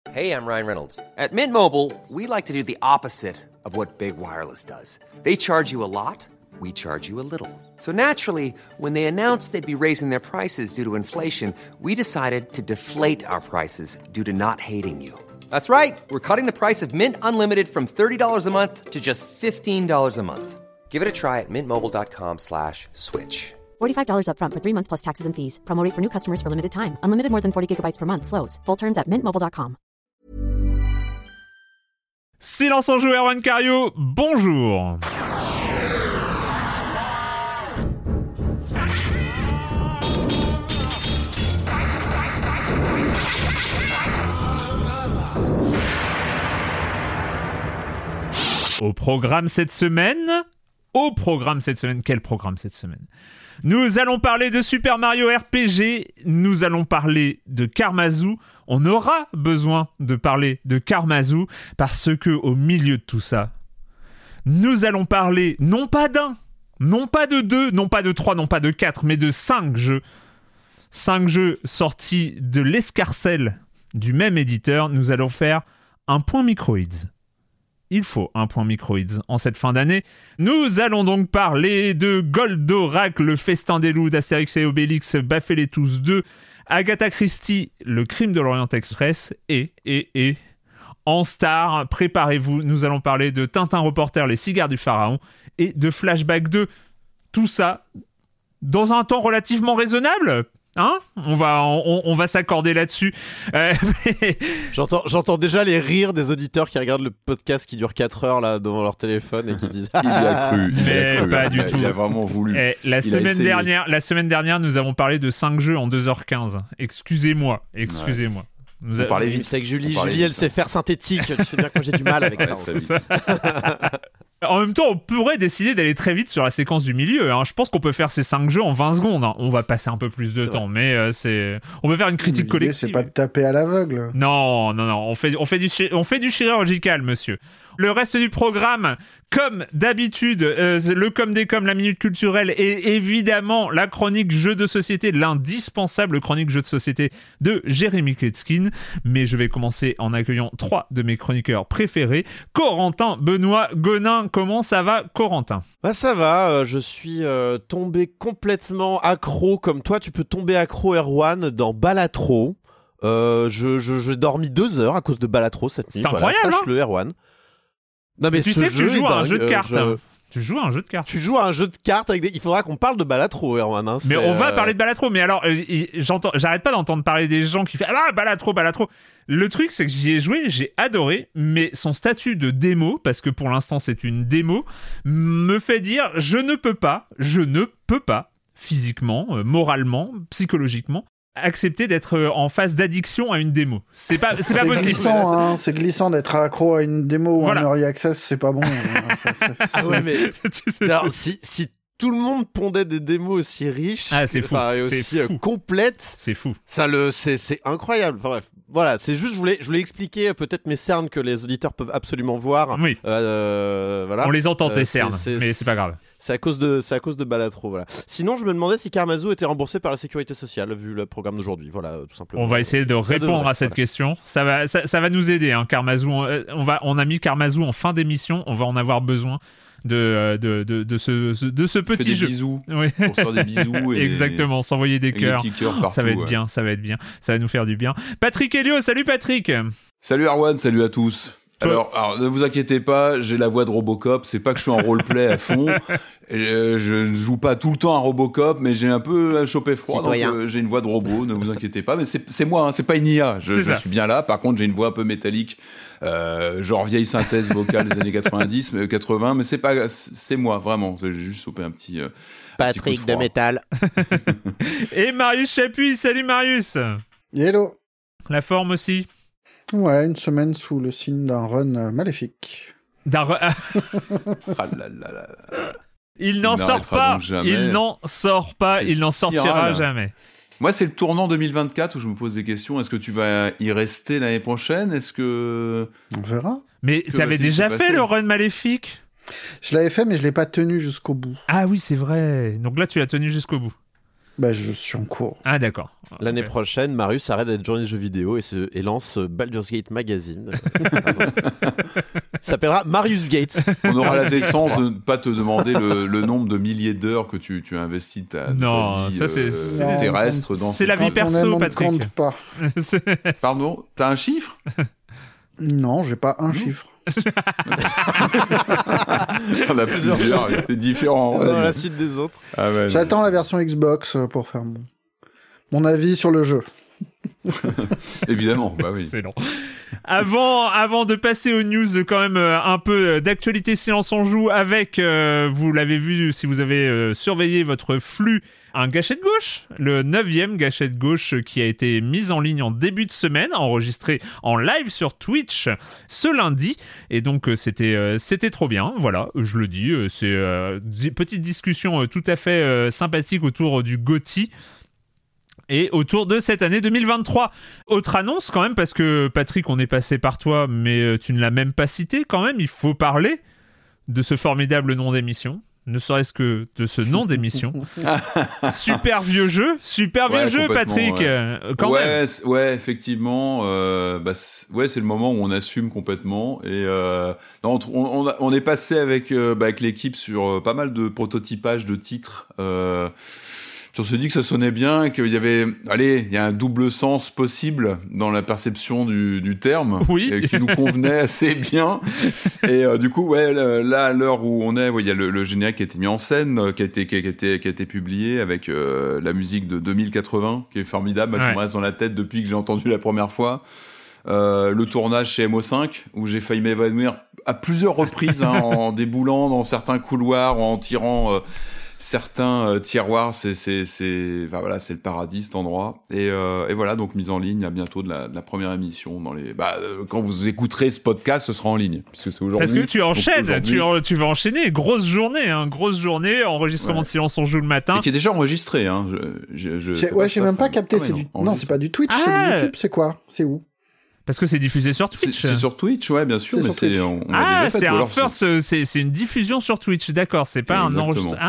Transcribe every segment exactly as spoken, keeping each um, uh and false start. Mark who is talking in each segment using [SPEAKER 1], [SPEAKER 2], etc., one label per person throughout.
[SPEAKER 1] Hey, I'm Ryan Reynolds. At Mint Mobile, we like to do the opposite of what Big Wireless does. They charge you a lot, we charge you a little. So naturally, when they announced they'd be raising their prices due to inflation, we decided to deflate our prices due to not hating you. That's right. We're cutting the price of Mint Unlimited from thirty dollars a month to just fifteen dollars a month. Give it a try at mintmobile.com slash switch.
[SPEAKER 2] forty-five dollars up front for three months plus taxes and fees. Promo rate for new customers for limited time. Unlimited more than forty gigabytes per month. Slows full terms at mint mobile dot com.
[SPEAKER 3] Silence en joue, Erwan Cario, bonjour. Au programme cette semaine, au programme cette semaine, quel programme cette semaine ? Nous allons parler de Super Mario R P G, nous allons parler de Karmazoo. On aura besoin de parler de Karmazoo parce que au milieu de tout ça, nous allons parler non pas d'un, non pas de deux, non pas de trois, non pas de quatre, mais de cinq jeux. Cinq jeux sortis de l'escarcelle du même éditeur. Nous allons faire un point Microids. Il faut un point Microids en cette fin d'année. Nous allons donc parler de Goldorak, le festin des loups d'Astérix et Obélix, Baffeletous deux, Agatha Christie, le crime de l'Orient Express, et, et, et, en star, préparez-vous, nous allons parler de Tintin Reporter, les cigares du pharaon, et de Flashback deux. Tout ça dans un temps relativement raisonnable. Hein on va on, on va s'accorder là-dessus. Euh, mais...
[SPEAKER 4] J'entends j'entends déjà les rires des auditeurs qui regardent le podcast qui dure quatre heures là devant leur téléphone et qui disent
[SPEAKER 5] il y a cru, il
[SPEAKER 3] mais
[SPEAKER 5] a cru,
[SPEAKER 3] pas
[SPEAKER 5] il
[SPEAKER 3] du
[SPEAKER 5] a,
[SPEAKER 3] tout.
[SPEAKER 5] Il a vraiment voulu.
[SPEAKER 3] Et la
[SPEAKER 5] il
[SPEAKER 3] semaine dernière, la semaine dernière, nous avons parlé de cinq jeux en deux heures quinze. Excusez-moi, excusez-moi.
[SPEAKER 5] Ouais.
[SPEAKER 3] Nous
[SPEAKER 5] on
[SPEAKER 3] a...
[SPEAKER 5] parlait vite.
[SPEAKER 4] C'est que Julie,
[SPEAKER 5] on
[SPEAKER 4] Julie, elle sait faire synthétique. Tu sais bien que moi j'ai du mal avec
[SPEAKER 5] ouais,
[SPEAKER 4] ça.
[SPEAKER 5] c'est
[SPEAKER 3] ça. En même temps, on pourrait décider d'aller très vite sur la séquence du milieu. Hein. Je pense qu'on peut faire ces cinq jeux en vingt secondes. Hein. On va passer un peu plus de c'est temps, vrai. mais euh, c'est. On peut faire une critique
[SPEAKER 6] L'idée,
[SPEAKER 3] collective.
[SPEAKER 6] c'est pas de taper à l'aveugle.
[SPEAKER 3] Non, non, non. On fait, on fait du, on fait du chirurgical, monsieur. Le reste du programme, comme d'habitude, euh, le com des com, la minute culturelle et évidemment la chronique jeux de société, l'indispensable chronique jeux de société de Jérémy Kletskin. Mais je vais commencer en accueillant trois de mes chroniqueurs préférés. Corentin, Benoît, Gonin. Comment ça va, Corentin ?
[SPEAKER 4] Bah ça va, euh, je suis euh, tombé complètement accro, comme toi tu peux tomber accro Erwan dans Balatro. Euh, je, je, j'ai dormi deux heures à cause de Balatro cette nuit.
[SPEAKER 3] C'est
[SPEAKER 4] voilà,
[SPEAKER 3] incroyable,
[SPEAKER 4] sache-le, Erwan. Non mais
[SPEAKER 3] tu
[SPEAKER 4] ce
[SPEAKER 3] sais que
[SPEAKER 4] jeu
[SPEAKER 3] tu joues à un
[SPEAKER 4] dingue,
[SPEAKER 3] jeu de cartes.
[SPEAKER 4] euh, je...
[SPEAKER 3] Tu joues à un jeu de cartes.
[SPEAKER 4] Tu joues à un jeu de cartes avec des... Il faudra qu'on parle de Balatro, Erwan. Hein,
[SPEAKER 3] mais on va
[SPEAKER 4] euh...
[SPEAKER 3] parler de Balatro. Mais alors, euh, j'entends, j'arrête pas d'entendre parler des gens qui font ah Balatro, Balatro. Le truc, c'est que j'y ai joué, j'ai adoré, mais son statut de démo, parce que pour l'instant c'est une démo, me fait dire je ne peux pas, je ne peux pas, physiquement, euh, moralement, psychologiquement, accepter d'être en phase d'addiction à une démo. C'est pas, c'est pas
[SPEAKER 6] c'est
[SPEAKER 3] possible.
[SPEAKER 6] Glissant, hein, c'est glissant d'être accro à une démo
[SPEAKER 3] voilà.
[SPEAKER 6] ou un early access, c'est pas bon. c'est, c'est, c'est...
[SPEAKER 4] Ah ouais, mais... Alors, si, si tout le monde pondait des démos aussi riches,
[SPEAKER 3] ah, c'est fou.
[SPEAKER 4] Et
[SPEAKER 3] c'est
[SPEAKER 4] aussi
[SPEAKER 3] fou.
[SPEAKER 4] Euh, complètes,
[SPEAKER 3] c'est fou.
[SPEAKER 4] Ça le, c'est, c'est incroyable. Enfin, bref, voilà, c'est juste, je voulais, je voulais expliquer peut-être mes cernes que les auditeurs peuvent absolument voir.
[SPEAKER 3] Oui.
[SPEAKER 4] Euh, voilà.
[SPEAKER 3] On les entend tes
[SPEAKER 4] euh,
[SPEAKER 3] cernes,
[SPEAKER 4] c'est,
[SPEAKER 3] mais c'est pas grave.
[SPEAKER 4] C'est à cause de, c'est à cause de Balatro, voilà. Sinon, je me demandais si Karmazoo était remboursé par la sécurité sociale vu le programme d'aujourd'hui, voilà, tout simplement.
[SPEAKER 3] On va essayer de
[SPEAKER 4] ça
[SPEAKER 3] répondre
[SPEAKER 4] devrait,
[SPEAKER 3] à cette
[SPEAKER 4] voilà.
[SPEAKER 3] question. Ça va, ça, ça va nous aider, hein, Karmazoo. On, on va, on a mis Karmazoo en fin d'émission. On va en avoir besoin de, de, de, de ce, de ce petit
[SPEAKER 5] des
[SPEAKER 3] jeu.
[SPEAKER 5] Bisous.
[SPEAKER 3] Oui.
[SPEAKER 5] Pour se faire des bisous. Et
[SPEAKER 3] exactement, s'envoyer des cœurs.
[SPEAKER 5] Des cœurs partout,
[SPEAKER 3] ça va être
[SPEAKER 5] ouais.
[SPEAKER 3] bien, ça va être bien. Ça va nous faire du bien. Patrick Helio, salut Patrick.
[SPEAKER 5] Salut Erwan, salut à tous. Alors, alors, ne vous inquiétez pas, j'ai la voix de Robocop. C'est pas que je suis en roleplay à fond. Je, je ne joue pas tout le temps à Robocop, mais j'ai un peu chopé froid.
[SPEAKER 4] Citoyen.
[SPEAKER 5] Donc euh, j'ai une voix de robot. Ne vous inquiétez pas. Mais c'est, c'est moi, hein, c'est pas une I A. Je, je suis bien là. Par contre, j'ai une voix un peu métallique, euh, genre vieille synthèse vocale des années quatre-vingt-dix, mais quatre-vingts. Mais c'est pas, c'est moi vraiment. J'ai juste chopé un petit. Euh,
[SPEAKER 4] Patrick
[SPEAKER 5] un petit coup de,
[SPEAKER 4] de métal.
[SPEAKER 3] Et Marius Chapuis, salut Marius.
[SPEAKER 6] Hello.
[SPEAKER 3] La forme aussi.
[SPEAKER 6] Ouais, une semaine sous le signe d'un run euh, maléfique.
[SPEAKER 3] D'un run...
[SPEAKER 5] ah là là là là.
[SPEAKER 3] Il n'en
[SPEAKER 5] il
[SPEAKER 3] sort pas. Il n'en sort pas.
[SPEAKER 5] C'est
[SPEAKER 3] il n'en sortira
[SPEAKER 5] là.
[SPEAKER 3] jamais.
[SPEAKER 5] Moi, c'est le tournant deux mille vingt-quatre où je me pose des questions. Est-ce que tu vas y rester l'année prochaine ? Est-ce que...
[SPEAKER 6] On verra.
[SPEAKER 3] Mais tu avais déjà fait le run maléfique ?
[SPEAKER 6] Je l'avais fait, mais je l'ai pas tenu jusqu'au bout.
[SPEAKER 3] Ah oui, c'est vrai. Donc là, tu l'as tenu jusqu'au bout.
[SPEAKER 6] Bah, je suis en cours.
[SPEAKER 3] Ah, d'accord.
[SPEAKER 4] L'année
[SPEAKER 3] Okay.
[SPEAKER 4] prochaine, Marius arrête d'être journaliste de jeux vidéo et, se, et lance Baldur's Gate Magazine. Ça s'appellera Marius Gates.
[SPEAKER 5] On aura la décence de ne pas te demander le, le nombre de milliers d'heures que tu, tu as investi de ta, de
[SPEAKER 3] Non,
[SPEAKER 5] ta vie
[SPEAKER 3] ça, c'est-
[SPEAKER 5] euh,
[SPEAKER 3] c'est-
[SPEAKER 5] terrestre. Dans
[SPEAKER 3] c'est
[SPEAKER 5] ce
[SPEAKER 3] la vie
[SPEAKER 5] truc.
[SPEAKER 3] perso,
[SPEAKER 6] Quand on aime, on ne
[SPEAKER 3] Patrick.
[SPEAKER 6] compte pas.
[SPEAKER 3] C'est-
[SPEAKER 5] Pardon, t'as un chiffre?
[SPEAKER 6] Non, j'ai pas un chiffre.
[SPEAKER 5] T'en as plusieurs, c'est différent.
[SPEAKER 4] Dans
[SPEAKER 5] Ouais.
[SPEAKER 4] la suite des autres.
[SPEAKER 5] Ah ouais,
[SPEAKER 6] J'attends la version Xbox euh, pour faire mon, mon avis sur le jeu.
[SPEAKER 5] évidemment, bah oui.
[SPEAKER 3] Excellent. Avant, avant de passer aux news, quand même euh, un peu d'actualité Silence on Joue avec, euh, vous l'avez vu si vous avez euh, surveillé votre flux, un gâchette gauche, le neuvième gâchette gauche qui a été mis en ligne en début de semaine, enregistré en live sur Twitch ce lundi. Et donc euh, c'était, euh, c'était trop bien, voilà, je le dis, euh, c'est euh, di- petite discussion euh, tout à fait euh, sympathique autour du GOTY. Et autour de cette année deux mille vingt-trois. Autre annonce quand même, parce que Patrick, on est passé par toi, mais euh, tu ne l'as même pas cité quand même. Il faut parler de ce formidable nom d'émission, ne serait-ce que de ce nom d'émission. Super vieux jeu, super vieux
[SPEAKER 5] Ouais,
[SPEAKER 3] jeu,
[SPEAKER 5] complètement,
[SPEAKER 3] Patrick.
[SPEAKER 5] ouais.
[SPEAKER 3] euh, quand
[SPEAKER 5] ouais,
[SPEAKER 3] même.
[SPEAKER 5] c'est- ouais, effectivement. Euh, bah, c'est, ouais, c'est le moment où on assume complètement. Et euh, non, on, on, a- on est passé avec, euh, bah, avec l'équipe sur euh, pas mal de prototypage de titres. Euh, on s'est dit que ça sonnait bien, et qu'il y avait, allez, il y a un double sens possible dans la perception du, du terme,
[SPEAKER 3] Oui.
[SPEAKER 5] et qui nous convenait assez bien. Et euh, du coup, ouais, là, à l'heure où on est, ouais, il y a le, le générique qui a été mis en scène, euh, qui a été, qui a été, qui a été publié avec euh, la musique de deux mille quatre-vingts, qui est formidable,
[SPEAKER 3] Ouais.
[SPEAKER 5] qui me reste dans la tête depuis que j'ai entendu la première fois. Euh, le tournage chez M O cinq, où j'ai failli m'évanouir à plusieurs reprises, hein, en déboulant dans certains couloirs, en tirant euh, certains euh, tiroirs. C'est, c'est, c'est, enfin, voilà, c'est le paradis, cet endroit. Et, euh, et voilà, donc mise en ligne à bientôt de la, de la première émission. Dans les, bah, euh, quand vous écouterez ce podcast, ce sera en ligne, puisque c'est aujourd'hui.
[SPEAKER 3] Parce que tu
[SPEAKER 5] Donc,
[SPEAKER 3] enchaînes,
[SPEAKER 5] aujourd'hui-
[SPEAKER 3] tu, en- tu vas enchaîner. Grosse journée, hein, grosse journée. Enregistrement
[SPEAKER 5] Ouais.
[SPEAKER 3] de Silence on Joue le matin.
[SPEAKER 5] Et qui est déjà enregistré. Hein. Je, je, je,
[SPEAKER 6] J'ai-
[SPEAKER 5] c'est
[SPEAKER 6] ouais,
[SPEAKER 5] pas
[SPEAKER 6] j'ai
[SPEAKER 5] ça,
[SPEAKER 6] même pas
[SPEAKER 5] enfin,
[SPEAKER 6] capté.
[SPEAKER 5] ah ouais,
[SPEAKER 6] c'est
[SPEAKER 5] non,
[SPEAKER 6] du... non,
[SPEAKER 5] enregistré.
[SPEAKER 6] c'est pas du Twitch,
[SPEAKER 3] Ah
[SPEAKER 6] c'est du YouTube. C'est quoi? C'est où?
[SPEAKER 3] Parce que c'est diffusé sur
[SPEAKER 5] C'est,
[SPEAKER 3] Twitch.
[SPEAKER 5] c'est sur Twitch, ouais, bien sûr,
[SPEAKER 6] C'est
[SPEAKER 5] mais
[SPEAKER 6] sur
[SPEAKER 5] c'est,
[SPEAKER 6] Twitch.
[SPEAKER 5] on, on l'a
[SPEAKER 3] Ah,
[SPEAKER 5] déjà fait,
[SPEAKER 3] c'est
[SPEAKER 5] ou
[SPEAKER 3] un
[SPEAKER 5] alors
[SPEAKER 3] first, euh, c'est, c'est une diffusion sur Twitch, d'accord, c'est pas un
[SPEAKER 5] Exactement.
[SPEAKER 3] enregistrement.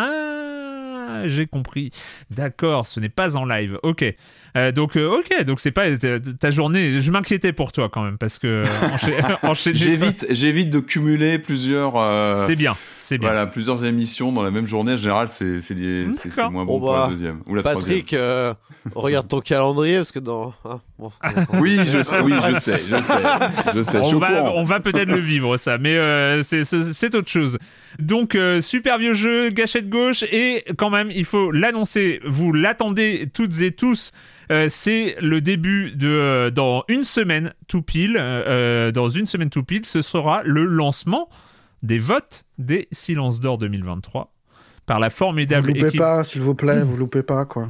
[SPEAKER 3] Ah, j'ai compris. D'accord, ce n'est pas en live. Ok. Euh, donc, euh, ok, donc c'est pas ta, ta journée. Je m'inquiétais pour toi quand même parce que encha- enchaîner.
[SPEAKER 5] J'évite, j'évite de cumuler plusieurs. euh,
[SPEAKER 3] C'est bien, c'est bien.
[SPEAKER 5] Voilà, plusieurs émissions dans la même journée. En général, c'est, c'est, des- c'est, c'est
[SPEAKER 3] D'accord.
[SPEAKER 5] moins bon
[SPEAKER 4] Bon,
[SPEAKER 5] pour
[SPEAKER 4] bah,
[SPEAKER 5] la deuxième ou la
[SPEAKER 4] Patrick, euh, regarde ton calendrier parce que dans. hein, bon,
[SPEAKER 5] troisième. Oui, je sais, oui, je sais, je sais, je sais. Je suis
[SPEAKER 3] On
[SPEAKER 5] au
[SPEAKER 3] va,
[SPEAKER 5] courant.
[SPEAKER 3] on va peut-être le vivre ça, mais euh, c'est, c'est, c'est autre chose. Donc euh, super vieux jeu, gâchette gauche, et quand même il faut l'annoncer, vous l'attendez toutes et tous. Euh, c'est le début de euh, dans une semaine tout pile. Euh, dans une semaine tout pile, ce sera le lancement des votes des Silences d'Or deux mille vingt-trois par la
[SPEAKER 6] Vous
[SPEAKER 3] formidable
[SPEAKER 6] loupez
[SPEAKER 3] équipe.
[SPEAKER 6] pas, s'il vous plaît, vous loupez pas, quoi.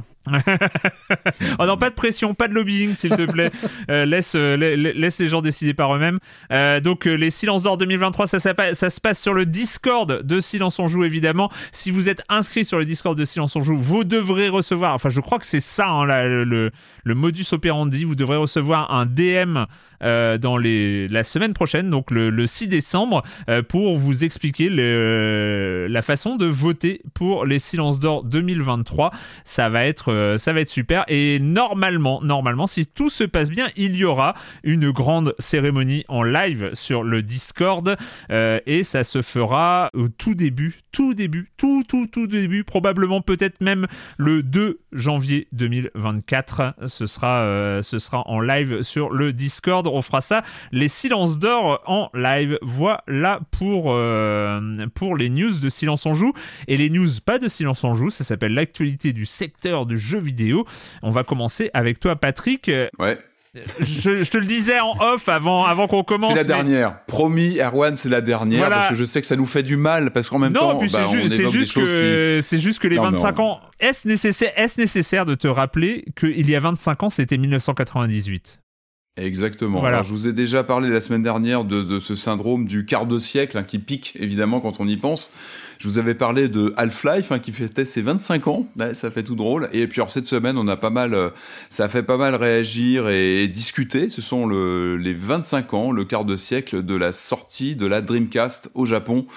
[SPEAKER 3] Oh non, pas de pression, pas de lobbying, s'il te plaît. Euh, laisse, euh, la- la- laisse les gens décider par eux-mêmes. Euh, donc, euh, les Silences d'Or deux mille vingt-trois, ça, ça, ça se passe sur le Discord de Silence on Joue, évidemment. Si vous êtes inscrit sur le Discord de Silence on Joue, vous devrez recevoir, enfin, je crois que c'est ça, hein, la- le, le, le modus operandi, vous devrez recevoir un D M euh, dans les, la semaine prochaine, donc le, le six décembre, euh, pour vous expliquer le, la façon de voter pour les Silences d'Or deux mille vingt-trois. Ça va être, euh, ça va être super. Et normalement, normalement, si tout se passe bien, il y aura une grande cérémonie en live sur le Discord, euh, et ça se fera au tout début, tout début, tout, tout, tout début, probablement peut-être même le deux janvier deux mille vingt-quatre. Ce sera, euh, ce sera en live sur le Discord. On fera ça, les Silences d'Or en live. Voilà pour, euh, pour les news de Silence on Joue. Et les news pas de Silence on Joue, ça s'appelle l'actualité du secteur du jeu vidéo. On va commencer avec toi, Patrick.
[SPEAKER 5] Ouais.
[SPEAKER 3] Je, je te le disais en off avant, avant qu'on commence.
[SPEAKER 5] C'est la
[SPEAKER 3] mais-
[SPEAKER 5] dernière. Promis, Erwan, c'est la dernière.
[SPEAKER 3] Voilà.
[SPEAKER 5] Parce que je sais que ça nous fait du mal. Parce qu'en même
[SPEAKER 3] Non,
[SPEAKER 5] temps,
[SPEAKER 3] puis
[SPEAKER 5] bah,
[SPEAKER 3] c'est,
[SPEAKER 5] on
[SPEAKER 3] ju- c'est
[SPEAKER 5] évoque des
[SPEAKER 3] juste
[SPEAKER 5] choses
[SPEAKER 3] que c'est juste que les
[SPEAKER 5] Non, mais
[SPEAKER 3] vingt-cinq
[SPEAKER 5] on-
[SPEAKER 3] ans. Est-ce nécessaire, est-ce nécessaire de te rappeler qu'il y a vingt-cinq ans, c'était dix-neuf cent quatre-vingt-dix-huit?
[SPEAKER 5] Exactement.
[SPEAKER 3] Voilà.
[SPEAKER 5] Alors, je vous ai déjà parlé la semaine dernière de, de ce syndrome du quart de siècle, hein, qui pique évidemment quand on y pense. Je vous avais parlé de Half-Life, hein, qui fêtait ses vingt-cinq ans. Ouais, ça fait tout drôle. Et puis alors, cette semaine, on a pas mal, euh, ça a fait pas mal réagir et, et discuter. Ce sont le, les vingt-cinq ans, le quart de siècle de la sortie de la Dreamcast au Japon.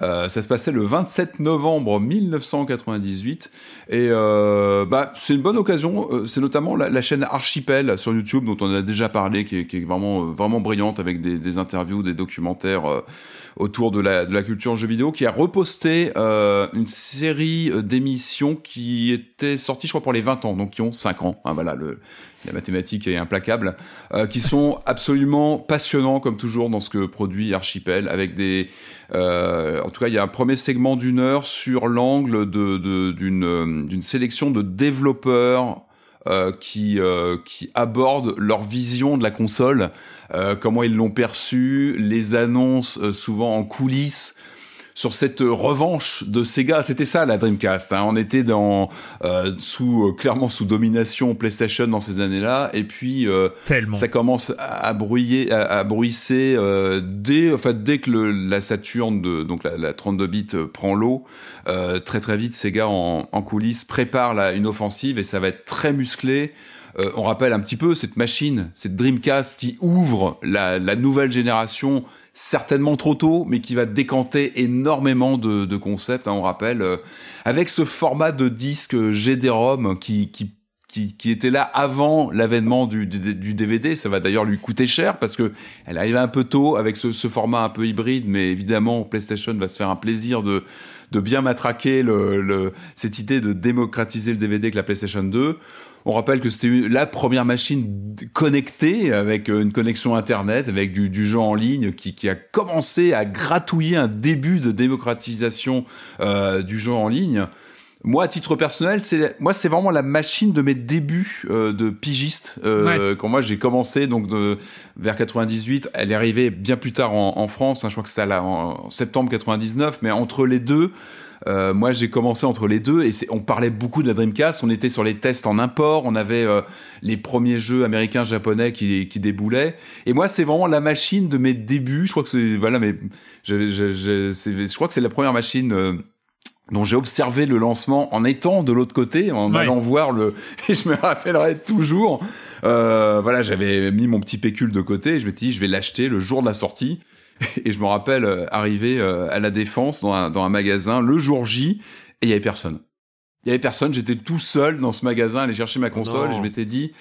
[SPEAKER 5] Euh, ça se passait le vingt-sept novembre mille neuf cent quatre-vingt-dix-huit et euh, bah c'est une bonne occasion. Euh, c'est notamment la, la chaîne Archipel sur YouTube dont on a déjà parlé, qui est, qui est vraiment vraiment brillante avec des, des interviews, des documentaires euh, autour de la de la culture jeux vidéo, qui a reposté euh, une série d'émissions qui étaient sorties, je crois, pour les vingt ans, donc qui ont cinq ans. Hein, voilà, le la mathématique est implacable, euh, qui sont absolument passionnants comme toujours dans ce que produit Archipel, avec des euh, en tout cas il y a un premier segment d'une heure sur l'angle de, de d'une d'une sélection de développeurs euh, qui euh, qui abordent leur vision de la console, euh, comment ils l'ont perçue, les annonces euh, souvent en coulisses sur cette revanche de Sega. C'était ça la Dreamcast, hein. On était dans euh, sous euh, clairement sous domination PlayStation dans ces années-là, et puis euh, ça commence à, à brouiller, à, à bruisser euh, dès, enfin dès que le, la Saturn de donc la, la trente-deux bits euh, prend l'eau. Euh, très très vite, Sega en, en coulisses prépare la, une offensive et ça va être très musclé. Euh, on rappelle un petit peu cette machine, cette Dreamcast qui ouvre la, la nouvelle génération. Certainement trop tôt, mais qui va décanter énormément de, de concepts, hein, on rappelle, euh, avec ce format de disque G D-ROM qui, qui, qui, qui était là avant l'avènement du, du, du D V D. Ça va d'ailleurs lui coûter cher parce que elle arrive un peu tôt avec ce, ce format un peu hybride, mais évidemment PlayStation va se faire un plaisir de, de bien matraquer le, le, cette idée de démocratiser le D V D avec la PlayStation deux. On rappelle que c'était la première machine connectée avec une connexion Internet, avec du, du jeu en ligne qui, qui a commencé à gratouiller un début de démocratisation euh, du jeu en ligne. Moi, à titre personnel, c'est moi c'est vraiment la machine de mes débuts euh, de pigiste. Euh, ouais. Quand moi j'ai commencé donc de, vers quatre-vingt-dix-huit, elle est arrivée bien plus tard en, en France. Hein, je crois que c'était là, en, en septembre quatre-vingt-dix-neuf, mais entre les deux. Euh, moi, j'ai commencé entre les deux et c'est, on parlait beaucoup de la Dreamcast. On était sur les tests en import. On avait euh, les premiers jeux américains, japonais qui, qui déboulaient. Et moi, c'est vraiment la machine de mes débuts. Je crois que c'est voilà, mais je, je, je, c'est, je crois que c'est la première machine euh, dont j'ai observé le lancement en étant de l'autre côté, en ouais. allant voir le. Et je me rappellerai toujours. Euh, voilà, j'avais mis mon petit pécule de côté. Et je m'étais dit, je vais l'acheter le jour de la sortie. Et je me rappelle euh, arriver euh, à la Défense dans un, dans un magasin le jour J et il y avait personne. Il y avait personne, j'étais tout seul dans ce magasin à aller chercher ma console oh et je m'étais dit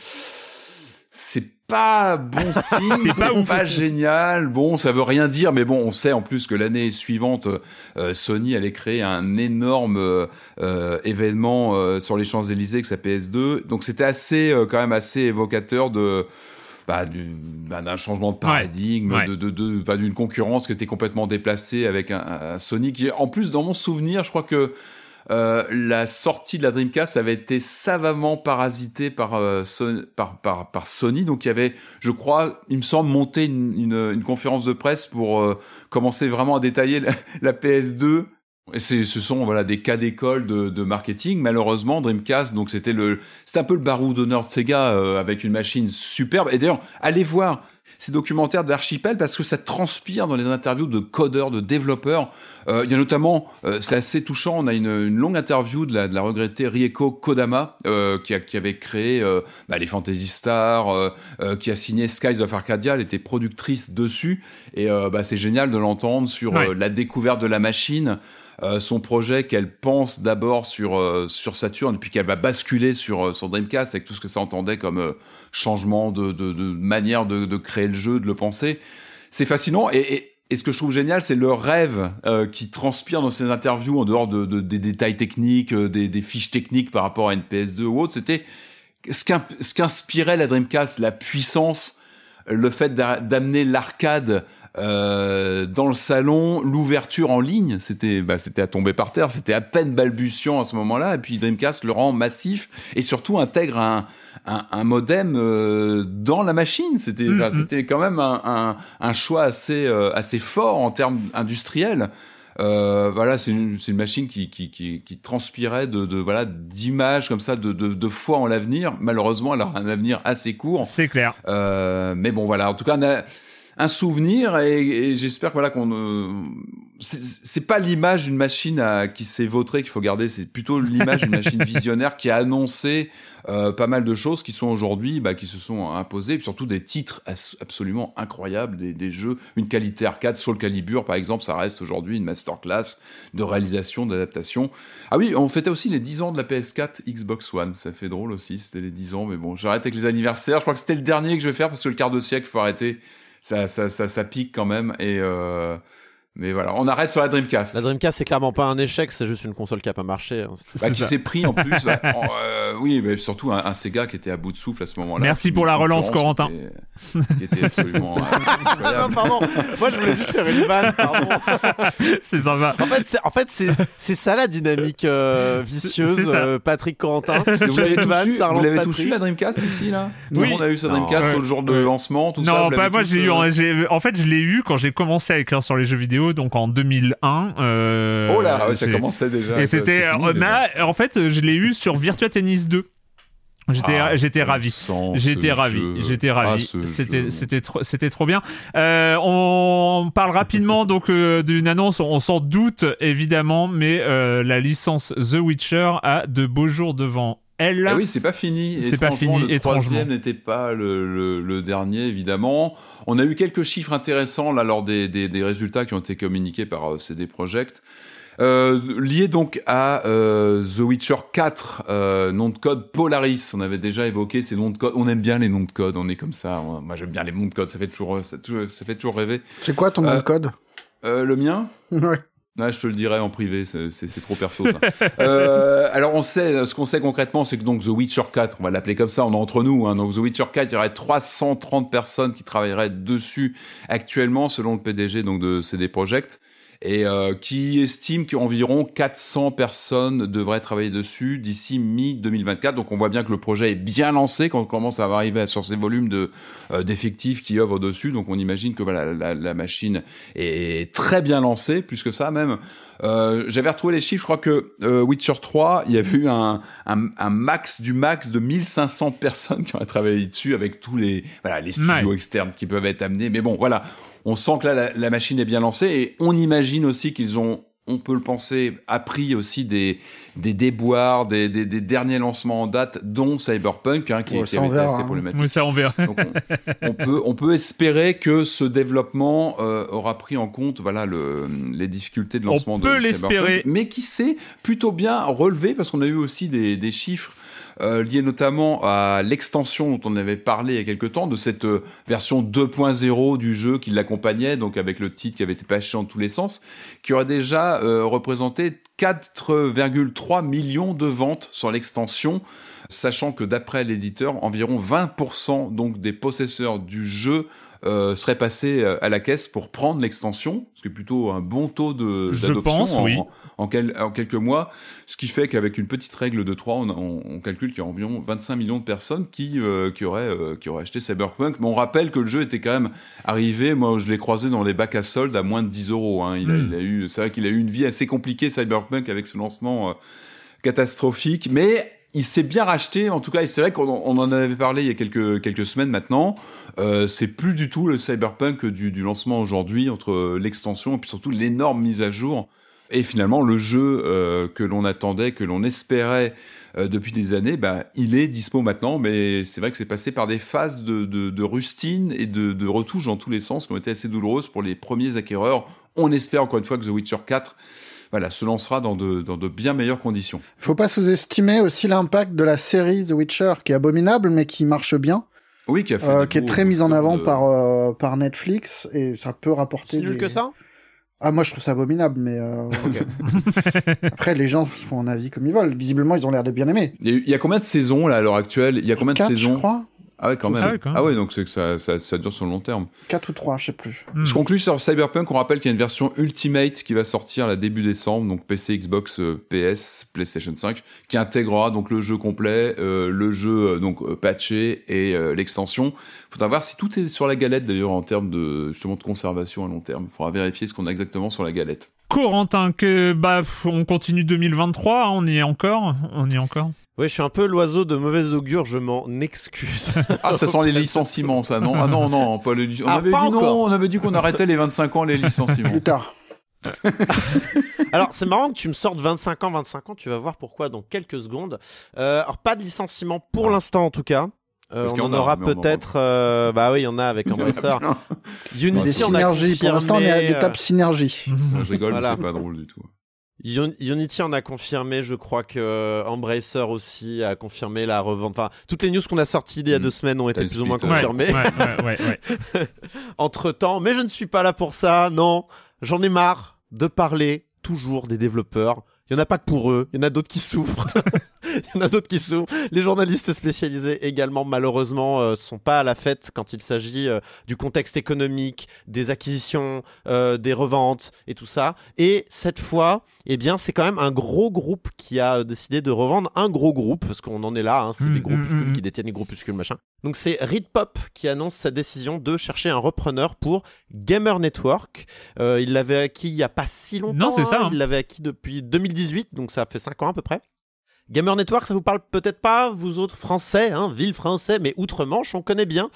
[SPEAKER 5] c'est pas bon signe, c'est, c'est pas, pas génial. Bon, ça veut rien dire, mais bon, on sait en plus que l'année suivante, euh, Sony allait créer un énorme euh, événement euh, sur les Champs-Élysées avec sa P S deux. Donc c'était assez euh, quand même assez évocateur de Bah, du, bah, d'un changement de paradigme, ouais, ouais. de, de, de, bah, d'une concurrence qui était complètement déplacée avec un, un Sony qui, en plus, dans mon souvenir, je crois que euh, la sortie de la Dreamcast avait été savamment parasitée par, euh, Son- par, par, par Sony. Donc, il y avait, je crois, il me semble, monter une, une, une conférence de presse pour euh, commencer vraiment à détailler la, la P S deux. Et c'est, ce sont voilà des cas d'école de, de marketing. Malheureusement, Dreamcast, donc c'était le, c'était un peu le barreau d'honneur de Sega euh, avec une machine superbe. Et d'ailleurs, allez voir ces documentaires d'Archipel parce que ça transpire dans les interviews de codeurs, de développeurs. Euh, il y a notamment, euh, c'est assez touchant, on a une, une longue interview de la, de la regrettée Rieko Kodama euh, qui, a, qui avait créé euh, bah, les Phantasy Star, euh, euh, qui a signé Skies of Arcadia, elle était productrice dessus. Et euh, bah, c'est génial de l'entendre sur ouais. euh, la découverte de la machine. Euh, son projet qu'elle pense d'abord sur euh, sur Saturn, puis qu'elle va basculer sur euh, sur Dreamcast avec tout ce que ça entendait comme euh, changement de, de de manière de de créer le jeu, de le penser. C'est fascinant et, et et ce que je trouve génial, c'est le rêve euh, qui transpire dans ces interviews en dehors de, de des détails techniques, euh, des des fiches techniques par rapport à une P S deux ou autre. C'était ce qu'in, ce qu'inspirait la Dreamcast, la puissance, le fait d'amener l'arcade Euh, dans le salon, l'ouverture en ligne, c'était, bah, c'était à tomber par terre, c'était à peine balbutiant à ce moment-là, et puis Dreamcast le rend massif, et surtout intègre un, un, un modem euh, dans la machine, c'était, mm-hmm. bah, c'était quand même un, un, un choix assez, euh, assez fort en termes industriels. Euh, voilà, c'est une, c'est une machine qui, qui, qui, qui transpirait de, de, voilà, d'images comme ça, de, de, de foi en l'avenir. Malheureusement, elle a un avenir assez court.
[SPEAKER 3] C'est clair.
[SPEAKER 5] Euh, mais bon, voilà, en tout cas, on a, un souvenir et, et j'espère voilà qu'on euh, c'est, c'est pas l'image d'une machine à, qui s'est vautrée qu'il faut garder, c'est plutôt l'image d'une machine visionnaire qui a annoncé euh, pas mal de choses qui sont aujourd'hui bah, qui se sont imposées, et puis surtout des titres as- absolument incroyables, des, des jeux, une qualité arcade. Soul Calibur par exemple, ça reste aujourd'hui une masterclass de réalisation, d'adaptation. Ah oui, on fêtait aussi les dix ans de la P S quatre, Xbox One, ça fait drôle aussi, c'était les dix ans, mais bon, j'arrête avec les anniversaires, je crois que c'était le dernier que je vais faire parce que le quart de siècle, faut arrêter. Ça, ça, ça, ça pique quand même. Et euh... mais voilà, on arrête sur la Dreamcast.
[SPEAKER 4] La Dreamcast, c'est clairement pas un échec, c'est juste une console qui a pas marché.
[SPEAKER 5] Bah, qui s'est pris en plus. bah, en, euh, oui, mais surtout un, un Sega qui était à bout de souffle à ce moment-là.
[SPEAKER 3] Merci pour la relance, Corentin.
[SPEAKER 5] Qui était, qui était absolument euh, incroyable.
[SPEAKER 4] Non, pardon. Moi, je voulais juste faire une vanne, pardon.
[SPEAKER 3] C'est sympa.
[SPEAKER 4] En fait, c'est, en fait, c'est, c'est ça la dynamique euh, vicieuse,
[SPEAKER 3] c'est, c'est ça.
[SPEAKER 4] euh, Patrick Corentin.
[SPEAKER 5] Vous l'avez tous
[SPEAKER 4] vanne,
[SPEAKER 5] eu,
[SPEAKER 4] ça
[SPEAKER 5] vous
[SPEAKER 4] relance
[SPEAKER 5] l'avez
[SPEAKER 4] Patrick.
[SPEAKER 5] tous eu la Dreamcast ici là.
[SPEAKER 3] Oui.
[SPEAKER 5] Tout le monde a eu sa Dreamcast
[SPEAKER 3] Non.
[SPEAKER 5] au jour de
[SPEAKER 3] Ouais.
[SPEAKER 5] lancement, tout ça.
[SPEAKER 3] Non,
[SPEAKER 5] vous
[SPEAKER 3] pas
[SPEAKER 5] l'avez
[SPEAKER 3] moi.
[SPEAKER 5] tous,
[SPEAKER 3] J'ai eu,
[SPEAKER 5] euh...
[SPEAKER 3] en, j'ai, en fait, je l'ai eu quand j'ai commencé à écrire sur les jeux vidéo, donc en deux mille un. Euh,
[SPEAKER 5] Oh là, ouais, ça
[SPEAKER 3] j'ai...
[SPEAKER 5] commençait déjà.
[SPEAKER 3] Et
[SPEAKER 5] ça,
[SPEAKER 3] c'était,
[SPEAKER 5] c'est fini,
[SPEAKER 3] euh,
[SPEAKER 5] déjà.
[SPEAKER 3] mais, en fait, je l'ai eu sur Virtua Tennis deux. J'étais,
[SPEAKER 5] Ah,
[SPEAKER 3] j'étais
[SPEAKER 5] on
[SPEAKER 3] ravi.
[SPEAKER 5] sent
[SPEAKER 3] J'étais
[SPEAKER 5] ce
[SPEAKER 3] ravi.
[SPEAKER 5] jeu.
[SPEAKER 3] J'étais ravi.
[SPEAKER 5] Ah, ce
[SPEAKER 3] c'était,
[SPEAKER 5] jeu.
[SPEAKER 3] c'était trop, c'était trop bien. Euh, on parle rapidement donc euh, d'une annonce. On s'en doute évidemment, mais euh, la licence The Witcher a de beaux jours devant elle.
[SPEAKER 5] Ah oui, c'est pas fini.
[SPEAKER 3] C'est pas
[SPEAKER 5] Étrangement,
[SPEAKER 3] fini,
[SPEAKER 5] Le
[SPEAKER 3] étrangement.
[SPEAKER 5] troisième n'était pas le, le, le dernier, évidemment. On a eu quelques chiffres intéressants là lors des, des, des résultats qui ont été communiqués par euh, C D Projekt. Euh, lié donc à euh, The Witcher quatre, euh, nom de code Polaris. On avait déjà évoqué ces noms de code. On aime bien les noms de code, on est comme ça. Moi, j'aime bien les noms de code, ça fait toujours, ça, ça fait toujours rêver.
[SPEAKER 6] C'est quoi ton nom
[SPEAKER 5] Euh,
[SPEAKER 6] de code?
[SPEAKER 5] Euh, le mien
[SPEAKER 6] Ouais.
[SPEAKER 5] Ouais, je te le dirai en privé, c'est, c'est, c'est trop perso ça. euh, alors on sait, ce qu'on sait concrètement, c'est que donc The Witcher quatre, on va l'appeler comme ça, on est entre nous. Hein, donc The Witcher quatre, il y aurait trois cent trente personnes qui travailleraient dessus actuellement, selon le P D G donc de C D Projekt. Et euh, qui estime qu'environ quatre cents personnes devraient travailler dessus d'ici mi deux mille vingt-quatre. Donc on voit bien que le projet est bien lancé quand on commence à arriver sur ces volumes de euh, d'effectifs qui œuvrent dessus. Donc on imagine que voilà la, la machine est très bien lancée, plus que ça même. Euh, j'avais retrouvé les chiffres, je crois que euh, Witcher trois, il y avait eu un, un, un max du max de mille cinq cents personnes qui ont travaillé dessus avec tous les voilà les studios
[SPEAKER 3] Ouais.
[SPEAKER 5] externes qui peuvent être amenés. Mais bon, voilà. On sent que là, la, la machine est bien lancée et on imagine aussi qu'ils ont, on peut le penser, appris aussi des, des déboires, des, des, des derniers lancements en date, dont Cyberpunk, hein, qui,
[SPEAKER 6] Ouais,
[SPEAKER 5] qui
[SPEAKER 6] ça,
[SPEAKER 5] avait
[SPEAKER 6] on
[SPEAKER 5] été
[SPEAKER 6] verra,
[SPEAKER 5] assez
[SPEAKER 6] hein.
[SPEAKER 5] problématique.
[SPEAKER 3] Oui, ça on verra.
[SPEAKER 5] Donc on, on peut, on peut espérer que ce développement euh, aura pris en compte voilà, le, les difficultés de lancement
[SPEAKER 3] On
[SPEAKER 5] de
[SPEAKER 3] peut
[SPEAKER 5] Cyberpunk,
[SPEAKER 3] l'espérer.
[SPEAKER 5] mais qui s'est plutôt bien relevé parce qu'on a eu aussi des, des chiffres Euh, lié notamment à l'extension dont on avait parlé il y a quelque temps, de cette euh, version deux point zéro du jeu qui l'accompagnait, donc avec le titre qui avait été patché dans tous les sens, qui aurait déjà euh, représenté quatre virgule trois millions de ventes sur l'extension, sachant que d'après l'éditeur, environ vingt pour cent donc des possesseurs du jeu euh, seraient passés à la caisse pour prendre l'extension, ce qui est plutôt un bon taux de,
[SPEAKER 3] Je
[SPEAKER 5] d'adoption
[SPEAKER 3] pense,
[SPEAKER 5] en,
[SPEAKER 3] oui.
[SPEAKER 5] en, en, quel, en quelques mois, ce qui fait qu'avec une petite règle de trois, on, on, on calcule qu'il y a environ vingt-cinq millions de personnes qui, euh, qui, auraient, euh, qui auraient acheté Cyberpunk. Mais on rappelle que le jeu était quand même arrivé, moi je l'ai croisé dans les bacs à soldes à moins de dix euros. Hein. Il, a,
[SPEAKER 3] Mm.
[SPEAKER 5] il a eu, c'est vrai qu'il a eu une vie assez compliquée, Cyberpunk, avec ce lancement euh, catastrophique, mais il s'est bien racheté, en tout cas, et c'est vrai qu'on on en avait parlé il y a quelques, quelques semaines maintenant, euh, c'est plus du tout le Cyberpunk du, du lancement aujourd'hui, entre l'extension et puis surtout l'énorme mise à jour, et finalement le jeu euh, que l'on attendait, que l'on espérait euh, depuis des années, bah, il est dispo maintenant, mais c'est vrai que c'est passé par des phases de, de, de rustine et de, de retouches dans tous les sens qui ont été assez douloureuses pour les premiers acquéreurs. On espère encore une fois que The Witcher quatre voilà, se lancera dans de, dans de bien meilleures conditions.
[SPEAKER 6] Faut pas sous-estimer aussi l'impact de la série The Witcher, qui est abominable, mais qui marche bien,
[SPEAKER 5] Oui, qui a fait
[SPEAKER 6] euh,
[SPEAKER 5] des
[SPEAKER 6] qui est
[SPEAKER 5] gros-
[SPEAKER 6] très mise en
[SPEAKER 5] gros
[SPEAKER 6] avant
[SPEAKER 5] de-
[SPEAKER 6] par, euh, par Netflix, et ça peut rapporter
[SPEAKER 4] C'est nul
[SPEAKER 6] des...
[SPEAKER 4] que ça.
[SPEAKER 6] Ah, moi, je trouve ça abominable, mais euh, après, les gens font un avis comme ils veulent. Visiblement, ils ont l'air de bien aimer.
[SPEAKER 5] Il y, a, eu- il y a combien de saisons là à l'heure actuelle? Il y a combien
[SPEAKER 6] Quatre,
[SPEAKER 5] de
[SPEAKER 6] je
[SPEAKER 5] saisons?
[SPEAKER 6] crois.
[SPEAKER 5] Ah ouais, quand même.
[SPEAKER 3] Ah ouais, quand même.
[SPEAKER 5] Ah ouais, donc c'est que ça, ça, ça dure sur le long terme.
[SPEAKER 6] Quatre ou trois, je sais plus.
[SPEAKER 3] Hmm.
[SPEAKER 5] Je conclue sur Cyberpunk. On rappelle qu'il y a une version Ultimate qui va sortir là début décembre, donc P C, Xbox, euh, P S, PlayStation cinq, qui intégrera donc le jeu complet, euh, le jeu euh, donc euh, patché et euh, l'extension. Faudra voir si tout est sur la galette d'ailleurs en termes de justement de conservation à long terme. Faudra vérifier ce qu'on a exactement sur la galette.
[SPEAKER 3] Corentin, que bah on continue deux mille vingt-trois, hein, on y est encore, on y est encore.
[SPEAKER 4] Oui, je suis un peu l'oiseau de mauvais augure, je m'en excuse.
[SPEAKER 5] Ah, ça sent les licenciements, ça, non? Ah non, non, pas les licenciements. On
[SPEAKER 4] ah,
[SPEAKER 5] avait
[SPEAKER 4] pas
[SPEAKER 5] dit
[SPEAKER 4] encore.
[SPEAKER 5] non, on avait dit qu'on arrêtait les vingt-cinq ans, les licenciements.
[SPEAKER 6] Plus tard.
[SPEAKER 4] Alors, c'est marrant que tu me sortes vingt-cinq ans, vingt-cinq ans, tu vas voir pourquoi dans quelques secondes. Euh, alors, pas de licenciement pour
[SPEAKER 5] ah.
[SPEAKER 4] l'instant, en tout cas. Euh, on en aura peut-être. Euh, bah oui, il y en a avec Embracer.
[SPEAKER 6] Unity, des synergies. Pour l'instant, on est à l'étape synergie.
[SPEAKER 5] Non, je rigole, voilà. C'est pas drôle du tout.
[SPEAKER 4] Unity en a confirmé, je crois que Embracer aussi a confirmé la revente. Enfin, toutes les news qu'on a sorties il y a deux semaines ont été plus ou moins confirmées.
[SPEAKER 3] Ouais, ouais, ouais, ouais, ouais.
[SPEAKER 4] Entre temps, mais je ne suis pas là pour ça. Non, j'en ai marre de parler toujours des développeurs. Il n'y en a pas que pour eux, il y en a d'autres qui souffrent. Il y en a d'autres qui souffrent. Les journalistes spécialisés également, malheureusement, ne euh, sont pas à la fête quand il s'agit euh, du contexte économique, des acquisitions, euh, des reventes et tout ça. Et cette fois, eh bien, c'est quand même un gros groupe qui a décidé de revendre un gros groupe, parce qu'on en est là, hein, c'est mmh, des groupuscules mmh, qui détiennent les groupuscules, machin. Donc c'est ReedPop qui annonce sa décision de chercher un repreneur pour Gamer Network. Euh, il l'avait acquis il n'y a pas si longtemps.
[SPEAKER 3] Non, c'est ça. Hein.
[SPEAKER 4] Il l'avait acquis depuis deux mille dix-huit, donc ça fait cinq ans à peu près. Gamer Network, ça vous parle peut-être pas, vous autres français, hein, ville français, mais outre-Manche, on connaît bien,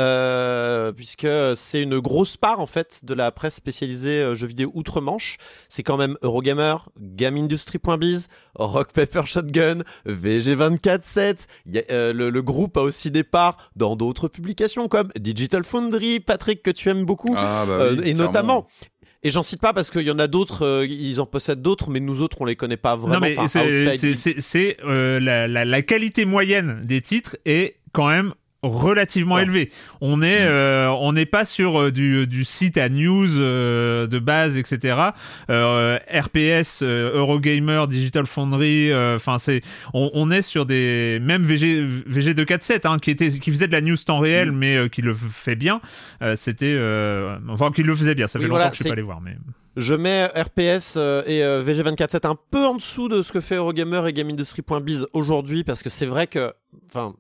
[SPEAKER 4] euh, puisque c'est une grosse part en fait de la presse spécialisée euh, jeux vidéo outre-Manche. C'est quand même Eurogamer, GameIndustry point biz, Rock Paper Shotgun, V G vingt-quatre sept. Y a, euh, le, le groupe a aussi des parts dans d'autres publications comme Digital Foundry, Patrick que tu aimes beaucoup,
[SPEAKER 5] ah, bah
[SPEAKER 4] euh,
[SPEAKER 5] oui,
[SPEAKER 4] et
[SPEAKER 5] clairement.
[SPEAKER 4] notamment. Et j'en cite pas parce qu'il y en a d'autres, euh, ils en possèdent d'autres, mais nous autres, on les connaît pas vraiment.
[SPEAKER 3] Non, mais
[SPEAKER 4] enfin,
[SPEAKER 3] c'est, c'est, c'est, c'est euh, la, la, la qualité moyenne des titres est quand même relativement ouais. élevé. On est, mmh. euh, on n'est pas sur euh, du, du site à news euh, de base, et cetera. Euh, R P S, euh, Eurogamer, Digital Foundry, enfin euh, c'est, on, on est sur des même V G V G deux cent quarante-sept hein, qui était, qui faisait de la news temps réel, mmh. mais euh, qui le fait bien. Euh, c'était, euh, enfin qui le faisait bien. Ça fait oui, longtemps voilà, que je suis pas allé voir, mais.
[SPEAKER 4] Je mets R P S euh, et euh, V G vingt-quatre sept un peu en dessous de ce que fait Eurogamer et GameIndustry point biz aujourd'hui, parce que c'est vrai que, enfin.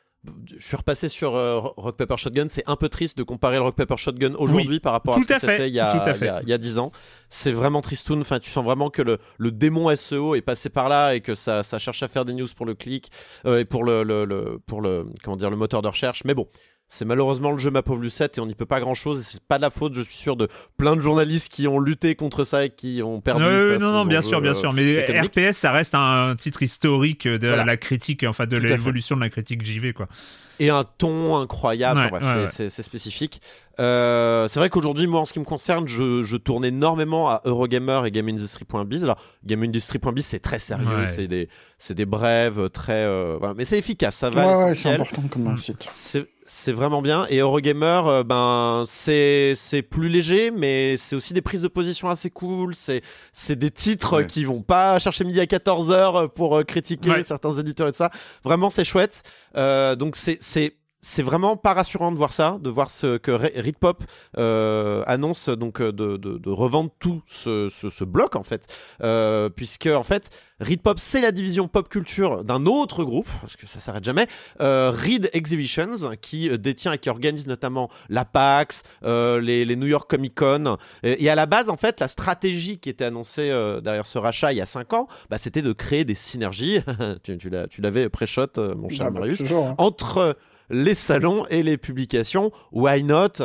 [SPEAKER 4] Je suis repassé sur euh, Rock Paper Shotgun. C'est un peu triste de comparer le Rock Paper Shotgun aujourd'hui oui, par rapport à ce que c'était il y a, il y a dix ans. C'est vraiment tristoun. Enfin, tu sens vraiment que le, le démon S E O est passé par là et que ça, ça cherche à faire des news pour le clic euh, et pour le, le, le, pour le, comment dire, le moteur de recherche. Mais bon. C'est malheureusement le jeu Ma Pauvre Lucette et on n'y peut pas grand chose. C'est pas de la faute, je suis sûr, de plein de journalistes qui ont lutté contre ça et qui ont perdu.
[SPEAKER 3] Euh, non, non, bien sûr, bien sûr. Mais économique. R P S, ça reste un titre historique de voilà. la critique, enfin de Tout l'évolution de la critique J V, quoi.
[SPEAKER 4] Et un ton incroyable, ouais, enfin, bref, ouais, c'est, ouais. C'est, c'est spécifique. Euh, c'est vrai qu'aujourd'hui, moi, en ce qui me concerne, je, je tourne énormément à Eurogamer et GameIndustry point biz. Alors, GameIndustry point biz, c'est très sérieux, ouais. c'est des, c'est des brèves, très, euh, voilà. Mais c'est efficace, ça va.
[SPEAKER 6] Ouais, ouais, c'est important comme un site.
[SPEAKER 4] C'est, c'est vraiment bien. Et Eurogamer, euh, ben, c'est, c'est plus léger, mais c'est aussi des prises de position assez cool. C'est, c'est des titres ouais. qui vont pas chercher midi à quatorze heures pour euh, critiquer ouais. certains éditeurs et tout ça. Vraiment, c'est chouette. Euh, donc, c'est, c'est, c'est vraiment pas rassurant de voir ça, de voir ce que ReedPop euh, annonce donc de, de, de revendre tout ce, ce, ce bloc en fait, euh, puisque en fait ReedPop c'est la division pop culture d'un autre groupe, parce que ça s'arrête jamais, euh, Reed Exhibitions, qui détient et qui organise notamment la PAX, euh, les, les New York Comic Con, et, et à la base en fait la stratégie qui était annoncée euh, derrière ce rachat il y a cinq ans, bah, c'était de créer des synergies, tu, tu, l'as, tu l'avais pré-shot euh, mon cher ah, Marius, bah, toujours, hein. entre les salons et les publications, why not,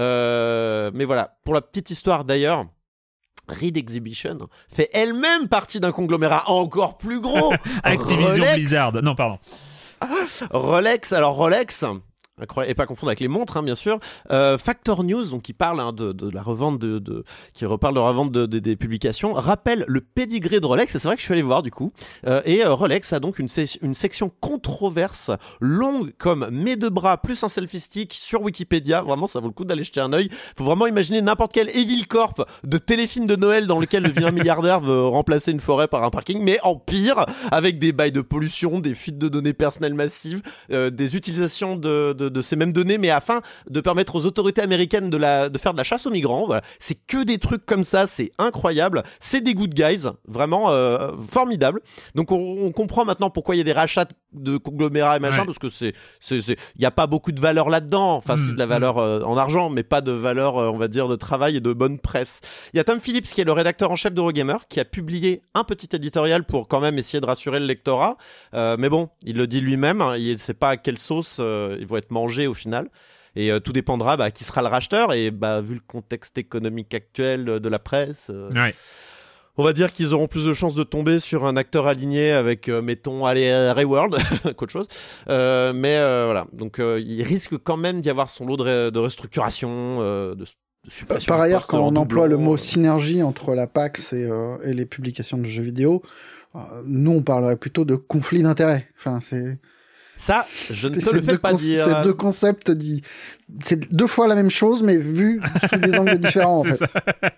[SPEAKER 4] euh, mais voilà, pour la petite histoire d'ailleurs, Reed Exhibition fait elle-même partie d'un conglomérat encore plus gros.
[SPEAKER 3] Activision Rolex. Blizzard, non pardon.
[SPEAKER 4] Rolex, alors Rolex, incroyable, et pas confondre avec les montres, hein, bien sûr. Euh, Factor News, donc qui parle hein, de, de la revente de, de, qui reparle de la revente de, de, des publications, rappelle le pédigré de Rolex. Et c'est vrai que je suis allé voir du coup. Euh, et euh, Rolex a donc une, se- une section controverse longue comme mes deux bras plus un selfie stick sur Wikipédia. Vraiment, ça vaut le coup d'aller jeter un œil. Faut vraiment imaginer n'importe quel Evil Corp de téléfilm de Noël dans lequel le vilain milliardaire veut remplacer une forêt par un parking, mais en pire, avec des bails de pollution, des fuites de données personnelles massives, euh, des utilisations de, de de, de ces mêmes données, mais afin de permettre aux autorités américaines de, la, de faire de la chasse aux migrants. Voilà. C'est que des trucs comme ça, c'est incroyable. C'est des good guys, vraiment euh, formidable. Donc on, on comprend maintenant pourquoi il y a des rachats de conglomérats et machin, ouais. parce que c'est, c'est, c'est, il y a pas beaucoup de valeur là-dedans. Enfin, mmh, c'est de la valeur euh, en argent, mais pas de valeur, euh, on va dire, de travail et de bonne presse. Il y a Tom Phillips qui est le rédacteur en chef d'Eurogamer, qui a publié un petit éditorial pour quand même essayer de rassurer le lectorat. Euh, mais bon, il le dit lui-même, hein, il ne sait pas à quelle sauce euh, ils vont être mangés au final. Et euh, tout dépendra bah, qui sera le racheteur. Et bah, vu le contexte économique actuel de la presse, euh, ouais. on va dire qu'ils auront plus de chances de tomber sur un acteur aligné avec, euh, mettons, allez, Ray World, qu'autre chose. Euh, mais euh, voilà, donc euh, il risque quand même d'y avoir son lot de, ré- de restructuration, euh, de
[SPEAKER 6] Par ailleurs, quand on emploie le mot synergie entre la PAX et, euh, et les publications de jeux vidéo, euh, nous on parlerait plutôt de conflit d'intérêts. Enfin, c'est
[SPEAKER 4] ça, je ne te le fais pas
[SPEAKER 6] con-
[SPEAKER 4] dire.
[SPEAKER 6] C'est deux concepts, di... c'est deux fois la même chose, mais vu sous des angles différents en fait.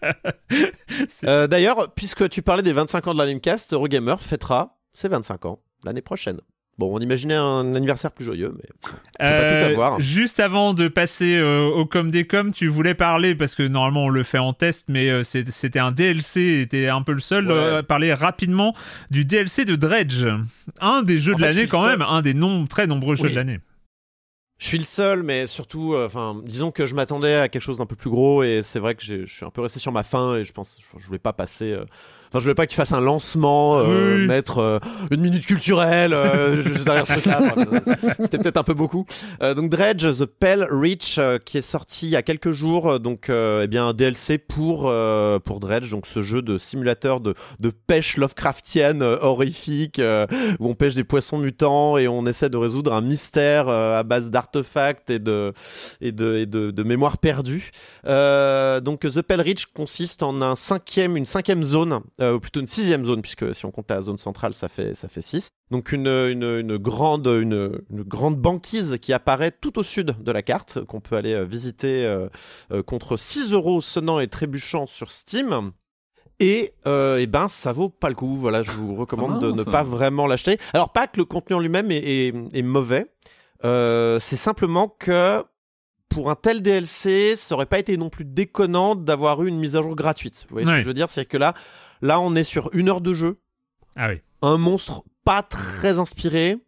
[SPEAKER 4] Euh, d'ailleurs, puisque tu parlais des vingt-cinq ans de l'Animecast, Eurogamer fêtera ses vingt-cinq ans l'année prochaine. Bon, on imaginait un anniversaire plus joyeux, mais on peut euh, pas tout avoir.
[SPEAKER 3] Juste avant de passer euh, au com des com, tu voulais parler, parce que normalement on le fait en test, mais euh, c'est, c'était un D L C, t'es un peu le seul, ouais. euh, parler rapidement du D L C de Dredge. Un des jeux en de fait, l'année quand seul. même, un des non, très nombreux jeux oui. de l'année.
[SPEAKER 4] Je suis le seul, mais surtout, enfin, euh, disons que je m'attendais à quelque chose d'un peu plus gros, et c'est vrai que je suis un peu resté sur ma faim, et je pense, je, je voulais pas passer... Euh... Enfin, je voulais pas que tu fasses un lancement, euh, oui. mettre euh, une minute culturelle euh, juste derrière ce truc-là. Enfin, c'était peut-être un peu beaucoup. Euh, donc Dredge, The Pale Reach, euh, qui est sorti il y a quelques jours. Donc, euh, eh bien, un D L C pour euh, pour Dredge, donc ce jeu de simulateur de de pêche Lovecraftienne euh, horrifique, euh, où on pêche des poissons mutants et on essaie de résoudre un mystère euh, à base d'artefacts et de et de et de, de mémoire perdue. Euh, donc The Pale Reach consiste en un cinquième, une cinquième zone. Euh, ou plutôt une sixième zone, puisque si on compte la zone centrale, ça fait, ça fait six. Donc une, une, une, grande, une, une grande banquise qui apparaît tout au sud de la carte, qu'on peut aller visiter euh, euh, contre six euros sonnant et trébuchant sur Steam. Et, euh, et ben ça vaut pas le coup. Voilà, je vous recommande ah, de ne ça. pas vraiment l'acheter. Alors pas que le contenu en lui-même est, est, est mauvais, euh, c'est simplement que pour un tel D L C, ça aurait pas été non plus déconnant d'avoir eu une mise à jour gratuite. Vous voyez ouais. ce que je veux dire ? C'est que là, là, on est sur une heure de jeu.
[SPEAKER 3] Ah oui.
[SPEAKER 4] Un monstre pas très inspiré.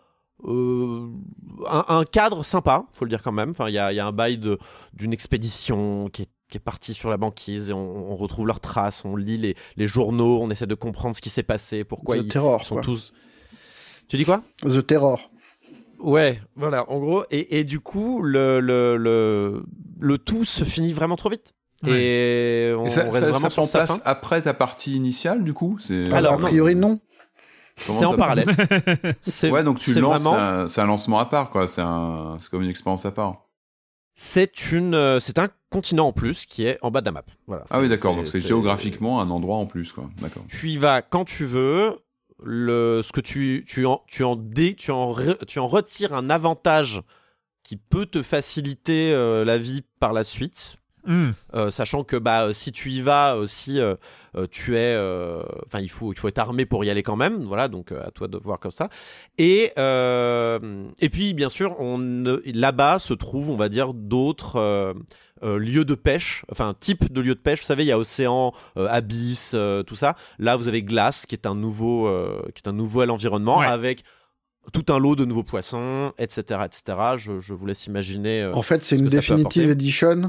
[SPEAKER 4] Euh, un, un cadre sympa, faut le dire quand même. Enfin, il y a, y a un bail de, d'une expédition qui est, qui est partie sur la banquise et on, on retrouve leurs traces, on lit les, les journaux, on essaie de comprendre ce qui s'est passé, pourquoi
[SPEAKER 6] The
[SPEAKER 4] ils
[SPEAKER 6] Terror,
[SPEAKER 4] sont
[SPEAKER 6] quoi. tous...
[SPEAKER 4] Tu dis quoi ?
[SPEAKER 6] The Terror.
[SPEAKER 4] Ouais, voilà, en gros. Et, et du coup, le, le, le, le tout se finit vraiment trop vite. Ouais. Et on,
[SPEAKER 5] et ça,
[SPEAKER 4] on reste
[SPEAKER 5] ça,
[SPEAKER 4] vraiment
[SPEAKER 5] ça
[SPEAKER 4] sur
[SPEAKER 5] prend
[SPEAKER 4] sa
[SPEAKER 5] place
[SPEAKER 4] fin.
[SPEAKER 5] Après ta partie initiale, du coup c'est...
[SPEAKER 6] Alors, a priori, non.
[SPEAKER 4] Comment c'est en parallèle.
[SPEAKER 5] c'est, ouais, donc tu le lances,
[SPEAKER 4] vraiment...
[SPEAKER 5] c'est, un, c'est un lancement à part, quoi. C'est, un, c'est comme une expérience à part.
[SPEAKER 4] C'est, une, c'est un continent en plus qui est en bas de la map. Voilà,
[SPEAKER 5] ah oui, d'accord. Donc c'est, c'est géographiquement un endroit en plus, quoi. D'accord.
[SPEAKER 4] Tu y vas quand tu veux. Le, ce que tu, tu, en, tu, en dé, tu, en re, tu en retires un avantage qui peut te faciliter euh, la vie par la suite. Mm. Euh, sachant que bah, si tu y vas aussi, euh, euh, tu es, enfin euh, il faut il faut être armé pour y aller quand même. Voilà, donc euh, à toi de voir comme ça. Et euh, et puis bien sûr, on là-bas se trouvent, on va dire, d'autres. Euh, Euh, lieux de pêche, enfin type de lieu de pêche. Vous savez, il y a océan, euh, abysse, euh, tout ça. Là, vous avez glace, qui est un nouveau, euh, qui est un nouvel environnement ouais. avec tout un lot de nouveaux poissons, et cetera, et cetera. Je, je vous laisse imaginer. Euh,
[SPEAKER 6] en fait, c'est une Definitive Edition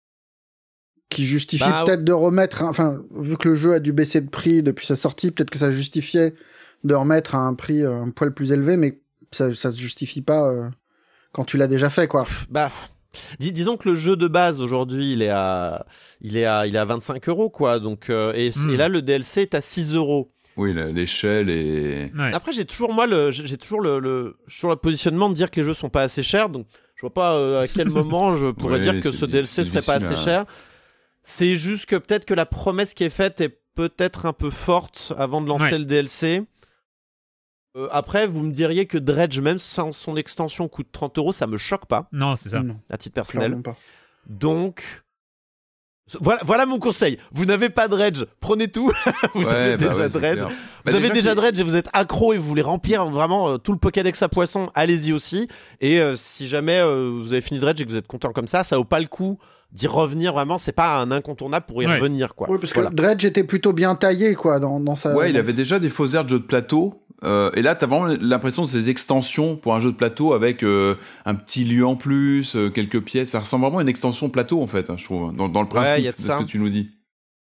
[SPEAKER 6] qui justifie bah, peut-être de remettre. Enfin, vu que le jeu a dû baisser de prix depuis sa sortie, peut-être que ça justifiait de remettre à un prix euh, un poil plus élevé, mais ça, ça se justifie pas euh, quand tu l'as déjà fait, quoi.
[SPEAKER 4] Bah. Dis, disons que le jeu de base aujourd'hui il est à il est à il est à vingt-cinq euros quoi donc euh, et, mmh. et là le D L C est à six euros.
[SPEAKER 5] Oui, l'échelle est.
[SPEAKER 4] Ouais. Après j'ai toujours moi le j'ai toujours le, le toujours le positionnement de dire que les jeux sont pas assez chers donc je vois pas euh, à quel moment je pourrais ouais, dire que ce D L C serait pas assez à... cher. C'est juste que peut-être que la promesse qui est faite est peut-être un peu forte avant de lancer ouais. le D L C. Euh, après, vous me diriez que Dredge, même sans son extension, coûte trente euros, ça me choque pas.
[SPEAKER 3] Non, c'est ça.
[SPEAKER 4] À titre personnel. Donc, Voilà, voilà mon conseil. Vous n'avez pas Dredge, prenez tout. vous
[SPEAKER 5] ouais,
[SPEAKER 4] avez
[SPEAKER 5] bah
[SPEAKER 4] déjà
[SPEAKER 5] ouais,
[SPEAKER 4] Dredge.
[SPEAKER 5] Vous
[SPEAKER 4] bah avez déjà, déjà Dredge et vous êtes accro et vous voulez remplir vraiment euh, tout le Pokédex à poissons. Allez-y aussi. Et euh, si jamais euh, vous avez fini Dredge et que vous êtes content comme ça, ça vaut pas le coup d'y revenir vraiment. C'est pas un incontournable pour y ouais. revenir, quoi.
[SPEAKER 6] Oui, parce
[SPEAKER 4] voilà.
[SPEAKER 6] que Dredge était plutôt bien taillé, quoi, dans, dans sa.
[SPEAKER 5] Ouais, il
[SPEAKER 6] dans
[SPEAKER 5] avait
[SPEAKER 6] sa...
[SPEAKER 5] déjà des faux airs de jeu de plateau. Euh, et là, t'as vraiment l'impression de ces extensions pour un jeu de plateau avec euh, un petit lieu en plus, euh, quelques pièces. Ça ressemble vraiment à une extension plateau, en fait, hein, je trouve, dans, dans le principe
[SPEAKER 4] ouais, y a de,
[SPEAKER 5] de
[SPEAKER 4] ça.
[SPEAKER 5] ce que tu nous dis.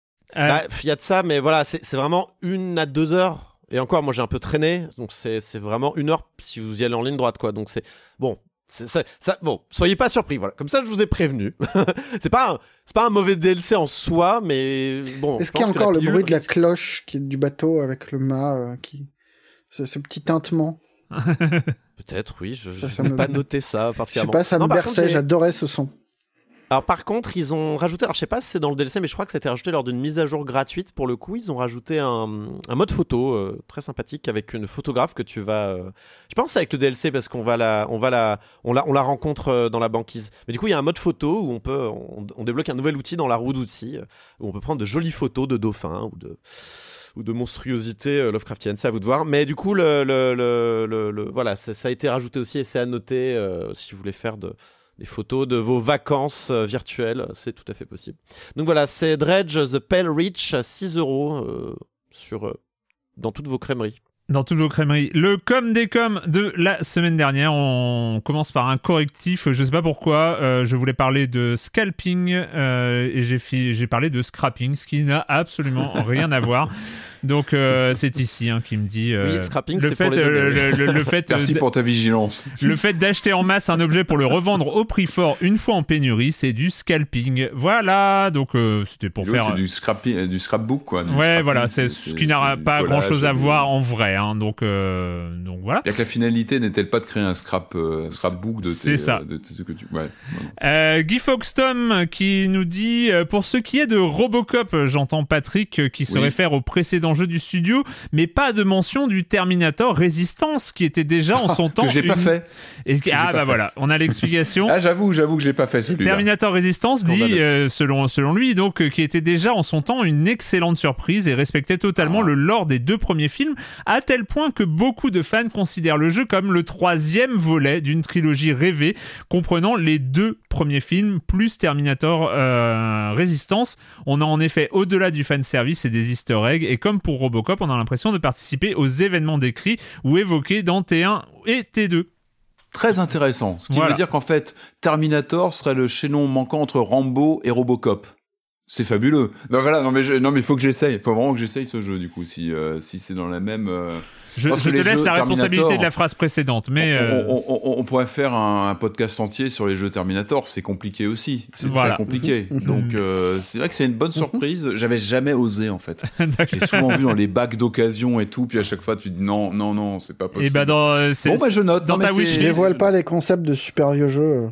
[SPEAKER 4] Il bah, y a de ça, mais voilà, c'est, c'est vraiment une à deux heures. Et encore, moi, j'ai un peu traîné, donc c'est, c'est vraiment une heure si vous y allez en ligne droite, quoi. Donc c'est bon. C'est, ça, ça, bon, soyez pas surpris, voilà. Comme ça, je vous ai prévenu. c'est pas, un, c'est pas un mauvais D L C en soi, mais bon.
[SPEAKER 6] Est-ce qu'il y a encore le bruit de la cloche qui est du bateau avec le mât euh, qui, ce, ce petit tintement?
[SPEAKER 4] Peut-être, oui. Je n'ai me... pas noté ça particulièrement.
[SPEAKER 6] Je sais pas, ça
[SPEAKER 4] non,
[SPEAKER 6] me berçait.
[SPEAKER 4] Contre,
[SPEAKER 6] j'adorais ce son.
[SPEAKER 4] Alors par contre, ils ont rajouté, alors je sais pas si c'est dans le D L C, mais je crois que ça a été rajouté lors d'une mise à jour gratuite. Pour le coup, ils ont rajouté un, un mode photo euh, très sympathique avec une photographe que tu vas. Euh, je pense avec le D L C parce qu'on va la, on va la, on la, on la rencontre euh, dans la banquise. Mais du coup, il y a un mode photo où on peut, on, on débloque un nouvel outil dans la roue d'outils euh, où on peut prendre de jolies photos de dauphins ou de. ou de monstruosités euh, Lovecraftiennes, c'est à vous de voir. Mais du coup, le, le, le, le, le voilà, ça, ça a été rajouté aussi et c'est à noter euh, si vous voulez faire de, des photos de vos vacances euh, virtuelles, c'est tout à fait possible. Donc voilà, c'est Dredge The Pale Reach, six euros euh, sur, euh, dans toutes vos crèmeries.
[SPEAKER 3] Dans toutes vos crèmeries. Le com des coms de la semaine dernière, on commence par un correctif. Je sais pas pourquoi, euh, je voulais parler de scalping euh, et j'ai, fi- j'ai parlé de scrapping, ce qui n'a absolument rien à voir. Donc euh, c'est ici hein, qui me dit euh,
[SPEAKER 4] oui, scrapping,
[SPEAKER 3] le
[SPEAKER 4] c'est
[SPEAKER 3] fait,
[SPEAKER 4] pour les
[SPEAKER 3] euh, le, le, le fait
[SPEAKER 5] merci
[SPEAKER 3] euh,
[SPEAKER 5] pour ta vigilance.
[SPEAKER 3] Le fait d'acheter en masse un objet pour le revendre au prix fort une fois en pénurie, c'est du scalping. Voilà, donc euh, c'était pour faire
[SPEAKER 5] c'est du scrapping, du scrapbook quoi. Du
[SPEAKER 3] ouais, voilà, c'est, c'est ce qui n'a pas grand chose à voir en vrai, hein, donc euh, donc voilà.
[SPEAKER 5] Il y a que la finalité n'est-elle pas de créer un scrap euh, scrapbook de
[SPEAKER 3] c'est
[SPEAKER 5] tes,
[SPEAKER 3] ça.
[SPEAKER 5] Euh, de ce que tu ouais.
[SPEAKER 3] Euh, Guy Foxtom qui nous dit euh, pour ce qui est de Robocop, j'entends Patrick euh, qui se oui. réfère au précédent jeu du studio, mais pas de mention du Terminator Resistance qui était déjà en son temps.
[SPEAKER 5] Que j'ai
[SPEAKER 3] une...
[SPEAKER 5] pas fait.
[SPEAKER 3] Et...
[SPEAKER 5] Que
[SPEAKER 3] ah
[SPEAKER 5] pas
[SPEAKER 3] bah
[SPEAKER 5] fait.
[SPEAKER 3] Voilà, on a l'explication.
[SPEAKER 5] ah j'avoue, j'avoue que je l'ai pas fait celui-là.
[SPEAKER 3] Terminator Resistance dit, euh, selon selon lui, donc euh, qui était déjà en son temps une excellente surprise et respectait totalement ah. le lore des deux premiers films, à tel point que beaucoup de fans considèrent le jeu comme le troisième volet d'une trilogie rêvée comprenant les deux premiers films plus Terminator euh, Resistance. On a en effet au-delà du fanservice et des easter eggs, et comme pour Robocop, on a l'impression de participer aux événements décrits ou évoqués dans T un et T deux.
[SPEAKER 5] Très intéressant, ce qui
[SPEAKER 3] voilà.
[SPEAKER 5] veut dire qu'en fait Terminator serait le chaînon manquant entre Rambo et Robocop. C'est fabuleux. Non voilà, non mais je, non mais il faut que j'essaye, il faut vraiment que j'essaye ce jeu du coup si euh, si c'est dans la même euh...
[SPEAKER 3] Je, je te laisse la responsabilité de la phrase précédente, mais
[SPEAKER 5] on,
[SPEAKER 3] euh...
[SPEAKER 5] on, on, on pourrait faire un, un podcast entier sur les jeux Terminator. C'est compliqué aussi, c'est
[SPEAKER 3] voilà.
[SPEAKER 5] très compliqué. Donc euh, c'est vrai que c'est une bonne surprise. J'avais jamais osé en fait. J'ai souvent vu dans les bacs d'occasion et tout, puis à chaque fois tu dis non, non, non, c'est pas possible.
[SPEAKER 3] Et bah dans euh, c'est,
[SPEAKER 5] bon bah je note.
[SPEAKER 3] Dans
[SPEAKER 5] non,
[SPEAKER 3] ta wish,
[SPEAKER 6] je dévoile pas les concepts de super vieux jeux.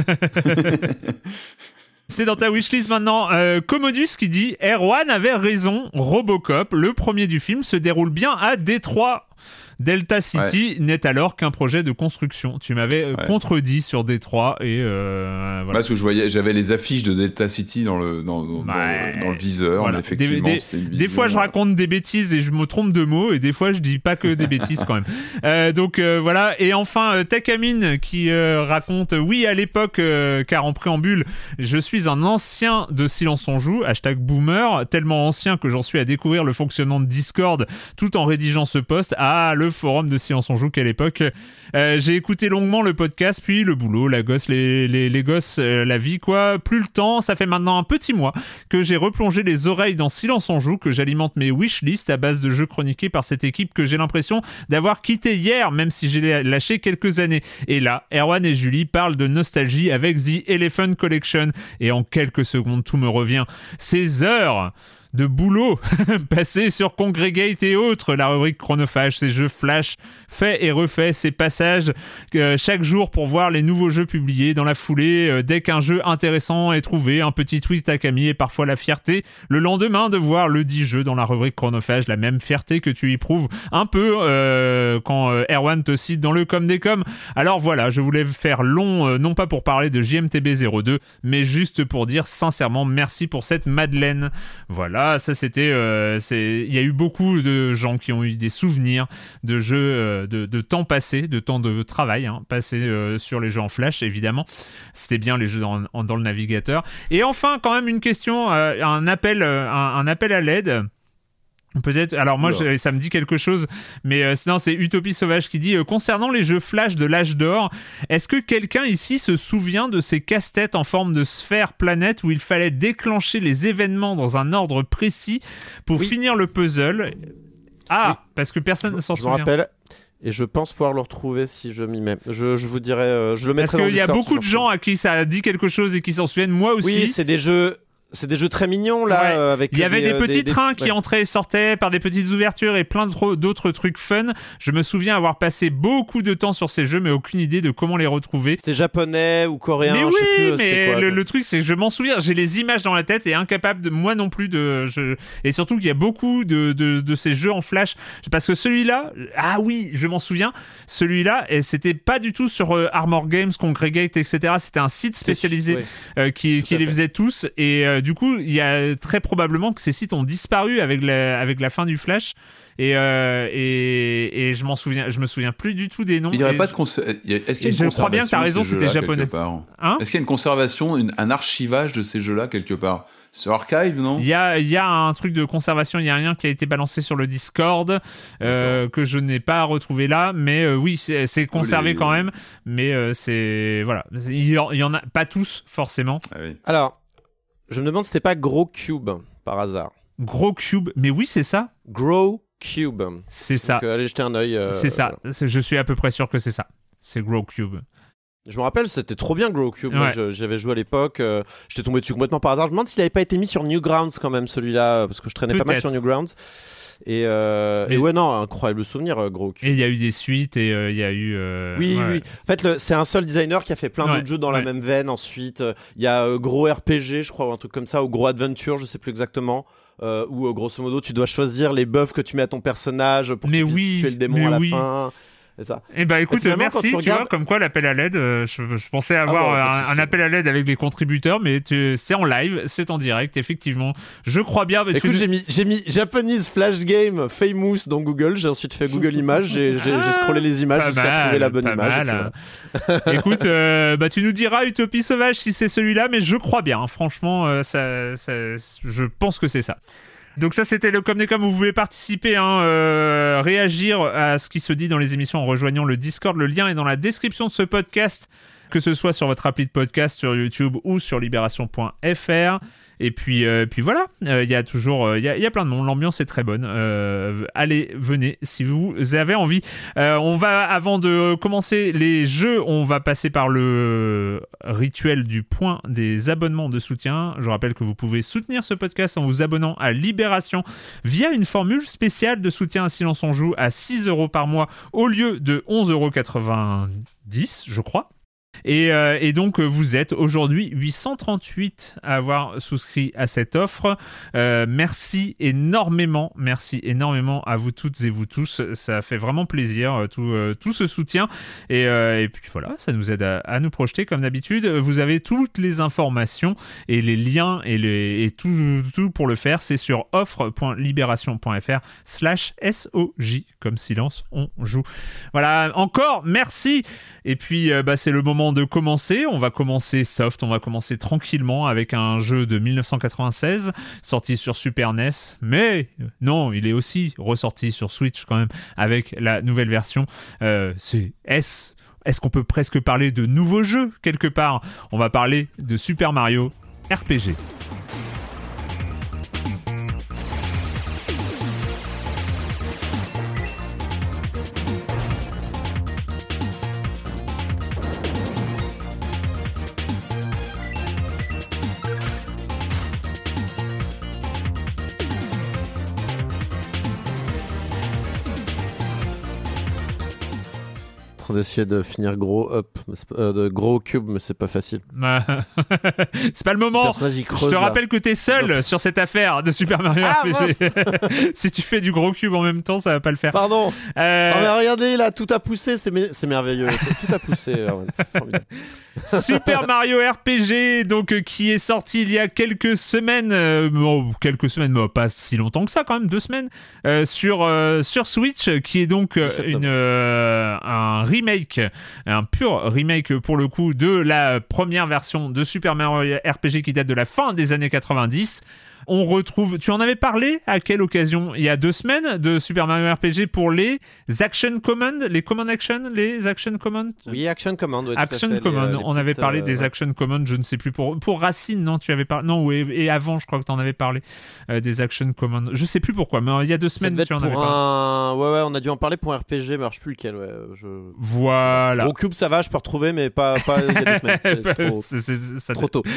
[SPEAKER 3] C'est dans ta wishlist maintenant. Euh, Commodus qui dit Erwan avait raison. Robocop, le premier du film, se déroule bien à Détroit. Delta City ouais. n'est alors qu'un projet de construction. Tu m'avais ouais. contredit sur Détroit et euh, voilà.
[SPEAKER 5] Parce que je voyais, j'avais les affiches de Delta City dans le dans, dans, ouais. dans, dans le viseur.
[SPEAKER 3] Voilà.
[SPEAKER 5] Mais effectivement,
[SPEAKER 3] des,
[SPEAKER 5] c'était une
[SPEAKER 3] des, des fois, je raconte des bêtises et je me trompe de mots, et des fois, je dis pas que des bêtises quand même. Euh, donc euh, voilà. Et enfin, euh, Takamine qui euh, raconte oui à l'époque, euh, car en préambule, je suis un ancien de Silence on joue. Hashtag boomer, tellement ancien que j'en suis à découvrir le fonctionnement de Discord tout en rédigeant ce post. Ah, le forum de Silence on joue qu'à l'époque euh, j'ai écouté longuement le podcast, puis le boulot, la gosse, les, les, les gosses, euh, la vie quoi, plus le temps. Ça fait maintenant un petit mois que j'ai replongé les oreilles dans Silence on joue, que j'alimente mes wishlists à base de jeux chroniqués par cette équipe que j'ai l'impression d'avoir quitté hier, même si j'ai lâché quelques années. Et là, Erwan et Julie parlent de nostalgie avec The Elephant Collection, et en quelques secondes tout me revient. Ces heures de boulot passé sur Congregate et autres, la rubrique chronophage, ces jeux flash faits et refaits, ces passages euh, chaque jour pour voir les nouveaux jeux publiés dans la foulée. Euh, dès qu'un jeu intéressant est trouvé, un petit tweet à Camille et parfois la fierté le lendemain de voir le dit jeu dans la rubrique chronophage, la même fierté que tu éprouves un peu euh, quand euh, Erwan te cite dans le com des com. Alors voilà, je voulais faire long, euh, non pas pour parler de J M T B zéro deux, mais juste pour dire sincèrement merci pour cette Madeleine. Voilà, ça c'était, euh, c'est, il y a eu beaucoup de gens qui ont eu des souvenirs de jeux, euh, de, de temps passé, de temps de travail, hein, passé euh, sur les jeux en flash, évidemment. C'était bien les jeux dans, dans le navigateur. Et enfin, quand même une question, euh, un appel, euh, un, un appel à l'aide. Peut-être, alors moi je, ça me dit quelque chose, mais euh, sinon c'est Utopie Sauvage qui dit euh, concernant les jeux flash de l'âge d'or, est-ce que quelqu'un ici se souvient de ces casse-têtes en forme de sphère planète où il fallait déclencher les événements dans un ordre précis pour oui. finir le puzzle? Ah, oui. Parce que personne ne s'en souvient.
[SPEAKER 4] Je me rappelle. Et je pense pouvoir le retrouver si je m'y mets. Je, je vous dirai, euh, je le mettrai dans le Discord.
[SPEAKER 3] Parce qu'il y a beaucoup
[SPEAKER 4] si
[SPEAKER 3] de gens à qui ça a dit quelque chose et qui s'en souviennent, moi aussi.
[SPEAKER 4] Oui, c'est des jeux... C'est des jeux très mignons là.
[SPEAKER 3] Ouais.
[SPEAKER 4] Euh, avec
[SPEAKER 3] il y avait des,
[SPEAKER 4] des
[SPEAKER 3] petits
[SPEAKER 4] des,
[SPEAKER 3] trains
[SPEAKER 4] des...
[SPEAKER 3] qui
[SPEAKER 4] ouais.
[SPEAKER 3] entraient et sortaient par des petites ouvertures et plein de, d'autres trucs fun. Je me souviens avoir passé beaucoup de temps sur ces jeux, mais aucune idée de comment les retrouver.
[SPEAKER 4] C'était japonais ou coréen,
[SPEAKER 3] mais
[SPEAKER 4] je
[SPEAKER 3] oui,
[SPEAKER 4] sais plus.
[SPEAKER 3] Mais
[SPEAKER 4] quoi,
[SPEAKER 3] le,
[SPEAKER 4] quoi.
[SPEAKER 3] le truc, c'est que je m'en souviens. J'ai les images dans la tête et incapable de moi non plus de. Je... Et surtout qu'il y a beaucoup de, de, de ces jeux en flash. Parce que celui-là, ah oui, je m'en souviens. Celui-là, et c'était pas du tout sur euh, Armor Games, Congregate, et cetera. C'était un site spécialisé oui. euh, qui, qui les faisait tous. Et euh, du coup, il y a très probablement que ces sites ont disparu avec la, avec la fin du Flash et, euh, et, et je m'en souviens, je me souviens plus du tout des noms.
[SPEAKER 5] Il y aurait pas
[SPEAKER 3] je...
[SPEAKER 5] de cons... Est-ce qu'il y a une conservation?
[SPEAKER 3] Je crois bien que tu as raison, c'était japonais.
[SPEAKER 5] Hein? Est-ce qu'il y a une conservation, une, un archivage de ces jeux-là quelque part? Sur Archive, non?
[SPEAKER 3] Il y a, il y a un truc de conservation, il y a rien qui a été balancé sur le Discord euh, que je n'ai pas retrouvé là, mais euh, oui, c'est, c'est conservé les... quand même, mais euh, c'est voilà, il y, en, il y en a pas tous forcément.
[SPEAKER 5] Ah oui.
[SPEAKER 4] Alors. Je me demande si c'était pas Grow Cube par hasard.
[SPEAKER 3] Grow Cube, mais oui, c'est ça.
[SPEAKER 4] Grow Cube.
[SPEAKER 3] C'est ça.
[SPEAKER 4] Donc, euh, allez jeter un œil. Euh,
[SPEAKER 3] c'est ça. Voilà. Je suis à peu près sûr que c'est ça. C'est Grow Cube.
[SPEAKER 4] Je me rappelle, c'était trop bien Grow Cube.
[SPEAKER 3] Ouais.
[SPEAKER 4] Moi, je, j'avais joué à l'époque. Euh, j'étais tombé dessus complètement par hasard. Je me demande s'il avait pas été mis sur Newgrounds quand même, celui-là, parce que je traînais
[SPEAKER 3] Peut-être.
[SPEAKER 4] pas mal sur Newgrounds. Et, euh, et ouais, non, incroyable souvenir, euh, Grow Cube.
[SPEAKER 3] Et il y a eu des suites et il euh, y a eu. Euh,
[SPEAKER 4] oui,
[SPEAKER 3] ouais.
[SPEAKER 4] oui. En fait, le, c'est un seul designer qui a fait plein
[SPEAKER 3] ouais.
[SPEAKER 4] d'autres jeux dans
[SPEAKER 3] ouais.
[SPEAKER 4] la même veine. Ensuite, il euh, y a euh, Gros R P G, je crois, ou un truc comme ça, ou Gros Adventure, je sais plus exactement. Euh, où euh, grosso modo, tu dois choisir les buffs que tu mets à ton personnage pour
[SPEAKER 3] mais
[SPEAKER 4] qu'il puisse
[SPEAKER 3] oui,
[SPEAKER 4] tuer le démon à la
[SPEAKER 3] oui.
[SPEAKER 4] fin. C'est ça.
[SPEAKER 3] Eh ben écoute, merci, tu,
[SPEAKER 4] regardes...
[SPEAKER 3] vois, comme quoi l'appel à l'aide, euh, je, je pensais avoir
[SPEAKER 4] ah bon,
[SPEAKER 3] un, un appel à l'aide avec les contributeurs, mais tu, c'est en live, c'est en direct, effectivement. Je crois bien.
[SPEAKER 4] Écoute,
[SPEAKER 3] tu...
[SPEAKER 4] j'ai mis, j'ai mis Japanese Flash Game Famous dans Google, j'ai ensuite fait Google Images, j'ai, j'ai, j'ai scrollé les images
[SPEAKER 3] pas
[SPEAKER 4] jusqu'à
[SPEAKER 3] mal,
[SPEAKER 4] trouver la bonne
[SPEAKER 3] pas
[SPEAKER 4] image.
[SPEAKER 3] Mal, voilà. Écoute, euh, bah, tu nous diras Utopie Sauvage si c'est celui-là, mais je crois bien, hein, franchement, euh, ça, ça, je pense que c'est ça. Donc ça, c'était le Com des Com. Vous pouvez participer, hein, euh, réagir à ce qui se dit dans les émissions en rejoignant le Discord. Le lien est dans la description de ce podcast, que ce soit sur votre appli de podcast, sur YouTube ou sur libération point f r. Et puis, euh, puis voilà, il euh, y a toujours, il euh, y, y a plein de monde, l'ambiance est très bonne. Euh, allez, venez si vous avez envie. Euh, on va, avant de commencer les jeux, on va passer par le rituel du point des abonnements de soutien. Je rappelle que vous pouvez soutenir ce podcast en vous abonnant à Libération via une formule spéciale de soutien à Silence on Joue à six euros par mois au lieu de onze euros quatre-vingt-dix, je crois. Et, euh, et donc vous êtes aujourd'hui huit cent trente-huit à avoir souscrit à cette offre. Euh, merci énormément, merci énormément à vous toutes et vous tous. Ça fait vraiment plaisir tout, euh, tout ce soutien. Et, euh, et puis voilà, ça nous aide à, à nous projeter comme d'habitude. Vous avez toutes les informations et les liens et, les, et tout, tout pour le faire. C'est sur offre point libération point f r slash S O J comme silence on joue. Voilà, encore merci. Et puis euh, bah, c'est le moment de commencer. On va commencer soft, on va commencer tranquillement avec un jeu de dix-neuf cent quatre-vingt-seize sorti sur Super N E S, mais non, il est aussi ressorti sur Switch quand même avec la nouvelle version. Euh, c'est S. Est-ce qu'on peut presque parler de nouveaux jeux quelque part? On va parler de Super Mario R P G.
[SPEAKER 4] train d'essayer de finir gros up, euh, de gros cube, mais c'est pas facile.
[SPEAKER 3] C'est pas le moment.
[SPEAKER 4] Le
[SPEAKER 3] Je te
[SPEAKER 4] là.
[SPEAKER 3] rappelle que t'es seul
[SPEAKER 4] non.
[SPEAKER 3] sur cette affaire de Super Mario
[SPEAKER 4] ah,
[SPEAKER 3] R P G. Si tu fais du gros cube en même temps, ça va pas le faire.
[SPEAKER 4] Pardon.
[SPEAKER 3] Euh...
[SPEAKER 4] Oh, mais regardez là, tout a poussé, c'est, me- c'est merveilleux. Tout a poussé, Erwan, c'est formidable.
[SPEAKER 3] Super Mario R P G, donc euh, qui est sorti il y a quelques semaines, euh, bon, quelques semaines, mais pas si longtemps que ça, quand même, deux semaines, euh, sur euh, sur Switch, qui est donc euh, une euh, un remake, un pur remake pour le coup de la première version de Super Mario R P G qui date de la fin des années quatre-vingt-dix. On retrouve, tu en avais parlé à quelle occasion? Il y a deux semaines de Super Mario R P G pour les Action Command, les Command Action, les Action Command.
[SPEAKER 4] Oui, Action Command. Oui,
[SPEAKER 3] Action
[SPEAKER 4] tout à fait,
[SPEAKER 3] Command.
[SPEAKER 4] les, les
[SPEAKER 3] on avait parlé
[SPEAKER 4] euh,
[SPEAKER 3] des
[SPEAKER 4] ouais.
[SPEAKER 3] Action Command, je ne sais plus pour pour Racine, non? Tu avais parlé, non? Oui, et avant, je crois que tu en avais parlé euh, des Action Command. Je sais plus pourquoi, mais euh, il y a deux semaines, tu en avais
[SPEAKER 4] pour
[SPEAKER 3] parlé.
[SPEAKER 4] Un... Ouais, ouais, on a dû en parler pour un R P G, mais alors je sais plus lequel. Ouais, je...
[SPEAKER 3] Voilà.
[SPEAKER 4] Gros cube, ça va, je peux retrouver, mais pas pas il y a deux semaines. C'est trop,
[SPEAKER 3] c'est, c'est, ça
[SPEAKER 4] trop tôt.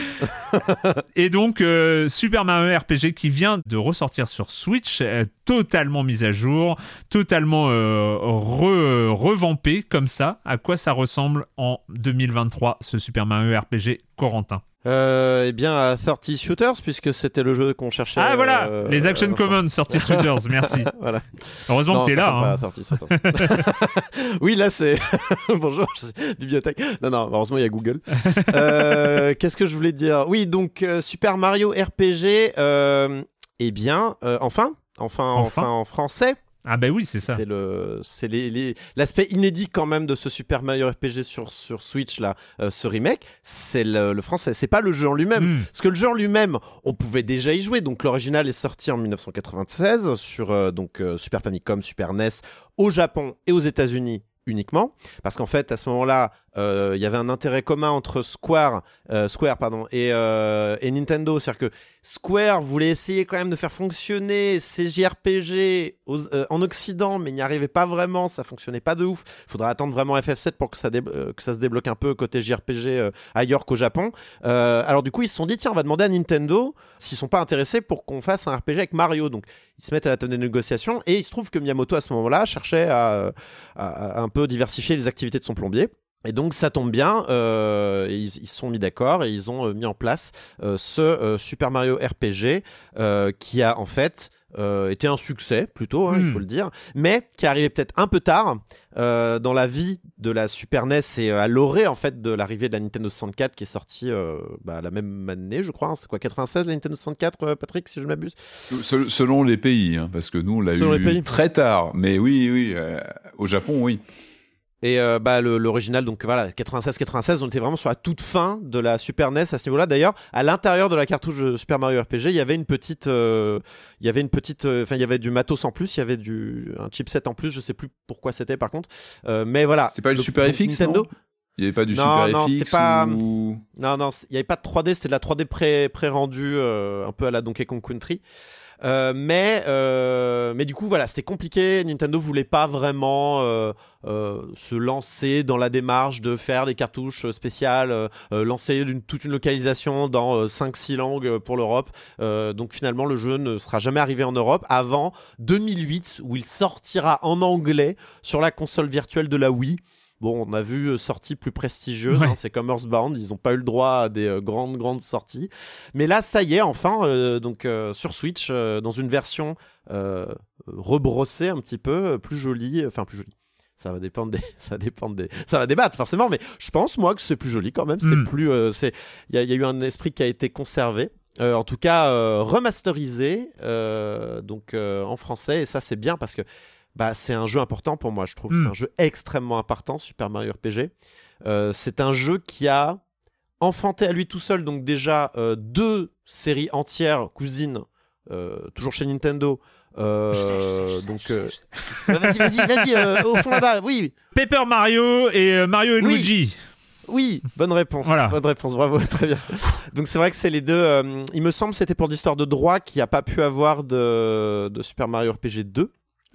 [SPEAKER 3] Et donc euh, Super Mario R P G qui vient de ressortir sur Switch, euh, totalement mise à jour, totalement euh, re, revampé comme ça. À quoi ça ressemble en deux mille vingt-trois, ce Super Mario R P G, Corentin?
[SPEAKER 4] Euh, eh bien, à thirty Shooters, puisque c'était le jeu qu'on cherchait.
[SPEAKER 3] Ah voilà,
[SPEAKER 4] euh,
[SPEAKER 3] les Action
[SPEAKER 4] euh,
[SPEAKER 3] Command, thirty Shooters, merci.
[SPEAKER 4] Voilà.
[SPEAKER 3] Heureusement
[SPEAKER 4] non,
[SPEAKER 3] que t'es
[SPEAKER 4] ça
[SPEAKER 3] là.
[SPEAKER 4] sera
[SPEAKER 3] Hein.
[SPEAKER 4] pas thirty Shooters. Oui, là c'est. Bonjour, je... bibliothèque. Non, non, heureusement il y a Google. euh, qu'est-ce que je voulais dire? Oui, donc euh, Super Mario R P G. Euh, eh bien, euh, enfin, enfin,
[SPEAKER 3] Enfin.
[SPEAKER 4] enfin, en français.
[SPEAKER 3] Ah ben oui, c'est ça.
[SPEAKER 4] C'est le, c'est les, les, l'aspect inédit quand même de ce Super Mario R P G sur sur Switch là, euh, ce remake, c'est le, le français. C'est pas le jeu en lui-même,
[SPEAKER 3] Mm.
[SPEAKER 4] parce que le jeu en lui-même, on pouvait déjà y jouer. Donc l'original est sorti en dix-neuf cent quatre-vingt-seize sur euh, donc euh, Super Famicom, Super N E S, au Japon et aux États-Unis uniquement, parce qu'en fait à ce moment-là il euh, y avait un intérêt commun entre Square, euh, Square pardon, et, euh, et Nintendo, c'est-à-dire que Square voulait essayer quand même de faire fonctionner ces J R P G aux, euh, en Occident, mais n'y arrivait pas vraiment, ça fonctionnait pas de ouf. Il faudra attendre vraiment F F sept pour que ça, dé- euh, que ça se débloque un peu côté J R P G euh, ailleurs qu'au Japon. Euh, alors du coup ils se sont dit tiens on va demander à Nintendo s'ils sont pas intéressés pour qu'on fasse un R P G avec Mario. Donc ils se mettent à la table des négociations et il se trouve que Miyamoto à ce moment-là cherchait à, à, à un peu diversifier les activités de son plombier. Et donc ça tombe bien, euh, ils se sont mis d'accord et ils ont euh, mis en place euh, ce euh, Super Mario R P G euh, qui a en fait euh, été un succès plutôt, hein,
[SPEAKER 3] Mm.
[SPEAKER 4] il faut le dire, mais qui est arrivé peut-être un peu tard euh, dans la vie de la Super N E S et euh, à l'orée en fait de l'arrivée de la Nintendo soixante-quatre qui est sortie euh, bah, la même année je crois, hein, c'est quoi quatre-vingt-seize la Nintendo soixante-quatre, euh, Patrick si je ne m'abuse?
[SPEAKER 5] Sel- Selon les pays, hein, parce que nous on l'a
[SPEAKER 4] Selon les
[SPEAKER 5] eu
[SPEAKER 4] pays.
[SPEAKER 5] très tard, mais oui, oui, euh, au Japon, oui.
[SPEAKER 4] Et euh, bah, le, l'original, donc voilà, quatre-vingt-seize quatre-vingt-seize, on était vraiment sur la toute fin de la Super N E S à ce niveau-là. D'ailleurs, à l'intérieur de la cartouche de Super Mario R P G, il y avait une petite, euh, il y avait une petite, enfin, euh, il y avait du matos en plus, il y avait du un chipset en plus. Je sais plus pourquoi c'était par contre, euh, mais voilà.
[SPEAKER 5] C'était pas le
[SPEAKER 4] Donc,
[SPEAKER 5] Super
[SPEAKER 4] donc,
[SPEAKER 5] F X,
[SPEAKER 4] Nintendo.
[SPEAKER 5] non Il n'y avait pas du
[SPEAKER 4] Non,
[SPEAKER 5] Super
[SPEAKER 4] non,
[SPEAKER 5] F X
[SPEAKER 4] c'était pas-
[SPEAKER 5] ou...
[SPEAKER 4] Non, non, il n'y avait pas de trois D, c'était de la trois D pré, pré-rendue, euh, un peu à la Donkey Kong Country. Euh, mais, euh, mais du coup, voilà, c'était compliqué. Nintendo voulait pas vraiment euh, euh, se lancer dans la démarche de faire des cartouches spéciales, euh, euh, lancer une, toute une localisation dans euh, cinq six langues pour l'Europe. Euh, donc finalement, le jeu ne sera jamais arrivé en Europe avant deux mille huit, où il sortira en anglais sur la console virtuelle de la Wii. Bon, on a vu euh, sorties plus prestigieuses,
[SPEAKER 3] Ouais.
[SPEAKER 4] hein, c'est comme Earthbound, ils n'ont pas eu le droit à des euh, grandes, grandes sorties. Mais là, ça y est, enfin, euh, donc euh, sur Switch, euh, dans une version euh, rebrossée un petit peu, euh, plus jolie, enfin plus jolie. Ça va dépendre des, ça va dépendre des, ça va débattre forcément, mais je pense moi que c'est plus joli quand même. C'est
[SPEAKER 3] Mm.
[SPEAKER 4] plus, euh, c'est, il y, a- il y a eu un esprit qui a été conservé. Euh, en tout cas, euh, remasterisé, euh, donc euh, en français, et ça c'est bien parce que bah, c'est un jeu important pour moi, je trouve.
[SPEAKER 3] Mm.
[SPEAKER 4] C'est un jeu extrêmement important, Super Mario R P G. Euh, c'est un jeu qui a enfanté à lui tout seul, donc déjà euh, deux séries entières cousines, euh, toujours chez Nintendo. Euh,
[SPEAKER 6] Je sais, je sais, je sais,
[SPEAKER 4] donc,
[SPEAKER 6] je sais,
[SPEAKER 4] euh,
[SPEAKER 6] je sais.
[SPEAKER 4] vas-y, vas-y, vas-y, euh, au fond là-bas, oui,
[SPEAKER 3] Paper Mario et euh, Mario et
[SPEAKER 4] Oui.
[SPEAKER 3] Luigi.
[SPEAKER 4] oui, bonne réponse,
[SPEAKER 3] Voilà.
[SPEAKER 4] bonne réponse, bravo, très bien. Donc c'est vrai que c'est les deux. Euh, il me semble que c'était pour l'histoire de droit qu'il n'y a pas pu avoir de, de Super Mario R P G deux.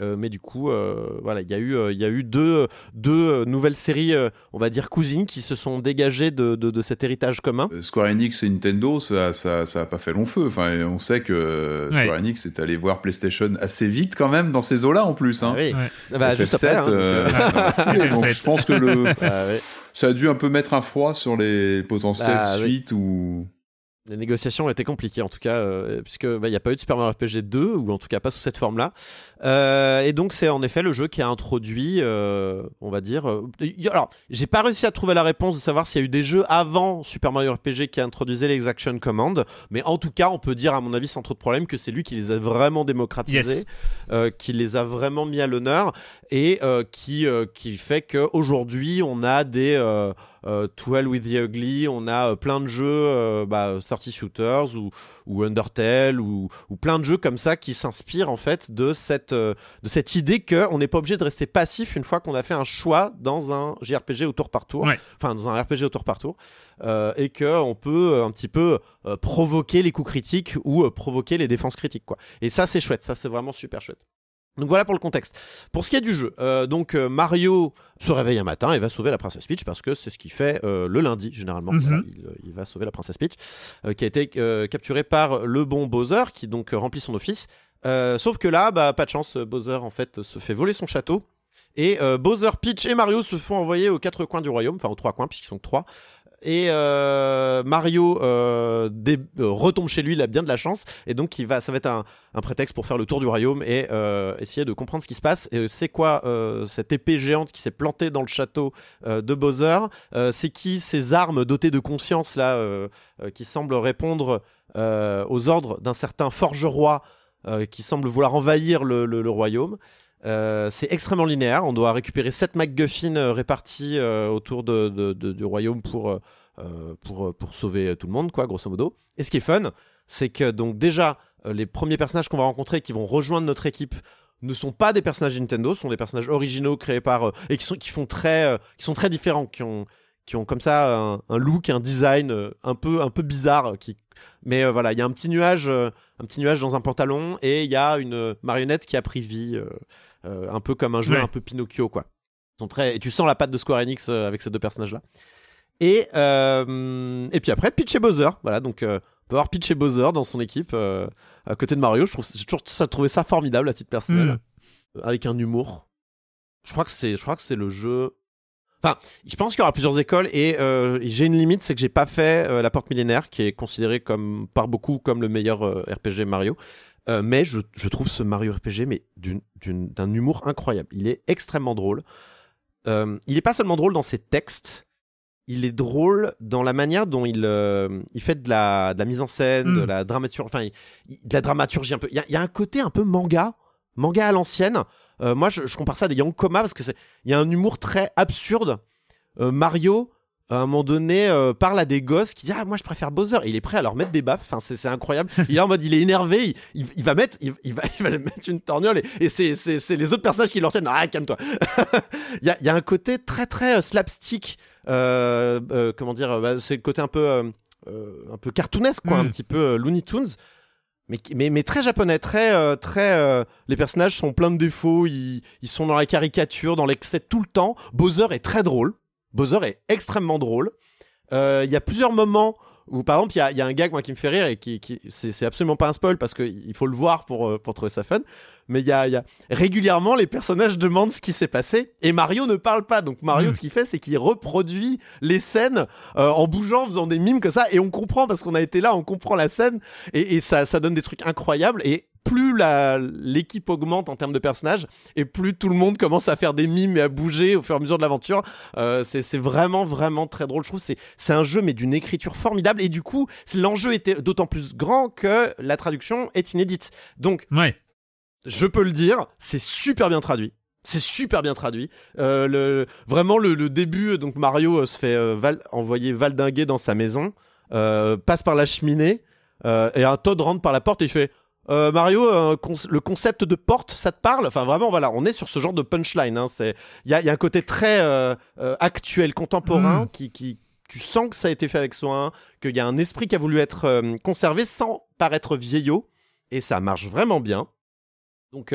[SPEAKER 4] Euh, mais du coup, euh, voilà, il y a eu, il euh, y a eu deux, deux nouvelles séries, euh, on va dire cousines, qui se sont dégagées de, de, de cet héritage commun.
[SPEAKER 5] Square Enix et Nintendo, ça, ça, ça a pas fait long feu. Enfin, on sait que Square ouais. Enix est allé voir PlayStation assez vite quand même dans ces eaux-là en plus. Hein.
[SPEAKER 4] Ah oui.
[SPEAKER 5] Ouais.
[SPEAKER 4] Bah, juste après. Hein,
[SPEAKER 5] euh, donc, donc je pense que le, ah, ouais. ça a dû un peu mettre un froid sur les potentielles ah, suites oui. ou.
[SPEAKER 4] Les négociations étaient compliquées en tout cas, euh, puisque il bah, n'y a pas eu de Super Mario R P G deux, ou en tout cas pas sous cette forme-là. Euh, et donc c'est en effet le jeu qui a introduit, euh, on va dire... Euh, y, alors, j'ai pas réussi à trouver la réponse de savoir s'il y a eu des jeux avant Super Mario R P G qui introduisaient les Action Command, mais en tout cas on peut dire à mon avis sans trop de problème que c'est lui qui les a vraiment démocratisés, yes. euh, qui les a vraiment mis à l'honneur, et euh, qui, euh, qui fait qu'aujourd'hui on a des... Euh, Euh, To Hell with the Ugly, on a euh, plein de jeux, euh, bah, thirty Shooters ou, ou Undertale ou, ou plein de jeux comme ça qui s'inspirent en fait de cette, euh, de cette idée qu'on n'est pas obligé de rester passif une fois qu'on a fait un choix dans un J R P G au tour par tour, ouais. enfin dans un R P G au tour par tour, euh, et qu'on peut euh, un petit peu euh, provoquer les coups critiques ou euh, provoquer les défenses critiques, quoi. Et ça c'est chouette, ça c'est vraiment super chouette. Donc voilà pour le contexte. Pour ce qui est du jeu, euh, donc euh, Mario se réveille un matin et va sauver la princesse Peach parce que c'est ce qu'il fait euh, le lundi généralement. Mm-hmm. Voilà, il, il va sauver la princesse Peach euh, qui a été euh, capturée par le bon Bowser qui donc euh, remplit son office. Euh, sauf que là, bah, pas de chance, Bowser en fait se fait voler son château et euh, Bowser, Peach et Mario se font envoyer aux quatre coins du royaume, enfin aux trois coins puisqu'ils sont trois. Et euh, Mario euh, dé- euh, retombe chez lui, il a bien de la chance, et donc il va, ça va être un, un prétexte pour faire le tour du royaume et euh, essayer de comprendre ce qui se passe. Et c'est quoi euh, cette épée géante qui s'est plantée dans le château euh, de Bowser, euh, c'est qui ces armes dotées de conscience là, euh, euh, qui semblent répondre euh, aux ordres d'un certain forgeron euh, qui semble vouloir envahir le, le, le royaume. Euh, c'est extrêmement linéaire, on doit récupérer sept MacGuffin euh, répartis euh, autour de, de, de, du royaume pour, euh, pour, pour sauver tout le monde, quoi, grosso modo. Et ce qui est fun, c'est que donc déjà, euh, les premiers personnages qu'on va rencontrer qui vont rejoindre notre équipe ne sont pas des personnages Nintendo, ce sont des personnages originaux créés par... Euh, et qui sont, qui, font très, euh, qui sont très différents, qui ont, qui ont comme ça un, un look, un design euh, un, peu, un peu bizarre, qui... Mais euh, voilà, il y a un petit nuage, euh, un petit nuage dans un pantalon et il y a une marionnette qui a pris vie, euh, euh, un peu comme un jeu, ouais. un peu Pinocchio, quoi. Ils sont très... Et tu sens la patte de Square Enix euh, avec ces deux personnages-là. Et, euh... et puis après, Peach et Bowser. Voilà, donc euh, on peut avoir Peach et Bowser dans son équipe euh, à côté de Mario. Je trouve, j'ai toujours ça, trouvé ça formidable à titre personnel, mmh. avec un humour. Je crois que c'est, je crois que c'est le jeu. Enfin, je pense qu'il y aura plusieurs écoles et euh, j'ai une limite, c'est que j'ai pas fait euh, la Porte Millénaire, qui est considéré comme par beaucoup comme le meilleur euh, R P G Mario. Euh, mais je, je trouve ce Mario R P G mais d'une, d'une, d'un humour incroyable. Il est extrêmement drôle. Euh, il est pas seulement drôle dans ses textes, il est drôle dans la manière dont il, euh, il fait de la, de la mise en scène, mmh. de la dramaturgie, enfin, il, il, de la dramaturgie un peu. Il y a, il y a un côté un peu manga, manga à l'ancienne. Euh, moi, je, je compare ça à des Yankoma parce que c'est, il y a un humour très absurde. Euh, Mario, à un moment donné, euh, parle à des gosses qui disent ah moi je préfère Bowser. Et il est prêt à leur mettre des baffes. Enfin, c'est, c'est incroyable. Il est en mode, il est énervé. Il, il, il va mettre, il, il va, il va mettre une torgnole et, et c'est, c'est, c'est les autres personnages qui leur tiennent. Ah calme-toi. Il y a, il y a un côté très très euh, slapstick. Euh, euh, comment dire bah, c'est le côté un peu, euh, euh, un peu cartoonesque, quoi, mm. un petit peu euh, Looney Tunes. Mais, mais, mais très japonais, très, euh, très. Euh, les personnages sont pleins de défauts, ils, ils sont dans la caricature, dans l'excès tout le temps. Bowser est très drôle. Bowser est extrêmement drôle. Il euh, y a plusieurs moments où, par exemple, il y, y a un gag moi qui me fait rire et qui, qui c'est, c'est absolument pas un spoil parce qu'il faut le voir pour, pour trouver ça fun. Mais il y a, y a régulièrement les personnages demandent ce qui s'est passé et Mario ne parle pas. Donc Mario, mmh. ce qu'il fait, c'est qu'il reproduit les scènes euh, en bougeant, en faisant des mimes comme ça. Et on comprend parce qu'on a été là, on comprend la scène et, et ça, ça donne des trucs incroyables. Et plus la, l'équipe augmente en termes de personnages et plus tout le monde commence à faire des mimes et à bouger au fur et à mesure de l'aventure. Euh, c'est, c'est vraiment, vraiment très drôle. Je trouve que c'est, c'est un jeu mais d'une écriture formidable. Et du coup, l'enjeu était d'autant plus grand que la traduction est inédite. Donc,
[SPEAKER 3] ouais.
[SPEAKER 4] Je peux le dire, c'est super bien traduit. C'est super bien traduit. Euh, le, vraiment, le, le début, donc Mario euh, se fait euh, val, envoyer valdinguer dans sa maison, euh, passe par la cheminée, euh, et un Toad rentre par la porte et il fait euh, Mario, euh, con- le concept de porte, ça te parle ? Enfin, vraiment, voilà, on est sur ce genre de punchline. Hein, c'est, il y a, y a un côté très euh, euh, actuel, contemporain, mmh. qui, qui, tu sens que ça a été fait avec soin, qu'il y a un esprit qui a voulu être euh, conservé sans paraître vieillot, et ça marche vraiment bien. Donc, euh,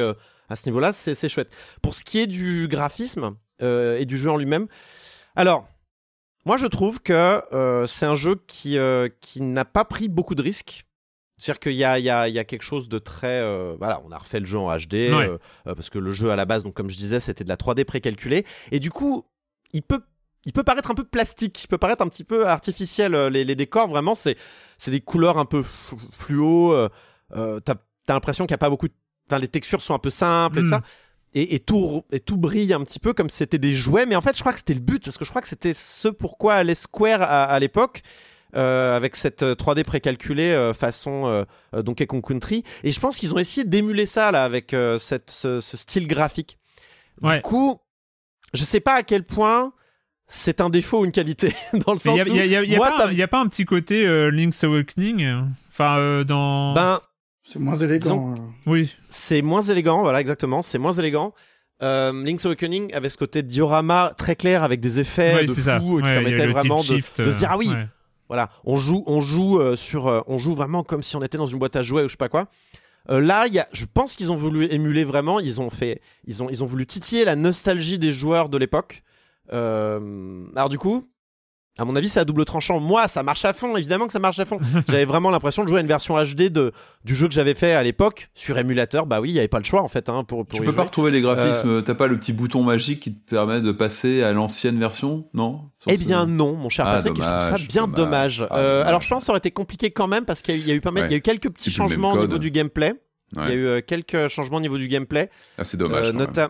[SPEAKER 4] à ce niveau-là, c'est, c'est chouette. Pour ce qui est du graphisme euh, et du jeu en lui-même, alors, moi je trouve que euh, c'est un jeu qui, euh, qui n'a pas pris beaucoup de risques. C'est-à-dire qu'il y a, il y a, il y a quelque chose de très... Euh, voilà, on a refait le jeu en H D,
[SPEAKER 3] ouais.
[SPEAKER 4] euh, euh, parce que le jeu à la base, donc, comme je disais, c'était de la trois D précalculée. Et du coup, il peut, il peut paraître un peu plastique, il peut paraître un petit peu artificiel. Les, les décors, vraiment, c'est, c'est des couleurs un peu fluo. Euh, euh, t'as, t'as l'impression qu'il n'y a pas beaucoup... Enfin, les textures sont un peu simples mm. et tout ça. Et, et, tout, et tout brille un petit peu comme si c'était des jouets. Mais en fait, je crois que c'était le but, parce que je crois que c'était ce pourquoi allait Square à, à l'époque. Euh, avec cette trois D précalculée euh, façon euh, Donkey Kong Country, et je pense qu'ils ont essayé d'émuler ça là avec euh, cette, ce, ce style graphique.
[SPEAKER 3] Ouais.
[SPEAKER 4] Du coup, je sais pas à quel point c'est un défaut ou une qualité dans le sens
[SPEAKER 3] y a,
[SPEAKER 4] où
[SPEAKER 3] y a, y a, y a
[SPEAKER 4] moi
[SPEAKER 3] pas,
[SPEAKER 4] ça
[SPEAKER 3] il y a pas un petit côté euh, Link's Awakening, enfin euh, dans.
[SPEAKER 4] Ben,
[SPEAKER 6] c'est moins élégant.
[SPEAKER 4] Disons,
[SPEAKER 6] euh.
[SPEAKER 3] Oui.
[SPEAKER 4] C'est moins élégant, voilà exactement. C'est moins élégant. Euh, Link's Awakening avait ce côté diorama très clair avec des effets
[SPEAKER 3] ouais,
[SPEAKER 4] de
[SPEAKER 3] fou
[SPEAKER 4] euh,
[SPEAKER 3] ouais,
[SPEAKER 4] qui permettaient vraiment de,
[SPEAKER 3] shift,
[SPEAKER 4] de se dire ah oui.
[SPEAKER 3] Ouais.
[SPEAKER 4] Voilà, on joue, on joue euh, sur, euh, on joue vraiment comme si on était dans une boîte à jouets ou je sais pas quoi. Euh, là, y a, je pense qu'ils ont voulu émuler vraiment. Ils ont fait, ils ont, ils ont voulu titiller la nostalgie des joueurs de l'époque. Euh, alors du coup, à mon avis, c'est à double tranchant. Moi, ça marche à fond. Évidemment que ça marche à fond. J'avais vraiment l'impression de jouer à une version H D de du jeu que j'avais fait à l'époque sur émulateur. Bah oui, il y avait pas le choix en fait. Hein, pour, pour
[SPEAKER 5] tu
[SPEAKER 4] y
[SPEAKER 5] peux
[SPEAKER 4] jouer.
[SPEAKER 5] pas retrouver les graphismes.
[SPEAKER 4] Euh...
[SPEAKER 5] T'as pas le petit bouton magique qui te permet de passer à l'ancienne version, non?
[SPEAKER 4] Eh bien ce... non, mon cher
[SPEAKER 5] ah,
[SPEAKER 4] Patrick.
[SPEAKER 5] dommage,
[SPEAKER 4] et je trouve ça bien dommage.
[SPEAKER 5] dommage. Ah,
[SPEAKER 4] euh,
[SPEAKER 5] dommage.
[SPEAKER 4] Alors je pense que ça aurait été compliqué quand même parce qu'il y a eu, il y a eu pas mal,
[SPEAKER 5] ouais.
[SPEAKER 4] il y a eu quelques petits
[SPEAKER 5] c'est
[SPEAKER 4] changements au niveau du gameplay.
[SPEAKER 5] Ouais.
[SPEAKER 4] Il y a eu euh, quelques changements au niveau du gameplay.
[SPEAKER 5] Ah, c'est dommage.
[SPEAKER 4] Euh, nota-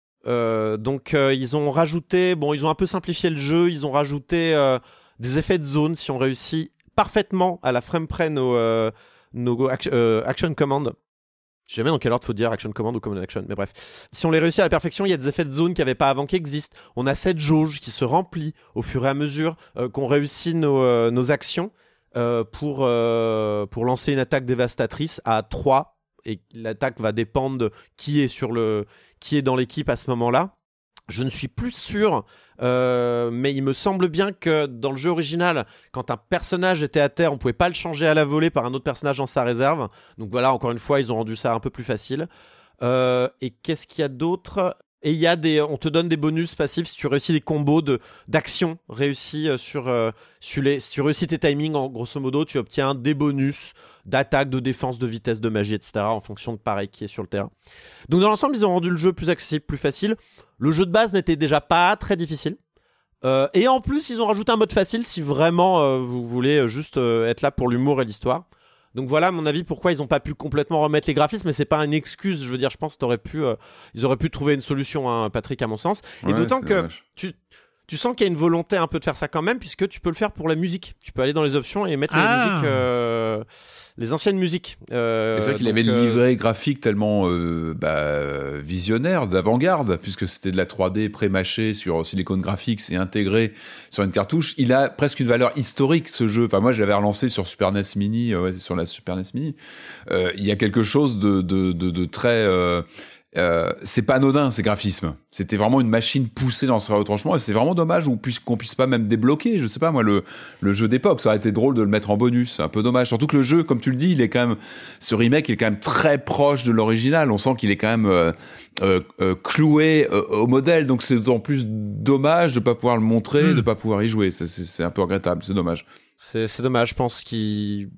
[SPEAKER 4] euh, donc euh, ils ont rajouté, bon, ils ont un peu simplifié le jeu. Ils ont rajouté euh, des effets de zone si on réussit parfaitement à la frame près nos, euh, nos act- euh, action command. Je sais jamais dans quel ordre faut dire action command ou command action, mais bref. Si on les réussit à la perfection, il y a des effets de zone qu'il n'y avait pas avant qui existent. On a cette jauge qui se remplit au fur et à mesure euh, qu'on réussit nos, euh, nos actions euh, pour, euh, pour lancer une attaque dévastatrice à trois. Et l'attaque va dépendre de qui est, sur le, qui est dans l'équipe à ce moment-là. Je ne suis plus sûr, euh, mais il me semble bien que dans le jeu original, quand un personnage était à terre, on pouvait pas le changer à la volée par un autre personnage dans sa réserve. Donc voilà, encore une fois, ils ont rendu ça un peu plus facile. Euh, et qu'est-ce qu'il y a d'autre ? Et il y a des, on te donne des bonus passifs si tu réussis des combos de d'actions réussis sur euh, sur les, si tu réussis tes timings, en grosso modo, tu obtiens des bonus d'attaque, de défense, de vitesse, de magie, et cetera en fonction de pareil qui est sur le terrain. Donc dans l'ensemble, ils ont rendu le jeu plus accessible, plus facile. Le jeu de base n'était déjà pas très difficile. Euh, et en plus, ils ont rajouté un mode facile si vraiment euh, vous voulez juste euh, être là pour l'humour et l'histoire. Donc voilà, à mon avis, pourquoi ils n'ont pas pu complètement remettre les graphismes, mais c'est pas une excuse. Je veux dire, je pense qu'ils pu, euh, auraient pu trouver une solution, hein, Patrick, à mon sens. Et
[SPEAKER 5] ouais,
[SPEAKER 4] d'autant que
[SPEAKER 5] dommage.
[SPEAKER 4] tu, tu sens qu'il y a une volonté un peu de faire ça quand même, puisque tu peux le faire pour la musique. Tu peux aller dans les options et mettre
[SPEAKER 3] ah.
[SPEAKER 4] les musiques, euh, les anciennes musiques. Euh,
[SPEAKER 5] c'est vrai qu'il
[SPEAKER 4] donc,
[SPEAKER 5] avait le
[SPEAKER 4] euh...
[SPEAKER 5] livret graphique tellement euh, bah, visionnaire, d'avant-garde, puisque c'était de la trois D pré-mâchée sur Silicon Graphics et intégré sur une cartouche. Il a presque une valeur historique, ce jeu. Enfin, moi, je l'avais relancé sur Super N E S Mini, euh, ouais, sur la Super N E S Mini. Euh, il y a quelque chose de, de, de, de très... Euh, Euh, c'est pas anodin ces graphismes. C'était vraiment une machine poussée dans ce retranchement et c'est vraiment dommage qu'on puisse, qu'on puisse pas même débloquer. Je sais pas moi le le jeu d'époque. Ça aurait été drôle de le mettre en bonus. C'est un peu dommage. Surtout que le jeu, comme tu le dis, il est quand même ce remake il est quand même très proche de l'original. On sent qu'il est quand même euh, euh, euh, cloué euh, au modèle. Donc c'est d'autant plus dommage de pas pouvoir le montrer, mmh. de pas pouvoir y jouer. C'est, c'est, c'est un peu regrettable. C'est dommage.
[SPEAKER 4] C'est, c'est dommage. Je pense qu'il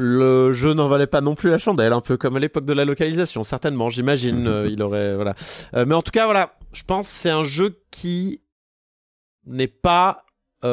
[SPEAKER 4] le jeu n'en valait pas non plus la chandelle, un peu comme à l'époque de la localisation, certainement, j'imagine, euh, il aurait, voilà. Euh, mais en tout cas, voilà, je pense que c'est un jeu qui n'est pas,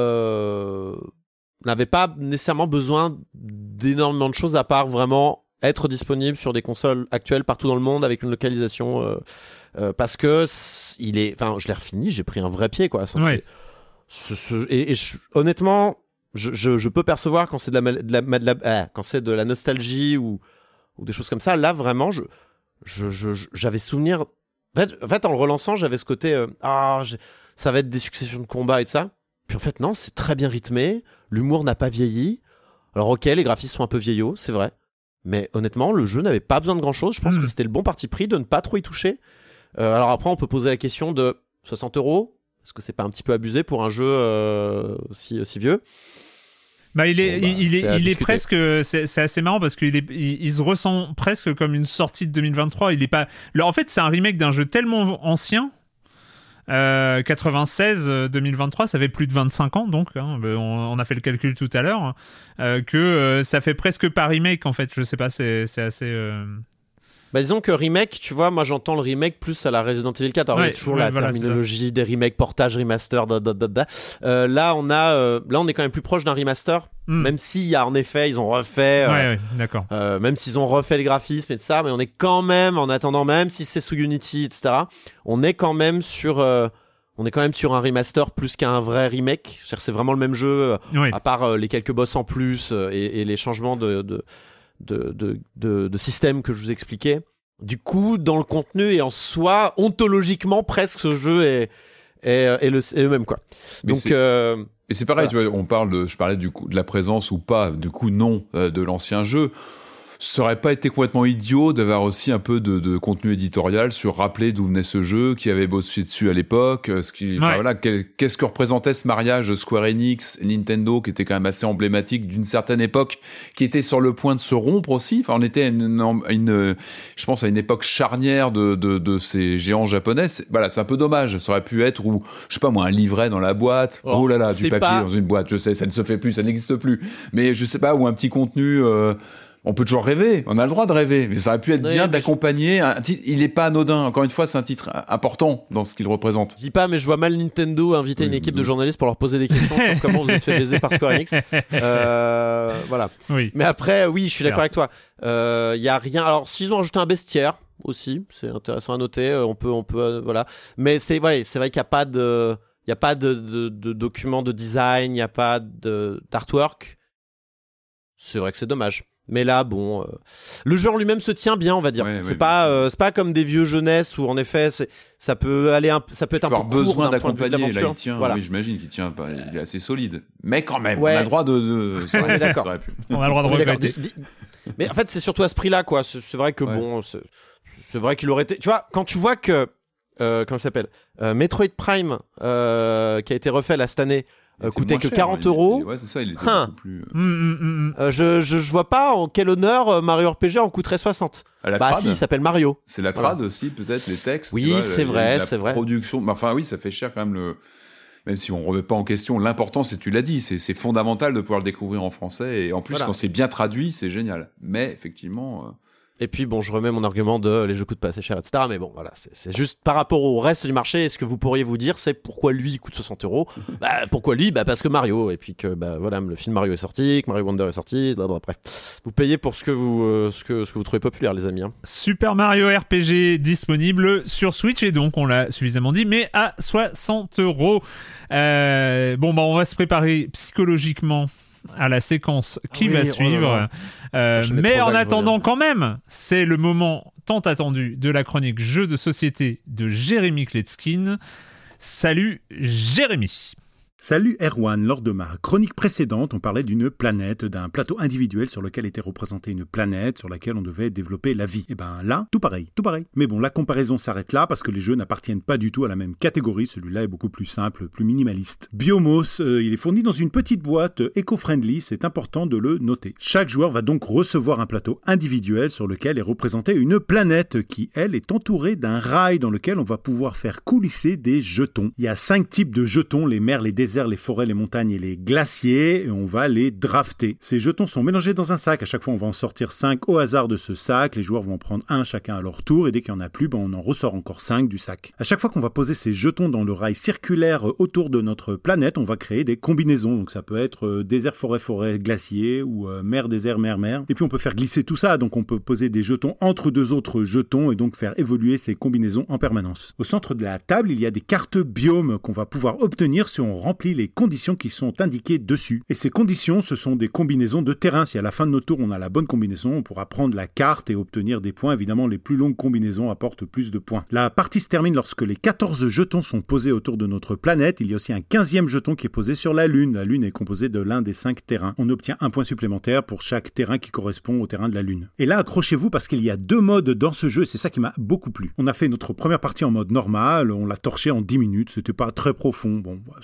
[SPEAKER 4] euh, n'avait pas nécessairement besoin d'énormément de choses à part vraiment être disponible sur des consoles actuelles partout dans le monde avec une localisation, euh, euh, parce que il est, enfin, je l'ai refini, j'ai pris un vrai pied, quoi. Ça,
[SPEAKER 3] ouais.
[SPEAKER 4] c'est, ce, ce, et, et je, honnêtement. Je, je, je peux percevoir quand c'est de la, de la, de la euh, quand c'est de la nostalgie ou, ou des choses comme ça. Là, vraiment, je, je, je, j'avais souvenir. En fait, en, fait, en le relançant, j'avais ce côté euh, ah, ça va être des successions de combats et tout ça. Puis en fait, non, c'est très bien rythmé. L'humour n'a pas vieilli. Alors, ok, les graphismes sont un peu vieillots, c'est vrai. Mais honnêtement, le jeu n'avait pas besoin de grand chose. Je pense mmh. que c'était le bon parti pris de ne pas trop y toucher. Euh, alors après, on peut poser la question de soixante euros. Est-ce que c'est pas un petit peu abusé pour un jeu euh, aussi, aussi vieux ?
[SPEAKER 3] Bah, il est,
[SPEAKER 4] bon, bah,
[SPEAKER 3] il, est,
[SPEAKER 4] c'est
[SPEAKER 3] il est presque, c'est, c'est assez marrant parce qu'il est, il, il se ressent presque comme une sortie de deux mille vingt-trois. Il est pas, en fait, c'est un remake d'un jeu tellement ancien. Euh, quatre-vingt-seize deux mille vingt-trois, ça fait plus de vingt-cinq ans, donc hein, on, on a fait le calcul tout à l'heure, euh, que euh, ça fait presque pas remake en fait. Je sais pas, c'est, c'est assez. Euh...
[SPEAKER 4] Bah disons que remake, tu vois, moi j'entends le remake plus à la Resident Evil quatre. Alors ouais, il y a toujours ouais, la voilà, terminologie des remakes, portage, remaster, blablabla. Euh, là on a, euh, là on est quand même plus proche d'un remaster, mm. même s'il y a en effet ils ont refait, euh,
[SPEAKER 3] ouais, ouais, d'accord.
[SPEAKER 4] Euh, même s'ils ont refait les graphismes et tout ça, mais on est quand même, en attendant, même si c'est sous Unity, et cetera, on est quand même sur, euh, on est quand même sur un remaster plus qu'un vrai remake. C'est-à-dire, c'est vraiment le même jeu, oui. à part euh, les quelques boss en plus euh, et, et les changements de, de De, de, de, de système que je vous expliquais. Du coup, dans le contenu et en soi, ontologiquement, presque, ce jeu est, est, est, le, est le même, quoi.
[SPEAKER 5] Mais
[SPEAKER 4] Donc, euh,
[SPEAKER 5] et c'est pareil,
[SPEAKER 4] voilà.
[SPEAKER 5] Tu vois, on parle de, je parlais du coup, de la présence ou pas, du coup, non, euh, de l'ancien jeu. Ça aurait pas été complètement idiot d'avoir aussi un peu de, de contenu éditorial sur rappeler d'où venait ce jeu, qui avait bossé dessus à l'époque, ce qui, ouais. enfin, voilà, quel, qu'est-ce que représentait ce mariage Square Enix, Nintendo, qui était quand même assez emblématique d'une certaine époque, qui était sur le point de se rompre aussi. Enfin, on était à une, une, une je pense à une époque charnière de, de, de ces géants japonais. C'est, voilà, c'est un peu dommage. Ça aurait pu être, ou, je sais pas moi, un livret dans la boîte. Oh, oh là là, du papier pas... dans une boîte. Je sais, ça ne se fait plus, ça n'existe plus. Mais je sais pas, ou un petit contenu, euh, on peut toujours rêver, on a le droit de rêver, mais ça aurait pu être oui, bien d'accompagner un titre. Il est pas anodin, encore une fois, c'est un titre important dans ce qu'il représente.
[SPEAKER 4] Je dis pas, mais je vois mal Nintendo inviter oui, une équipe oui. de journalistes pour leur poser des questions sur comment vous êtes fait baiser par Square Enix. Euh, voilà. Oui. Mais après, oui, je suis d'accord avec toi. Il euh, y a rien. Alors, s'ils ont rajouté un bestiaire aussi, c'est intéressant à noter. On peut, on peut, euh, voilà. Mais c'est, ouais, c'est vrai qu'il y a pas de, il y a pas de, de, de documents de design, il y a pas de d'artwork. C'est vrai que c'est dommage. Mais là, bon, euh, le genre lui-même se tient bien, on va dire. Ouais, c'est ouais, pas, euh, c'est pas comme des vieux jeunesses où en effet, c'est, ça peut aller, un, ça peut être tu un peu court
[SPEAKER 5] besoin
[SPEAKER 4] d'un point de vue
[SPEAKER 5] d'accompagner. Là, il tient.
[SPEAKER 4] Voilà.
[SPEAKER 5] Oui, j'imagine qu'il tient. Il est assez solide, mais quand même,
[SPEAKER 4] ouais.
[SPEAKER 5] on a le droit de. de...
[SPEAKER 4] Ça aurait, d'accord. Ça aurait pu.
[SPEAKER 3] On a le droit de regretter.
[SPEAKER 4] Mais en fait, c'est surtout à ce prix-là, quoi. C'est, c'est vrai que ouais. bon, c'est, c'est vrai qu'il aurait été. Tu vois, quand tu vois que, euh, comment ça s'appelle, euh, Metroid Prime, euh, qui a été refait là cette année. Euh, coûtait que cher, quarante euros.
[SPEAKER 5] Ouais, c'est ça, il était
[SPEAKER 4] hein.
[SPEAKER 5] beaucoup plus.
[SPEAKER 3] Mmh, mmh, mmh.
[SPEAKER 4] Euh, je, je, je vois pas en quel honneur Mario R P G en coûterait soixante.
[SPEAKER 5] À la
[SPEAKER 4] bah
[SPEAKER 5] trad.
[SPEAKER 4] si, il s'appelle Mario.
[SPEAKER 5] C'est la trad voilà. aussi, peut-être, les textes.
[SPEAKER 4] Oui,
[SPEAKER 5] tu vois,
[SPEAKER 4] c'est
[SPEAKER 5] la,
[SPEAKER 4] vrai,
[SPEAKER 5] la
[SPEAKER 4] c'est vrai.
[SPEAKER 5] Production. Enfin, oui, ça fait cher quand même le. Même si on ne remet pas en question l'important, c'est tu l'as dit, c'est, c'est fondamental de pouvoir le découvrir en français. Et en plus, voilà. quand c'est bien traduit, c'est génial. Mais effectivement. Euh...
[SPEAKER 4] Et puis bon, je remets mon argument de les jeux coûtent pas assez cher, et cetera. Mais bon, voilà, c'est, c'est juste par rapport au reste du marché. Ce que vous pourriez vous dire, c'est pourquoi lui il coûte soixante euros. Bah pourquoi lui? Bah parce que Mario. Et puis que bah voilà, le film Mario est sorti, que Mario Wonder est sorti. Blablabla. Bref, vous payez pour ce que vous euh, ce que ce que vous trouvez populaire, les amis. Hein.
[SPEAKER 3] Super Mario R P G disponible sur Switch et donc on l'a suffisamment dit, mais à soixante euros. Euh, bon bah on va se préparer psychologiquement à la séquence qui oui, va suivre. Oh euh, mais en attendant quand même, c'est le moment tant attendu de la chronique jeux de société de Jérémy Kletskin. Salut Jérémy.
[SPEAKER 7] Salut Erwan, lors de ma chronique précédente, on parlait d'une planète, d'un plateau individuel sur lequel était représentée une planète sur laquelle on devait développer la vie. Et ben là, tout pareil, tout pareil. Mais bon, la comparaison s'arrête là parce que les jeux n'appartiennent pas du tout à la même catégorie, celui-là est beaucoup plus simple, plus minimaliste. Biomos, euh, il est fourni dans une petite boîte éco-friendly, c'est important de le noter. Chaque joueur va donc recevoir un plateau individuel sur lequel est représentée une planète qui, elle, est entourée d'un rail dans lequel on va pouvoir faire coulisser des jetons. Il y a cinq types de jetons, les mers, les déserts, les forêts, les montagnes et les glaciers, et on va les drafter. Ces jetons sont mélangés dans un sac. À chaque fois, on va en sortir cinq au hasard de ce sac. Les joueurs vont en prendre un chacun à leur tour, et dès qu'il n'y en a plus, ben on en ressort encore cinq du sac. À chaque fois qu'on va poser ces jetons dans le rail circulaire autour de notre planète, on va créer des combinaisons. Donc ça peut être euh, désert, forêt, forêt, glacier, ou euh, mer, désert, mer, mer. Et puis on peut faire glisser tout ça. Donc on peut poser des jetons entre deux autres jetons, et donc faire évoluer ces combinaisons en permanence. Au centre de la table, il y a des cartes biomes qu'on va pouvoir obtenir si on remplit les conditions qui sont indiquées dessus. Et ces conditions, ce sont des combinaisons de terrain. Si à la fin de notre tour, on a la bonne combinaison, on pourra prendre la carte et obtenir des points. Évidemment, les plus longues combinaisons apportent plus de points. La partie se termine lorsque les quatorze jetons sont posés autour de notre planète. Il y a aussi un quinzième jeton qui est posé sur la Lune. La Lune est composée de l'un des cinq terrains. On obtient un point supplémentaire pour chaque terrain qui correspond au terrain de la Lune. Et là, accrochez-vous parce qu'il y a deux modes dans ce jeu et c'est ça qui m'a beaucoup plu. On a fait notre première partie en mode normal, on l'a torché en dix minutes, c'était pas très profond, bon, sympa,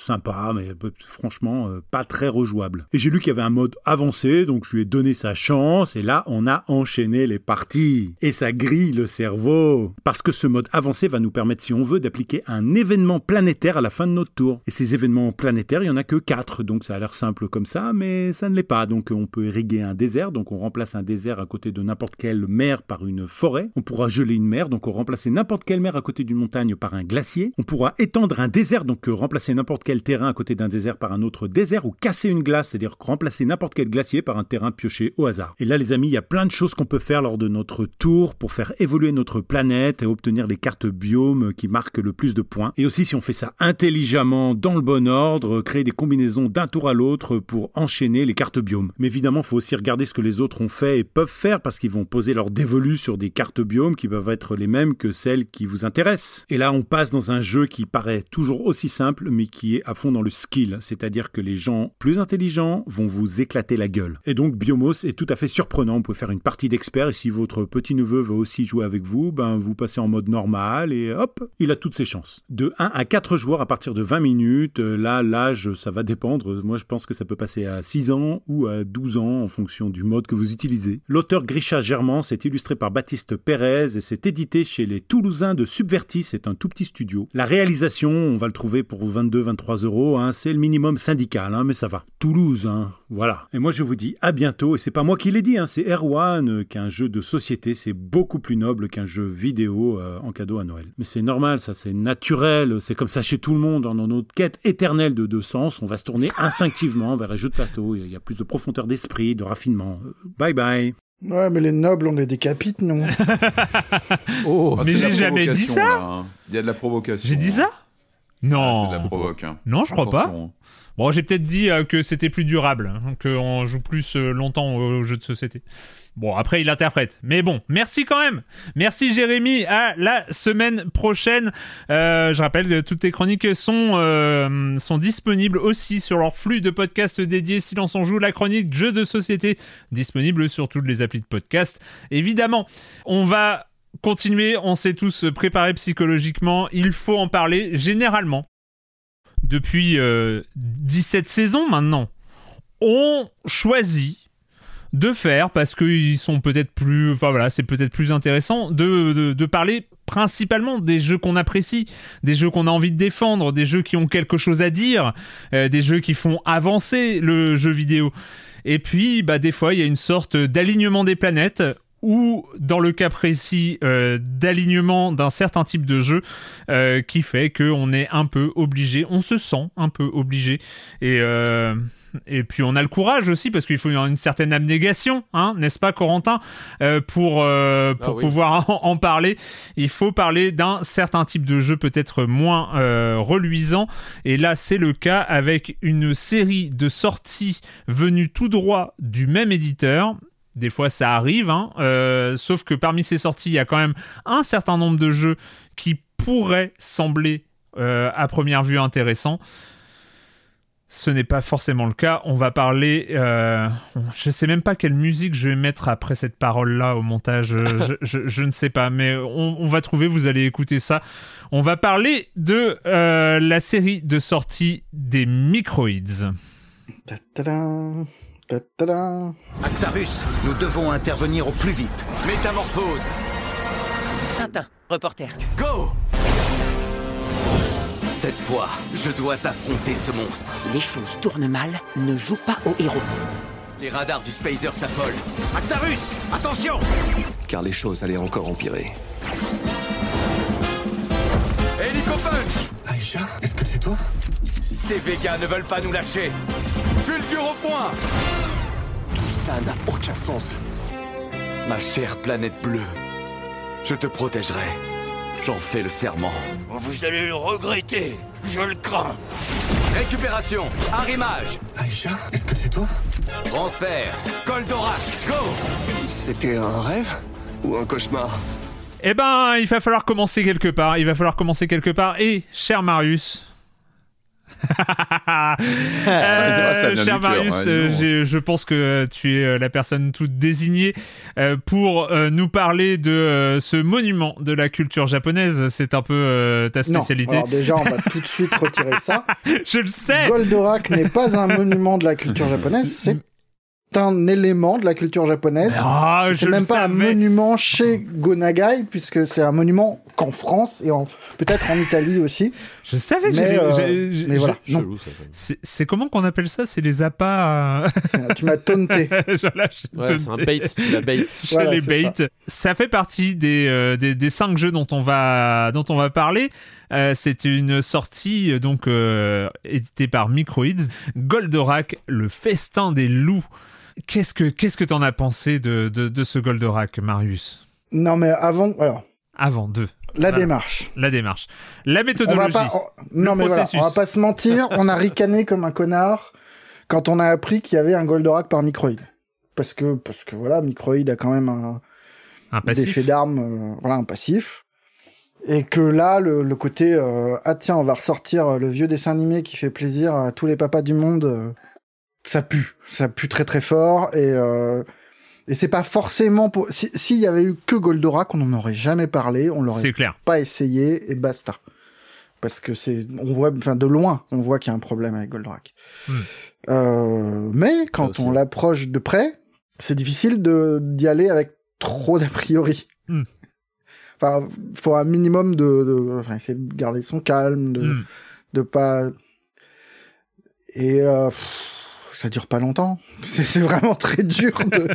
[SPEAKER 7] sympa, mais franchement, euh, pas très rejouable. Et j'ai lu qu'il y avait un mode avancé, donc je lui ai donné sa chance, et là, on a enchaîné les parties. Et ça grille le cerveau. Parce que ce mode avancé va nous permettre, si on veut, d'appliquer un événement planétaire à la fin de notre tour. Et ces événements planétaires, il y en a que quatre, donc ça a l'air simple comme ça, mais ça ne l'est pas. Donc on peut irriguer un désert, donc on remplace un désert à côté de n'importe quelle mer par une forêt. On pourra geler une mer, donc on remplacer n'importe quelle mer à côté d'une montagne par un glacier. On pourra étendre un désert, donc remplacer n'importe quel terrain à côté d'un désert par un autre désert, ou casser une glace, c'est-à-dire remplacer n'importe quel glacier par un terrain pioché au hasard. Et là, les amis, il y a plein de choses qu'on peut faire lors de notre tour pour faire évoluer notre planète et obtenir les cartes biomes qui marquent le plus de points. Et aussi, si on fait ça intelligemment, dans le bon ordre, créer des combinaisons d'un tour à l'autre pour enchaîner les cartes biomes. Mais évidemment, il faut aussi regarder ce que les autres ont fait et peuvent faire, parce qu'ils vont poser leur dévolu sur des cartes biomes qui peuvent être les mêmes que celles qui vous intéressent. Et là, on passe dans un jeu qui paraît toujours aussi simple, mais qui est à fond dans le skill, c'est-à-dire que les gens plus intelligents vont vous éclater la gueule. Et donc, Biomos est tout à fait surprenant. On peut faire une partie d'expert, et si votre petit-neveu veut aussi jouer avec vous, ben, vous passez en mode normal, et hop, il a toutes ses chances. De un à quatre joueurs à partir de vingt minutes, là, l'âge, ça va dépendre. Moi, je pense que ça peut passer à six ans ou à douze ans, en fonction du mode que vous utilisez. L'auteur Grisha Germain, c'est illustré par Baptiste Pérez, et c'est édité chez les Toulousains de Subvertis, c'est un tout petit studio. La réalisation, on va le trouver pour vingt-deux à vingt-trois euros, hein, c'est le minimum syndical, hein, mais ça va. Toulouse, hein, voilà. Et moi je vous dis à bientôt, et c'est pas moi qui l'ai dit, hein, c'est Erwan, euh, qu'un jeu de société, c'est beaucoup plus noble qu'un jeu vidéo euh, en cadeau à Noël. Mais c'est normal, ça, c'est naturel, c'est comme ça chez tout le monde, dans notre quête éternelle de, de sens, on va se tourner instinctivement vers les jeux de plateau, il y a plus de profondeur d'esprit, de raffinement. Euh, bye bye.
[SPEAKER 6] Ouais, mais les nobles, on les décapite, non?
[SPEAKER 3] Oh, mais j'ai jamais dit ça.
[SPEAKER 5] Là, hein. Il y a de la provocation.
[SPEAKER 3] J'ai dit ça? Non.
[SPEAKER 5] Ah, c'est de la provoque. Hein.
[SPEAKER 3] Non, je crois
[SPEAKER 5] Attention.
[SPEAKER 3] pas. Bon, j'ai peut-être dit euh, que c'était plus durable, hein, qu'on joue plus euh, longtemps aux jeux de société. Bon, après, il interprète. Mais bon, merci quand même. Merci Jérémy. À la semaine prochaine. Euh, je rappelle que toutes tes chroniques sont, euh, sont disponibles aussi sur leur flux de podcasts dédiés Silence on joue, la chronique jeux de société, disponible sur toutes les applis de podcast. Évidemment, on va continuer. On s'est tous préparés psychologiquement. Il faut en parler généralement. Depuis euh, dix-sept saisons maintenant, on choisit de faire, parce qu'ils sont peut-être plus... Enfin voilà, c'est peut-être plus intéressant de, de, de parler principalement des jeux qu'on apprécie, des jeux qu'on a envie de défendre, des jeux qui ont quelque chose à dire, euh, des jeux qui font avancer le jeu vidéo. Et puis, bah, des fois, il y a une sorte d'alignement des planètes, ou dans le cas précis euh, d'alignement d'un certain type de jeu euh, qui fait qu'on est un peu obligé, on se sent un peu obligé, et, euh, et puis on a le courage aussi, parce qu'il faut une certaine abnégation, hein, n'est-ce pas Corentin, euh, pour, euh, pour ah oui. pouvoir en, en parler. Il faut parler d'un certain type de jeu peut-être moins euh, reluisant, et là c'est le cas avec une série de sorties venues tout droit du même éditeur. Des fois, ça arrive, hein, euh, sauf que parmi ces sorties, il y a quand même un certain nombre de jeux qui pourraient sembler euh, à première vue intéressants. Ce n'est pas forcément le cas. On va parler... Euh, je ne sais même pas quelle musique je vais mettre après cette parole-là au montage. je, je, je ne sais pas, mais on, on va trouver, vous allez écouter ça. On va parler de euh, la série de sorties des Microïds.
[SPEAKER 6] Ta-ta-da. Ta-ta-da.
[SPEAKER 8] Actarus, nous devons intervenir au plus vite. Métamorphose.
[SPEAKER 9] Tintin, reporter.
[SPEAKER 8] Go. Cette fois, je dois affronter ce monstre.
[SPEAKER 9] Si les choses tournent mal, ne joue pas au héros.
[SPEAKER 8] Les radars du Spacer s'affolent. Actarus, attention.
[SPEAKER 10] Car les choses allaient encore empirer.
[SPEAKER 8] Hélico Punch.
[SPEAKER 10] Aïcha, est-ce que c'est toi?
[SPEAKER 8] Ces Végas ne veulent pas nous lâcher. Fulgure au point.
[SPEAKER 10] Tout ça n'a aucun sens.
[SPEAKER 8] Ma chère planète bleue, je te protégerai. J'en fais le serment.
[SPEAKER 11] Vous allez le regretter, je le crains.
[SPEAKER 8] Récupération, arrimage.
[SPEAKER 10] Aïcha, est-ce que c'est toi?
[SPEAKER 8] Transfert, Goldorak, go.
[SPEAKER 10] C'était un rêve ou un cauchemar?
[SPEAKER 3] Eh ben, il va falloir commencer quelque part. Il va falloir commencer quelque part. Et, cher Marius... euh, cher Marius, euh, je pense que tu es la personne toute désignée euh, pour euh, nous parler de euh, ce monument de la culture japonaise. C'est un peu euh, ta spécialité.
[SPEAKER 6] Non, alors déjà, on va tout de suite retirer ça.
[SPEAKER 3] Je le sais.
[SPEAKER 6] Goldorak n'est pas un monument de la culture japonaise, c'est un élément de la culture japonaise.
[SPEAKER 3] Ah,
[SPEAKER 6] c'est même pas savais. un monument chez Go Nagai, puisque c'est un monument qu'en France et en, peut-être en Italie aussi.
[SPEAKER 3] Je savais que
[SPEAKER 6] mais,
[SPEAKER 3] j'avais...
[SPEAKER 6] Euh,
[SPEAKER 3] j'ai, j'ai,
[SPEAKER 6] mais voilà.
[SPEAKER 5] Chelou, ça,
[SPEAKER 3] c'est, c'est comment qu'on appelle ça ? C'est les appâts...
[SPEAKER 6] C'est, tu m'as taunté.
[SPEAKER 4] Voilà, ouais, c'est un bait, tu l'as bait.
[SPEAKER 3] Je voilà, les bait. Ça. ça fait partie des, euh, des, des cinq jeux dont on va, dont on va parler. Euh, c'est une sortie donc euh, éditée par Microids. Goldorak, le festin des loups. Qu'est-ce que qu'est-ce que t'en as pensé de, de, de ce Goldorak, Marius ?
[SPEAKER 6] Non mais avant, alors.
[SPEAKER 3] Avant deux.
[SPEAKER 6] La
[SPEAKER 3] voilà.
[SPEAKER 6] démarche.
[SPEAKER 3] La démarche. La méthodologie.
[SPEAKER 6] On va pas, on... Non mais
[SPEAKER 3] processus.
[SPEAKER 6] voilà, on va pas se mentir, on a ricané comme un connard quand on a appris qu'il y avait un Goldorak par Microids. Parce que parce que voilà, Microids a quand même un,
[SPEAKER 3] un passif.
[SPEAKER 6] Des faits d'armes, euh, voilà un passif. Et que là, le, le côté euh, ah tiens, on va ressortir le vieux dessin animé qui fait plaisir à tous les papas du monde. Euh... Ça pue, ça pue très très fort et euh, et c'est pas forcément pour si s'il y avait eu que Goldorak, on n'en aurait jamais parlé, on l'aurait
[SPEAKER 3] c'est clair.
[SPEAKER 6] pas essayé et basta. Parce que c'est on voit enfin de loin, on voit qu'il y a un problème avec Goldorak. Hmm. Euh, mais quand on l'approche de près, c'est difficile de d'y aller avec trop d'a priori. Hmm. Enfin, faut un minimum de, de enfin essayer de garder son calme, de hmm. de pas et euh, pff, ça dure pas longtemps. C'est, c'est vraiment très dur de,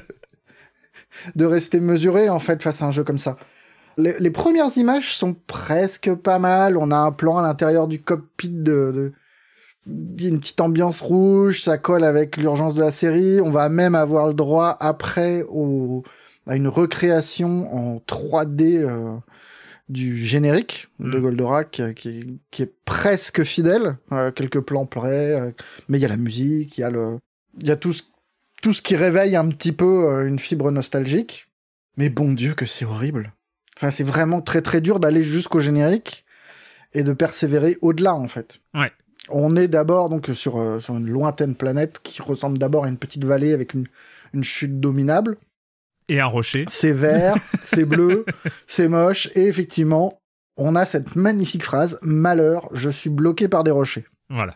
[SPEAKER 6] de rester mesuré, en fait, face à un jeu comme ça. Les, les premières images sont presque pas mal. On a un plan à l'intérieur du cockpit de, de, une petite ambiance rouge. Ça colle avec l'urgence de la série. On va même avoir le droit, après, au, à une recréation en trois D euh, du générique mmh. de Goldorak euh, qui, qui est presque fidèle, euh, quelques plans près, euh, mais il y a la musique, il y a le, il y a tout ce, tout ce qui réveille un petit peu euh, une fibre nostalgique. Mais bon Dieu que c'est horrible. Enfin, c'est vraiment très très dur d'aller jusqu'au générique et de persévérer au-delà en fait.
[SPEAKER 3] Ouais.
[SPEAKER 6] On est d'abord donc sur euh, sur une lointaine planète qui ressemble d'abord à une petite vallée avec une une chute dominable.
[SPEAKER 3] Et un rocher.
[SPEAKER 6] C'est vert, c'est bleu, c'est moche. Et effectivement, on a cette magnifique phrase « Malheur, je suis bloqué par des rochers ».
[SPEAKER 3] Voilà.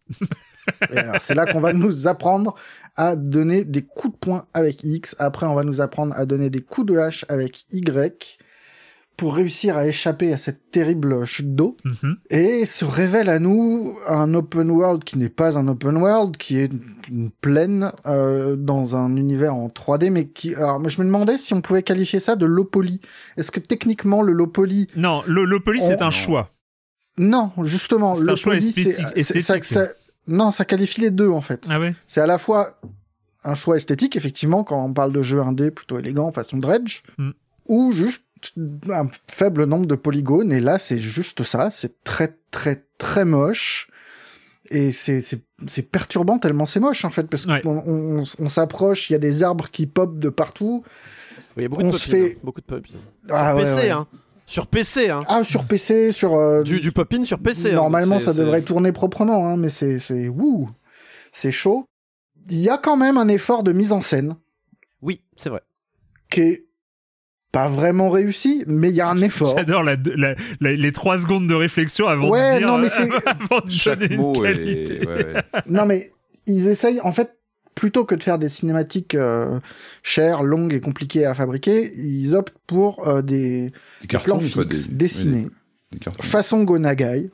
[SPEAKER 6] Et alors, c'est là qu'on va nous apprendre à donner des coups de poing avec X. Après, on va nous apprendre à donner des coups de hache avec Y pour réussir à échapper à cette terrible chute d'eau. Mm-hmm. Et se révèle à nous un open world qui n'est pas un open world, qui est une plaine euh, dans un univers en trois D, mais qui... Alors, je me demandais si on pouvait qualifier ça de low poly. Est-ce que techniquement, le low poly...
[SPEAKER 3] Non, le low poly, on... c'est un
[SPEAKER 6] non.
[SPEAKER 3] choix.
[SPEAKER 6] Non, justement.
[SPEAKER 3] C'est
[SPEAKER 6] le
[SPEAKER 3] un choix
[SPEAKER 6] poly,
[SPEAKER 3] esthétique.
[SPEAKER 6] c'est, c'est, ça, ça... Non, ça qualifie les deux, en fait.
[SPEAKER 3] Ah ouais.
[SPEAKER 6] C'est à la fois un choix esthétique, effectivement, quand on parle de jeux indé plutôt élégant, façon Dredge, mm. ou juste un faible nombre de polygones, et là c'est juste ça, c'est très très très moche, et c'est, c'est, c'est perturbant tellement c'est moche en fait, parce ouais. qu'on on, on s'approche, il y a des arbres qui popent de partout,
[SPEAKER 4] il y a beaucoup
[SPEAKER 6] on
[SPEAKER 4] de
[SPEAKER 6] se fait...
[SPEAKER 4] hein, beaucoup de pop-in.
[SPEAKER 6] Ah,
[SPEAKER 4] sur
[SPEAKER 6] ouais,
[SPEAKER 4] P C,
[SPEAKER 6] ouais.
[SPEAKER 4] hein. Sur P C, hein.
[SPEAKER 6] Ah, sur P C, sur... Euh...
[SPEAKER 4] Du, du pop-in sur P C.
[SPEAKER 6] Normalement,
[SPEAKER 4] hein,
[SPEAKER 6] ça
[SPEAKER 4] c'est...
[SPEAKER 6] devrait tourner proprement, hein, mais c'est... c'est... Wouh, c'est chaud. Il y a quand même un effort de mise en scène.
[SPEAKER 4] Oui, c'est vrai.
[SPEAKER 6] Qui est pas vraiment réussi, mais il y a un effort.
[SPEAKER 3] J'adore la, la, la, les trois secondes de réflexion avant
[SPEAKER 6] ouais,
[SPEAKER 3] de dire...
[SPEAKER 6] non, mais c'est...
[SPEAKER 3] avant de
[SPEAKER 5] Chaque
[SPEAKER 3] donner
[SPEAKER 5] mot
[SPEAKER 3] une qualité.
[SPEAKER 5] est... ouais, ouais.
[SPEAKER 6] Non, mais ils essayent... En fait, plutôt que de faire des cinématiques euh, chères, longues et compliquées à fabriquer, ils optent pour euh, des, des, cartons, des plans fixes, des... dessinés, oui, des... des façon Go Nagai.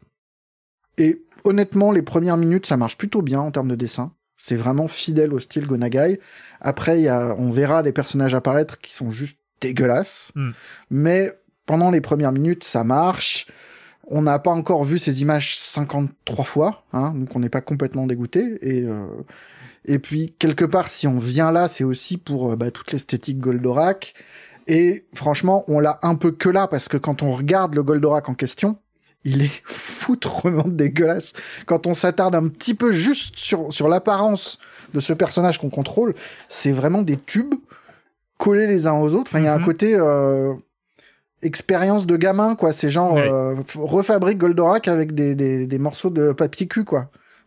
[SPEAKER 6] Et honnêtement, les premières minutes, ça marche plutôt bien en termes de dessin. C'est vraiment fidèle au style Go Nagai. Après, y a, on verra des personnages apparaître qui sont juste dégueulasses. Mm. Mais pendant les premières minutes, ça marche. On n'a pas encore vu ces images cinquante-trois fois, hein, donc on n'est pas complètement dégoûté. Et... Euh, Et puis, quelque part, si on vient là, c'est aussi pour bah, toute l'esthétique Goldorak. Et franchement, on l'a un peu que là, parce que quand on regarde le Goldorak en question, il est foutrement dégueulasse. Quand on s'attarde un petit peu juste sur, sur l'apparence de ce personnage qu'on contrôle, c'est vraiment des tubes collés les uns aux autres. Enfin, il mm-hmm. y a un côté euh, expérience de gamin, quoi. C'est genre, oui. euh, refabrique Goldorak avec des, des, des morceaux de papier cul, quoi.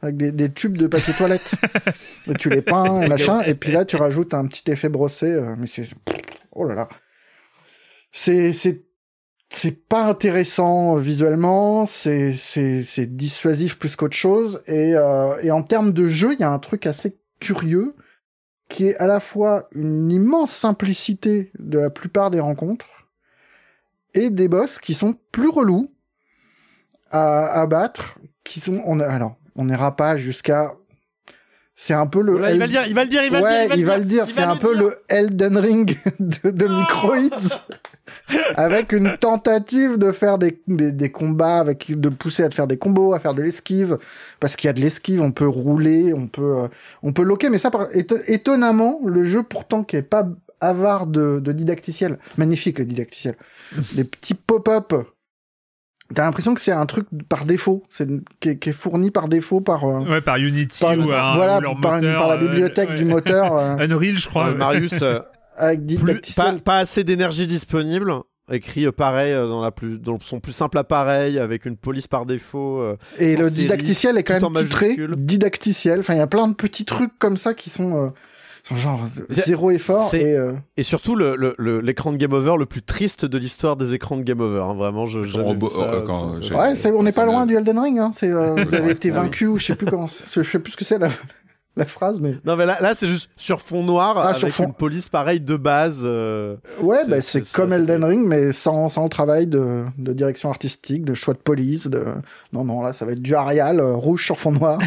[SPEAKER 6] avec des, des tubes de papier toilette. Et tu les peins et machin, et puis là, tu rajoutes un petit effet brossé. Euh, mais c'est... Oh là là. C'est... c'est... C'est pas intéressant visuellement, c'est, c'est, c'est dissuasif plus qu'autre chose, et, euh, et en termes de jeu, il y a un truc assez curieux, qui est à la fois une immense simplicité de la plupart des rencontres, et des boss qui sont plus relous à, à battre, qui sont... On, alors, on n'ira pas jusqu'à... C'est un peu le...
[SPEAKER 4] Ouais,
[SPEAKER 6] El...
[SPEAKER 4] Il va le dire, il va le dire, il va
[SPEAKER 6] ouais,
[SPEAKER 4] le dire,
[SPEAKER 6] il va le dire. C'est un peu le Elden Ring de, de Microids. Avec une tentative de faire des, des, des combats, avec, de pousser à te faire des combos, à faire de l'esquive, parce qu'il y a de l'esquive, on peut rouler, on peut, euh, on peut loquer, mais ça, par, éton- étonnamment, le jeu, pourtant, qui est pas avare de, de didacticiel, magnifique le didacticiel, des petits pop-up, t'as l'impression que c'est un truc par défaut, c'est, qui, est, qui est fourni par défaut par, euh,
[SPEAKER 3] ouais, par Unity
[SPEAKER 6] par,
[SPEAKER 3] ou, un,
[SPEAKER 6] voilà,
[SPEAKER 3] ou leur
[SPEAKER 6] par,
[SPEAKER 3] moteur,
[SPEAKER 6] par la bibliothèque
[SPEAKER 3] euh,
[SPEAKER 6] du
[SPEAKER 3] ouais.
[SPEAKER 6] moteur. Euh,
[SPEAKER 3] Unreal, je crois.
[SPEAKER 4] Euh, Marius, euh,
[SPEAKER 6] avec didacticiel.
[SPEAKER 4] Pas, pas assez d'énergie disponible. Écrit euh, pareil euh, dans la plus dans son plus simple appareil avec une police par défaut. Euh,
[SPEAKER 6] et le
[SPEAKER 4] série,
[SPEAKER 6] didacticiel est quand même titré
[SPEAKER 4] majuscule.
[SPEAKER 6] didacticiel. Enfin, il y a plein de petits trucs comme ça qui sont, euh, sont genre zéro effort.
[SPEAKER 4] C'est...
[SPEAKER 6] Et, euh...
[SPEAKER 4] et surtout le, le, le, l'écran de Game Over le plus triste de l'histoire des écrans de Game Over. Hein. Vraiment, je.
[SPEAKER 5] Oh,
[SPEAKER 4] vu
[SPEAKER 5] bo-
[SPEAKER 4] ça,
[SPEAKER 5] oh, quand,
[SPEAKER 4] ça,
[SPEAKER 5] j'ai-
[SPEAKER 4] ça...
[SPEAKER 6] Ouais, c'est, on n'est pas loin du Elden Ring. Hein. C'est, euh, vous avez été
[SPEAKER 4] Ah oui.
[SPEAKER 6] vaincu ou je sais plus comment. Je sais plus ce que c'est la, la phrase, mais.
[SPEAKER 4] Non, mais là, là, c'est juste sur fond noir
[SPEAKER 6] Ah,
[SPEAKER 4] avec
[SPEAKER 6] sur fond-
[SPEAKER 4] une police pareille de base. Euh...
[SPEAKER 6] Ouais,
[SPEAKER 4] c'est,
[SPEAKER 6] bah, c'est,
[SPEAKER 4] c'est
[SPEAKER 6] comme
[SPEAKER 4] ça,
[SPEAKER 6] Elden
[SPEAKER 4] c'est...
[SPEAKER 6] Ring, mais sans, sans le travail de, de direction artistique, de choix de police. De... Non, non, là, ça va être du Arial, euh, rouge sur fond noir.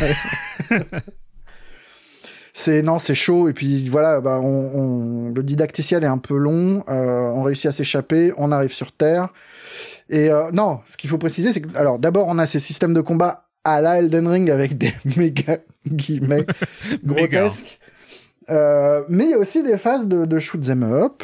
[SPEAKER 6] c'est non, c'est chaud. Et puis voilà, bah, on, on... le didacticiel est un peu long. Euh, on réussit à s'échapper. On arrive sur Terre. Et euh, non, ce qu'il faut préciser, c'est que alors d'abord, on a ces systèmes de combat à la Elden Ring avec des méga guillemets grotesques. Euh, mais il y a aussi des phases de, de shoot them up,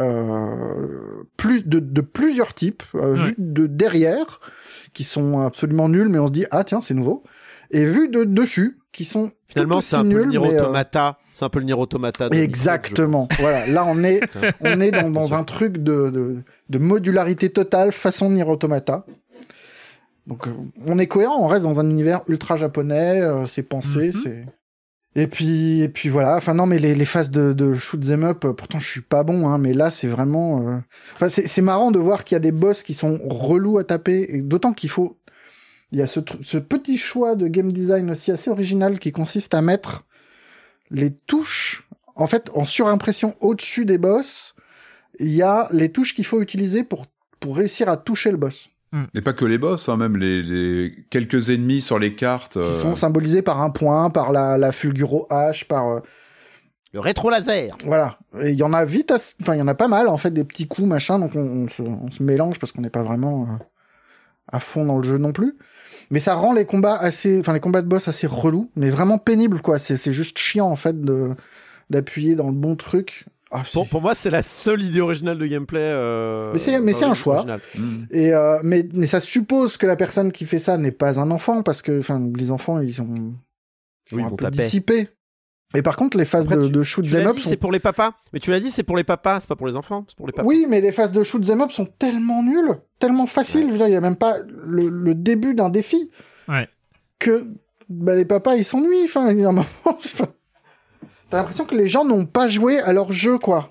[SPEAKER 6] euh, plus de, de plusieurs types, euh,
[SPEAKER 3] Ouais.
[SPEAKER 6] vues de derrière, qui sont absolument nuls, mais on se dit ah tiens c'est nouveau, et vues de dessus, qui sont
[SPEAKER 4] Finalement,
[SPEAKER 6] tout
[SPEAKER 4] c'est
[SPEAKER 6] aussi
[SPEAKER 4] un peu le
[SPEAKER 6] nuls,
[SPEAKER 4] Nier
[SPEAKER 6] mais, euh,
[SPEAKER 4] Automata. C'est un peu le Nier Automata. De
[SPEAKER 6] Exactement.
[SPEAKER 4] Microsoft,
[SPEAKER 6] Voilà. Là, on est, on est dans, dans un truc de, de, de modularité totale façon Nier Automata. Donc, euh, on est cohérent. On reste dans un univers ultra japonais. Euh, c'est pensé.
[SPEAKER 3] Mhm.
[SPEAKER 6] C'est. Et puis, et puis voilà. Enfin non, mais les, les phases de, de shoot them up. euh, Pourtant, je suis pas bon. Hein, mais là, c'est vraiment. euh, Enfin, c'est, c'est marrant de voir qu'il y a des boss qui sont relous à taper. Et d'autant qu'il faut. Il y a ce, tr- ce petit choix de game design aussi assez original qui consiste à mettre les touches, en fait, en surimpression au-dessus des boss, il y a les touches qu'il faut utiliser pour, pour réussir à toucher le boss.
[SPEAKER 5] Et pas que les boss, hein, même les, les quelques ennemis sur les cartes.
[SPEAKER 6] Qui
[SPEAKER 5] euh,
[SPEAKER 6] sont symbolisés par un point, par la, la fulguro hache, par... euh,
[SPEAKER 4] Le rétro laser.
[SPEAKER 6] Voilà. Et il y en a vite, ass- enfin, il y en a pas mal, en fait, des petits coups, machin, donc on, on, se, on se mélange parce qu'on n'est pas vraiment euh, à fond dans le jeu non plus. Mais ça rend les combats assez, enfin, les combats de boss assez relous, mais vraiment pénibles, quoi. C'est, c'est juste chiant, en fait, de, d'appuyer dans le bon truc. Ah,
[SPEAKER 4] Pour, pour moi, c'est la seule idée originale de gameplay. Euh,
[SPEAKER 6] Mais c'est- mais
[SPEAKER 4] dans
[SPEAKER 6] c'est
[SPEAKER 4] le
[SPEAKER 6] un
[SPEAKER 4] jeu
[SPEAKER 6] choix.
[SPEAKER 4] original.
[SPEAKER 6] Et euh, mais, mais ça suppose que la personne qui fait ça n'est pas un enfant, parce que enfin les enfants ils sont, ils sont
[SPEAKER 4] Oui, ils
[SPEAKER 6] un
[SPEAKER 4] vont
[SPEAKER 6] peu
[SPEAKER 4] taper.
[SPEAKER 6] dissipés. Et par contre les phases
[SPEAKER 4] Après,
[SPEAKER 6] de,
[SPEAKER 4] tu-
[SPEAKER 6] de shoot
[SPEAKER 4] Tu
[SPEAKER 6] them
[SPEAKER 4] l'as
[SPEAKER 6] up
[SPEAKER 4] dit,
[SPEAKER 6] sont...
[SPEAKER 4] c'est pour les papas. Mais tu l'as dit, c'est pour les papas, c'est pas pour les enfants, c'est pour les papas.
[SPEAKER 6] Oui, mais les phases de shoot them up sont tellement nulles, tellement faciles.
[SPEAKER 4] Ouais.
[SPEAKER 6] Je veux dire, il y a même pas le, le début d'un défi
[SPEAKER 3] Ouais.
[SPEAKER 6] que bah, les papas ils s'ennuient. Enfin, il y a un moment, enfin, t'as l'impression que les gens n'ont pas joué à leur jeu, quoi.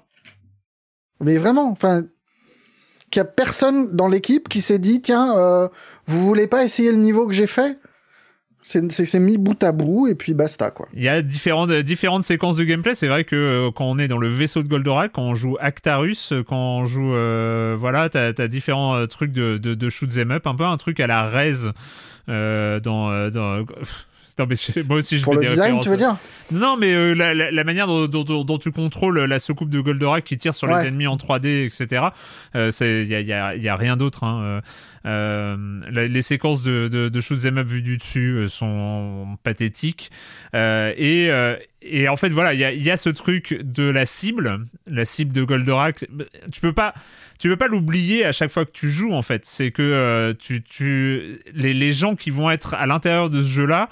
[SPEAKER 6] Mais vraiment, enfin, qu'il y a personne dans l'équipe qui s'est dit tiens, euh, vous voulez pas essayer le niveau que j'ai fait? C'est, c'est, c'est mis bout à bout et puis basta, quoi.
[SPEAKER 3] Il y a différentes, différentes séquences de gameplay. C'est vrai que euh, quand on est dans le vaisseau de Goldorak, quand on joue Actarus, euh, quand on joue, euh, voilà, t'as, t'as différents euh, trucs de, de, de shoot 'em up, un peu un truc à la Rez euh, dans, euh, dans non, mais je- moi aussi je
[SPEAKER 6] Pour
[SPEAKER 3] mets
[SPEAKER 6] le
[SPEAKER 3] des
[SPEAKER 6] design,
[SPEAKER 3] références.
[SPEAKER 6] tu veux dire?
[SPEAKER 3] Non, mais euh, la, la, la manière dont, dont, dont, dont tu contrôles la soucoupe de Goldorak qui tire sur
[SPEAKER 6] Ouais.
[SPEAKER 3] les ennemis en trois D, et cetera. Euh, c'est, il y a, il y a, il y a rien d'autre. Hein. Euh, euh, la- les séquences de, de, de shoot 'em up vues du dessus euh, sont pathétiques. Euh, et, euh, et en fait, voilà, il y a, il y a ce truc de la cible, la cible de Goldorak. Tu peux pas, tu peux pas l'oublier à chaque fois que tu joues. En fait, c'est que euh, tu, tu, les, les gens qui vont être à l'intérieur de ce jeu-là.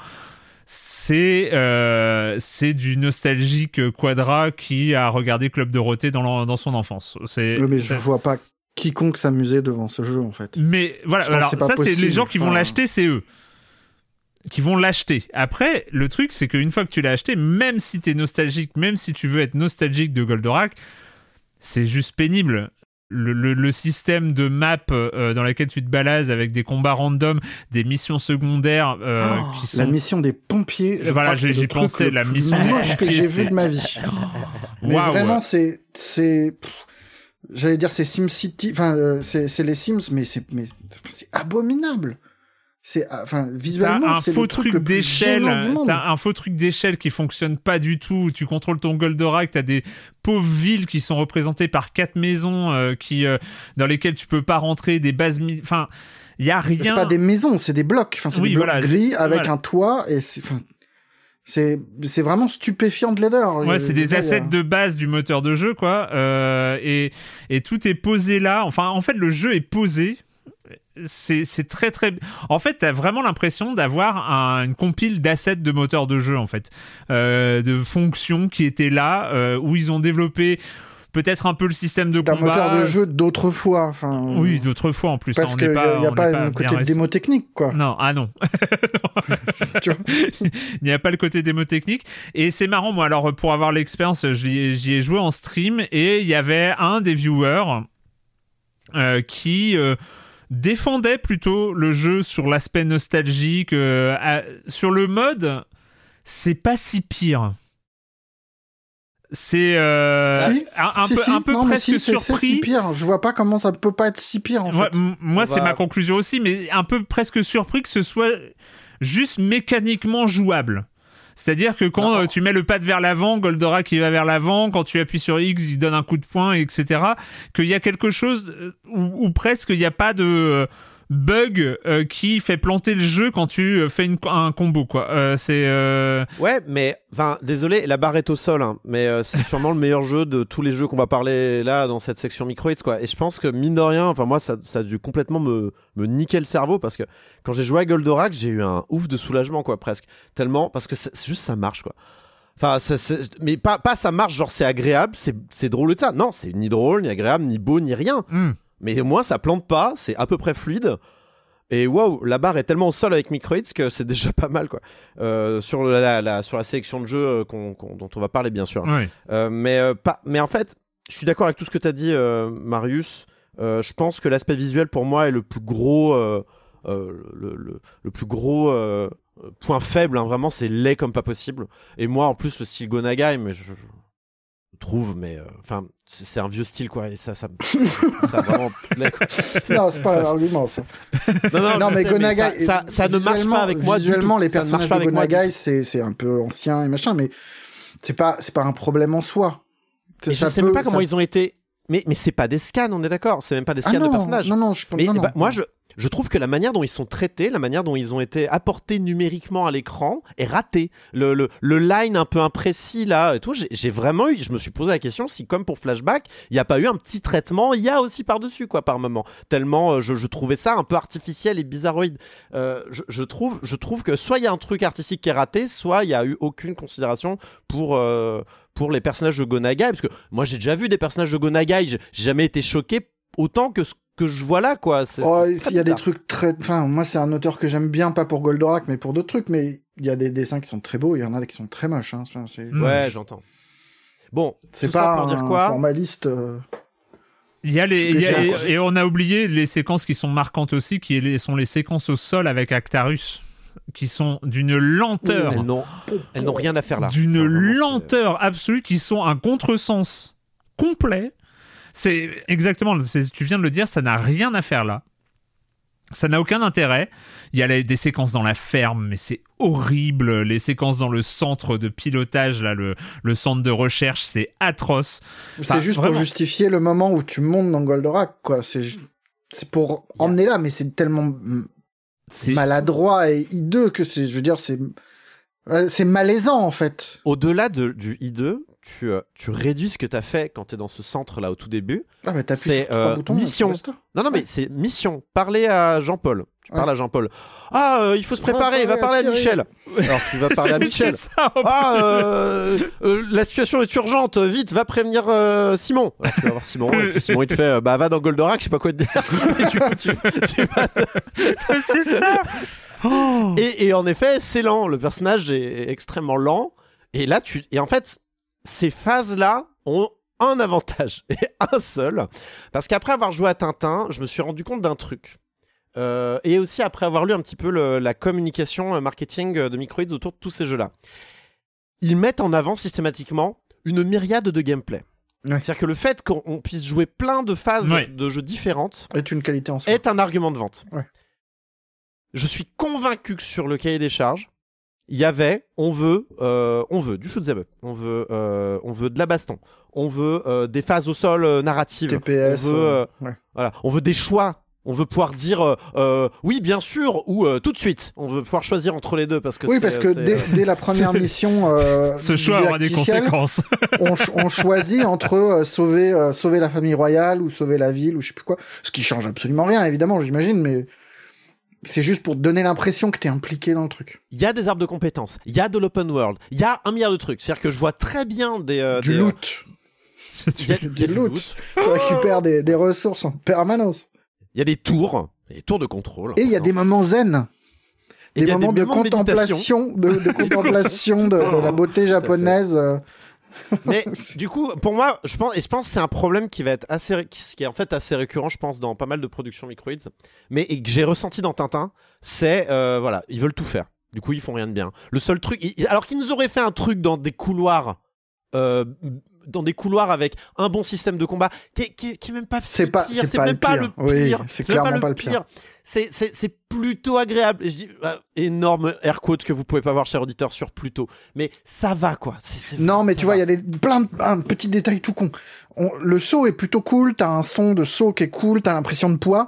[SPEAKER 3] C'est, euh, c'est du nostalgique Quadra qui a regardé Club Dorothée dans, l'en- dans son enfance. C'est,
[SPEAKER 6] Oui, mais
[SPEAKER 3] c'est-
[SPEAKER 6] je vois pas quiconque s'amuser devant ce jeu, en fait.
[SPEAKER 3] Mais voilà,
[SPEAKER 6] Je pense
[SPEAKER 3] alors
[SPEAKER 6] que c'est pas
[SPEAKER 3] ça, c'est les
[SPEAKER 6] possible.
[SPEAKER 3] gens qui vont
[SPEAKER 6] Enfin,
[SPEAKER 3] l'acheter, c'est eux. qui vont l'acheter. Après, le truc, c'est qu'une fois que tu l'as acheté, même si t'es nostalgique, même si tu veux être nostalgique de Goldorak, c'est juste pénible. Le, le, le système de map euh, dans laquelle tu te balades avec des combats random, des missions secondaires euh,
[SPEAKER 6] oh,
[SPEAKER 3] qui sont...
[SPEAKER 6] La mission des pompiers, je
[SPEAKER 3] voilà,
[SPEAKER 6] crois que c'est
[SPEAKER 3] j'y
[SPEAKER 6] le
[SPEAKER 3] pensais,
[SPEAKER 6] truc
[SPEAKER 3] la
[SPEAKER 6] le plus
[SPEAKER 3] mission des
[SPEAKER 6] moche
[SPEAKER 3] pompiers,
[SPEAKER 6] que j'ai
[SPEAKER 3] c'est...
[SPEAKER 6] vu de ma vie. Mais
[SPEAKER 3] Wow,
[SPEAKER 6] vraiment,
[SPEAKER 3] ouais.
[SPEAKER 6] c'est... c'est... J'allais dire c'est SimCity, enfin euh, c'est, c'est les Sims, mais c'est, mais c'est abominable. C'est, enfin visuellement,
[SPEAKER 3] t'as un
[SPEAKER 6] c'est
[SPEAKER 3] faux
[SPEAKER 6] le truc,
[SPEAKER 3] truc
[SPEAKER 6] le plus
[SPEAKER 3] d'échelle,
[SPEAKER 6] gênant du monde.
[SPEAKER 3] t'as un faux truc d'échelle qui fonctionne pas du tout. Tu contrôles ton Goldorak, t'as des pauvres villes qui sont représentées par quatre maisons euh, qui euh, dans lesquelles tu peux pas rentrer, des bases, mi- enfin il y a rien.
[SPEAKER 6] C'est pas des maisons, c'est des blocs. Enfin c'est
[SPEAKER 3] Oui,
[SPEAKER 6] des blocs
[SPEAKER 3] voilà,
[SPEAKER 6] gris avec
[SPEAKER 3] voilà.
[SPEAKER 6] un toit et c'est, enfin c'est, c'est vraiment stupéfiant de laideur.
[SPEAKER 3] Ouais, c'est des
[SPEAKER 6] Déjà,
[SPEAKER 3] assets
[SPEAKER 6] il y a-
[SPEAKER 3] de base du moteur de jeu, quoi. Euh, et, et tout est posé là. Enfin, en fait, le jeu est posé. C'est, c'est très, très... En fait, t'as vraiment l'impression d'avoir un, une compile d'assets de moteur de jeu, en fait. Euh, de fonctions qui étaient là, euh, où ils ont développé... Peut-être un peu le système de
[SPEAKER 6] d'un
[SPEAKER 3] combat.
[SPEAKER 6] moteur de jeu d'autrefois. Enfin,
[SPEAKER 3] Oui, d'autres fois en plus.
[SPEAKER 6] parce
[SPEAKER 3] hein, on
[SPEAKER 6] qu'il
[SPEAKER 3] n'est pas,
[SPEAKER 6] n'y a
[SPEAKER 3] on
[SPEAKER 6] pas
[SPEAKER 3] n'est
[SPEAKER 6] un
[SPEAKER 3] bien
[SPEAKER 6] côté de
[SPEAKER 3] récent.
[SPEAKER 6] démo technique, quoi.
[SPEAKER 3] Non, ah non.
[SPEAKER 6] Tu vois
[SPEAKER 3] Il n'y a pas le côté démo technique. Et c'est marrant, moi, alors, pour avoir l'expérience, j'y ai, j'y ai joué en stream et il y avait un des viewers euh, qui euh, défendait plutôt le jeu sur l'aspect nostalgique. Euh, à, sur le mode, c'est pas si pire. C'est euh,
[SPEAKER 6] si,
[SPEAKER 3] un, un
[SPEAKER 6] si,
[SPEAKER 3] peu,
[SPEAKER 6] si.
[SPEAKER 3] un peu
[SPEAKER 6] non,
[SPEAKER 3] presque
[SPEAKER 6] si, c'est,
[SPEAKER 3] surpris.
[SPEAKER 6] C'est si pire. Je vois pas comment ça peut pas être si pire, en
[SPEAKER 3] Ouais,
[SPEAKER 6] fait.
[SPEAKER 3] m- moi,
[SPEAKER 4] On
[SPEAKER 3] c'est
[SPEAKER 4] va-
[SPEAKER 3] ma conclusion aussi, mais un peu presque surpris que ce soit juste mécaniquement jouable. C'est-à-dire que quand euh, tu mets le pad vers l'avant, Goldorak il va vers l'avant, quand tu appuies sur X, il donne un coup de poing, et cetera. Qu'il y a quelque chose euh, où, où presque il n'y a pas de euh, bug euh, qui fait planter le jeu quand tu euh, fais une, un combo, quoi. Euh, c'est... Euh...
[SPEAKER 4] Ouais, mais enfin, désolé, la barre est au sol, hein, mais euh, c'est sûrement le meilleur jeu de tous les jeux qu'on va parler là dans cette section Microhits, quoi. Et je pense que mine de rien, enfin moi, ça, ça a dû complètement me, me niquer le cerveau parce que quand j'ai joué à Goldorak, j'ai eu un ouf de soulagement, quoi, presque. Tellement, parce que c'est, c'est juste ça marche, quoi. Enfin, ça, c'est, mais pas, pas ça marche, genre c'est agréable, c'est, c'est drôle et ça. Non, c'est ni drôle, ni agréable, ni beau, ni rien.
[SPEAKER 3] Mm.
[SPEAKER 4] Mais au moins, ça plante pas, c'est à peu près fluide. Et waouh, la barre est tellement au sol avec Microhits que c'est déjà pas mal, quoi. Euh, sur, la, la, la, sur la sélection de jeux euh, qu'on, qu'on, dont on va parler, bien sûr.
[SPEAKER 3] Ouais.
[SPEAKER 4] Euh, mais, euh, pas, mais en fait, je suis d'accord avec tout ce que tu as dit, euh, Marius. Euh, je pense que l'aspect visuel, pour moi, est le plus gros, euh, euh, le, le, le plus gros euh, point faible. Hein, vraiment, c'est laid comme pas possible. Et moi, en plus, le style Go Nagai, mais je, je trouve, mais enfin, euh, c'est, c'est un vieux style, quoi. Et ça, ça, ça vraiment laid, quoi.
[SPEAKER 6] Non, c'est pas un argument, ça.
[SPEAKER 4] Non, non,
[SPEAKER 6] non mais
[SPEAKER 4] sais,
[SPEAKER 6] Go
[SPEAKER 4] mais
[SPEAKER 6] Nagai,
[SPEAKER 4] ça, ça, ça ne marche pas avec moi du tout.
[SPEAKER 6] Visuellement, les
[SPEAKER 4] Ça ne
[SPEAKER 6] personnages
[SPEAKER 4] marche pas
[SPEAKER 6] de
[SPEAKER 4] avec
[SPEAKER 6] Go
[SPEAKER 4] moi du
[SPEAKER 6] Nagai,
[SPEAKER 4] tout.
[SPEAKER 6] c'est, c'est un peu ancien et machin, mais c'est pas, c'est pas un problème en soi.
[SPEAKER 4] Mais
[SPEAKER 6] ça
[SPEAKER 4] je sais
[SPEAKER 6] peut,
[SPEAKER 4] même pas comment
[SPEAKER 6] ça...
[SPEAKER 4] ils ont été. Mais, mais c'est pas des scans, on est d'accord. C'est même pas des scans
[SPEAKER 6] ah non,
[SPEAKER 4] de personnages.
[SPEAKER 6] Non, non, je
[SPEAKER 4] mais
[SPEAKER 6] non, non.
[SPEAKER 4] Bah, moi, je, je trouve que la manière dont ils sont traités, la manière dont ils ont été apportés numériquement à l'écran est ratée. Le, le, le line un peu imprécis là et tout, j'ai, j'ai vraiment eu. Je me suis posé la question si, comme pour Flashback, il n'y a pas eu un petit traitement, il y a aussi par-dessus, quoi, par moment. Tellement euh, je, je trouvais ça un peu artificiel et bizarroïde. Euh, je, je, trouve, je trouve que soit il y a un truc artistique qui est raté, soit il n'y a eu aucune considération pour. Euh, pour les personnages de Go Nagai, parce que moi j'ai déjà vu des personnages de Go Nagai, j'ai jamais été choqué autant que ce que je vois là, quoi. C'est,
[SPEAKER 6] oh,
[SPEAKER 4] c'est
[SPEAKER 6] il y a des trucs très, enfin moi c'est un auteur que j'aime bien, pas pour Goldorak mais pour d'autres trucs, mais il y a des dessins qui sont très beaux, il y en a qui sont très moches, hein. C'est...
[SPEAKER 4] ouais, j'entends. Bon,
[SPEAKER 6] c'est
[SPEAKER 4] tout
[SPEAKER 6] pas
[SPEAKER 4] ça pour dire quoi,
[SPEAKER 6] un formaliste. Euh...
[SPEAKER 3] Il y a les, il y a, et, et on a oublié les séquences qui sont marquantes aussi, qui sont les séquences au sol avec Actarus, qui sont d'une lenteur.
[SPEAKER 4] Elles n'ont, elles n'ont rien à faire là.
[SPEAKER 3] D'une
[SPEAKER 4] enfin, vraiment,
[SPEAKER 3] lenteur
[SPEAKER 4] c'est...
[SPEAKER 3] absolue, qui sont un contresens complet. C'est exactement, c'est, tu viens de le dire, ça n'a rien à faire là. Ça n'a aucun intérêt. Il y a les, des séquences dans la ferme, mais c'est horrible. Les séquences dans le centre de pilotage, là, le, le centre de recherche, c'est atroce.
[SPEAKER 6] Enfin, c'est juste vraiment... pour justifier le moment où tu montes dans Goldorak, quoi. C'est, c'est pour emmener là, mais c'est tellement c'est... maladroit et hideux que c'est, je veux dire, c'est, c'est malaisant, en fait.
[SPEAKER 4] Au-delà de, du hideux, tu, euh, tu réduis ce que tu as fait quand tu es dans ce centre-là au tout début.
[SPEAKER 6] Ah, mais t'appuies
[SPEAKER 4] c'est
[SPEAKER 6] sur
[SPEAKER 4] euh,
[SPEAKER 6] boutons,
[SPEAKER 4] mission.
[SPEAKER 6] Là,
[SPEAKER 4] non, non, mais ouais. c'est mission. Parler à Jean-Paul. Tu ouais. parles à Jean-Paul. Ah, euh, il faut se préparer, va parler à Michel. Alors, tu vas parler à Michel. Ça, ah, euh, euh, la situation est urgente, vite, va prévenir euh, Simon. Alors, tu vas voir Simon, et puis Simon, il te fait, euh, bah, va dans Goldorak, je sais pas quoi te dire. Et du coup, tu, tu vas...
[SPEAKER 3] C'est ça. Oh
[SPEAKER 4] et, et en effet, c'est lent. Le personnage est extrêmement lent. Et là, tu et en fait, ces phases-là ont un avantage et un seul, parce qu'après avoir joué à Tintin, je me suis rendu compte d'un truc. Euh, et aussi après avoir lu un petit peu le, la communication marketing de Microids autour de tous ces jeux-là. Ils mettent en avant systématiquement une myriade de gameplay. Ouais. C'est-à-dire que le fait qu'on puisse jouer plein de phases ouais. de jeux différentes
[SPEAKER 6] est une qualité en soi.
[SPEAKER 4] Est un argument de vente.
[SPEAKER 6] Ouais.
[SPEAKER 4] Je suis convaincu que sur le cahier des charges, il y avait, on veut, euh, on veut du shoot'em up, on veut, euh, on veut de la baston, on veut euh, des phases au sol euh, narratives,
[SPEAKER 6] T P S,
[SPEAKER 4] on veut, euh,
[SPEAKER 6] ouais.
[SPEAKER 4] voilà, on veut des choix. On veut pouvoir dire euh, euh, oui, bien sûr, ou euh, tout de suite. On veut pouvoir choisir entre les deux parce que
[SPEAKER 6] oui,
[SPEAKER 4] c'est,
[SPEAKER 6] parce que
[SPEAKER 4] c'est...
[SPEAKER 6] dès, dès la première mission, euh,
[SPEAKER 3] ce choix aura des conséquences.
[SPEAKER 6] on, on choisit entre euh, sauver, euh, sauver la famille royale ou sauver la ville ou je sais plus quoi. Ce qui change absolument rien, évidemment, j'imagine, mais c'est juste pour te donner l'impression que t'es impliqué dans le truc.
[SPEAKER 4] Il y a des arbres de compétences, il y a de l'open world, il y a un milliard de trucs. C'est-à-dire que je vois très bien des euh,
[SPEAKER 6] du
[SPEAKER 4] des,
[SPEAKER 6] loot,
[SPEAKER 4] euh... il y a,
[SPEAKER 6] du,
[SPEAKER 4] il y a
[SPEAKER 6] du
[SPEAKER 4] du
[SPEAKER 6] loot.
[SPEAKER 4] loot.
[SPEAKER 6] Tu récupères des, des ressources en permanence.
[SPEAKER 4] Il y a des tours, des tours de contrôle.
[SPEAKER 6] Et il y a des moments zen. Des moments
[SPEAKER 4] des
[SPEAKER 6] de
[SPEAKER 4] moments
[SPEAKER 6] contemplation, de, de contemplation de, de la beauté japonaise.
[SPEAKER 4] Mais du coup, pour moi, je pense, et je pense que c'est un problème qui va être assez, qui est en fait assez récurrent, je pense, dans pas mal de productions Microids, mais et que j'ai ressenti dans Tintin, c'est, euh, voilà, ils veulent tout faire. Du coup, ils font rien de bien. Le seul truc, ils, alors qu'ils nous auraient fait un truc dans des couloirs. Euh, dans des couloirs avec un bon système de combat qui, qui, qui est même pas
[SPEAKER 6] c'est
[SPEAKER 4] si
[SPEAKER 6] pas
[SPEAKER 4] pire,
[SPEAKER 6] c'est,
[SPEAKER 4] c'est
[SPEAKER 6] pas
[SPEAKER 4] même
[SPEAKER 6] le
[SPEAKER 4] pas
[SPEAKER 6] pire.
[SPEAKER 4] le pire,
[SPEAKER 6] oui, c'est,
[SPEAKER 4] c'est
[SPEAKER 6] clairement
[SPEAKER 4] même
[SPEAKER 6] pas
[SPEAKER 4] le
[SPEAKER 6] le pire,
[SPEAKER 4] pire. C'est, c'est, c'est plutôt agréable. Je dis, euh, énorme air quote que vous pouvez pas voir, cher auditeur, sur Pluto, mais ça va quoi. C'est, c'est
[SPEAKER 6] non mais tu
[SPEAKER 4] va.
[SPEAKER 6] vois, il y a des, plein de un petit détail tout con. On, le saut est plutôt cool, t'as un son de saut qui est cool, t'as l'impression de poids.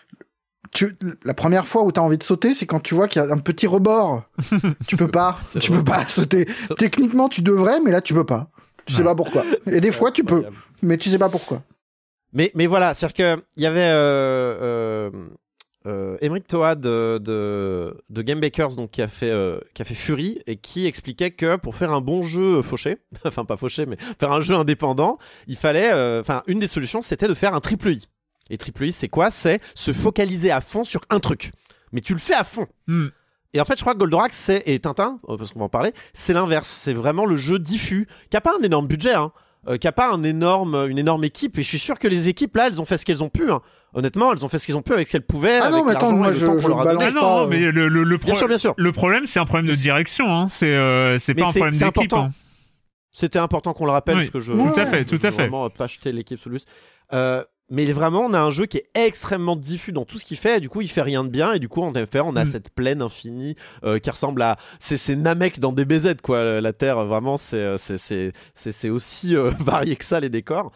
[SPEAKER 6] Tu, la première fois où t'as envie de sauter, c'est quand tu vois qu'il y a un petit rebord. Tu peux pas, tu vrai. peux pas sauter. Techniquement, tu devrais, mais là tu peux pas. Tu sais pas pourquoi. Et des fois, tu peux, mais tu sais pas pourquoi.
[SPEAKER 4] Mais, mais voilà, c'est-à-dire qu'il y avait euh, euh, euh, Émeric Toad de, de, de Game Bakers, donc, qui, a fait, euh, qui a fait Fury, et qui expliquait que pour faire un bon jeu fauché, enfin pas fauché, mais faire un jeu indépendant, il fallait, enfin, euh, une des solutions, c'était de faire un triple I. Et triple I, c'est quoi ? C'est se focaliser à fond sur un truc. Mais tu le fais à fond. Mm. Et en fait, je crois que Goldorak c'est, et Tintin, parce qu'on va en parler, c'est l'inverse. C'est vraiment le jeu diffus, qui n'a pas un énorme budget, hein, euh, qui n'a pas un énorme, une énorme équipe. Et je suis sûr que les équipes, là, elles ont fait ce qu'elles ont pu. Hein. Honnêtement, elles ont fait ce qu'elles ont pu avec ce qu'elles pouvaient.
[SPEAKER 6] Ah non, mais attends, moi, je, je, je balance
[SPEAKER 3] ah non,
[SPEAKER 6] pas.
[SPEAKER 3] mais le, le, le, pro-
[SPEAKER 4] bien sûr, bien sûr.
[SPEAKER 3] le problème, c'est un problème de direction. Hein. C'est, euh, c'est pas mais un c'est, problème
[SPEAKER 4] c'est
[SPEAKER 3] d'équipe.
[SPEAKER 4] Important.
[SPEAKER 3] Hein.
[SPEAKER 4] C'était important qu'on le rappelle,
[SPEAKER 3] oui.
[SPEAKER 4] parce que je.
[SPEAKER 3] Tout à fait, tout à fait.
[SPEAKER 4] Vraiment pas jeter l'équipe sous le bus. Euh, Mais vraiment, on a un jeu qui est extrêmement diffus dans tout ce qu'il fait, et du coup, il fait rien de bien, et du coup, on a, fait, on a mm. cette plaine infinie euh, qui ressemble à. C'est, c'est Namek dans D B Z, quoi. La Terre, vraiment, c'est, c'est, c'est, c'est, c'est aussi euh, varié que ça, les décors.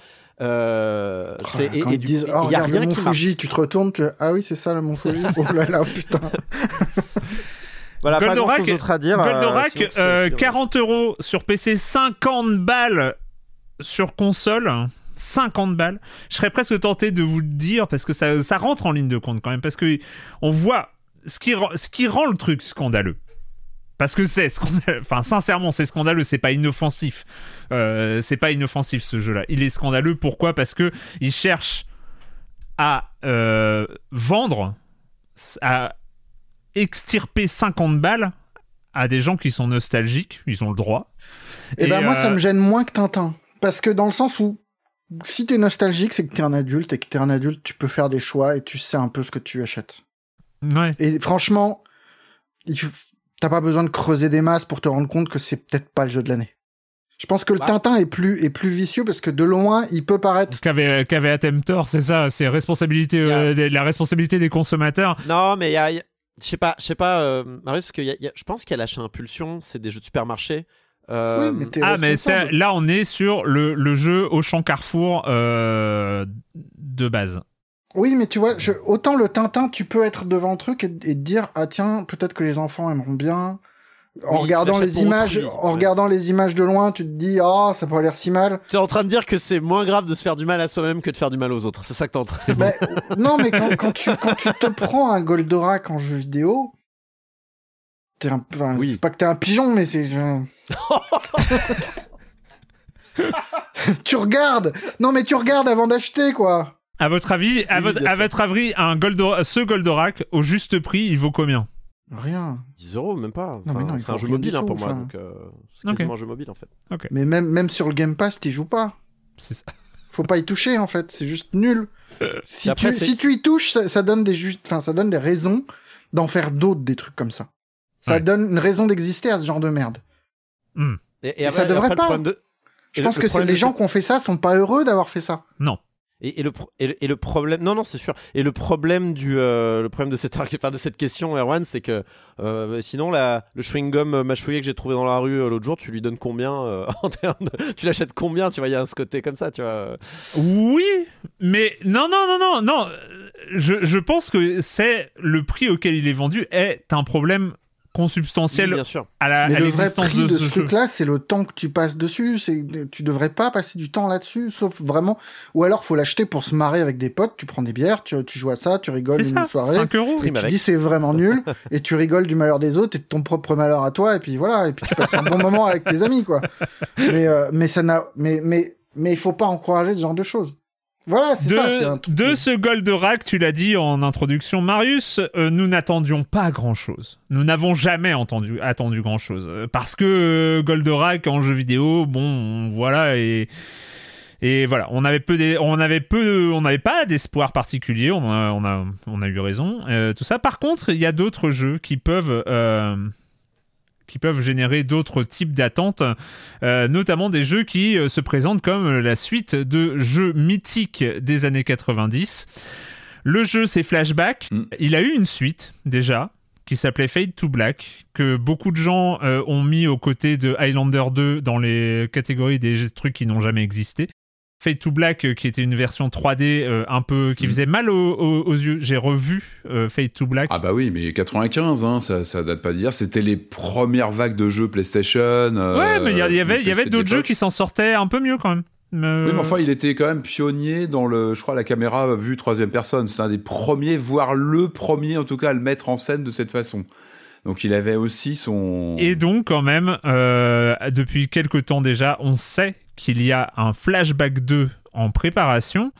[SPEAKER 4] Euh,
[SPEAKER 6] oh,
[SPEAKER 4] c'est,
[SPEAKER 6] quand
[SPEAKER 4] et, et
[SPEAKER 6] ils
[SPEAKER 4] du
[SPEAKER 6] disent,
[SPEAKER 4] coup,
[SPEAKER 6] oh,
[SPEAKER 4] il y a
[SPEAKER 6] regarde
[SPEAKER 4] rien
[SPEAKER 6] le Mont
[SPEAKER 4] qui
[SPEAKER 6] Fuji,
[SPEAKER 4] marche.
[SPEAKER 6] tu te retournes, tu... ah oui, c'est ça le Mont Fuji. Oh là là, putain.
[SPEAKER 4] Voilà,
[SPEAKER 3] Goldorak,
[SPEAKER 4] pas grand chose d'autre à dire.
[SPEAKER 3] Goldorak,
[SPEAKER 4] euh, sinon,
[SPEAKER 3] euh,
[SPEAKER 4] c'est,
[SPEAKER 3] quarante euros sur P C, cinquante balles sur console. cinquante balles. Je serais presque tenté de vous le dire parce que ça, ça rentre en ligne de compte quand même. Parce que on voit ce qui, ce qui rend le truc scandaleux. Parce que c'est scandaleux. Enfin, sincèrement, c'est scandaleux. C'est pas inoffensif. Euh, c'est pas inoffensif ce jeu-là. Il est scandaleux. Pourquoi ? Parce que il cherche à euh, vendre, à extirper cinquante balles à des gens qui sont nostalgiques. Ils ont le droit.
[SPEAKER 6] Et, Et ben euh... moi, ça me gêne moins que Tintin. Parce que dans le sens où si t'es nostalgique, c'est que t'es un adulte, et que t'es un adulte, tu peux faire des choix et tu sais un peu ce que tu achètes.
[SPEAKER 3] Ouais.
[SPEAKER 6] Et franchement, il faut... t'as pas besoin de creuser des masses pour te rendre compte que c'est peut-être pas le jeu de l'année. Je pense que le bah. Tintin est plus, est plus vicieux parce que de loin, il peut paraître...
[SPEAKER 3] Qu'avait, qu'avait Attemptor, c'est ça, c'est responsabilité, euh, a... la responsabilité des consommateurs.
[SPEAKER 4] Non, mais il y a... Y a... Je sais pas, je sais pas, euh, Marius, que y a, y a... je pense qu'il y a lâché Impulsion, c'est des jeux de supermarché.
[SPEAKER 6] Euh... Oui, mais t'es
[SPEAKER 3] ah mais c'est, là on est sur le, le jeu Auchan Carrefour euh, de base.
[SPEAKER 6] Oui mais tu vois, je, autant le Tintin tu peux être devant le truc et, et te dire ah tiens peut-être que les enfants aimeront bien. En oui, regardant les images, retrouver, en ouais. regardant les images de loin, tu te dis ah oh, ça peut l'air si mal.
[SPEAKER 4] Tu es en train de dire que c'est moins grave de se faire du mal à soi-même que de faire du mal aux autres. C'est ça que t'es en train de dire.
[SPEAKER 6] Mais, non mais quand, quand tu quand tu te prends un Goldorak en jeu vidéo. T'es un, enfin, oui. C'est pas que t'es un pigeon, mais c'est. Tu regardes. Non, mais tu regardes avant d'acheter, quoi.
[SPEAKER 3] À votre avis, à, oui, votre, à votre avis, un Goldorak, ce Goldorak au juste prix, il vaut combien ?
[SPEAKER 6] Rien.
[SPEAKER 4] dix euros, même pas. Enfin,
[SPEAKER 6] non, non,
[SPEAKER 4] c'est un jeu mobile hein, pour moi,
[SPEAKER 6] enfin...
[SPEAKER 4] donc euh, c'est quasiment okay. un jeu mobile en fait.
[SPEAKER 3] Okay.
[SPEAKER 6] Mais même, même sur le Game Pass, t'y joues pas.
[SPEAKER 3] C'est ça.
[SPEAKER 6] Faut pas y toucher en fait, c'est juste nul. Si,
[SPEAKER 4] après,
[SPEAKER 6] tu, si tu y touches, ça, ça, donne des just... enfin, ça donne des raisons d'en faire d'autres, des trucs comme ça. Ça ouais. donne une raison d'exister à ce genre de merde.
[SPEAKER 3] Mm.
[SPEAKER 4] Et, et,
[SPEAKER 6] et
[SPEAKER 4] après,
[SPEAKER 6] ça devrait pas.
[SPEAKER 4] De...
[SPEAKER 6] Je et pense le, que le les gens qui ont fait ça sont pas heureux d'avoir fait ça.
[SPEAKER 3] Non.
[SPEAKER 4] Et, et, le pro- et, le, et le problème, non non c'est sûr. Et le problème du, euh, le problème de cette, enfin, de cette question, Erwan, c'est que euh, sinon la, le chewing gum mâchouillé que j'ai trouvé dans la rue euh, l'autre jour, tu lui donnes combien euh, en termes de, tu l'achètes combien, tu vois, il y a ce côté comme ça, tu vois.
[SPEAKER 3] Oui, mais non non non non non, je je pense que c'est le prix auquel il est vendu est un problème consubstantiel
[SPEAKER 4] oui, bien sûr.
[SPEAKER 3] à la
[SPEAKER 6] mais
[SPEAKER 3] à
[SPEAKER 6] le vrai
[SPEAKER 3] l'existence
[SPEAKER 6] prix
[SPEAKER 3] de,
[SPEAKER 6] de
[SPEAKER 3] ce,
[SPEAKER 6] ce truc-là, c'est le temps que tu passes dessus. C'est tu devrais pas passer du temps là-dessus, sauf vraiment. Ou alors faut l'acheter pour se marrer avec des potes. Tu prends des bières, tu, tu joues à ça, tu rigoles
[SPEAKER 3] c'est
[SPEAKER 6] une
[SPEAKER 3] ça,
[SPEAKER 6] soirée.
[SPEAKER 3] cinq euros.
[SPEAKER 6] Et tu avec. dis c'est vraiment nul et tu rigoles du malheur des autres et de ton propre malheur à toi et puis voilà et puis tu passes un bon moment avec tes amis quoi. Mais euh, mais ça n'a mais mais mais il faut pas encourager ce genre de choses. Voilà, c'est
[SPEAKER 3] de,
[SPEAKER 6] ça. C'est un truc
[SPEAKER 3] de
[SPEAKER 6] de...
[SPEAKER 3] ce Goldorak, tu l'as dit en introduction, Marius, euh, nous n'attendions pas grand-chose. Nous n'avons jamais entendu, attendu grand-chose. Parce que euh, Goldorak en jeu vidéo, bon, voilà, et... Et voilà, on avait peu, des, on avait peu, on n'avait pas d'espoir particulier. On a, on a, on a eu raison. Euh, tout ça. Par contre, il y a d'autres jeux qui peuvent, euh, qui peuvent générer d'autres types d'attentes, euh, notamment des jeux qui euh, se présentent comme la suite de jeux mythiques des années quatre-vingt-dix. Le jeu, c'est Flashback. Mm. Il a eu une suite déjà, qui s'appelait Fade to Black, que beaucoup de gens euh, ont mis aux côtés de Highlander deux dans les catégories des trucs qui n'ont jamais existé. Fade to Black, euh, qui était une version trois D euh, un peu qui mmh. faisait mal aux, aux, aux yeux. J'ai revu euh, Fade to Black.
[SPEAKER 5] Ah bah oui, mais quatre-vingt-quinze, hein, ça, ça date pas d'hier. C'était les premières vagues de jeux PlayStation. Euh,
[SPEAKER 3] ouais, mais il y, y avait, il y avait d'autres jeux qui s'en sortaient un peu mieux quand même. Euh...
[SPEAKER 5] Oui, mais enfin, il était quand même pionnier dans le, je crois, la caméra vue troisième personne. C'est un des premiers, voire le premier, en tout cas, à le mettre en scène de cette façon. Donc, il avait aussi son...
[SPEAKER 3] Et donc, quand même, euh, depuis quelques temps déjà, on sait qu'il y a un Flashback deux en préparation.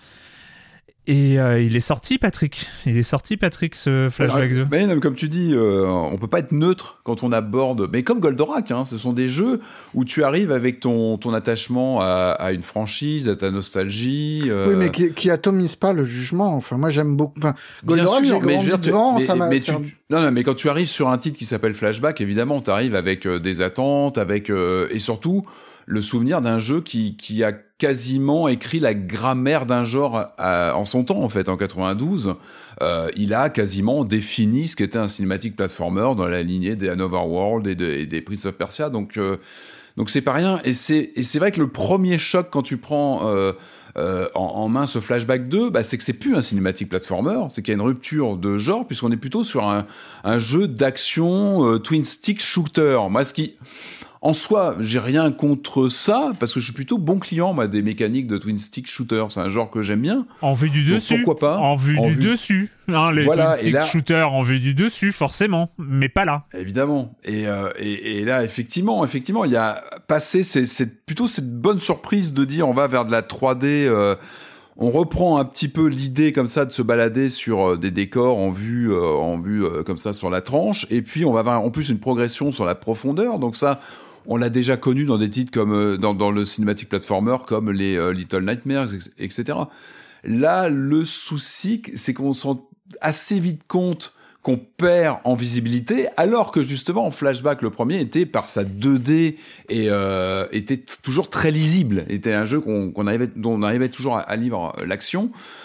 [SPEAKER 3] Et euh, il est sorti, Patrick. Il est sorti, Patrick, ce Flashback deux.
[SPEAKER 5] Mais non, comme tu dis, euh, on peut pas être neutre quand on aborde... Mais comme Goldorak, hein, ce sont des jeux où tu arrives avec ton, ton attachement à, à une franchise, à ta nostalgie... Euh...
[SPEAKER 6] Oui, mais qui, qui atomise pas le jugement. Enfin, moi, j'aime beaucoup... Enfin, Goldorak, j'ai grandi devant, ça m'a...
[SPEAKER 5] Mais tu... Non, non, mais quand tu arrives sur un titre qui s'appelle Flashback, évidemment, tu arrives avec euh, des attentes, avec... Euh, et surtout... le souvenir d'un jeu qui, qui a quasiment écrit la grammaire d'un genre à, en son temps, en fait, en quatre-vingt-douze. Euh, il a quasiment défini ce qu'était un cinématique platformer dans la lignée des Another World et, de, et des Prince of Persia. Donc, euh, donc c'est pas rien. Et c'est, et c'est vrai que le premier choc quand tu prends euh, euh, en, en main ce Flashback deux, bah, c'est que c'est plus un cinématique platformer, c'est qu'il y a une rupture de genre, puisqu'on est plutôt sur un, un jeu d'action euh, twin stick shooter. Moi, ce qui... En soi, j'ai rien contre ça, parce que je suis plutôt bon client, moi, des mécaniques de twin stick shooter. C'est un genre que j'aime bien.
[SPEAKER 3] En vue du
[SPEAKER 5] donc,
[SPEAKER 3] dessus.
[SPEAKER 5] Pourquoi pas?
[SPEAKER 3] En vue
[SPEAKER 5] en
[SPEAKER 3] du
[SPEAKER 5] vue...
[SPEAKER 3] dessus. Hein, les
[SPEAKER 5] voilà,
[SPEAKER 3] twin stick
[SPEAKER 5] là...
[SPEAKER 3] shooters en vue du dessus, forcément. Mais pas là.
[SPEAKER 5] Évidemment. Et, euh, et, et là, effectivement, effectivement, il y a passé, c'est, c'est plutôt cette bonne surprise de dire on va vers de la trois D. Euh, on reprend un petit peu l'idée comme ça de se balader sur euh, des décors en vue, euh, en vue euh, comme ça sur la tranche. Et puis, on va avoir en plus une progression sur la profondeur. Donc ça... On l'a déjà connu dans des titres comme euh, dans, dans le cinématique platformer, comme les euh, Little Nightmares, et cetera. Là, le souci, c'est qu'on se rend assez vite compte qu'on perd en visibilité, alors que justement, en Flashback, le premier était par sa deux D et euh, était t- toujours très lisible. Était un jeu qu'on, qu'on arrivait, dont on arrivait toujours à, à lire l'action.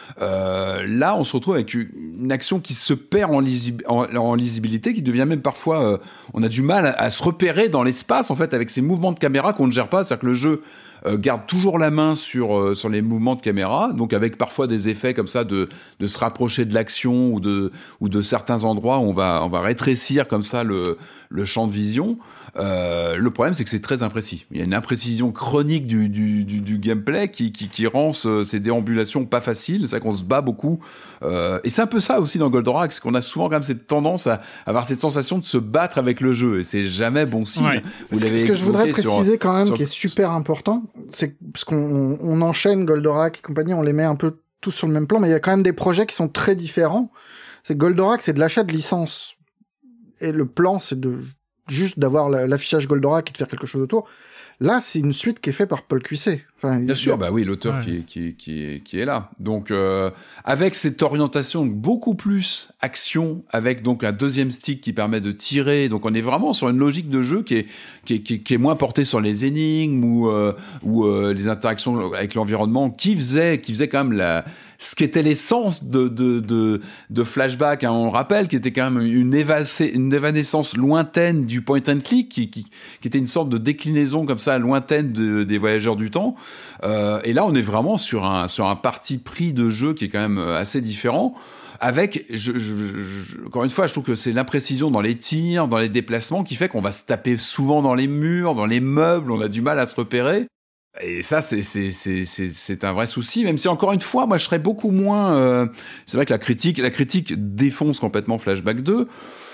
[SPEAKER 5] Euh, là, on se retrouve avec une action qui se perd en, lisi- en, en lisibilité, qui devient même parfois, euh, on a du mal à, à se repérer dans l'espace, en fait, avec ces mouvements de caméra qu'on ne gère pas. C'est-à-dire que le jeu euh, garde toujours la main sur euh, sur les mouvements de caméra, donc avec parfois des effets comme ça de de se rapprocher de l'action ou de ou de certains endroits où on va on va rétrécir comme ça le le champ de vision. Euh, le problème, c'est que c'est très imprécis. Il y a une imprécision chronique du, du, du, du gameplay qui, qui, qui rend ce, ces déambulations pas faciles. C'est vrai qu'on se bat beaucoup. Euh, et c'est un peu ça aussi dans Goldorak, c'est qu'on a souvent quand même cette tendance à avoir cette sensation de se battre avec le jeu. Et c'est jamais bon signe.
[SPEAKER 3] Ouais.
[SPEAKER 6] Vous ce, ce que je voudrais préciser sur, quand même, sur... qui est super important, c'est parce qu'on on enchaîne Goldorak et compagnie, on les met un peu tous sur le même plan, mais il y a quand même des projets qui sont très différents. C'est Goldorak, c'est de l'achat de licences. et le plan c'est de juste d'avoir l'affichage Goldorak et de faire quelque chose autour. Là, c'est une suite qui est faite par Paul Cuisset. Enfin,
[SPEAKER 5] Bien
[SPEAKER 6] il...
[SPEAKER 5] sûr, bah oui, l'auteur
[SPEAKER 3] ouais.
[SPEAKER 5] qui, est, qui, est, qui, est, qui est là. Donc, euh, avec cette orientation beaucoup plus action, avec donc un deuxième stick qui permet de tirer. Donc, on est vraiment sur une logique de jeu qui est, qui est, qui est, qui est moins portée sur les énigmes ou, euh, ou euh, les interactions avec l'environnement, qui faisait, qui faisait quand même la... ce qui était l'essence de, de, de, de Flashback, hein, on rappelle, qui était quand même une, évasé, une évanescence lointaine du point and click, qui, qui, qui était une sorte de déclinaison comme ça, lointaine de, des voyageurs du temps. Euh, et là, on est vraiment sur un, sur un parti pris de jeu qui est quand même assez différent. Avec, je, je, je, encore une fois, je trouve que c'est l'imprécision dans les tirs, dans les déplacements, qui fait qu'on va se taper souvent dans les murs, dans les meubles, on a du mal à se repérer. Et ça, c'est, c'est, c'est, c'est, c'est un vrai souci, même si, encore une fois, moi, je serais beaucoup moins... Euh, c'est vrai que la critique, la critique défonce complètement Flashback deux.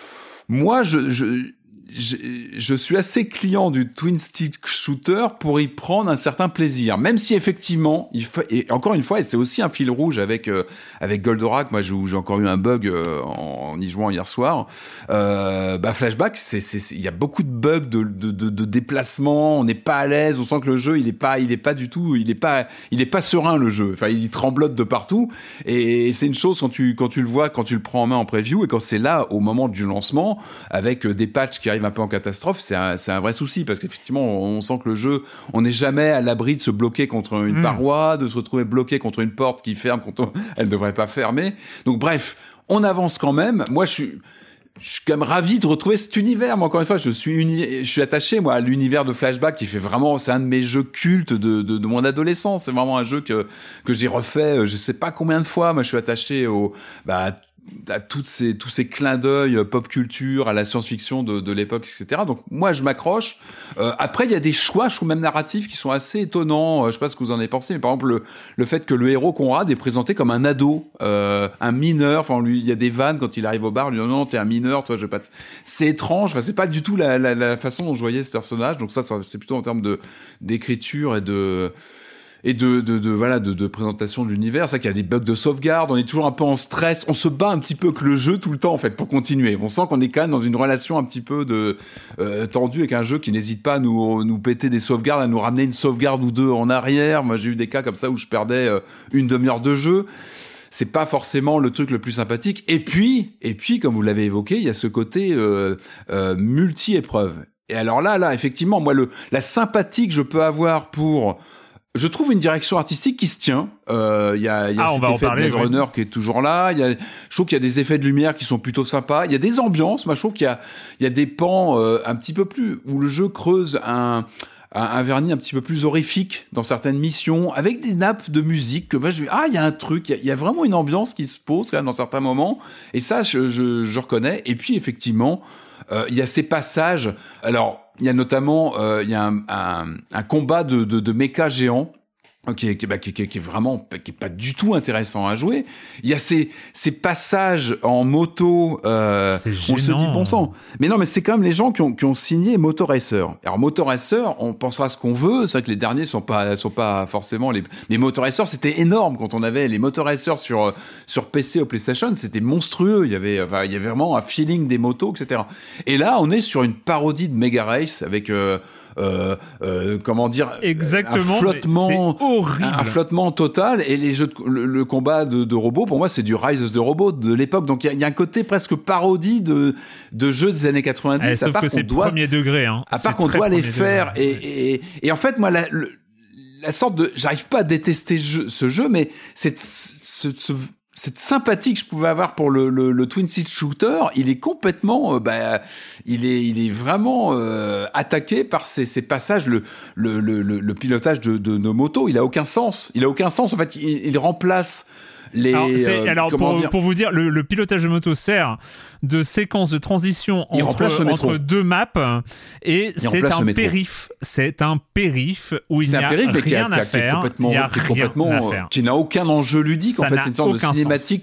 [SPEAKER 5] Moi, je... je Je, je suis assez client du twin stick shooter pour y prendre un certain plaisir, même si effectivement, il fa... et encore une fois, et c'est aussi un fil rouge avec euh, avec Goldorak. Moi, j'ai, j'ai encore eu un bug euh, en, en y jouant hier soir. Euh, bah, Flashback, c'est c'est il y a beaucoup de bugs de de de, de déplacement. On n'est pas à l'aise. On sent que le jeu, il est pas il est pas du tout, il est pas il est pas serein le jeu. Enfin, il tremblote de partout. Et, et c'est une chose quand tu quand tu le vois, quand tu le prends en main en preview et quand c'est là au moment du lancement avec des patchs qui arrivent un peu en catastrophe, c'est un, c'est un vrai souci parce qu'effectivement on, on sent que le jeu, on n'est jamais à l'abri de se bloquer contre une mmh. paroi, de se retrouver bloqué contre une porte qui ferme quand on, elle ne devrait pas fermer. Donc bref, on avance quand même. Moi je suis je suis quand même ravi de retrouver cet univers. Moi, encore une fois, je suis uni... je suis attaché moi à l'univers de Flashback qui fait vraiment, c'est un de mes jeux cultes de de, de mon adolescence. C'est vraiment un jeu que que j'ai refait, je sais pas combien de fois. Moi, je suis attaché au bah à toutes ces, tous ces clins d'œil pop culture, à la science-fiction de, de l'époque, et cetera. Donc moi je m'accroche. Euh, après il y a des choix, je trouve même narratifs qui sont assez étonnants. Euh, je sais pas ce que vous en avez pensé, mais par exemple le, le fait que le héros Conrad est présenté comme un ado, euh, un mineur. Enfin lui, il y a des vannes quand il arrive au bar, lui dit non, non t'es un mineur, toi je vais pas. Te... C'est étrange. Enfin c'est pas du tout la, la, la façon dont je voyais ce personnage. Donc ça, ça c'est plutôt en termes de d'écriture et de et de, de, de voilà de, de présentation de l'univers. C'est vrai qu'il y a des bugs de sauvegarde, on est toujours un peu en stress, on se bat un petit peu avec le jeu tout le temps en fait pour continuer. On sent qu'on est quand même dans une relation un petit peu de euh, tendue avec un jeu qui n'hésite pas à nous nous péter des sauvegardes, à nous ramener une sauvegarde ou deux en arrière. Moi j'ai eu des cas comme ça où je perdais euh, une demi-heure de jeu. C'est pas forcément le truc le plus sympathique. Et puis et puis comme vous l'avez évoqué, il y a ce côté euh, euh, multi-épreuve. Et alors là là effectivement moi le la sympathie que je peux avoir pour je trouve une direction artistique qui se tient. Il euh, y a, y a ah, cet effet parler, de Blade ouais. Runner qui est toujours là. Y a, je trouve qu'il y a des effets de lumière qui sont plutôt sympas. Il y a des ambiances. Moi, je trouve qu'il y a, y a des pans euh, un petit peu plus où le jeu creuse un, un, un vernis un petit peu plus horrifique dans certaines missions, avec des nappes de musique que moi je dis ah il y a un truc, il y, y a vraiment une ambiance qui se pose quand même dans certains moments. Et ça, je, je, je reconnais. Et puis effectivement, il euh, y a ces passages. Alors. Il y a notamment euh, il y a un, un, un combat de, de, de méca géants qui est, qui, bah, qui, qui, qui est vraiment qui est pas du tout intéressant à jouer. Il y a ces, ces passages en moto, euh, on se dit bon sang. Mais non, mais c'est quand même les gens qui ont, qui ont signé Motor Racer. Alors Motor Racer, on pensera ce qu'on veut. C'est vrai que les derniers sont pas sont pas forcément les. Mais Motor Racer, c'était énorme quand on avait les Motor Racer sur sur P C ou PlayStation. C'était monstrueux. Il y avait enfin il y avait vraiment un feeling des motos, et cetera. Et là, on est sur une parodie de Mega Race avec euh, Euh, euh, comment dire,
[SPEAKER 3] exactement,
[SPEAKER 5] un flottement,
[SPEAKER 3] c'est horrible.
[SPEAKER 5] Un, un flottement total. Et les jeux, de, le, le combat de, de robots, pour moi, c'est du Rise of the Robot de l'époque. Donc il y, y a un côté presque parodie de de jeux des années quatre-vingt-dix.
[SPEAKER 3] Eh, sauf
[SPEAKER 5] à part
[SPEAKER 3] que
[SPEAKER 5] qu'on
[SPEAKER 3] c'est
[SPEAKER 5] doit,
[SPEAKER 3] premier degré. Hein.
[SPEAKER 5] À part
[SPEAKER 3] c'est
[SPEAKER 5] qu'on doit les faire.
[SPEAKER 3] Degré,
[SPEAKER 5] et,
[SPEAKER 3] ouais.
[SPEAKER 5] et, et, et en fait, moi, la, le, la sorte de, j'arrive pas à détester ce jeu, ce jeu mais cette ce, ce cette sympathie que je pouvais avoir pour le, le, le twin stick shooter, il est complètement, euh, bah, il est, il est vraiment euh, attaqué par ces, ces passages, le, le, le, le pilotage de, de nos motos, il a aucun sens. Il a aucun sens. En fait, il, il remplace les.
[SPEAKER 3] Alors, c'est,
[SPEAKER 5] euh,
[SPEAKER 3] alors pour, pour vous dire, le, le pilotage de moto sert de séquence de transition entre, entre deux maps et il c'est un périph. C'est un périph où il
[SPEAKER 5] c'est
[SPEAKER 3] n'y a rien à faire.
[SPEAKER 5] Qui, a, qui, a, qui, a qui, qui n'a aucun enjeu ludique. Ça en fait, c'est une sorte de cinématique.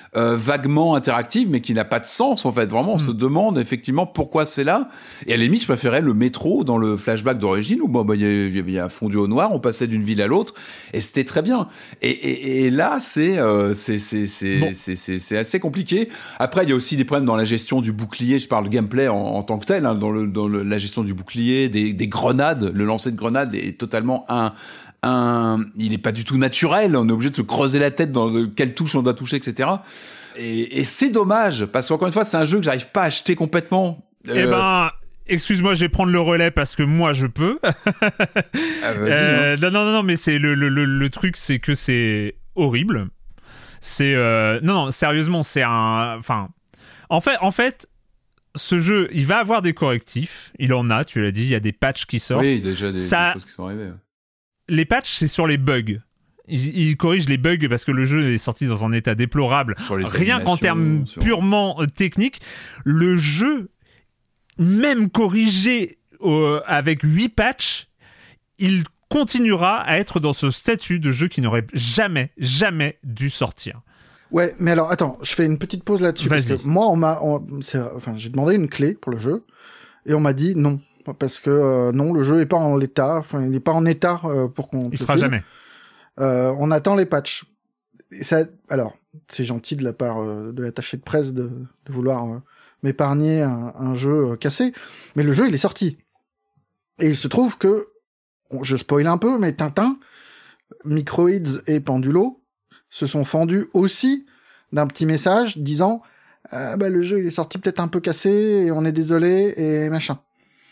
[SPEAKER 5] euh, vaguement interactive, mais qui n'a pas de sens en fait. Vraiment, on mmh. se demande effectivement pourquoi c'est là. Et à la limite, je préférais le métro dans le flashback d'origine où bon, bah, y, y, y a fondu au noir, on passait d'une ville à l'autre, et c'était très bien. Et, et, et là, c'est euh, c'est c'est c'est, bon. c'est c'est c'est assez compliqué. Après, il y a aussi des problèmes dans la gestion du bouclier. Je parle de gameplay en, en tant que tel, hein, dans le dans le, la gestion du bouclier, des, des grenades. Le lancer de grenades est totalement un Un, il est pas du tout naturel, on est obligé de se creuser la tête dans quelle touche on doit toucher, et cetera. Et, et c'est dommage, parce qu'encore une fois, c'est un jeu que j'arrive pas à acheter complètement. Euh...
[SPEAKER 3] Eh ben, excuse-moi, je vais prendre le relais parce que moi, je peux.
[SPEAKER 5] ah, vas-y,
[SPEAKER 3] euh, non, non, non, non, mais c'est le, le, le, le truc, c'est que c'est horrible. C'est... Euh... Non, non, sérieusement, c'est un... Enfin... En fait, en fait, ce jeu, il va avoir des correctifs. Il en a, tu l'as dit, il y a des patchs qui sortent.
[SPEAKER 5] Oui, déjà des,
[SPEAKER 3] Ça...
[SPEAKER 5] des choses qui sont arrivées.
[SPEAKER 3] Les patchs, c'est sur les bugs. Ils, ils corrigent les bugs parce que le jeu est sorti dans un état déplorable. Rien qu'en termes sur... purement techniques, le jeu, même corrigé euh, avec huit patchs, il continuera à être dans ce statut de jeu qui n'aurait jamais, jamais dû sortir.
[SPEAKER 6] Ouais, mais alors attends, je fais une petite pause là-dessus.
[SPEAKER 3] Vas-y.
[SPEAKER 6] Parce que moi, on m'a, on, c'est, enfin, j'ai demandé une clé pour le jeu et on m'a dit non. Parce que euh, non, le jeu est pas en l'état, enfin il est pas en état euh, pour qu'on.
[SPEAKER 3] Il sera file. jamais.
[SPEAKER 6] Euh, on attend les patchs. Et ça, alors c'est gentil de la part euh, de l'attaché de presse de, de vouloir euh, m'épargner un, un jeu euh, cassé, mais le jeu il est sorti. Et il se trouve que, je spoil un peu, mais Tintin, Microids et Pendulo se sont fendus aussi d'un petit message disant euh, bah le jeu il est sorti peut-être un peu cassé et on est désolé et machin.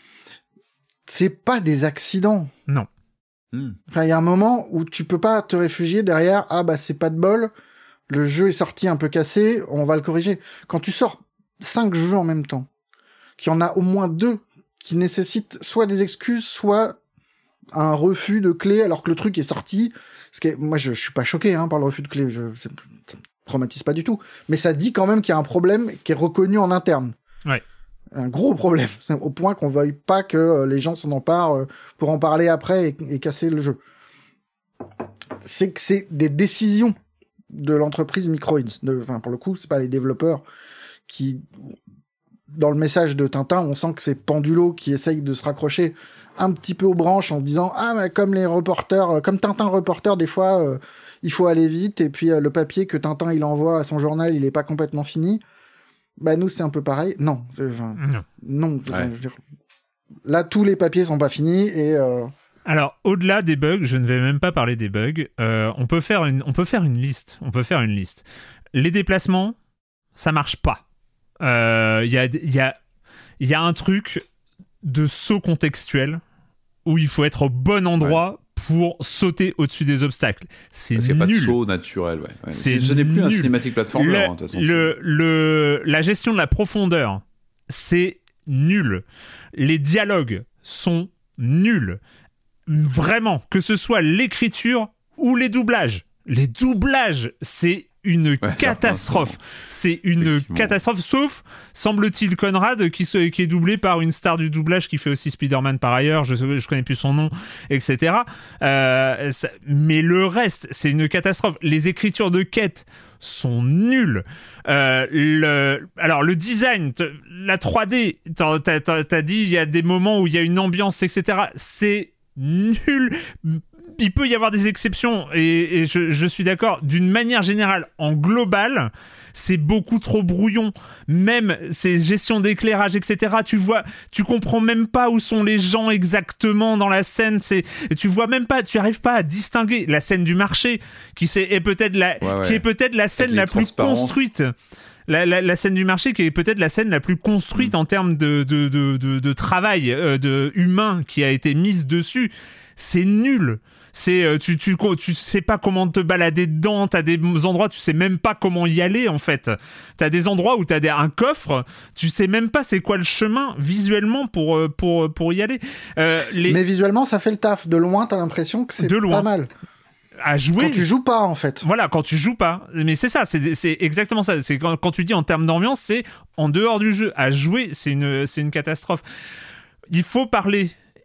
[SPEAKER 6] C'est pas des accidents.
[SPEAKER 3] Non.
[SPEAKER 6] Mmh. Enfin, il y a un moment où tu peux pas te réfugier derrière « Ah bah c'est pas de bol, le jeu est sorti un peu cassé, on va le corriger. » Quand tu sors cinq jeux en même temps, qu'il y en a au moins deux qui nécessitent soit des excuses, soit un refus de clé alors que le truc est sorti. Ce qui est... Moi, je, je suis pas choqué hein, par le refus de clé, je, ça me traumatise pas du tout. Mais ça dit quand même qu'il y a un problème qui est reconnu en interne.
[SPEAKER 3] Ouais.
[SPEAKER 6] Un gros problème, au point qu'on veuille pas que les gens s'en emparent pour en parler après et, et casser le jeu. C'est que c'est des décisions de l'entreprise Microids. De, enfin, pour le coup, c'est pas les développeurs qui, dans le message de Tintin, on sent que c'est Pendulo qui essaye de se raccrocher un petit peu aux branches en disant ah mais comme les reporters, comme Tintin reporter, des fois euh, il faut aller vite et puis euh, le papier que Tintin il envoie à son journal, il est pas complètement fini. Bah nous c'est un peu pareil. Non, enfin, non, non.
[SPEAKER 3] Ouais.
[SPEAKER 6] Enfin, je veux dire, là tous les papiers sont pas finis et. Euh...
[SPEAKER 3] Alors au-delà des bugs, je ne vais même pas parler des bugs. Euh, on peut faire une, on peut faire une liste. On peut faire une liste. Les déplacements, ça marche pas. Il euh, y a, il y a, il y a un truc de saut contextuel où il faut être au bon endroit. Ouais. Pour sauter au-dessus des obstacles. C'est
[SPEAKER 5] Parce qu'il n'y a
[SPEAKER 3] nul.
[SPEAKER 5] pas de saut naturel. Ouais. Ouais.
[SPEAKER 3] C'est
[SPEAKER 5] ce n'est plus
[SPEAKER 3] nul.
[SPEAKER 5] un cinématique plateforme.
[SPEAKER 3] Le,
[SPEAKER 5] hein, de toute façon,
[SPEAKER 3] le, le, la gestion de la profondeur, c'est nul. Les dialogues sont nuls. Vraiment, que ce soit l'écriture ou les doublages. Les doublages, c'est une ouais, catastrophe. C'est une catastrophe, sauf, semble-t-il, Conrad, qui, se, qui est doublé par une star du doublage qui fait aussi Spider-Man par ailleurs, je je connais plus son nom, et cetera. Euh, ça, mais le reste, c'est une catastrophe. Les écritures de quêtes sont nulles. Euh, le, alors, le design, la trois D, t'as, t'as, t'as dit, il y a des moments où il y a une ambiance, et cetera. C'est nul. Il peut y avoir des exceptions et, et je, je suis d'accord. D'une manière générale, en global, c'est beaucoup trop brouillon. Même ces gestions d'éclairage, et cetera. Tu vois, tu comprends même pas où sont les gens exactement dans la scène. C'est, tu vois même pas, tu arrives pas à distinguer la scène du marché qui c'est, est peut-être la, ouais, ouais. qui est peut-être la scène la plus construite. La, la, la scène du marché qui est peut-être la scène la plus construite mmh. en termes de, de, de, de, de travail euh, de humain qui a été mise dessus. C'est nul. C'est euh, tu tu tu sais pas comment te balader dedans, t'as des endroits tu sais même pas comment y aller en fait. T'as des endroits où t'as des, un coffre, tu sais même pas c'est quoi le chemin visuellement pour pour pour y aller. Euh, les...
[SPEAKER 6] Mais visuellement ça fait le taf. De loin t'as l'impression que c'est
[SPEAKER 3] de loin.
[SPEAKER 6] Pas mal.
[SPEAKER 3] À jouer.
[SPEAKER 6] Quand tu joues pas en fait.
[SPEAKER 3] Voilà, quand tu joues pas. Mais c'est ça, c'est c'est exactement ça. C'est quand, quand tu dis en termes d'ambiance, c'est en dehors du jeu. À jouer, c'est une c'est une catastrophe. Il faut parler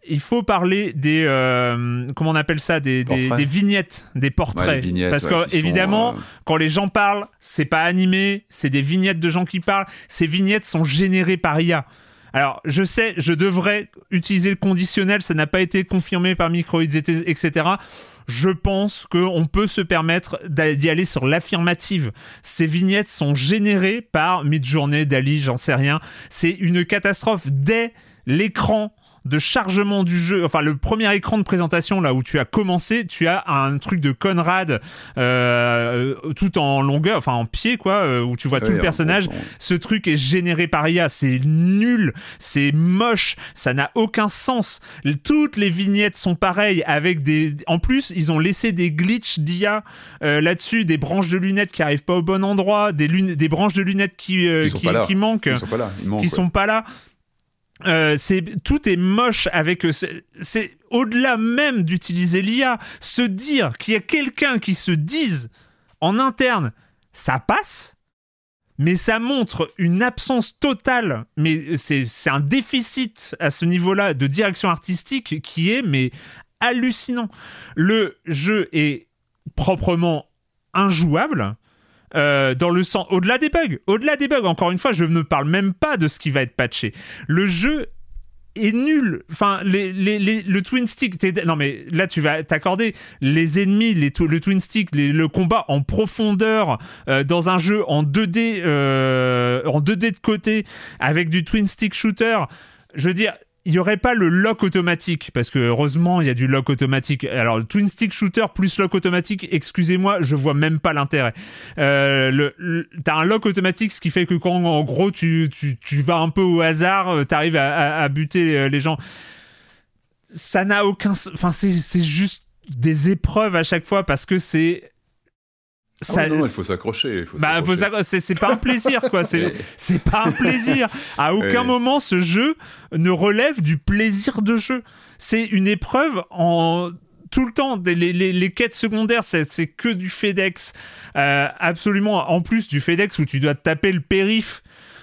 [SPEAKER 3] il faut parler des euh, comment on appelle ça des, des, des vignettes, des portraits, ouais, vignettes, parce ouais, que évidemment sont, euh... quand les gens parlent, c'est pas animé, c'est des vignettes de gens qui parlent. Ces vignettes sont générées par I A. Alors, je sais, je devrais utiliser le conditionnel, ça n'a pas été confirmé par Microids, et cetera. Je pense qu'on peut se permettre d'y aller sur l'affirmative. Ces vignettes sont générées par Midjourney, Dall-E, j'en sais rien. C'est une catastrophe dès l'écran de chargement du jeu, enfin le premier écran de présentation là où tu as commencé, tu as un truc de Conrad euh, tout en longueur, enfin en pied quoi, euh, où tu vois ouais, tout le personnage. Bon, bon. Ce truc est généré par I A, c'est nul, c'est moche, ça n'a aucun sens. Toutes les vignettes sont pareilles avec des, en plus ils ont laissé des glitches d'I A euh, là-dessus, des branches de lunettes qui arrivent pas au bon endroit, des lun- des branches de lunettes qui euh, qui, qui manquent,
[SPEAKER 5] ils sont pas là, ils manquent,
[SPEAKER 3] qui ouais. sont pas là. Euh, c'est tout est moche avec c'est, c'est au-delà même d'utiliser l'I A, se dire qu'il y a quelqu'un qui se dise en interne ça passe, mais ça montre une absence totale, mais c'est c'est un déficit à ce niveau-là de direction artistique qui est mais hallucinant. Le jeu est proprement injouable. Euh, dans le sens, au-delà des bugs, au-delà des bugs, encore une fois, je ne parle même pas de ce qui va être patché. Le jeu est nul. Enfin, les, les, les, le twin stick, t'es... non mais là tu vas t'accorder les ennemis, les, le twin stick, les, le combat en profondeur euh, dans un jeu en deux D, euh, en deux D de côté avec du twin stick shooter. Je veux dire. Il n'y aurait pas le lock automatique, parce que heureusement, il y a du lock automatique. Alors, le twin stick shooter plus lock automatique, excusez-moi, je vois même pas l'intérêt. Euh, le, le, t'as un lock automatique, ce qui fait que quand, en gros, tu, tu, tu vas un peu au hasard, t'arrives à, à, à buter les gens. Ça n'a aucun... Enfin, c'est, c'est juste des épreuves à chaque fois, parce que c'est...
[SPEAKER 5] Ça, ah ouais, non, il faut s'accrocher. Il faut
[SPEAKER 3] bah,
[SPEAKER 5] s'accrocher.
[SPEAKER 3] Faut s'accrocher. C'est, c'est pas un plaisir, quoi. C'est, c'est pas un plaisir. À aucun ouais. moment, ce jeu ne relève du plaisir de jeu. C'est une épreuve en tout le temps. Les, les, les quêtes secondaires, c'est, c'est que du FedEx. Euh, absolument. En plus du FedEx où tu dois te taper le périph'.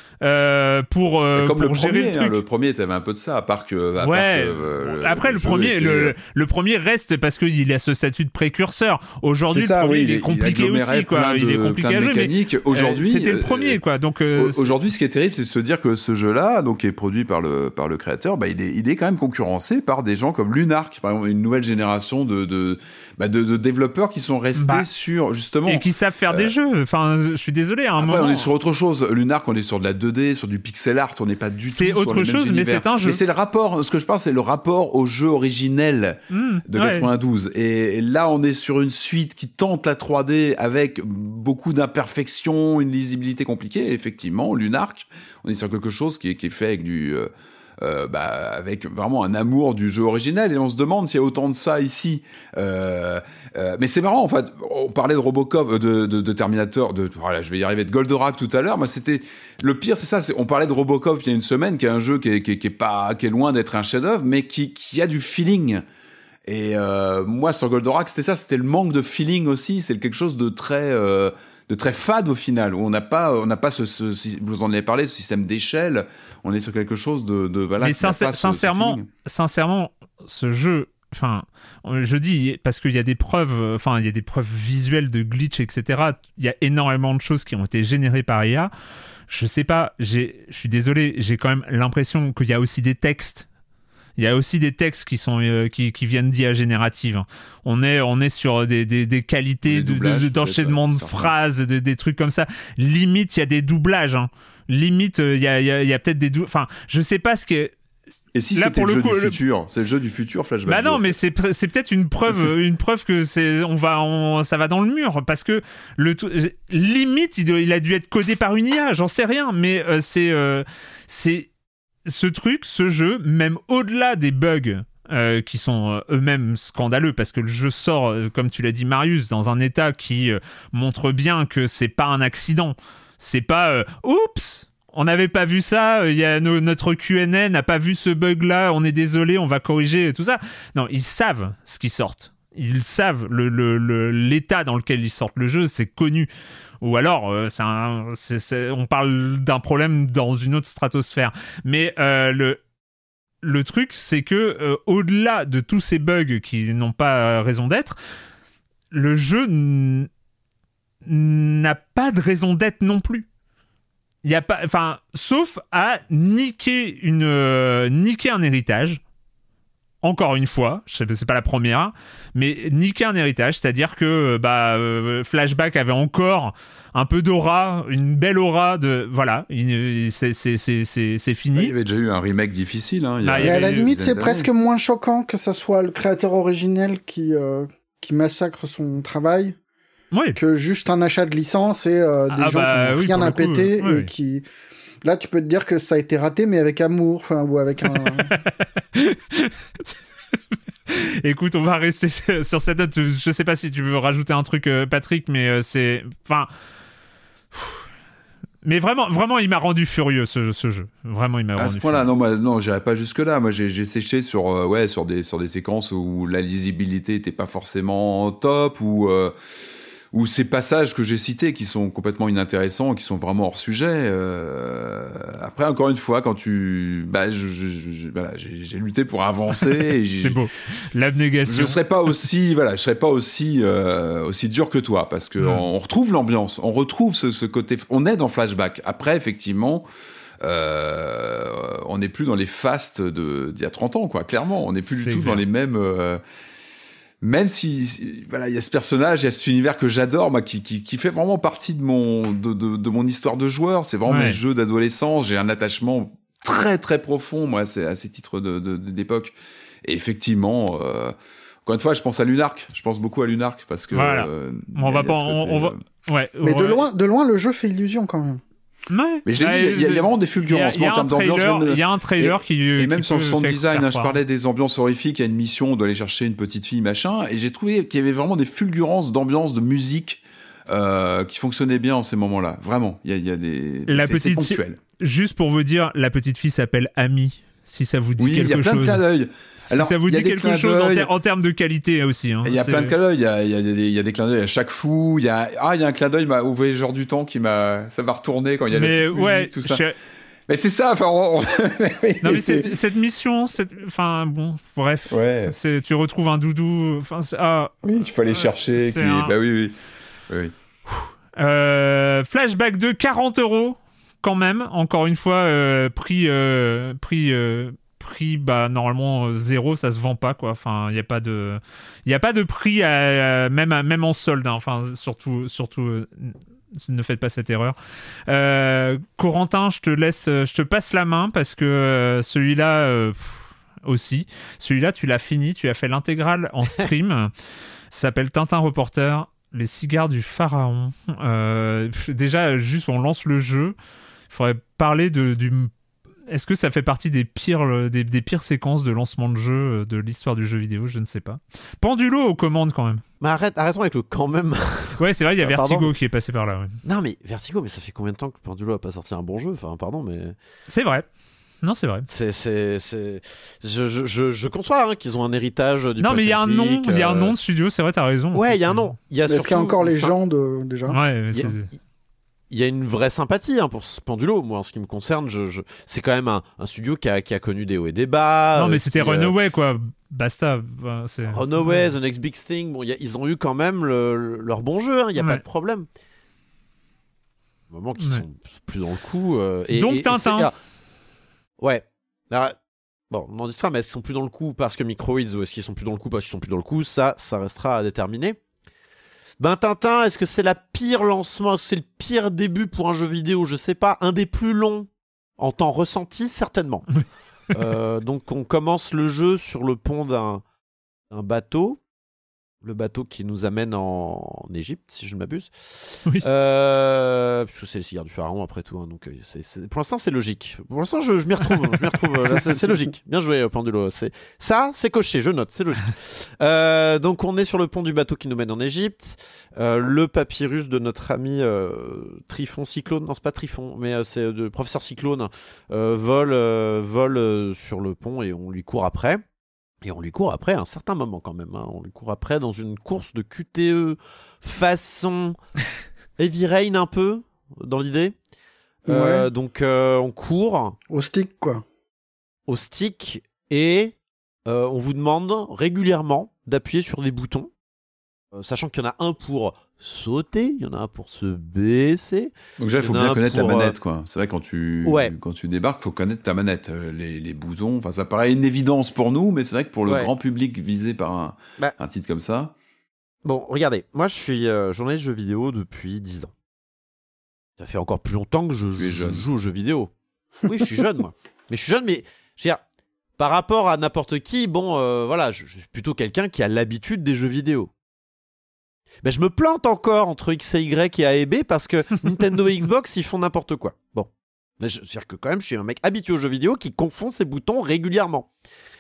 [SPEAKER 3] Euh, pour euh,
[SPEAKER 5] comme
[SPEAKER 3] pour
[SPEAKER 5] le
[SPEAKER 3] gérer
[SPEAKER 5] premier,
[SPEAKER 3] le truc.
[SPEAKER 5] Hein, le premier, t'avais un peu de ça, à part que. À
[SPEAKER 3] ouais.
[SPEAKER 5] Part que euh,
[SPEAKER 3] Après, le, le premier,
[SPEAKER 5] était...
[SPEAKER 3] le, le premier reste parce qu'il a ce statut de précurseur. Aujourd'hui,
[SPEAKER 5] ça,
[SPEAKER 3] le premier,
[SPEAKER 5] oui,
[SPEAKER 3] il est compliqué
[SPEAKER 5] il
[SPEAKER 3] aussi, quoi.
[SPEAKER 5] De,
[SPEAKER 3] il est compliqué à jouer. Mais
[SPEAKER 5] aujourd'hui,
[SPEAKER 3] euh, c'était le premier, quoi. Donc euh,
[SPEAKER 5] aujourd'hui, ce qui est terrible, c'est de se dire que ce jeu-là, donc qui est produit par le par le créateur, bah, il est il est quand même concurrencé par des gens comme Lunark, par exemple, une nouvelle génération de de bah, de, de développeurs qui sont restés bah, sur justement
[SPEAKER 3] et qui savent faire euh, des jeux. Enfin, je suis désolé. À un
[SPEAKER 5] après,
[SPEAKER 3] moment,
[SPEAKER 5] on est sur autre chose. Lunark, on est sur de la deux D, sur du pixel art, on n'est pas du
[SPEAKER 3] c'est
[SPEAKER 5] tout
[SPEAKER 3] autre
[SPEAKER 5] sur les
[SPEAKER 3] chose,
[SPEAKER 5] mêmes
[SPEAKER 3] mais
[SPEAKER 5] univers.
[SPEAKER 3] c'est un jeu.
[SPEAKER 5] Mais c'est le rapport, ce que je parle, c'est le rapport au jeu originel mmh, de ouais. quatre-vingt-douze. Et là, on est sur une suite qui tente la trois D avec beaucoup d'imperfections, une lisibilité compliquée. Et effectivement, Lunark, on est sur quelque chose qui est, qui est fait avec du... Euh, Euh, bah, avec vraiment un amour du jeu originel, et on se demande s'il y a autant de ça ici. Euh, euh, mais c'est marrant, en fait, on parlait de Robocop, de, de, de Terminator, de, voilà, je vais y arriver, de Goldorak tout à l'heure. Moi, c'était le pire, c'est ça. C'est, on parlait de Robocop il y a une semaine, qui est un jeu qui est, qui est, qui est pas, qui est loin d'être un chef-d'œuvre, mais qui, qui a du feeling. Et euh, moi, sur Goldorak, c'était ça, c'était le manque de feeling aussi. C'est quelque chose de très euh, de très fade au final, où on n'a pas, on n'a pas ce, ce, vous en avez parlé, ce système d'échelle. On est sur quelque chose de, de voilà.
[SPEAKER 3] Mais sincère, ce, sincèrement, ce sincèrement, ce jeu, enfin, je dis parce qu'il y a des preuves, enfin, il y a des preuves visuelles de glitch, et cetera. Il y a énormément de choses qui ont été générées par I A. Je sais pas, j'ai, je suis désolé, j'ai quand même l'impression qu'il y a aussi des textes. Il y a aussi des textes qui sont euh, qui, qui viennent d'I A générative. On est on est sur des des, des qualités des de, de, d'enchaînement de phrases, de, des trucs comme ça. Limite, il y a des doublages. Hein. Limite, il y a il y a, il y a peut-être des dou... enfin, je sais pas ce que.
[SPEAKER 5] Et si là, c'était pour le, le jeu coup, du le... futur, c'est le jeu du futur Flashback.
[SPEAKER 3] Bah non, mais c'est c'est peut-être une preuve une preuve que c'est on va on, ça va dans le mur parce que le limite il, il a dû être codé par une I A, j'en sais rien, mais euh, c'est euh, c'est ce truc, ce jeu, même au-delà des bugs euh, qui sont euh, eux-mêmes scandaleux, parce que le jeu sort, euh, comme tu l'as dit Marius, dans un état qui euh, montre bien que c'est pas un accident. C'est pas euh, « Oups !» On n'avait pas vu ça, il y a no, notre Q N N n'a pas vu ce bug-là, on est désolé, on va corriger tout ça. Non, ils savent ce qu'ils sortent. Ils savent le, le, le, l'état dans lequel ils sortent le jeu, c'est connu. Ou alors, euh, c'est un, c'est, c'est, on parle d'un problème dans une autre stratosphère. Mais euh, le, le truc, c'est que euh, au-delà de tous ces bugs qui n'ont pas euh, raison d'être, le jeu n- n'a pas de raison d'être non plus. Il y a pas, enfin, sauf à niquer une, euh, niquer un héritage. Encore une fois, je sais, c'est pas la première, mais niquer un héritage, c'est-à-dire que bah, euh, Flashback avait encore un peu d'aura, une belle aura de, voilà, une, c'est, c'est, c'est, c'est, c'est fini.
[SPEAKER 5] Il y avait déjà eu un remake difficile. Hein, il y a,
[SPEAKER 6] bah, et à la limite, c'est presque moins choquant que ça soit le créateur originel qui euh, qui massacre son travail.
[SPEAKER 3] Oui.
[SPEAKER 6] Que juste un achat de licence et euh, des
[SPEAKER 3] ah
[SPEAKER 6] gens
[SPEAKER 3] bah,
[SPEAKER 6] qui n'ont
[SPEAKER 3] oui,
[SPEAKER 6] rien à péter
[SPEAKER 3] oui,
[SPEAKER 6] et
[SPEAKER 3] oui.
[SPEAKER 6] qui... Là, tu peux te dire que ça a été raté, mais avec amour, enfin, ou avec un...
[SPEAKER 3] Écoute, on va rester sur cette note. Je sais pas si tu veux rajouter un truc, euh, Patrick, mais euh, c'est... Enfin... Mais vraiment, vraiment, il m'a rendu furieux, ce, ce jeu. Vraiment, il m'a rendu
[SPEAKER 5] à ce point-là,
[SPEAKER 3] furieux.
[SPEAKER 5] non, moi, non, j'irais pas jusque-là. Moi, j'ai, j'ai séché sur, euh, ouais, sur des, sur des séquences où la lisibilité était pas forcément top, ou euh, ou ces passages que j'ai cités qui sont complètement inintéressants, qui sont vraiment hors sujet. Euh... Après, encore une fois, quand tu, bah, je, je, je, voilà, j'ai, j'ai lutté pour avancer. Et j'ai...
[SPEAKER 3] C'est beau, l'abnégation.
[SPEAKER 5] Je serais pas aussi, voilà, je serais pas aussi euh, aussi dur que toi, parce que mmh. on, on retrouve l'ambiance, on retrouve ce, ce côté, on est dans Flashback. Après, effectivement. Euh, on n'est plus dans les fastes de, d'il y a trente ans, quoi, clairement. On n'est plus
[SPEAKER 3] C'est
[SPEAKER 5] du tout
[SPEAKER 3] clair.
[SPEAKER 5] dans les mêmes. Euh, même si, si voilà, il y a ce personnage, il y a cet univers que j'adore, moi, qui, qui, qui fait vraiment partie de mon, de, de, de mon histoire de joueur. C'est vraiment
[SPEAKER 3] Ouais.
[SPEAKER 5] mes jeux d'adolescence. J'ai un attachement très, très profond, moi, c'est, à ces titres de, de, de, d'époque. Et effectivement, euh, encore une fois, je pense à Lunark. Je pense beaucoup à Lunark parce que.
[SPEAKER 3] Voilà.
[SPEAKER 5] Euh,
[SPEAKER 3] On va pas,
[SPEAKER 5] côté,
[SPEAKER 3] on, on va.
[SPEAKER 5] euh...
[SPEAKER 3] Ouais.
[SPEAKER 6] Mais de
[SPEAKER 3] ouais.
[SPEAKER 6] loin, de loin, le jeu fait illusion quand même.
[SPEAKER 3] Ouais.
[SPEAKER 5] Mais je l'ai dit, il y, a- il y a vraiment des fulgurances
[SPEAKER 3] Il y a,
[SPEAKER 5] en termes d'ambiance.
[SPEAKER 3] trailer,
[SPEAKER 5] même-
[SPEAKER 3] il y a un trailer
[SPEAKER 5] et,
[SPEAKER 3] qui.
[SPEAKER 5] Et
[SPEAKER 3] qui
[SPEAKER 5] même sur le
[SPEAKER 3] peut
[SPEAKER 5] sound
[SPEAKER 3] faire-
[SPEAKER 5] design,
[SPEAKER 3] faire
[SPEAKER 5] hein, je
[SPEAKER 3] croire.
[SPEAKER 5] parlais des ambiances horrifiques. Il y a une mission, on doit aller chercher une petite fille, machin. Et j'ai trouvé qu'il y avait vraiment des fulgurances d'ambiance, de musique euh, qui fonctionnaient bien en ces moments-là. Vraiment, il y a, il y a des.
[SPEAKER 3] La
[SPEAKER 5] c'est, c'est
[SPEAKER 3] petite.
[SPEAKER 5] ponctuel.
[SPEAKER 3] Juste pour vous dire, la petite fille s'appelle Amy. Si ça vous dit
[SPEAKER 5] Oui, il
[SPEAKER 3] quelque
[SPEAKER 5] y a plein
[SPEAKER 3] chose.
[SPEAKER 5] de clins d'œil.
[SPEAKER 3] Si
[SPEAKER 5] Alors,
[SPEAKER 3] ça vous
[SPEAKER 5] il y a
[SPEAKER 3] dit
[SPEAKER 5] des
[SPEAKER 3] quelque
[SPEAKER 5] clins
[SPEAKER 3] chose en,
[SPEAKER 5] d'œil.
[SPEAKER 3] ter- en termes de qualité aussi. Hein.
[SPEAKER 5] Il y a
[SPEAKER 3] C'est-
[SPEAKER 5] plein de clins d'œil. Il y a, il y a des, il y a des clins d'œil à chaque fou. Il y a, ah, il y a un clin d'œil bah, au Voyageur du temps qui m'a, ça m'a retourné quand il y a la
[SPEAKER 3] Mais
[SPEAKER 5] petite musique,
[SPEAKER 3] ouais,
[SPEAKER 5] tout ça.
[SPEAKER 3] je-
[SPEAKER 5] Mais c'est ça. Enfin, on- on-
[SPEAKER 3] Non mais
[SPEAKER 5] c'est-
[SPEAKER 3] cette, cette mission, cette... enfin bon, bref,
[SPEAKER 5] Ouais.
[SPEAKER 3] c'est, tu retrouves un doudou, enfin c'est... ah,
[SPEAKER 5] Oui, il faut aller chercher.
[SPEAKER 3] c'est
[SPEAKER 5] Qui...
[SPEAKER 3] un-
[SPEAKER 5] Bah oui, oui. oui, oui.
[SPEAKER 3] Euh, Flashback de quarante euros quand même, encore une fois, euh, prix, euh, prix, euh, prix, bah normalement euh, zéro, ça se vend pas quoi. Enfin, il y a pas de, il y a pas de prix à, à- même, à- même en solde. Hein. Enfin, surtout, surtout. euh, ne faites pas cette erreur. Euh, Corentin, je te laisse, je te passe la main parce que euh, celui-là euh, pff, aussi, celui-là tu l'as fini, tu as fait l'intégrale en stream. Ça s'appelle Tintin Reporter, les cigares du pharaon. Euh, pff, déjà, juste on lance le jeu. Il faudrait parler de du. Est-ce que ça fait partie des pires, des, des pires séquences de lancement de jeu de l'histoire du jeu vidéo? Je ne sais pas. Pendulo aux commandes quand même.
[SPEAKER 4] Mais arrête, arrêtons avec le quand même.
[SPEAKER 3] Ouais, c'est vrai, il y a
[SPEAKER 4] Ah,
[SPEAKER 3] Vertigo
[SPEAKER 4] pardon.
[SPEAKER 3] qui est passé par là. Ouais.
[SPEAKER 4] Non, mais Vertigo, mais ça fait combien de temps que Pendulo a pas sorti un bon jeu? Enfin, pardon, mais.
[SPEAKER 3] C'est vrai. Non, c'est vrai.
[SPEAKER 4] C'est, c'est, c'est... Je, je, je, je conçois hein, qu'ils ont un héritage du
[SPEAKER 3] Non, mais il y a un nom,
[SPEAKER 4] point and click,
[SPEAKER 3] il y a un
[SPEAKER 4] euh,
[SPEAKER 3] nom de studio, c'est vrai, t'as raison.
[SPEAKER 4] Ouais, il y a un nom. Il y a
[SPEAKER 6] Est-ce qu'il y a
[SPEAKER 4] surtout-
[SPEAKER 6] encore les
[SPEAKER 4] ça-
[SPEAKER 6] gens de... déjà
[SPEAKER 3] Ouais,
[SPEAKER 4] Il y a-
[SPEAKER 3] c'est...
[SPEAKER 4] Il y a une vraie sympathie hein, pour ce Pendulo. Moi, en ce qui me concerne, je, je... c'est quand même un, un studio qui a, qui a connu des hauts et des bas.
[SPEAKER 3] Non, mais
[SPEAKER 4] euh,
[SPEAKER 3] c'était
[SPEAKER 4] qui, euh,
[SPEAKER 3] Runaway, quoi. Basta. Enfin, c'est...
[SPEAKER 4] Runaway, The Next Big Thing. Bon, y a, ils ont eu quand même le, le- leur bon jeu. Il n'y a
[SPEAKER 3] Ouais.
[SPEAKER 4] pas de problème. Au moment qu'ils
[SPEAKER 3] Ouais.
[SPEAKER 4] sont plus dans le coup. euh, et,
[SPEAKER 3] Donc
[SPEAKER 4] et- et
[SPEAKER 3] Tintin.
[SPEAKER 4] c'est- alors, ouais. Alors, bon, on en discutera, mais est-ce qu'ils sont plus dans le coup parce que Microids ou est-ce qu'ils sont plus dans le coup parce qu'ils sont plus dans le coup? Ça, ça restera à déterminer. Ben Tintin, est-ce que c'est la pire lancement? Est-ce que c'est le pire début pour un jeu vidéo? Je sais pas. Un des plus longs en temps ressenti, certainement. euh, donc on commence le jeu sur le pont d'un, d'un bateau. Le bateau qui nous amène en, en Égypte, si je ne m'abuse.
[SPEAKER 3] Oui.
[SPEAKER 4] Euh, parce que c'est le cigare du pharaon après tout. Hein, donc euh, c'est, c'est... pour l'instant c'est logique. Pour l'instant je, je m'y retrouve. je m'y retrouve. euh, Là, c'est, c'est logique. Bien joué Pendulo. C'est ça, c'est coché. Je note. C'est logique. euh, donc on est sur le pont du bateau qui nous mène en Égypte. Euh, le papyrus de notre ami euh, Trifon Cyclone. Non, c'est pas Trifon, mais euh, c'est le professeur Cyclone. Euh, vole, euh, vole euh, sur le pont et on lui court après. Et on lui court après à un certain moment quand même. Hein. On lui court après dans une course de Q T E façon Heavy Rain un peu, dans l'idée.
[SPEAKER 6] Ouais.
[SPEAKER 4] Euh, donc euh, on court
[SPEAKER 6] Au stick, quoi.
[SPEAKER 4] au stick. et euh, on vous demande régulièrement d'appuyer sur des boutons, euh, sachant qu'il y en a un pour sauter, il y en a un pour se baisser.
[SPEAKER 5] Donc déjà, il faut bien connaître
[SPEAKER 4] pour,
[SPEAKER 5] la manette, quoi. C'est vrai, quand tu,
[SPEAKER 4] ouais.
[SPEAKER 5] quand tu débarques, il faut connaître ta manette. Les, les boutons, enfin, ça paraît une évidence pour nous, mais c'est vrai que pour le
[SPEAKER 4] ouais.
[SPEAKER 5] grand public visé par un, bah. un titre comme ça...
[SPEAKER 4] Bon, regardez, moi je suis euh, journaliste jeux vidéo depuis dix ans. Ça fait encore plus longtemps que je, je joue aux jeux vidéo. Oui, je suis jeune, moi. Mais je suis jeune, mais je veux dire, par rapport à n'importe qui, bon, euh, voilà, je, je suis plutôt quelqu'un qui a l'habitude des jeux vidéo. Mais je me plante encore entre X et Y et A et B parce que Nintendo et Xbox, ils font n'importe quoi. Bon. Mais je veux dire que quand même, je suis un mec habitué aux jeux vidéo qui confond ses boutons régulièrement.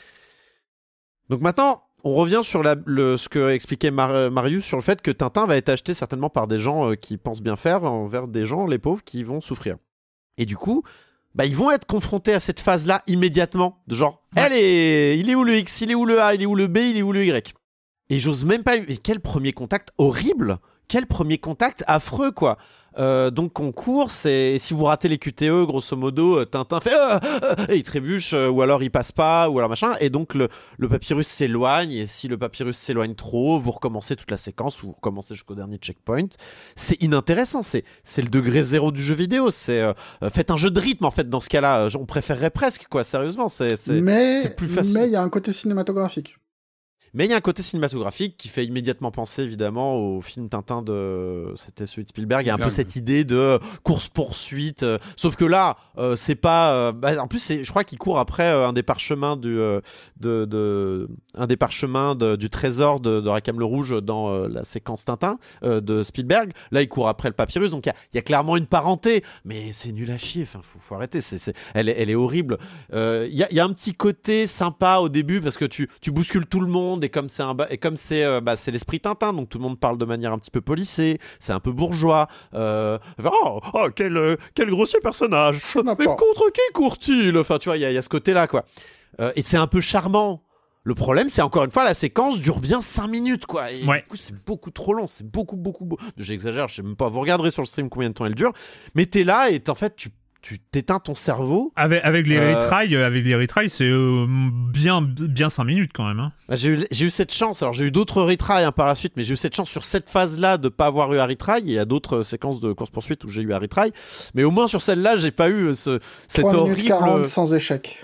[SPEAKER 4] Donc maintenant... On revient sur la, le, ce que expliquait Mar- Marius sur le fait que Tintin va être acheté certainement par des gens euh, qui pensent bien faire envers des gens, les pauvres, qui vont souffrir. Et du coup, bah, ils vont être confrontés à cette phase-là immédiatement. De genre, ouais. elle est, il est où le X, il est où le A, il est où le B, il est où le Y. Et j'ose même pas... Et quel premier contact horrible. Quel premier contact affreux, quoi. Euh, donc on court, c'est si vous ratez les Q T E, grosso modo, Tintin fait euh, euh, et il trébuche, euh, ou alors il passe pas, ou alors machin, et donc le, le papyrus s'éloigne, et si le papyrus s'éloigne trop, vous recommencez toute la séquence, ou vous recommencez jusqu'au dernier checkpoint. C'est inintéressant, c'est, c'est le degré zéro du jeu vidéo, c'est euh, faites un jeu de rythme en fait dans ce cas-là, on préférerait presque, quoi, sérieusement, c'est, c'est,
[SPEAKER 6] mais,
[SPEAKER 4] c'est plus facile.
[SPEAKER 6] Mais il y a un côté cinématographique.
[SPEAKER 4] Mais il y a un côté cinématographique qui fait immédiatement penser évidemment au film Tintin de... C'était celui de Spielberg. Il y a un peu cette idée de course-poursuite. Euh, sauf que là, euh, c'est pas... Euh, bah, en plus, c'est, je crois qu'il court après euh, un des parchemins du, euh, de, de, un des parchemins de, du trésor de, de Rackham le Rouge dans euh, la séquence Tintin euh, de Spielberg. Là, il court après le papyrus. Donc il y, y a clairement une parenté. Mais c'est nul à chier. Enfin, faut, faut arrêter. C'est, c'est... Elle, est, elle est horrible. Il euh, y, y a un petit côté sympa au début parce que tu, tu bouscules tout le monde. Et comme c'est un ba- et comme c'est euh, bah, c'est l'esprit Tintin, donc tout le monde parle de manière un petit peu polissée, c'est un peu bourgeois. Euh, oh, oh quel euh, quel grossier personnage. Mais contre qui court-il? Enfin, tu vois, il y, y a ce côté-là, quoi. Euh, et c'est un peu charmant. Le problème, c'est encore une fois, la séquence dure bien cinq minutes, quoi. Et
[SPEAKER 3] ouais.
[SPEAKER 4] Du coup, c'est beaucoup trop long, c'est beaucoup, beaucoup, beaucoup. J'exagère, je sais même pas. Vous regarderez sur le stream combien de temps elle dure, mais t'es là et en fait, tu tu t'éteins ton cerveau.
[SPEAKER 3] Avec, avec les
[SPEAKER 4] euh...
[SPEAKER 3] retries, avec les retries, c'est euh, bien, bien cinq minutes quand même. Hein.
[SPEAKER 4] Bah, j'ai, eu, j'ai eu cette chance. Alors j'ai eu d'autres retries hein, par la suite, mais j'ai eu cette chance sur cette phase-là de pas avoir eu un retry. Il y a d'autres séquences de course-poursuite où j'ai eu un retry, mais au moins sur celle-là, j'ai pas eu ce, cette horrible...
[SPEAKER 6] trois minutes quarante sans échec.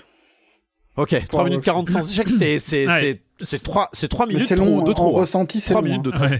[SPEAKER 4] Ok, trois minutes quarante sans échec, c'est, c'est, ouais. c'est, c'est, trois, c'est trois minutes
[SPEAKER 6] c'est
[SPEAKER 4] trop,
[SPEAKER 6] long,
[SPEAKER 4] de trop.
[SPEAKER 6] En hein. ressenti, c'est
[SPEAKER 4] trois
[SPEAKER 6] long.
[SPEAKER 4] minutes de trop.
[SPEAKER 3] Ouais.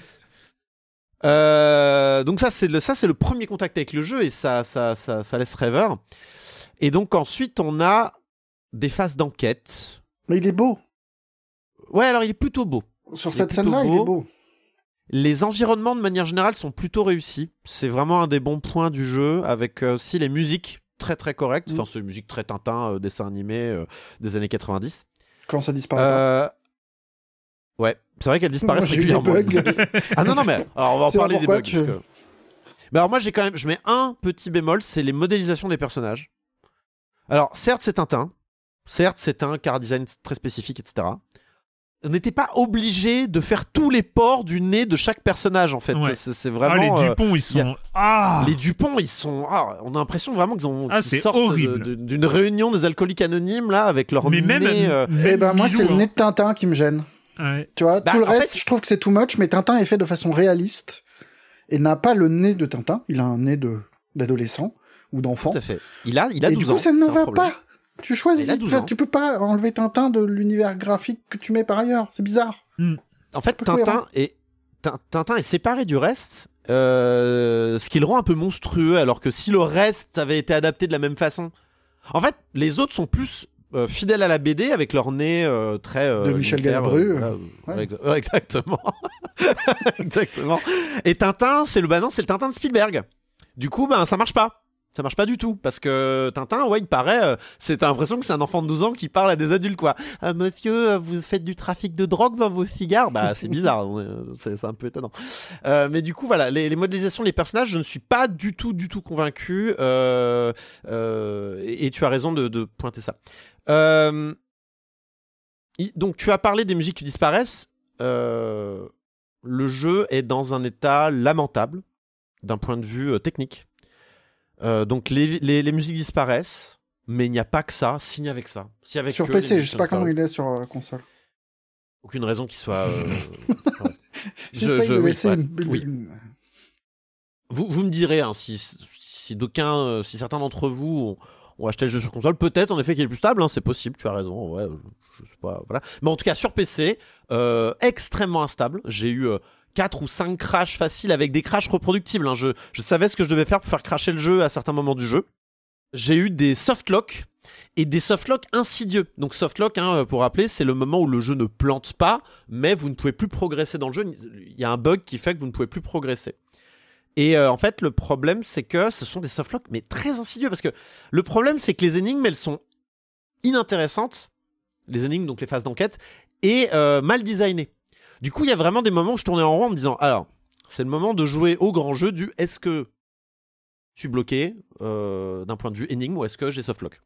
[SPEAKER 4] Euh, donc ça c'est le ça c'est le premier contact avec le jeu et ça ça ça, ça laisse rêveur. Et donc ensuite on a des phases d'enquête.
[SPEAKER 6] Mais il est beau.
[SPEAKER 4] Ouais, alors il est plutôt beau.
[SPEAKER 6] Sur cette scène-là, il est beau.
[SPEAKER 4] Les environnements de manière générale sont plutôt réussis. C'est vraiment un des bons points du jeu, avec euh, aussi les musiques très très correctes. Mmh. Enfin c'est une musique très Tintin, euh, dessin animé euh, des années quatre-vingt-dix.
[SPEAKER 6] Quand ça disparaît.
[SPEAKER 4] Euh... Ouais, c'est vrai qu'elle disparaît régulièrement. Ah non, non, mais alors on va en c'est parler des bugs. Tu... Que... Mais alors moi, j'ai quand même, je mets un petit bémol, c'est les modélisations des personnages. Alors, certes, c'est Tintin. Certes, c'est un car design très spécifique, et cetera. On n'était pas obligé de faire tous les pores du nez de chaque personnage, en fait.
[SPEAKER 3] Ouais.
[SPEAKER 4] C'est, c'est vraiment...
[SPEAKER 3] Ah, les Dupont, euh, ils sont... A... Ah
[SPEAKER 4] les Dupont, ils sont... Ah, on a l'impression vraiment qu'ils, ont...
[SPEAKER 3] ah,
[SPEAKER 4] qu'ils sortent de, de, d'une réunion des alcooliques anonymes, là, avec leur
[SPEAKER 3] mais
[SPEAKER 4] nez...
[SPEAKER 3] Même,
[SPEAKER 4] euh...
[SPEAKER 6] même Eh ben, moi, c'est hein. le nez de Tintin qui me gêne.
[SPEAKER 3] Ouais.
[SPEAKER 6] Tu vois,
[SPEAKER 4] bah,
[SPEAKER 6] tout le reste,
[SPEAKER 4] fait...
[SPEAKER 6] je trouve que c'est too much, mais Tintin est fait de façon réaliste et n'a pas le nez de Tintin. Il a un nez de d'adolescent ou d'enfant.
[SPEAKER 4] Tout à fait. Il a, il a
[SPEAKER 6] et
[SPEAKER 4] douze
[SPEAKER 6] du coup,
[SPEAKER 4] ans.
[SPEAKER 6] ça ne va pas. Tu choisis.
[SPEAKER 4] Tu,
[SPEAKER 6] tu peux pas enlever Tintin de l'univers graphique que tu mets par ailleurs. C'est bizarre.
[SPEAKER 3] Mm.
[SPEAKER 4] En fait, Tintin est Tintin est séparé du reste, euh, ce qui le rend un peu monstrueux. Alors que si le reste avait été adapté de la même façon, en fait, les autres sont plus Euh, fidèles à la B D avec leur nez euh, très euh,
[SPEAKER 6] de Michel Galabru
[SPEAKER 4] euh,
[SPEAKER 6] ouais.
[SPEAKER 4] ouais, exa- ouais, exactement exactement et Tintin c'est le bah non c'est le Tintin de Spielberg, du coup ben ça marche pas ça marche pas du tout parce que Tintin ouais il paraît euh, c'est t'as l'impression que c'est un enfant de douze ans qui parle à des adultes quoi. Euh, monsieur vous faites du trafic de drogue dans vos cigares, bah c'est bizarre c'est, c'est un peu étonnant euh, mais du coup voilà les, les modélisations des personnages je ne suis pas du tout du tout convaincu euh, euh, et, et tu as raison de, de pointer ça. Euh, donc tu as parlé des musiques qui disparaissent. Euh, le jeu est dans un état lamentable d'un point de vue euh, technique. Euh, donc les, les, les musiques disparaissent. mais il n'y a pas que ça. Signe avec ça. Si avec
[SPEAKER 6] sur
[SPEAKER 4] que
[SPEAKER 6] P C,
[SPEAKER 4] les
[SPEAKER 6] je sais pas
[SPEAKER 4] Mission
[SPEAKER 6] comment
[SPEAKER 4] Discovery.
[SPEAKER 6] il est sur euh, console.
[SPEAKER 4] Aucune raison qu'il soit. Euh...
[SPEAKER 6] J'essaye de
[SPEAKER 4] oui,
[SPEAKER 6] laisser
[SPEAKER 4] ouais,
[SPEAKER 6] une...
[SPEAKER 4] oui.
[SPEAKER 6] une-
[SPEAKER 4] Vous, vous me direz hein, si, si d'aucuns, euh, si certains d'entre vous ont, ont acheté le jeu sur console, peut-être en effet qu'il est plus stable, hein, c'est possible, tu as raison, ouais, je, je sais pas, voilà. Mais en tout cas sur P C, euh, extrêmement instable. J'ai eu euh, quatre ou cinq crashs faciles avec des crashs reproductibles. Hein. Je, je savais ce que je devais faire pour faire crasher le jeu à certains moments du jeu. J'ai eu des softlocks et des softlocks insidieux. Donc softlock, hein, pour rappeler, c'est le moment où le jeu ne plante pas, mais vous ne pouvez plus progresser dans le jeu. Il y a un bug qui fait que vous ne pouvez plus progresser. Et euh, en fait, le problème, c'est que ce sont des softlocks, mais très insidieux. Parce que le problème, c'est que les énigmes, elles sont inintéressantes. Les énigmes, donc les phases d'enquête, et euh, mal designées. Du coup, il y a vraiment des moments où je tournais en rond en me disant, alors, c'est le moment de jouer au grand jeu du est-ce que je suis bloqué euh, d'un point de vue énigme ou est-ce que j'ai softlock.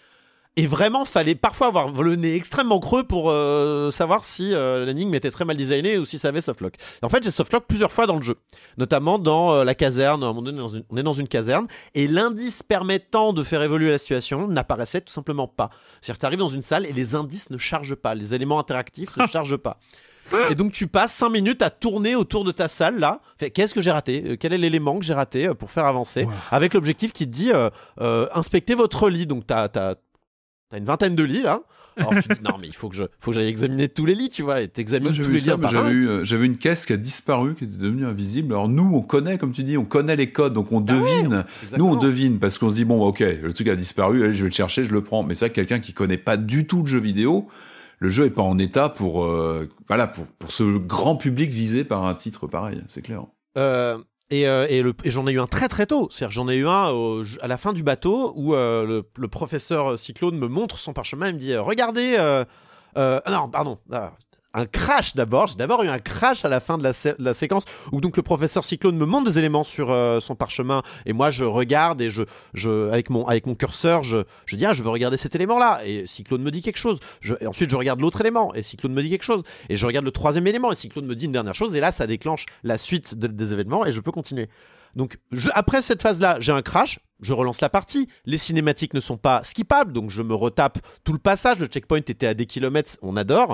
[SPEAKER 4] Et vraiment, fallait parfois avoir le nez extrêmement creux pour euh, savoir si euh, l'énigme était très mal designée ou si ça avait softlock. Et en fait, j'ai softlock plusieurs fois dans le jeu, notamment dans euh, la caserne. À un moment donné, dans une, on est dans une caserne et l'indice permettant de faire évoluer la situation n'apparaissait tout simplement pas. C'est-à-dire que tu arrives dans une salle et les indices ne chargent pas, les éléments interactifs ne chargent pas. Et donc tu passes cinq minutes à tourner autour de ta salle là. Fait, qu'est-ce que j'ai raté ? Quel est l'élément que j'ai raté pour faire avancer ? Wow. Avec l'objectif qui te dit euh, euh, inspectez votre lit. Donc t'as, t'as, t'as une vingtaine de lits là. Alors tu te dis non mais il faut que je, faut que j'aille examiner tous les lits, tu vois. Et t'examines tous les
[SPEAKER 5] ça,
[SPEAKER 4] lits.
[SPEAKER 5] J'avais, eu, euh, j'avais une caisse qui a disparu, qui était devenue invisible. Alors nous on connaît, comme tu dis, on connaît les codes, donc on ah devine. Ouais, nous on devine parce qu'on se dit bon ok, le truc a disparu, allez je vais le chercher, je le prends. Mais c'est vrai que quelqu'un qui connaît pas du tout le jeu vidéo. Le jeu est pas en état pour euh, voilà pour pour ce grand public visé par un titre pareil, c'est clair.
[SPEAKER 4] Euh, et, euh, et, le, et j'en ai eu un très très tôt, c'est-à-dire j'en ai eu un au, à la fin du bateau où euh, le, le professeur Cyclone me montre son parchemin, il me dit euh, regardez, euh, euh, non pardon. Ah, un crash d'abord, j'ai d'abord eu un crash à la fin de la, sé- de la séquence où donc le professeur Cyclone me montre des éléments sur euh, son parchemin et moi je regarde et je, je avec mon avec mon curseur je, je dis ah je veux regarder cet élément là et Cyclone me dit quelque chose, je, et ensuite je regarde l'autre élément et Cyclone me dit quelque chose et je regarde le troisième élément et Cyclone me dit une dernière chose et là ça déclenche la suite de, des événements et je peux continuer. Donc je, après cette phase là j'ai un crash, je relance la partie, les cinématiques ne sont pas skippables donc je me retape tout le passage, le checkpoint était à des kilomètres, on adore.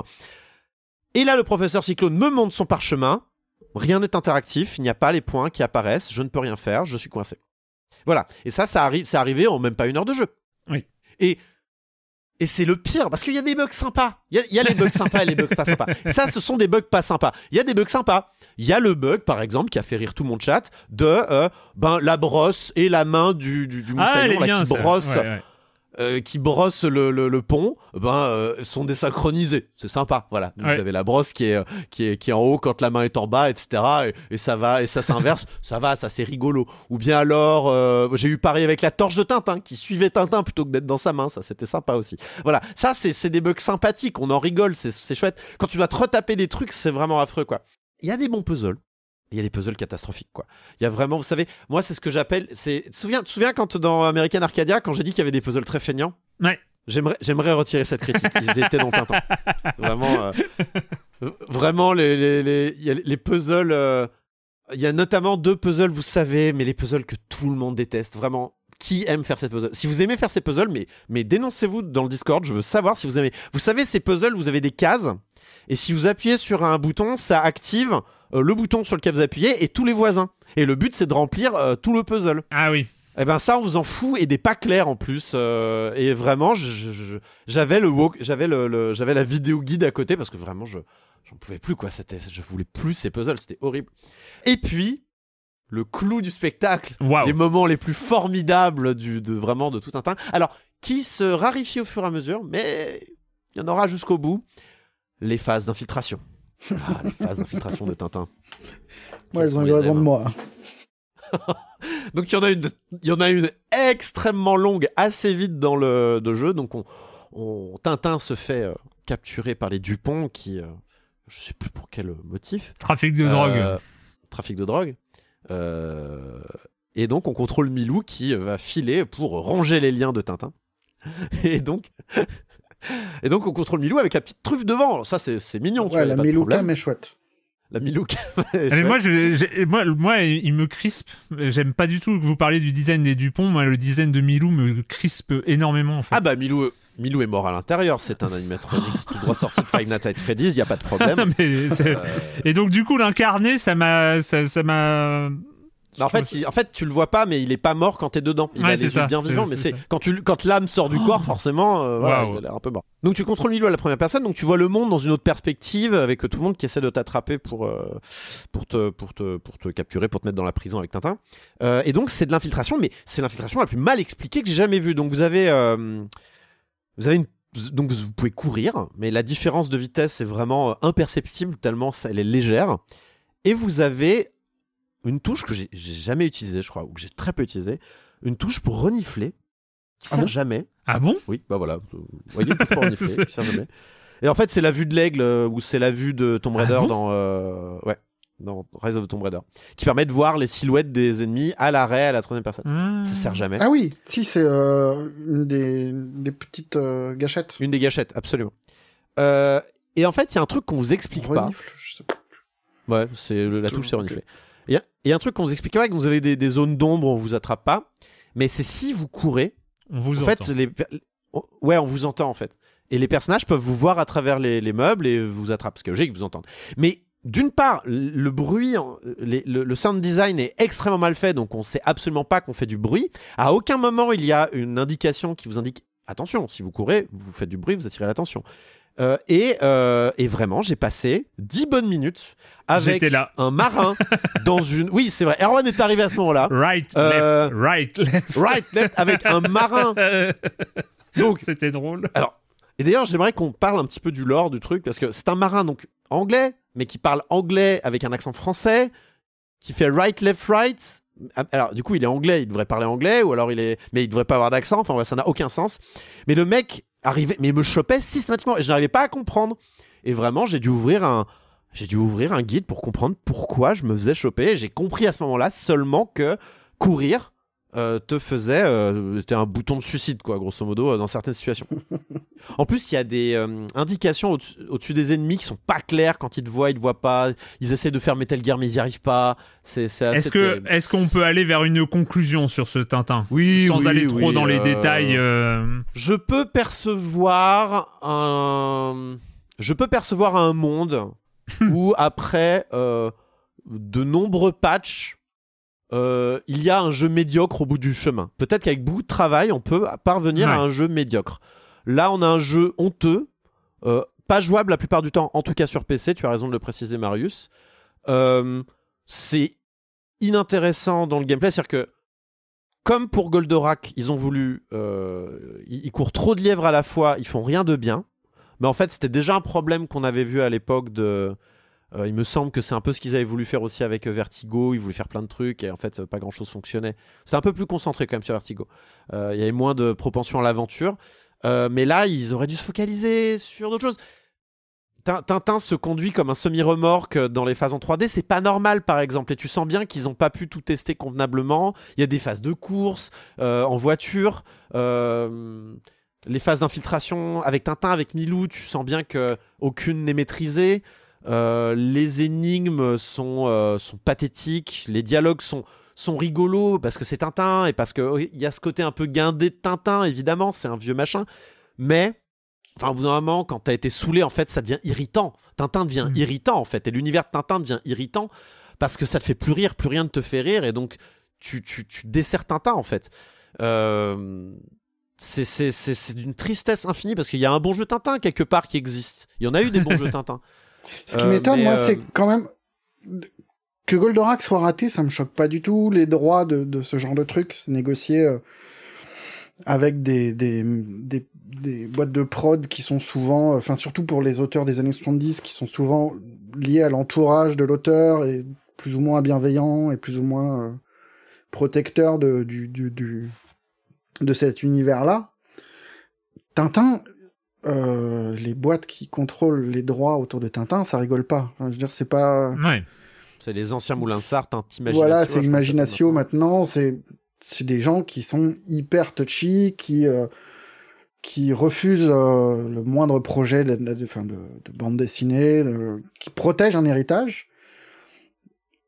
[SPEAKER 4] Et là, le professeur Cyclone me montre son parchemin. Rien n'est interactif, il n'y a pas les points qui apparaissent, je ne peux rien faire, je suis coincé. Voilà. Et ça, ça arrive, c'est arrivé en même pas une heure de jeu.
[SPEAKER 3] Oui.
[SPEAKER 4] Et, et c'est le pire, parce qu'il y a des bugs sympas. Il y a, il y a les bugs sympas et les bugs pas sympas. Ça, ce sont des bugs pas sympas. Il y a des bugs sympas. Il y a le bug, par exemple, qui a fait rire tout mon chat, de euh, ben, la brosse et la main du, du, du moussaillon
[SPEAKER 3] ah,
[SPEAKER 4] là, qui brosse...
[SPEAKER 3] Ouais, ouais.
[SPEAKER 4] Euh, qui brosse le, le, le pont, ben euh, sont désynchronisés. C'est sympa, voilà. Donc, ouais. Vous avez la brosse qui est qui est qui est en haut quand la main est en bas, et cetera. Et, et ça va et ça s'inverse, ça va, ça c'est rigolo. Ou bien alors, euh, j'ai eu pareil avec la torche de Tintin qui suivait Tintin plutôt que d'être dans sa main, ça c'était sympa aussi. Voilà, ça c'est c'est des bugs sympathiques, on en rigole, c'est c'est chouette. Quand tu dois te retaper des trucs, c'est vraiment affreux quoi. Il y a des bons puzzles. Il y a des puzzles catastrophiques, quoi. Il y a vraiment, vous savez, moi, c'est ce que j'appelle. C'est... Tu te souviens, tu te souviens quand dans American Arcadia, quand j'ai dit qu'il y avait des puzzles très feignants ?
[SPEAKER 3] Ouais.
[SPEAKER 4] J'aimerais, j'aimerais retirer cette critique. Ils étaient dans Tintin. Vraiment, euh, vraiment, les, les, les, y a les puzzles. Euh, il y a notamment deux puzzles, vous savez, mais les puzzles que tout le monde déteste. Vraiment. Qui aime faire ces puzzles ? Si vous aimez faire ces puzzles, mais, mais dénoncez-vous dans le Discord. Je veux savoir si vous aimez. Vous savez, ces puzzles, vous avez des cases. Et si vous appuyez sur un bouton, ça active euh, le bouton sur lequel vous appuyez et tous les voisins. Et le but, c'est de remplir euh, tout le puzzle.
[SPEAKER 3] Ah oui.
[SPEAKER 4] Et ben ça, on vous en fout et des pas clairs en plus. Euh, et vraiment, je, je, j'avais le walk, j'avais le, le, j'avais la vidéo guide à côté parce que vraiment, je, j'en pouvais plus quoi. C'était, je voulais plus ces puzzles, c'était horrible. Et puis, le clou du spectacle,
[SPEAKER 3] wow.
[SPEAKER 4] Les moments les plus formidables du, de vraiment de tout un temps. Alors, qui se raréfient au fur et à mesure, mais il y en aura jusqu'au bout. Les phases d'infiltration. Ah, les phases d'infiltration de Tintin.
[SPEAKER 6] Ouais, ils ont eu raison de moi.
[SPEAKER 4] Donc il y en a une, il y en a une extrêmement longue, assez vite dans le, le jeu. Donc on, on, Tintin se fait euh, capturer par les Dupont, qui, euh, je sais plus pour quel motif.
[SPEAKER 3] Trafic de
[SPEAKER 4] euh,
[SPEAKER 3] drogue.
[SPEAKER 4] Trafic de drogue. Euh, et donc on contrôle Milou qui va filer pour ronger les liens de Tintin. Et donc. Et donc on contrôle Milou avec la petite truffe devant. Alors ça c'est, c'est mignon.
[SPEAKER 6] Ouais,
[SPEAKER 4] tu
[SPEAKER 6] la
[SPEAKER 4] vois,
[SPEAKER 6] Milou cam est chouette.
[SPEAKER 4] La Milou.
[SPEAKER 3] Mais moi, je, j'ai, moi, moi, il me crispe. J'aime pas du tout que vous parliez du design des Dupont. Moi, le design de Milou me crispe énormément. En fait.
[SPEAKER 4] Ah bah Milou, Milou est mort à l'intérieur. C'est un animatronics tout droit sorti de Five Nights at Freddy's. Il y a pas de problème.
[SPEAKER 3] Mais c'est... Euh... Et donc du coup, l'incarner, ça m'a, ça, ça m'a.
[SPEAKER 4] Bah en fait, il, en fait, tu le vois pas, mais il est pas mort quand t'es dedans. Il
[SPEAKER 3] ouais,
[SPEAKER 4] a les
[SPEAKER 3] ça,
[SPEAKER 4] yeux bien vivants, mais c'est, c'est quand tu, quand l'âme sort du corps, forcément, euh, voilà, wow. Il a l'air un peu mort. Donc tu contrôles Milou à la première personne, donc tu vois le monde dans une autre perspective, avec tout le monde qui essaie de t'attraper pour, euh, pour te, pour te, pour te capturer, pour te mettre dans la prison avec Tintin. Euh, et donc c'est de l'infiltration, mais c'est l'infiltration la plus mal expliquée que j'ai jamais vue. Donc vous avez, euh, vous avez une donc vous pouvez courir, mais la différence de vitesse est vraiment imperceptible tellement elle est légère. Et vous avez une touche que j'ai, j'ai jamais utilisée, je crois, ou que j'ai très peu utilisée, une touche pour renifler, qui
[SPEAKER 3] ah
[SPEAKER 4] sert
[SPEAKER 3] bon
[SPEAKER 4] jamais.
[SPEAKER 3] Ah bon ?
[SPEAKER 4] Oui, bah voilà. Vous voyez, une touche pour renifler, qui sert jamais. Et en fait, c'est la vue de l'aigle, ou c'est la vue de Tomb Raider ah bon dans, euh, ouais, dans Rise of the Tomb Raider, qui permet de voir les silhouettes des ennemis à l'arrêt, à la troisième personne. Mmh. Ça sert jamais.
[SPEAKER 6] Ah oui, si, c'est euh, une des, des petites euh, gâchettes.
[SPEAKER 4] Une des gâchettes, absolument. Euh, et en fait, il y a un truc qu'on vous explique
[SPEAKER 6] renifle,
[SPEAKER 4] pas.
[SPEAKER 6] Je sais pas.
[SPEAKER 4] Ouais, c'est le, la touche, c'est renifler. Il y, y a un truc qu'on vous explique pas, que vous avez des, des zones d'ombre où on vous attrape pas, mais c'est si vous courez,
[SPEAKER 3] on vous
[SPEAKER 4] en
[SPEAKER 3] entend.
[SPEAKER 4] fait, les, ouais, on vous entend en fait. Et les personnages peuvent vous voir à travers les, les meubles et vous attrapent, parce que j'ai que vous entendent. Mais d'une part, le bruit, les, le, le sound design est extrêmement mal fait, donc on sait absolument pas qu'on fait du bruit. À aucun moment il y a une indication qui vous indique attention, si vous courez, vous faites du bruit, vous attirez l'attention. Euh, et, euh, et vraiment, j'ai passé dix bonnes minutes avec un marin dans une. Oui, c'est vrai. Erwan est arrivé à ce moment-là.
[SPEAKER 3] Right,
[SPEAKER 4] euh...
[SPEAKER 3] left, right, left.
[SPEAKER 4] Right, left, avec un marin.
[SPEAKER 3] Donc, c'était drôle.
[SPEAKER 4] Alors, et d'ailleurs, j'aimerais qu'on parle un petit peu du lore du truc, parce que c'est un marin donc anglais, mais qui parle anglais avec un accent français, qui fait right, left, right. Alors, du coup, il est anglais, il devrait parler anglais, ou alors il est. Mais il devrait pas avoir d'accent, enfin, ouais, ça n'a aucun sens. Mais le mec arrivait, mais il me chopait systématiquement, et je n'arrivais pas à comprendre. Et vraiment, j'ai dû ouvrir un. J'ai dû ouvrir un guide pour comprendre pourquoi je me faisais choper. Et j'ai compris à ce moment-là seulement que courir euh, te faisait. Euh, c'était un bouton de suicide, quoi, grosso modo, euh, dans certaines situations. En plus, il y a des euh, indications au-dessus, au-dessus des ennemis qui sont pas claires. Quand ils te voient, ils te voient pas. Ils essaient de faire Metal Gear, mais ils n'y arrivent pas. C'est, c'est assez
[SPEAKER 3] est-ce, que, est-ce qu'on peut aller vers une conclusion sur ce Tintin ?
[SPEAKER 4] Oui,
[SPEAKER 3] sans
[SPEAKER 4] oui,
[SPEAKER 3] aller trop
[SPEAKER 4] oui,
[SPEAKER 3] dans
[SPEAKER 4] euh...
[SPEAKER 3] les détails. Euh...
[SPEAKER 4] Je peux percevoir un. Je peux percevoir un monde où après euh, de nombreux patchs, euh, il y a un jeu médiocre au bout du chemin. Peut-être qu'avec beaucoup de travail, on peut parvenir ouais. à un jeu médiocre. Là, on a un jeu honteux, euh, pas jouable la plupart du temps, en tout cas sur P C, tu as raison de le préciser, Marius. Euh, c'est inintéressant dans le gameplay, c'est-à-dire que, comme pour Goldorak, ils ont voulu... Euh, ils courent trop de lièvres à la fois, ils font rien de bien. Mais en fait, c'était déjà un problème qu'on avait vu à l'époque de... Euh, il me semble que c'est un peu ce qu'ils avaient voulu faire aussi avec Vertigo. Ils voulaient faire plein de trucs et en fait, pas grand-chose fonctionnait. C'est un peu plus concentré quand même sur Vertigo. Euh, il y avait moins de propension à l'aventure. Euh, mais là, ils auraient dû se focaliser sur d'autres choses. Tintin se conduit comme un semi-remorque dans les phases en trois D. C'est pas normal, par exemple. Et tu sens bien qu'ils n'ont pas pu tout tester convenablement. Il y a des phases de course euh, en voiture. Euh... Les phases d'infiltration avec Tintin, avec Milou, tu sens bien qu'aucune n'est maîtrisée. Euh, les énigmes sont, euh, sont pathétiques. Les dialogues sont, sont rigolos parce que c'est Tintin et parce qu'il oh, y a ce côté un peu guindé de Tintin, évidemment, c'est un vieux machin. Mais, enfin, au bout d'un moment, quand t'as été saoulé, en fait, ça devient irritant. Tintin devient mmh. irritant, en fait. Et l'univers de Tintin devient irritant parce que ça te fait plus rire, plus rien ne te fait rire. Et donc, tu, tu, tu desserres Tintin, en fait. Euh... C'est, c'est, c'est, c'est d'une tristesse infinie parce qu'il y a un bon jeu Tintin quelque part qui existe. Il y en a eu des bons jeux Tintin.
[SPEAKER 6] Ce qui euh, m'étonne, moi, euh... c'est quand même que Goldorak soit raté, ça me choque pas du tout. Les droits de, de ce genre de trucs, c'est négocié euh, avec des, des, des, des boîtes de prod qui sont souvent, enfin, euh, surtout pour les auteurs des années soixante-dix, qui sont souvent liés à l'entourage de l'auteur et plus ou moins bienveillants et plus ou moins euh, protecteurs de, du, du, du de cet univers-là. Tintin, euh, les boîtes qui contrôlent les droits autour de Tintin, ça rigole pas. Enfin, je veux dire, c'est pas...
[SPEAKER 3] Ouais.
[SPEAKER 4] C'est les anciens Moulins de Sarthe, hein, Imaginatio.
[SPEAKER 6] Voilà, c'est Imaginatio maintenant. C'est, c'est des gens qui sont hyper touchy, qui, euh, qui refusent euh, le moindre projet de, de, de, de, de bande dessinée, de, qui protègent un héritage.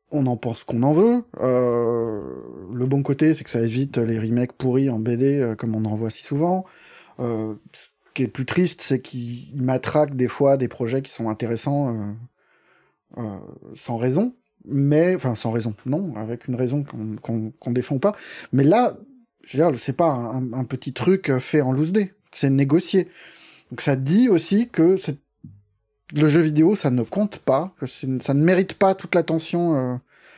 [SPEAKER 6] on en pense qu'on en veut. Euh, le bon côté, c'est que ça évite les remakes pourris en B D, euh, comme on en voit si souvent. Euh, ce qui est plus triste, c'est qu'il matraque des fois des projets qui sont intéressants euh, euh, sans raison. Mais, enfin, sans raison, non, avec une raison qu'on, qu'on, qu'on défend pas. Mais là, je veux dire, c'est pas un, un petit truc fait en loose day. C'est négocié. Donc ça dit aussi que c'est... le jeu vidéo, ça ne compte pas, que c'est... ça ne mérite pas toute l'attention, euh...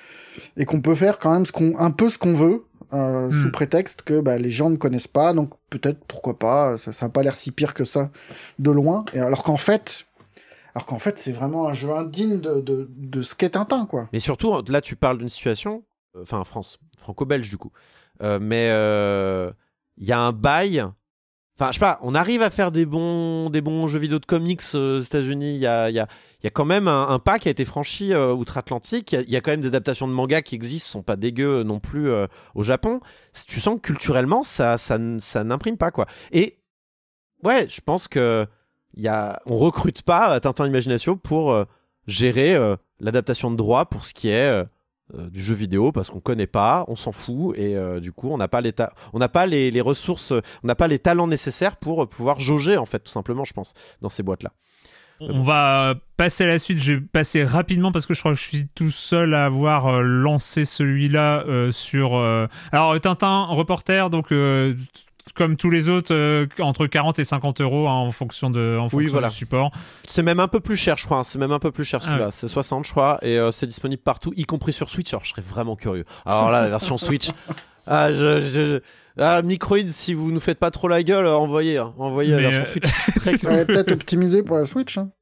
[SPEAKER 6] et qu'on peut faire quand même ce qu'on... un peu ce qu'on veut, euh, mm. sous prétexte que bah, les gens ne connaissent pas, donc peut-être, pourquoi pas, ça n'a pas l'air si pire que ça, de loin. Et alors qu'en fait... Alors qu'en fait, c'est vraiment un jeu indigne de, de, de ce qu'est Tintin, quoi.
[SPEAKER 4] Mais surtout, là, tu parles d'une situation, enfin, euh, France, franco-belge, du coup. Euh, mais il euh, y a un bail. Enfin, je sais pas, on arrive à faire des bons, des bons jeux vidéo de comics euh, aux États-Unis. Il y a, y, a, y a quand même un, un pas qui a été franchi euh, outre-Atlantique. Il y, y a quand même des adaptations de mangas qui existent, sont pas dégueux non plus euh, au Japon. Tu sens que culturellement, ça, ça, ça n'imprime pas, quoi. Et ouais, je pense que. Y a... on recrute pas Tintin Imagination pour euh, gérer euh, l'adaptation de droit pour ce qui est euh, euh, du jeu vidéo, parce qu'on connaît pas, on s'en fout, et euh, du coup on n'a pas, les, ta... on n'a pas les, les ressources, on n'a pas les talents nécessaires pour pouvoir jauger, en fait, tout simplement, je pense, dans ces boîtes là.
[SPEAKER 3] On va passer à la suite. Je vais passer rapidement parce que je crois que je suis tout seul à avoir euh, lancé celui-là euh, sur euh... alors Tintin Reporter, donc euh, comme tous les autres, euh, entre quarante et cinquante euros hein, en fonction, de, en fonction oui, voilà. du support.
[SPEAKER 4] C'est même un peu plus cher, je crois. Hein. C'est même un peu plus cher celui-là. Ah ouais. C'est soixante, je crois. Et euh, c'est disponible partout, y compris sur Switch. Alors, je serais vraiment curieux. Alors là, la version Switch. Ah, je, je, je... ah, Microïd, si vous nous faites pas trop la gueule, envoyez. Hein. Envoyez Mais la version
[SPEAKER 6] euh...
[SPEAKER 4] Switch.
[SPEAKER 6] Très clair. Peut-être optimisé pour la Switch. Hein.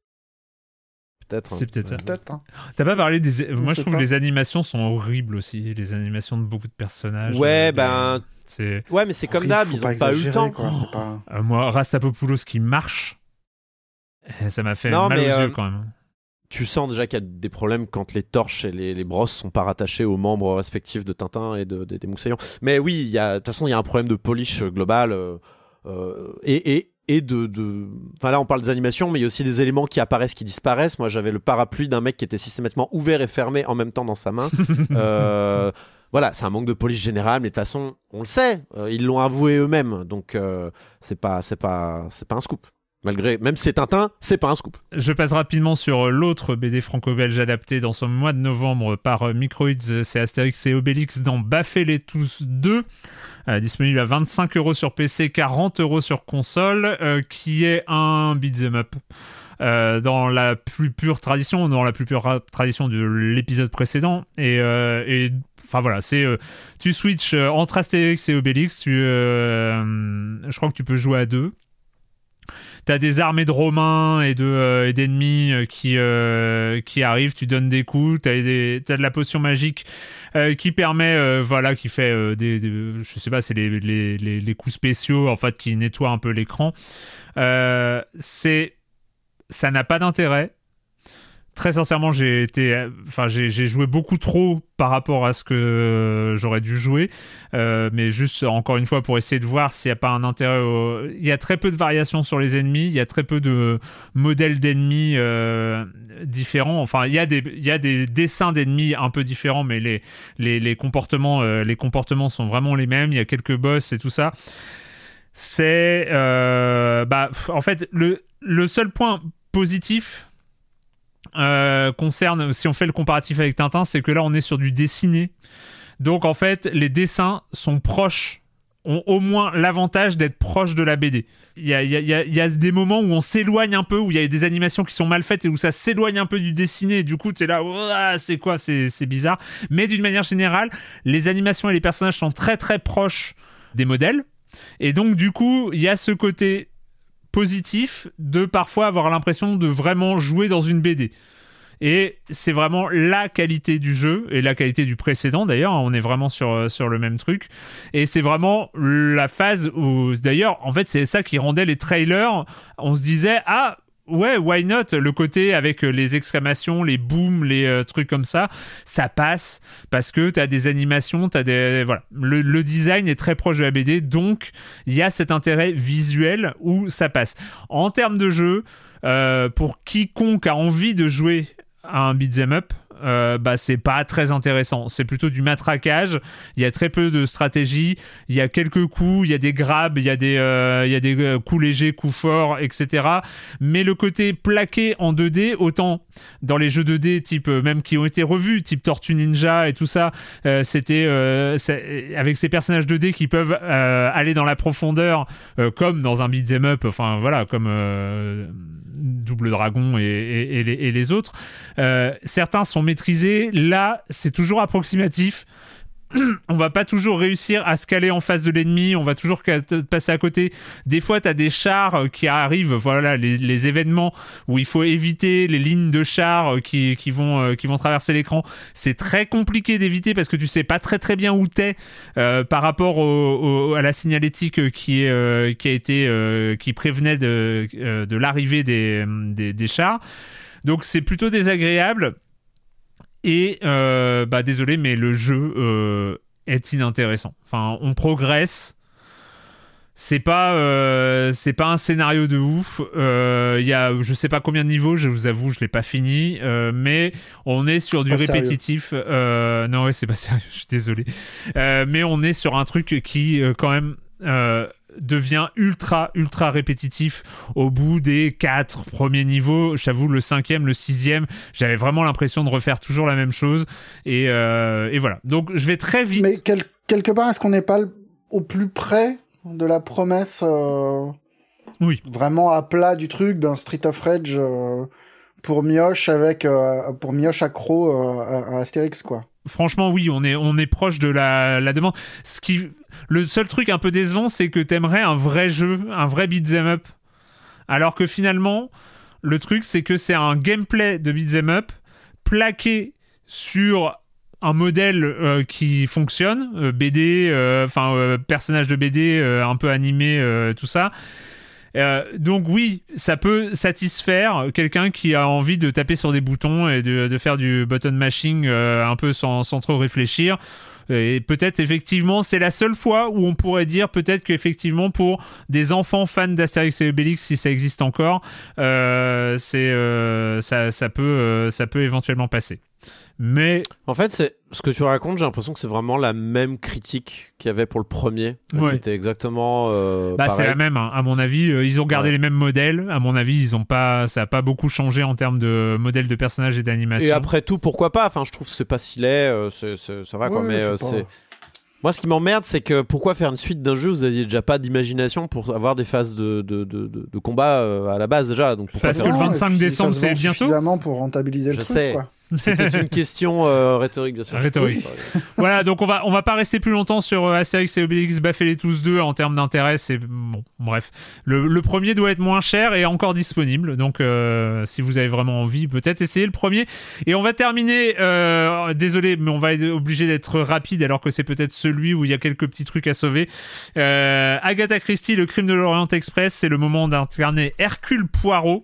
[SPEAKER 4] Peut-être.
[SPEAKER 3] C'est peut-être ça.
[SPEAKER 6] Peut-être, hein.
[SPEAKER 3] T'as pas parlé des. Moi, je trouve que les animations sont horribles aussi. Les animations de beaucoup de personnages.
[SPEAKER 4] Ouais,
[SPEAKER 3] euh,
[SPEAKER 4] ben.
[SPEAKER 3] Des... C'est...
[SPEAKER 4] Ouais, mais c'est comme d'hab, ils ont pas eu le temps.
[SPEAKER 6] Quoi, c'est pas...
[SPEAKER 3] euh, moi, Rastapopoulos qui marche, ça m'a fait non, mal mais, aux euh, yeux quand même.
[SPEAKER 4] Tu sens déjà qu'il y a des problèmes quand les torches et les, les brosses sont pas rattachées aux membres respectifs de Tintin et de, de, des Moussaillons. Mais oui, il y a, de toute façon, il y a un problème de polish global euh, euh, et, et, et de, de. Enfin là, on parle des animations, mais il y a aussi des éléments qui apparaissent, qui disparaissent. Moi, j'avais le parapluie d'un mec qui était systématiquement ouvert et fermé en même temps dans sa main. euh, Voilà, c'est un manque de polish général, mais de toute façon, on le sait, euh, ils l'ont avoué eux-mêmes, donc euh, c'est pas, c'est pas, c'est pas un scoop. Malgré, même si c'est Tintin, c'est pas un scoop.
[SPEAKER 3] Je passe rapidement sur l'autre B D franco-belge adapté dans ce mois de novembre par Microids, c'est Astérix et Obélix dans Baffez-les tous deux, euh, disponible à vingt-cinq euros sur P C, quarante euros sur console, euh, qui est un beat'em up. Euh, dans la plus pure tradition, dans la plus pure ra- tradition de l'épisode précédent, et, euh, et enfin voilà, c'est euh, tu switches euh, entre Astérix et Obélix, tu, euh, je crois que tu peux jouer à deux. T'as des armées de Romains et, de, euh, et d'ennemis euh, qui, euh, qui arrivent, tu donnes des coups, t'as, des, t'as de la potion magique euh, qui permet, euh, voilà, qui fait euh, des, des. Je sais pas, c'est les, les, les, les coups spéciaux, en fait, qui nettoient un peu l'écran. Euh, c'est. Ça n'a pas d'intérêt. Très sincèrement, j'ai été, enfin, j'ai, j'ai joué beaucoup trop par rapport à ce que j'aurais dû jouer, euh, mais juste encore une fois pour essayer de voir s'il n'y a pas un intérêt. Au... Il y a très peu de variations sur les ennemis, il y a très peu de modèles d'ennemis euh, différents. Enfin, il y a des, il y a des dessins d'ennemis un peu différents, mais les, les, les comportements, euh, les comportements sont vraiment les mêmes. Il y a quelques boss et tout ça. C'est, euh, bah, en fait, le, le seul point positif euh, concerne, si on fait le comparatif avec Tintin, c'est que là on est sur du dessiné, donc en fait les dessins sont proches, ont au moins l'avantage d'être proches de la B D. Il y a, il y a, il y a des moments où on s'éloigne un peu, où il y a des animations qui sont mal faites et où ça s'éloigne un peu du dessiné, et du coup c'est là, ouah, c'est quoi, c'est, c'est bizarre, mais d'une manière générale les animations et les personnages sont très très proches des modèles, et donc du coup il y a ce côté positif de parfois avoir l'impression de vraiment jouer dans une B D. Et c'est vraiment la qualité du jeu et la qualité du précédent d'ailleurs, on est vraiment sur, sur le même truc, et c'est vraiment la phase où d'ailleurs en fait c'est ça qui rendait les trailers, on se disait ah ouais, why not, le côté avec les exclamations, les booms, les euh, trucs comme ça, ça passe parce que t'as des animations, t'as des voilà, le, le design est très proche de la B D, donc il y a cet intérêt visuel où ça passe. En termes de jeu, euh, pour quiconque a envie de jouer à un beat'em up, euh, bah c'est pas très intéressant. C'est plutôt du matraquage. Il y a très peu de stratégie. Il y a quelques coups, il y a des grabs, il y a des, euh, il y a des coups légers, coups forts, et cetera. Mais le côté plaqué en deux D, autant dans les jeux deux D type euh, même qui ont été revus, type Tortue Ninja et tout ça, euh, c'était euh, avec ces personnages deux D qui peuvent euh, aller dans la profondeur, euh, comme dans un beat'em up. Enfin voilà, comme euh, Double Dragon et, et, et, les, et les autres. Euh, certains sont maîtrisés. Là, c'est toujours approximatif. On va pas toujours réussir à se caler en face de l'ennemi, on va toujours passer à côté. Des fois, t'as des chars qui arrivent, voilà, les, les événements où il faut éviter les lignes de chars qui, qui, vont, qui vont traverser l'écran. C'est très compliqué d'éviter parce que tu sais pas très très bien où t'es euh, par rapport au, au, à la signalétique qui, est, euh, qui a été, euh, qui prévenait de, euh, de l'arrivée des, des, des chars. Donc c'est plutôt désagréable. Et euh, bah désolé, mais le jeu euh, est inintéressant. Enfin, on progresse. C'est pas, euh, c'est pas un scénario de ouf. Il euh, y a, je sais pas combien de niveaux. Je vous avoue, je l'ai pas fini. Euh, mais on est sur du pas répétitif. Euh, non, ouais, c'est pas sérieux. Je suis désolé. Euh, mais on est sur un truc qui, euh, quand même. Euh, devient ultra ultra répétitif au bout des quatre premiers niveaux. J'avoue, le cinquième, le sixième, j'avais vraiment l'impression de refaire toujours la même chose et, euh, et voilà, donc je vais très vite.
[SPEAKER 6] Mais quel, quelque part, est-ce qu'on n'est pas au plus près de la promesse euh,
[SPEAKER 3] oui.
[SPEAKER 6] vraiment à plat du truc d'un Street of Rage euh, pour Mioche avec euh, pour Mioche accro euh, à, à Astérix, quoi?
[SPEAKER 3] Franchement, oui, on est, on est proche de la, la demande. Ce qui, le seul truc un peu décevant, c'est que t'aimerais un vrai jeu, un vrai beat'em up. Alors que finalement, le truc, c'est que c'est un gameplay de beat'em up plaqué sur un modèle euh, qui fonctionne, euh, B D, enfin, euh, euh, personnage de B D euh, un peu animé, euh, tout ça. Euh, donc oui, ça peut satisfaire quelqu'un qui a envie de taper sur des boutons et de, de faire du button mashing euh, un peu sans, sans trop réfléchir. Et peut-être effectivement c'est la seule fois où on pourrait dire peut-être qu'effectivement pour des enfants fans d'Astérix et Obélix, si ça existe encore, euh, c'est euh, ça, ça peut euh, ça peut éventuellement passer. Mais
[SPEAKER 4] en fait, c'est ce que tu racontes, j'ai l'impression que c'est vraiment la même critique qu'il y avait pour le premier,
[SPEAKER 3] ouais.
[SPEAKER 4] qui était exactement euh,
[SPEAKER 3] bah,
[SPEAKER 4] pareil.
[SPEAKER 3] C'est la même, hein. À mon avis, euh, ils ont gardé ouais. les mêmes modèles. À mon avis, ils ont pas, ça a pas beaucoup changé en termes de modèles de personnages et d'animation.
[SPEAKER 4] Et après tout, pourquoi pas? Enfin, je trouve que c'est pas si laid, euh, c'est, c'est, ça va ouais, quoi. Mais euh, c'est. Moi, ce qui m'emmerde, c'est que pourquoi faire une suite d'un jeu où vous aviez déjà pas d'imagination pour avoir des phases de, de, de, de, de combat euh, à la base déjà. Donc
[SPEAKER 3] parce que le vingt-cinq décembre, c'est bientôt.
[SPEAKER 6] Suffisamment pour rentabiliser le
[SPEAKER 4] je
[SPEAKER 6] truc.
[SPEAKER 4] Sais.
[SPEAKER 6] Quoi.
[SPEAKER 4] C'était une question euh, rhétorique, bien sûr.
[SPEAKER 3] Rhétorique. Oui. Voilà, donc on va on va pas rester plus longtemps sur euh, Astérix et Obélix Baffez-les tous deux en termes d'intérêt. C'est bon, bref. Le, le premier doit être moins cher et encore disponible. Donc euh, si vous avez vraiment envie, peut-être essayez le premier. Et on va terminer. Euh, désolé, mais on va être obligé d'être rapide alors que c'est peut-être celui où il y a quelques petits trucs à sauver. Euh, Agatha Christie, Le Crime de l'Orient Express, c'est le moment d'incarner Hercule Poirot.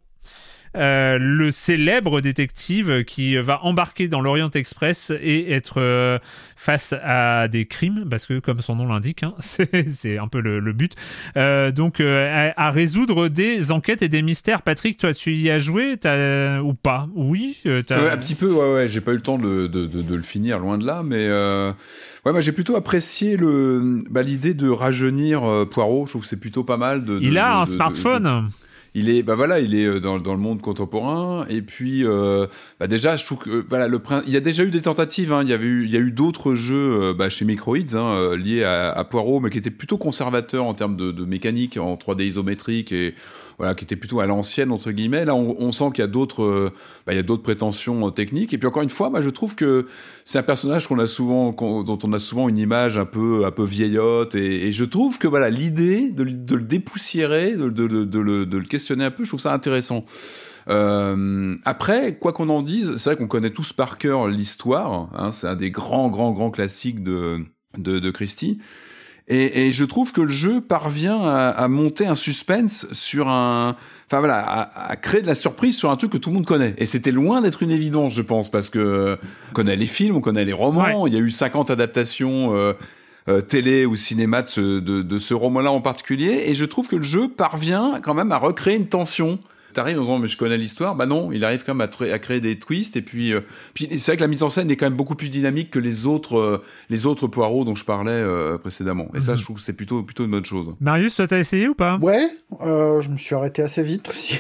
[SPEAKER 3] Euh, le célèbre détective qui va embarquer dans l'Orient Express et être euh, face à des crimes, parce que comme son nom l'indique, hein, c'est, c'est un peu le, le but, euh, donc euh, à, à résoudre des enquêtes et des mystères. Patrick, toi tu y as joué t'as, ou pas? Oui t'as...
[SPEAKER 5] Ouais, un petit peu, ouais, ouais, j'ai pas eu le temps de, de, de, de le finir, loin de là, mais euh, ouais, moi j'ai plutôt apprécié le, bah, l'idée de rajeunir euh, Poirot. Je trouve que c'est plutôt pas mal. De, de,
[SPEAKER 3] Il a
[SPEAKER 5] de,
[SPEAKER 3] un
[SPEAKER 5] de,
[SPEAKER 3] smartphone
[SPEAKER 5] de, de... Il est, bah voilà, il est dans, dans le monde contemporain. Et puis, euh, bah déjà, je trouve que voilà, le il y a déjà eu des tentatives. Hein. Il y avait eu, il y a eu d'autres jeux, euh, bah, chez Microids, hein, liés à, à Poirot, mais qui étaient plutôt conservateurs en termes de, de mécanique en trois D isométrique et voilà, qui étaient plutôt à l'ancienne entre guillemets. Là, on, on sent qu'il y a d'autres, euh, bah, il y a d'autres prétentions techniques. Et puis encore une fois, bah, je trouve que c'est un personnage qu'on a souvent, qu'on, dont on a souvent une image un peu, un peu vieillotte. Et, et je trouve que voilà, l'idée de, de le dépoussiérer, de, de, de, de, le, de le questionner un peu, je trouve ça intéressant. Euh, après, quoi qu'on en dise, c'est vrai qu'on connaît tous par cœur l'histoire. Hein, c'est un des grands, grands, grands classiques de, de, de Christie. Et, et je trouve que le jeu parvient à, à monter un suspense sur un, enfin voilà, à, à créer de la surprise sur un truc que tout le monde connaît. Et c'était loin d'être une évidence, je pense, parce que on connaît les films, on connaît les romans. Ouais. Il y a eu cinquante adaptations euh, euh, télé ou cinéma de ce, de, de ce roman-là en particulier. Et je trouve que le jeu parvient quand même à recréer une tension t'arrives en disant mais je connais l'histoire, bah non, il arrive quand même à, tra- à créer des twists et puis, euh, puis c'est vrai que la mise en scène est quand même beaucoup plus dynamique que les autres, euh, les autres Poirot dont je parlais euh, précédemment. Et mm-hmm. ça, je trouve que c'est plutôt, plutôt une bonne chose.
[SPEAKER 3] Marius, toi, t'as essayé ou pas ?
[SPEAKER 6] Ouais, euh, je me suis arrêté assez vite aussi.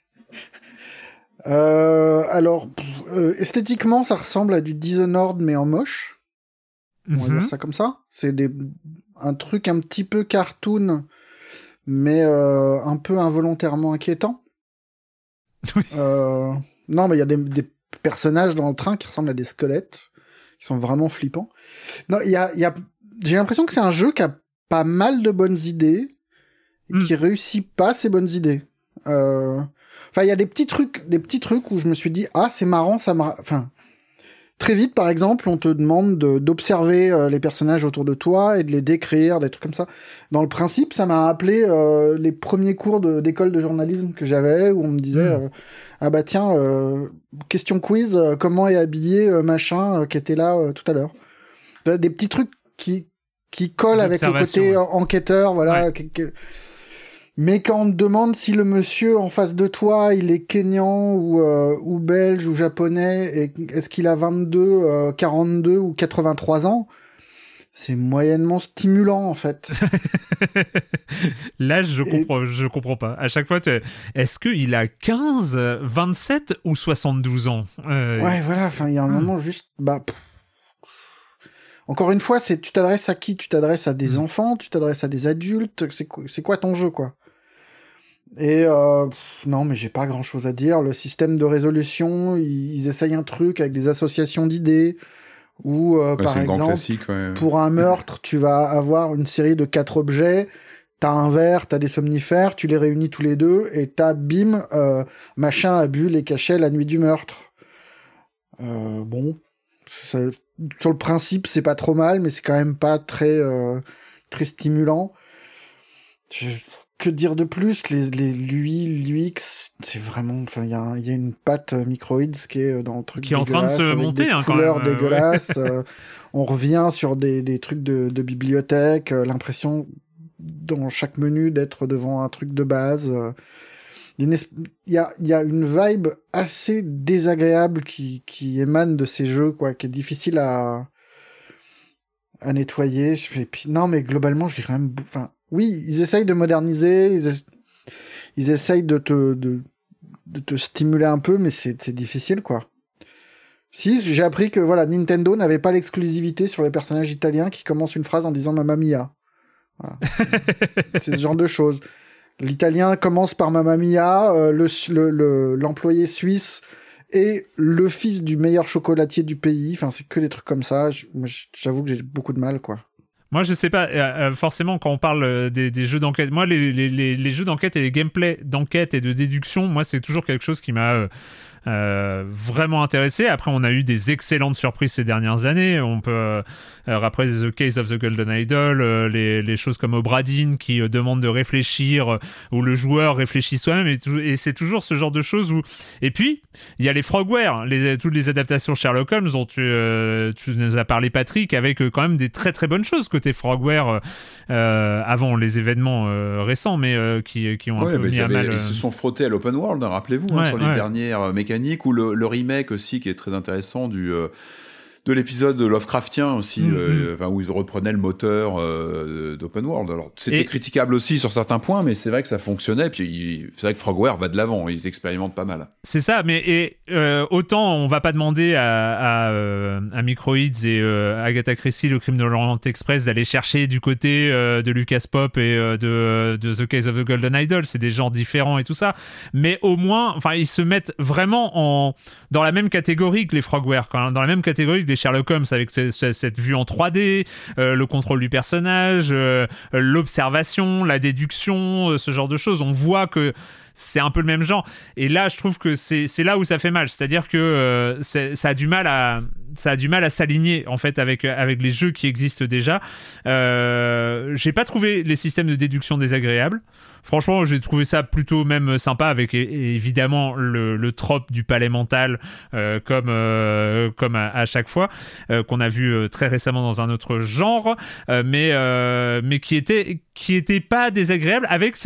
[SPEAKER 6] euh, alors, euh, esthétiquement, ça ressemble à du Dishonored mais en moche. On va mm-hmm. dire ça comme ça. C'est des un truc un petit peu cartoon, mais euh, un peu involontairement inquiétant.
[SPEAKER 3] Oui.
[SPEAKER 6] Euh, non, mais il y a des, des personnages dans le train qui ressemblent à des squelettes, qui sont vraiment flippants. Non, il y a, il y a, j'ai l'impression que c'est un jeu qui a pas mal de bonnes idées, et mm. qui réussit pas ses bonnes idées. Euh... Enfin, il y a des petits trucs, des petits trucs où je me suis dit, ah, c'est marrant, ça m'a, enfin. Très vite, par exemple, on te demande de, d'observer euh, les personnages autour de toi et de les décrire, des trucs comme ça. Dans le principe, ça m'a rappelé euh, les premiers cours de, d'école de journalisme que j'avais, où on me disait mmh. euh, ah bah tiens, euh, question quiz, euh, comment est habillé euh, machin euh, qui était là euh, tout à l'heure. Des petits trucs qui qui collent avec le côté ouais. enquêteur, voilà. Ouais. Qui, qui... Mais quand on te demande si le monsieur en face de toi, il est kényan ou, euh, ou belge ou japonais, et est-ce qu'il a vingt-deux, euh, quarante-deux ou quatre-vingt-trois ans, c'est moyennement stimulant, en fait.
[SPEAKER 3] Là, je comprends, et... je comprends pas. À chaque fois, tu... est-ce qu'il a quinze, vingt-sept ou soixante-douze ans euh...
[SPEAKER 6] Ouais, voilà, enfin, il y a un moment hum. juste... Bah, pff... Encore une fois, c'est tu t'adresses à qui ? Tu t'adresses à des hum. enfants, tu t'adresses à des adultes, c'est quoi, c'est quoi ton jeu, quoi ? Et euh, pff, non, mais j'ai pas grand chose à dire. Le système de résolution, ils, ils essayent un truc avec des associations d'idées. Ou euh, ouais, par exemple, ouais. pour un meurtre, tu vas avoir une série de quatre objets. T'as un verre, t'as des somnifères, tu les réunis tous les deux et t'as bim, euh, machin a bu les cachets la nuit du meurtre. Euh, bon, ça, sur le principe, c'est pas trop mal, mais c'est quand même pas très euh, très stimulant. Je... Que dire de plus ? Les, les, l'U I, l'U X, c'est vraiment... Enfin, il y a, y a une patte microïds qui est dans le truc
[SPEAKER 3] qui est en train de se monter,
[SPEAKER 6] des
[SPEAKER 3] hein,
[SPEAKER 6] couleurs
[SPEAKER 3] quand même.
[SPEAKER 6] dégueulasses.
[SPEAKER 3] Euh, ouais.
[SPEAKER 6] euh, on revient sur des, des trucs de, de bibliothèque, euh, l'impression dans chaque menu d'être devant un truc de base. Euh, il y a, y a une vibe assez désagréable qui, qui émane de ces jeux, quoi, qui est difficile à, à nettoyer. Et puis, non, mais globalement, je dirais quand même... Enfin, oui, ils essayent de moderniser, ils, es... ils essayent de te, de... de te stimuler un peu, mais c'est, c'est difficile, quoi. Si, j'ai appris que voilà, Nintendo n'avait pas l'exclusivité sur les personnages italiens qui commencent une phrase en disant Mamma Mia. Voilà. C'est ce genre de choses. L'italien commence par Mamma Mia, euh, le, le, le, l'employé suisse est le fils du meilleur chocolatier du pays. Enfin, c'est que des trucs comme ça. Je, moi, j'avoue que j'ai beaucoup de mal, quoi.
[SPEAKER 3] Moi, je sais pas, euh, forcément, quand on parle des, des jeux d'enquête, moi, les, les, les, les jeux d'enquête et les gameplays d'enquête et de déduction, moi, c'est toujours quelque chose qui m'a... Euh, Euh, vraiment intéressé. Après, on a eu des excellentes surprises ces dernières années. On peut euh, rappeler The Case of the Golden Idol, euh, les, les choses comme Obradin qui euh, demandent de réfléchir, euh, où le joueur réfléchit soi-même, et, tout, et c'est toujours ce genre de choses où... Et puis, il y a les Frogware, les, toutes les adaptations Sherlock Holmes dont tu, euh, tu nous as parlé, Patrick, avec euh, quand même des très très bonnes choses côté Frogware euh, avant les événements euh, récents, mais euh, qui, qui ont ouais, un peu mis
[SPEAKER 5] ils,
[SPEAKER 3] à
[SPEAKER 5] avaient,
[SPEAKER 3] mal... Euh...
[SPEAKER 5] Ils se sont frottés à l'open world, hein, rappelez-vous,
[SPEAKER 3] ouais,
[SPEAKER 5] hein, sur
[SPEAKER 3] ouais.
[SPEAKER 5] les dernières euh, mécaniques, ou le, le remake aussi qui est très intéressant du euh, de l'épisode Lovecraftien aussi, mm-hmm. euh, enfin, où ils reprenaient le moteur euh, d'open world. Alors c'était et... critiquable aussi sur certains points, mais c'est vrai que ça fonctionnait. Puis il, c'est vrai que Frogware va de l'avant, ils expérimentent pas mal.
[SPEAKER 3] C'est ça, mais et, euh, autant on va pas demander à, à, euh, à Microids et euh, Agatha Christie, le crime de l'Orient Express, d'aller chercher du côté euh, de Lucas Pop et euh, de, de The Case of the Golden Idol. C'est des genres différents et tout ça, mais au moins, enfin, ils se mettent vraiment en dans la même catégorie que les Frogware, quand même, dans la même catégorie que les Sherlock Holmes, avec ce, ce, cette vue en trois D, euh, le contrôle du personnage, euh, l'observation, la déduction, euh, ce genre de choses. On voit que c'est un peu le même genre. Et là, je trouve que c'est, c'est là où ça fait mal. C'est-à-dire que euh, c'est, ça a du mal à, ça a du mal à s'aligner en fait avec avec les jeux qui existent déjà. Euh, j'ai pas trouvé les systèmes de déduction désagréables. Franchement, j'ai trouvé ça plutôt même sympa, avec évidemment le, le trope du palais mental euh, comme euh, comme à, à chaque fois euh, qu'on a vu euh, très récemment dans un autre genre, euh, mais euh, mais qui était qui était pas désagréable, avec cette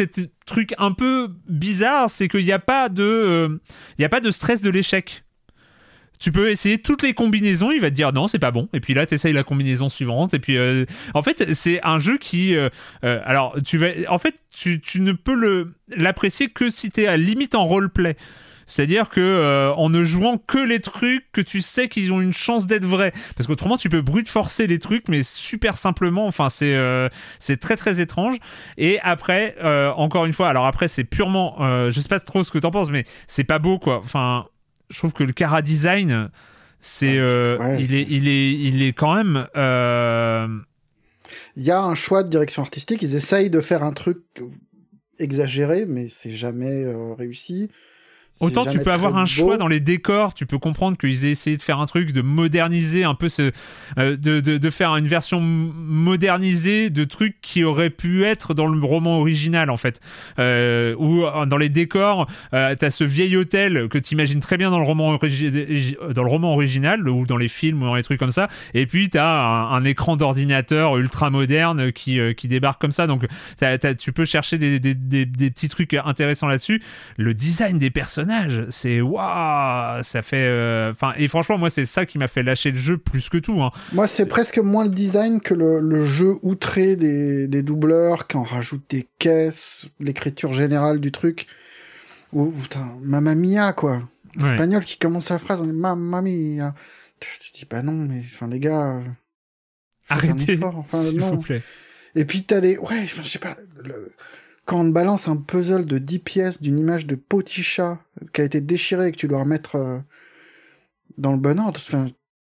[SPEAKER 3] truc un peu bizarre, c'est qu'il n'y a pas de, euh, il y a pas de stress de l'échec. Tu peux essayer toutes les combinaisons, il va te dire non, c'est pas bon. Et puis là, tu essayes la combinaison suivante. Et puis, euh, en fait, c'est un jeu qui, euh, euh, alors, tu vas, en fait, tu, tu ne peux le l'apprécier que si t'es à limite en roleplay. C'est-à-dire que euh, en ne jouant que les trucs que tu sais qu'ils ont une chance d'être vrais, parce qu'autrement tu peux brute forcer les trucs, mais super simplement. Enfin, c'est euh, c'est très très étrange. Et après, euh, encore une fois, alors après c'est purement, euh, je sais pas trop ce que t'en penses, mais c'est pas beau quoi. Enfin, je trouve que le chara design, c'est, euh, ouais, il c'est... est il est il est quand même. Euh...
[SPEAKER 6] Il y a un choix de direction artistique. Ils essayent de faire un truc exagéré, mais c'est jamais euh, réussi.
[SPEAKER 3] Autant tu peux avoir un beau. choix dans les décors, tu peux comprendre qu'ils aient essayé de faire un truc, de moderniser un peu ce, euh, de, de, de faire une version modernisée de trucs qui auraient pu être dans le roman original en fait. Euh, ou dans les décors, euh, t'as ce vieil hôtel que t'imagines très bien dans le roman origi- dans le roman original ou dans les films ou dans les trucs comme ça. Et puis t'as un, un écran d'ordinateur ultra moderne qui euh, qui débarque comme ça. Donc t'as, t'as, tu peux chercher des, des, des, des petits trucs intéressants là-dessus. Le design des personnages, c'est waouh, ça fait enfin euh, et franchement moi c'est ça qui m'a fait lâcher le jeu plus que tout hein.
[SPEAKER 6] Moi c'est, c'est presque moins le design que le, le jeu outré des, des doubleurs qui en rajoutent des caisses, l'écriture générale du truc. Oh putain, mamma mia quoi. L'espagnol ouais. qui commence sa phrase, on est mamma mia. Tu dis bah non mais enfin les gars
[SPEAKER 3] arrêtez
[SPEAKER 6] enfin,
[SPEAKER 3] s'il
[SPEAKER 6] non.
[SPEAKER 3] vous plaît.
[SPEAKER 6] Et puis t'as des ouais enfin je sais pas le... Quand on te balance un puzzle de dix pièces d'une image de Poticha qui a été déchirée et que tu dois remettre euh, dans le bon ordre, enfin,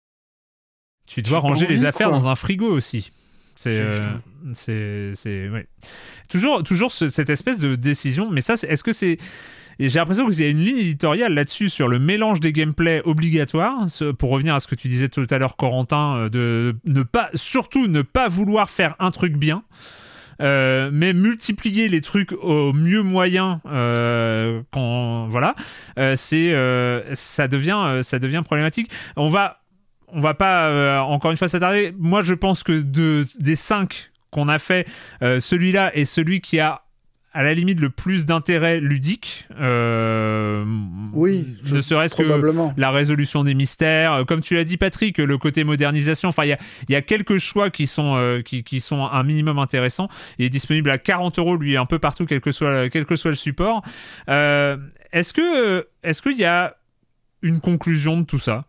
[SPEAKER 3] tu dois ranger envie, les affaires quoi. Dans un frigo aussi. C'est, euh, c'est, c'est, ouais. Toujours, toujours ce, cette espèce de décision. Mais ça, c'est, est-ce que c'est et j'ai l'impression qu'il y a une ligne éditoriale là-dessus sur le mélange des gameplays obligatoires. Pour revenir à ce que tu disais tout à l'heure, Corentin, de ne pas, surtout ne pas vouloir faire un truc bien. Euh, mais multiplier les trucs au mieux moyen euh, quand voilà euh, c'est euh, ça devient euh, ça devient problématique. On va on va pas euh, encore une fois s'attarder. Moi je pense que de des cinq qu'on a fait, euh, celui-là est celui qui a à la limite le plus d'intérêt ludique, euh,
[SPEAKER 6] oui,
[SPEAKER 3] ne serait-ce que la résolution des mystères, comme tu l'as dit Patrick, le côté modernisation, enfin il y a, y a quelques choix qui sont, euh, qui, qui sont un minimum intéressants. Il est disponible à quarante euros lui un peu partout quel que soit, quel que soit le support. Euh, est-ce que, est-ce qu'il y a une conclusion de tout ça?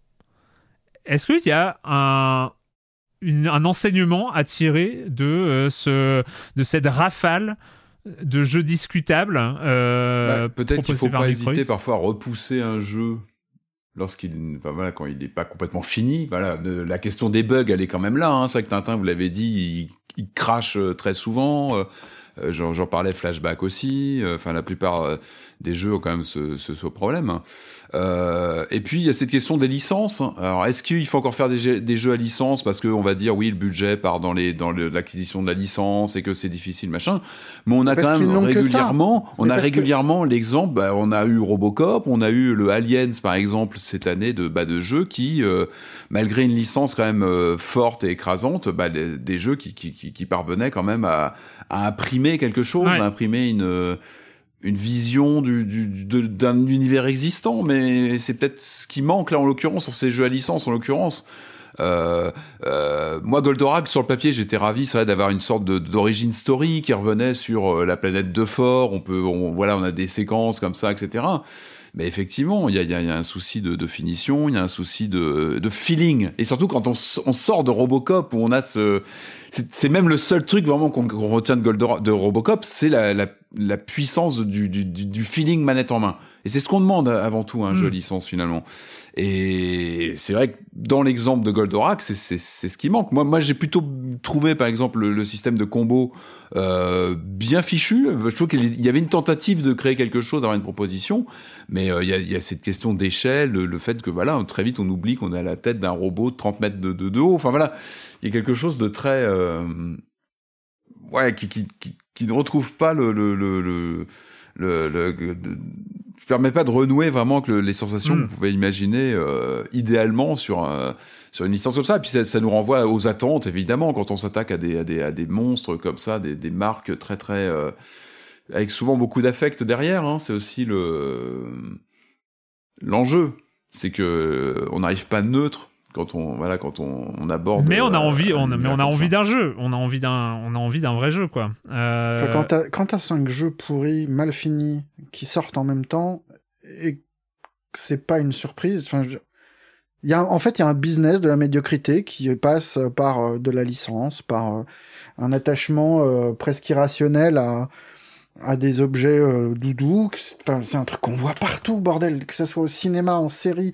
[SPEAKER 3] Est-ce qu'il y a un une, un enseignement à tirer de, euh, ce, de cette rafale de jeux discutables euh,
[SPEAKER 5] bah, peut-être qu'il ne faut pas hésiter parfois à repousser un jeu lorsqu'il, enfin, voilà, quand il n'est pas complètement fini. Voilà, de, la question des bugs, elle est quand même là. Hein. C'est vrai que Tintin, vous l'avez dit, il, il crache très souvent. Euh, j'en, j'en parlais, Flashback aussi. Enfin, euh, la plupart euh, des jeux ont quand même ce, ce, ce problème. Euh, et puis il y a cette question des licences. Alors est-ce qu'il faut encore faire des jeux, des jeux à licence parce qu'on va dire oui le budget part dans les dans le, l'acquisition de la licence et que c'est difficile machin. Mais on a parce quand même régulièrement, on a régulièrement que... l'exemple. Bah, on a eu Robocop, on a eu le Aliens par exemple cette année de bah, de jeux qui euh, malgré une licence quand même euh, forte et écrasante, bah, des, des jeux qui, qui qui qui parvenaient quand même à, à imprimer quelque chose, ouais. à imprimer une euh, une vision du, du, de, d'un univers existant, mais c'est peut-être ce qui manque là en l'occurrence sur ces jeux à licence en l'occurrence. Euh, euh, moi Goldorak sur le papier j'étais ravi c'est vrai d'avoir une sorte de, d'origin story qui revenait sur euh, la planète de Fort. On peut, on, voilà, on a des séquences comme ça, et cetera. Mais effectivement, il y a, y, a, y a un souci de, de finition, il y a un souci de, de feeling. Et surtout quand on, on sort de Robocop, où on a ce... C'est, c'est même le seul truc vraiment qu'on, qu'on retient de, Goldor- de Robocop, c'est la, la, la puissance du, du, du feeling manette en main. Et c'est ce qu'on demande avant tout à un mmh. jeu à licence, finalement. Et c'est vrai que dans l'exemple de Goldorak, c'est, c'est, c'est ce qui manque. Moi, moi, j'ai plutôt trouvé, par exemple, le, le système de combo euh, bien fichu. Je trouve qu'il y avait une tentative de créer quelque chose, d'avoir une proposition, mais euh, il y a, il y a cette question d'échelle, le, le fait que, voilà, très vite, on oublie qu'on est à la tête d'un robot de trente mètres de, de, de haut. Enfin, voilà, il y a quelque chose de très... Euh, ouais, qui, qui, qui, qui ne retrouve pas le... le, le, le Le, le, le je permets pas de renouer vraiment que le, les sensations mmh. qu'on pouvait imaginer euh, idéalement sur un, sur une licence comme ça. Et puis ça, ça nous renvoie aux attentes évidemment quand on s'attaque à des à des à des monstres comme ça, des des marques très très euh, avec souvent beaucoup d'affect derrière. Hein. C'est aussi le l'enjeu, c'est que on n'arrive pas neutre quand on voilà quand on, on aborde.
[SPEAKER 3] Mais on a envie,
[SPEAKER 5] euh,
[SPEAKER 3] on, mais on a envie d'un jeu. On a envie d'un, on a envie d'un vrai jeu, quoi. Euh...
[SPEAKER 6] Enfin, quand t'as quand t'as cinq jeux pourris, mal finis, qui sortent en même temps, et que c'est pas une surprise. Enfin, je... il y a en fait il y a un business de la médiocrité qui passe par euh, de la licence, par euh, un attachement euh, presque irrationnel à à des objets euh, doudous. Enfin, c'est un truc qu'on voit partout, bordel, que ça soit au cinéma, en série.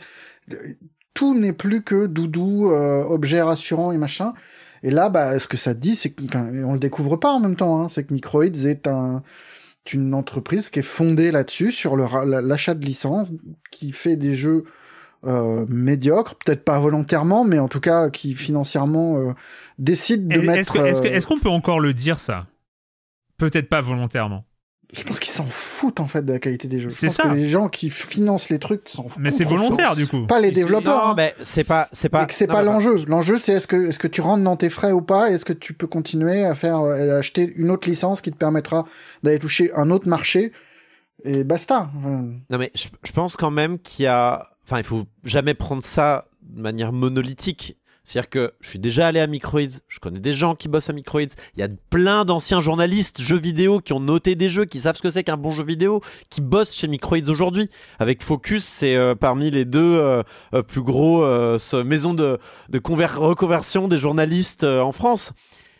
[SPEAKER 6] Tout n'est plus que doudou, euh, objet rassurant et machin. Et là, bah, ce que ça dit, c'est que, enfin, on le découvre pas en même temps, hein, c'est que Microids est un, une entreprise qui est fondée là-dessus, sur le, l'achat de licences, qui fait des jeux euh, médiocres, peut-être pas volontairement, mais en tout cas, qui financièrement euh, décide de
[SPEAKER 3] est,
[SPEAKER 6] mettre...
[SPEAKER 3] Est-ce, que, est-ce, que,
[SPEAKER 6] euh...
[SPEAKER 3] est-ce qu'on peut encore le dire, ça ? Peut-être pas volontairement.
[SPEAKER 6] Je pense qu'ils s'en foutent, en fait, de la qualité des jeux.
[SPEAKER 3] C'est
[SPEAKER 6] je pense
[SPEAKER 3] ça.
[SPEAKER 6] que les gens qui financent les trucs s'en foutent.
[SPEAKER 3] Mais c'est volontaire, du coup.
[SPEAKER 6] Pas les
[SPEAKER 4] c'est...
[SPEAKER 6] développeurs.
[SPEAKER 4] Non, mais c'est pas, c'est pas.
[SPEAKER 6] Et que c'est
[SPEAKER 4] non,
[SPEAKER 6] pas
[SPEAKER 4] mais
[SPEAKER 6] l'enjeu. Pas... L'enjeu, c'est est-ce que, est-ce que tu rentres dans tes frais ou pas, et est-ce que tu peux continuer à faire, à acheter une autre licence qui te permettra d'aller toucher un autre marché, et basta.
[SPEAKER 4] Non, mais je, je pense quand même qu'il y a, enfin, il faut jamais prendre ça de manière monolithique. C'est-à-dire que je suis déjà allé à Microids, je connais des gens qui bossent à Microids, il y a plein d'anciens journalistes jeux vidéo qui ont noté des jeux, qui savent ce que c'est qu'un bon jeu vidéo, qui bossent chez Microids aujourd'hui. Avec Focus, c'est euh, parmi les deux euh, euh, plus gros euh, maisons de, de conver- reconversion des journalistes euh, en France.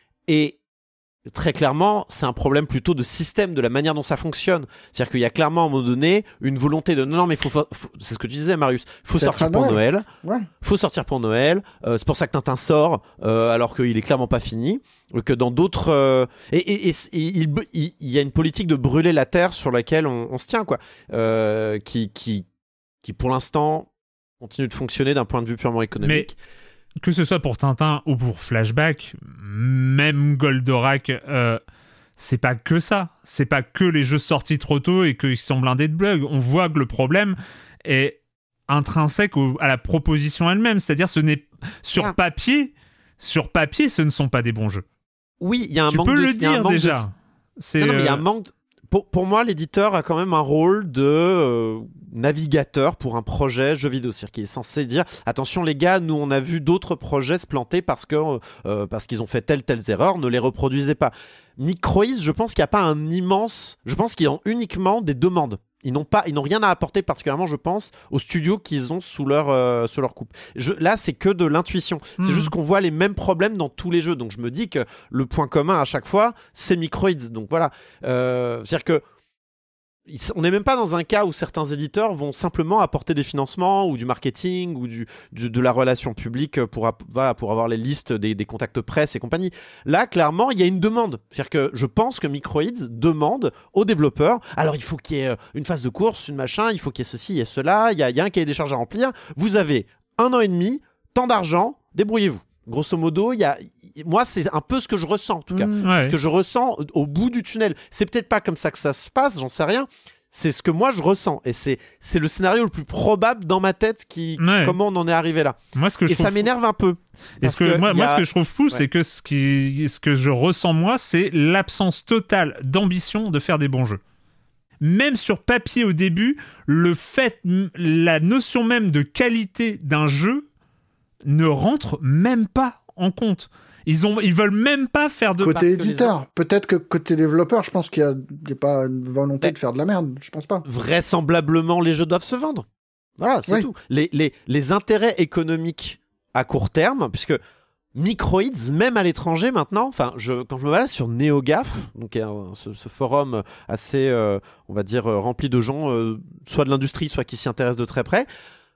[SPEAKER 4] Et très clairement, c'est un problème plutôt de système, de la manière dont ça fonctionne. C'est-à-dire qu'il y a clairement à un moment donné une volonté de non, non mais faut, faut, faut c'est ce que tu disais, Marius, faut c'est sortir pour Noël,
[SPEAKER 6] ouais.
[SPEAKER 4] faut sortir pour Noël. Euh, c'est pour ça que Tintin sort euh, alors qu'il est clairement pas fini. Que dans d'autres euh, et, et, et, et il, il, il y a une politique de brûler la terre sur laquelle on, on se tient, quoi, euh, qui, qui, qui pour l'instant continue de fonctionner d'un point de vue purement économique.
[SPEAKER 3] Mais... que ce soit pour Tintin ou pour Flashback, même Goldorak, euh, c'est pas que ça. C'est pas que les jeux sortis trop tôt et qu'ils sont blindés de bugs. On voit que le problème est intrinsèque au, à la proposition elle-même. C'est-à-dire, ce n'est sur ah. papier, sur papier, ce ne sont pas des bons jeux.
[SPEAKER 4] Oui, il y a un
[SPEAKER 3] tu
[SPEAKER 4] manque
[SPEAKER 3] peux
[SPEAKER 4] de...
[SPEAKER 3] le dire déjà. De...
[SPEAKER 4] C'est, non, non, mais il y a un manque... De... Pour, pour moi, l'éditeur a quand même un rôle de euh, navigateur pour un projet jeu vidéo. C'est-à-dire qu'il est censé dire attention les gars, nous on a vu d'autres projets se planter parce, que, euh, parce qu'ils ont fait telles telles erreurs, ne les reproduisez pas. Microids, je pense qu'il n'y a pas un immense... Je pense qu'ils ont uniquement des demandes. Ils n'ont, pas, ils n'ont rien à apporter particulièrement, je pense, aux studios qu'ils ont sous leur, euh, sous leur coupe. Je, là, c'est que de l'intuition. Mmh. C'est juste qu'on voit les mêmes problèmes dans tous les jeux. Donc, je me dis que le point commun à chaque fois, c'est Microids. Donc, voilà. Euh, c'est-à-dire que on n'est même pas dans un cas où certains éditeurs vont simplement apporter des financements ou du marketing ou du, du, de la relation publique pour, voilà, pour avoir les listes des, des contacts presse et compagnie. Là, clairement, il y a une demande. C'est-à-dire que je pense que Microids demande aux développeurs, alors il faut qu'il y ait une phase de course, une machin, il faut qu'il y ait ceci, il y ait cela, il y a, il y a un cahier des charges à remplir. Vous avez un an et demi, tant d'argent, débrouillez-vous. Grosso modo, il y a... moi, c'est un peu ce que je ressens, en tout cas.
[SPEAKER 3] Mmh, ouais.
[SPEAKER 4] Ce que je ressens au bout du tunnel. C'est peut-être pas comme ça que ça se passe, j'en sais rien. C'est ce que moi, je ressens. Et c'est, c'est le scénario le plus probable dans ma tête, qui... ouais. comment on en est arrivé là.
[SPEAKER 3] Moi, ce que je
[SPEAKER 4] Et ça
[SPEAKER 3] trouve...
[SPEAKER 4] m'énerve un peu.
[SPEAKER 3] Et ce que, que moi, a... moi, ce que je trouve fou, ouais. c'est que ce, qui... ce que je ressens, moi, c'est l'absence totale d'ambition de faire des bons jeux. Même sur papier, au début, le fait... la notion même de qualité d'un jeu ne rentre même pas en compte. Ils ont, ils veulent même pas faire de...
[SPEAKER 6] Côté éditeur, les... peut-être que côté développeur, je pense qu'il y a, il y a pas une volonté Mais... de faire de la merde, je pense pas.
[SPEAKER 4] Vraisemblablement, les jeux doivent se vendre. Voilà, c'est oui. tout. Les, les, les intérêts économiques à court terme, puisque Microids, même à l'étranger maintenant, enfin, je, quand je me balade sur NeoGAF, donc euh, ce, ce forum assez, euh, on va dire, euh, rempli de gens, euh, soit de l'industrie, soit qui s'y intéressent de très près,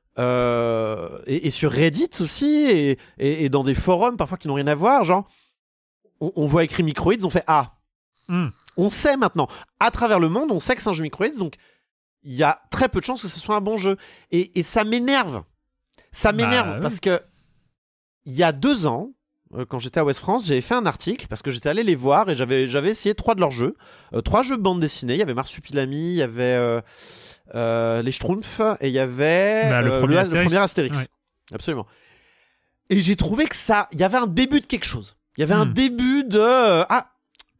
[SPEAKER 4] Euh, et, et sur Reddit aussi, et, et, et dans des forums parfois qui n'ont rien à voir, genre on, on voit écrit Microids, on fait ah, mm. on sait maintenant à travers le monde, on sait que c'est un jeu Microids, donc il y a très peu de chances que ce soit un bon jeu, et, et ça m'énerve, ça m'énerve bah, parce oui. que il y a deux ans, euh, quand j'étais à Ouest France, j'avais fait un article parce que j'étais allé les voir et j'avais j'avais essayé trois de leurs jeux, euh, trois jeux de bande dessinée. Il y avait Marsupilami, il y avait euh, Euh, les Schtroumpfs et il y avait
[SPEAKER 3] bah, le,
[SPEAKER 4] euh,
[SPEAKER 3] premier
[SPEAKER 4] le,
[SPEAKER 3] Astérix.
[SPEAKER 4] le premier Astérix.
[SPEAKER 3] Ouais.
[SPEAKER 4] Absolument. Et j'ai trouvé que ça, il y avait un début de quelque chose. Il y avait
[SPEAKER 3] mmh.
[SPEAKER 4] un début de euh, ah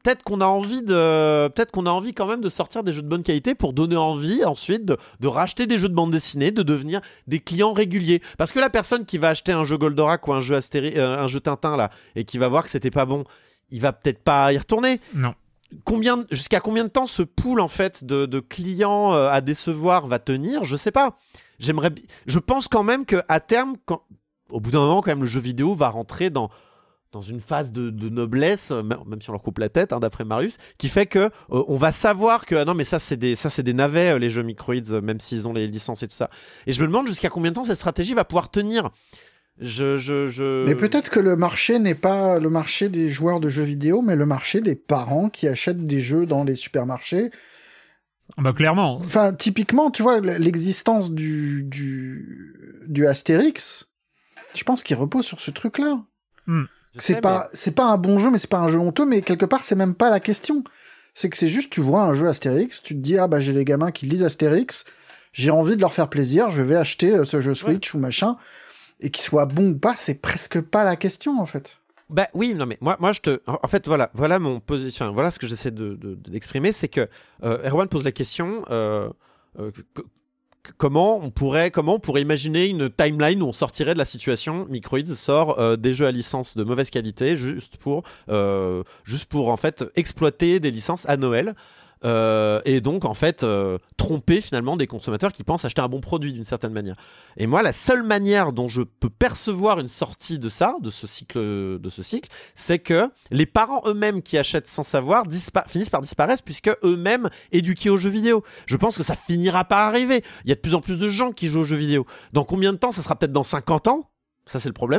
[SPEAKER 4] peut-être qu'on a envie de, peut-être qu'on a envie quand même de sortir des jeux de bonne qualité pour donner envie ensuite de, de racheter des jeux de bande dessinée, de devenir des clients réguliers. Parce que la personne qui va acheter un jeu Goldorak ou un jeu Astéri, euh, un jeu Tintin là, et qui va voir que c'était pas bon, il va peut-être pas y retourner.
[SPEAKER 3] Non.
[SPEAKER 4] Combien, jusqu'à combien de temps ce pool en fait de, de clients euh, à décevoir va tenir ? Je sais pas. J'aimerais, je pense quand même que à terme, quand, au bout d'un moment, quand même, le jeu vidéo va rentrer dans dans une phase de, de noblesse, même si on leur coupe la tête, hein, d'après Marius, qui fait que euh, on va savoir que ah non mais ça c'est des ça c'est des navets les jeux Microids, même s'ils ont les licences et tout ça. Et je me demande jusqu'à combien de temps cette stratégie va pouvoir tenir. Je, je, je...
[SPEAKER 6] Mais peut-être que le marché n'est pas le marché des joueurs de jeux vidéo, mais le marché des parents qui achètent des jeux dans les supermarchés.
[SPEAKER 3] Bah clairement.
[SPEAKER 6] Enfin, typiquement, tu vois, l'existence du, du, du Astérix, je pense qu'il repose sur ce truc-là.
[SPEAKER 3] Mm.
[SPEAKER 6] C'est
[SPEAKER 4] sais,
[SPEAKER 6] pas,
[SPEAKER 4] mais...
[SPEAKER 6] c'est pas un bon jeu, mais c'est pas un jeu honteux, mais quelque part, c'est même pas la question. C'est que c'est juste, tu vois un jeu Astérix, tu te dis, ah bah j'ai les gamins qui lisent Astérix, j'ai envie de leur faire plaisir, je vais acheter ce jeu Switch ouais. ou machin. Et qu'il soit bon ou pas, c'est presque pas la question en fait.
[SPEAKER 4] Bah oui, non mais moi, moi je te, en fait voilà, voilà mon position, voilà ce que j'essaie de, de, d'exprimer, c'est que euh, Erwan pose la question, euh, euh, que, que, comment on pourrait, comment on pourrait imaginer une timeline où on sortirait de la situation Microids sort euh, des jeux à licence de mauvaise qualité juste pour, euh, juste pour en fait exploiter des licences à Noël. Euh, et donc en fait euh, tromper finalement des consommateurs qui pensent acheter un bon produit d'une certaine manière. Et moi la seule manière dont je peux percevoir une sortie de ça, de ce cycle, de ce cycle, c'est que les parents eux-mêmes qui achètent sans savoir dispa- finissent par disparaître puisque eux-mêmes éduqués aux jeux vidéo. Je pense que ça finira par arriver. Il y a de plus en plus de gens qui jouent aux jeux vidéo. Dans combien de temps ? Ça sera peut-être dans cinquante ans. Ça c'est le problème.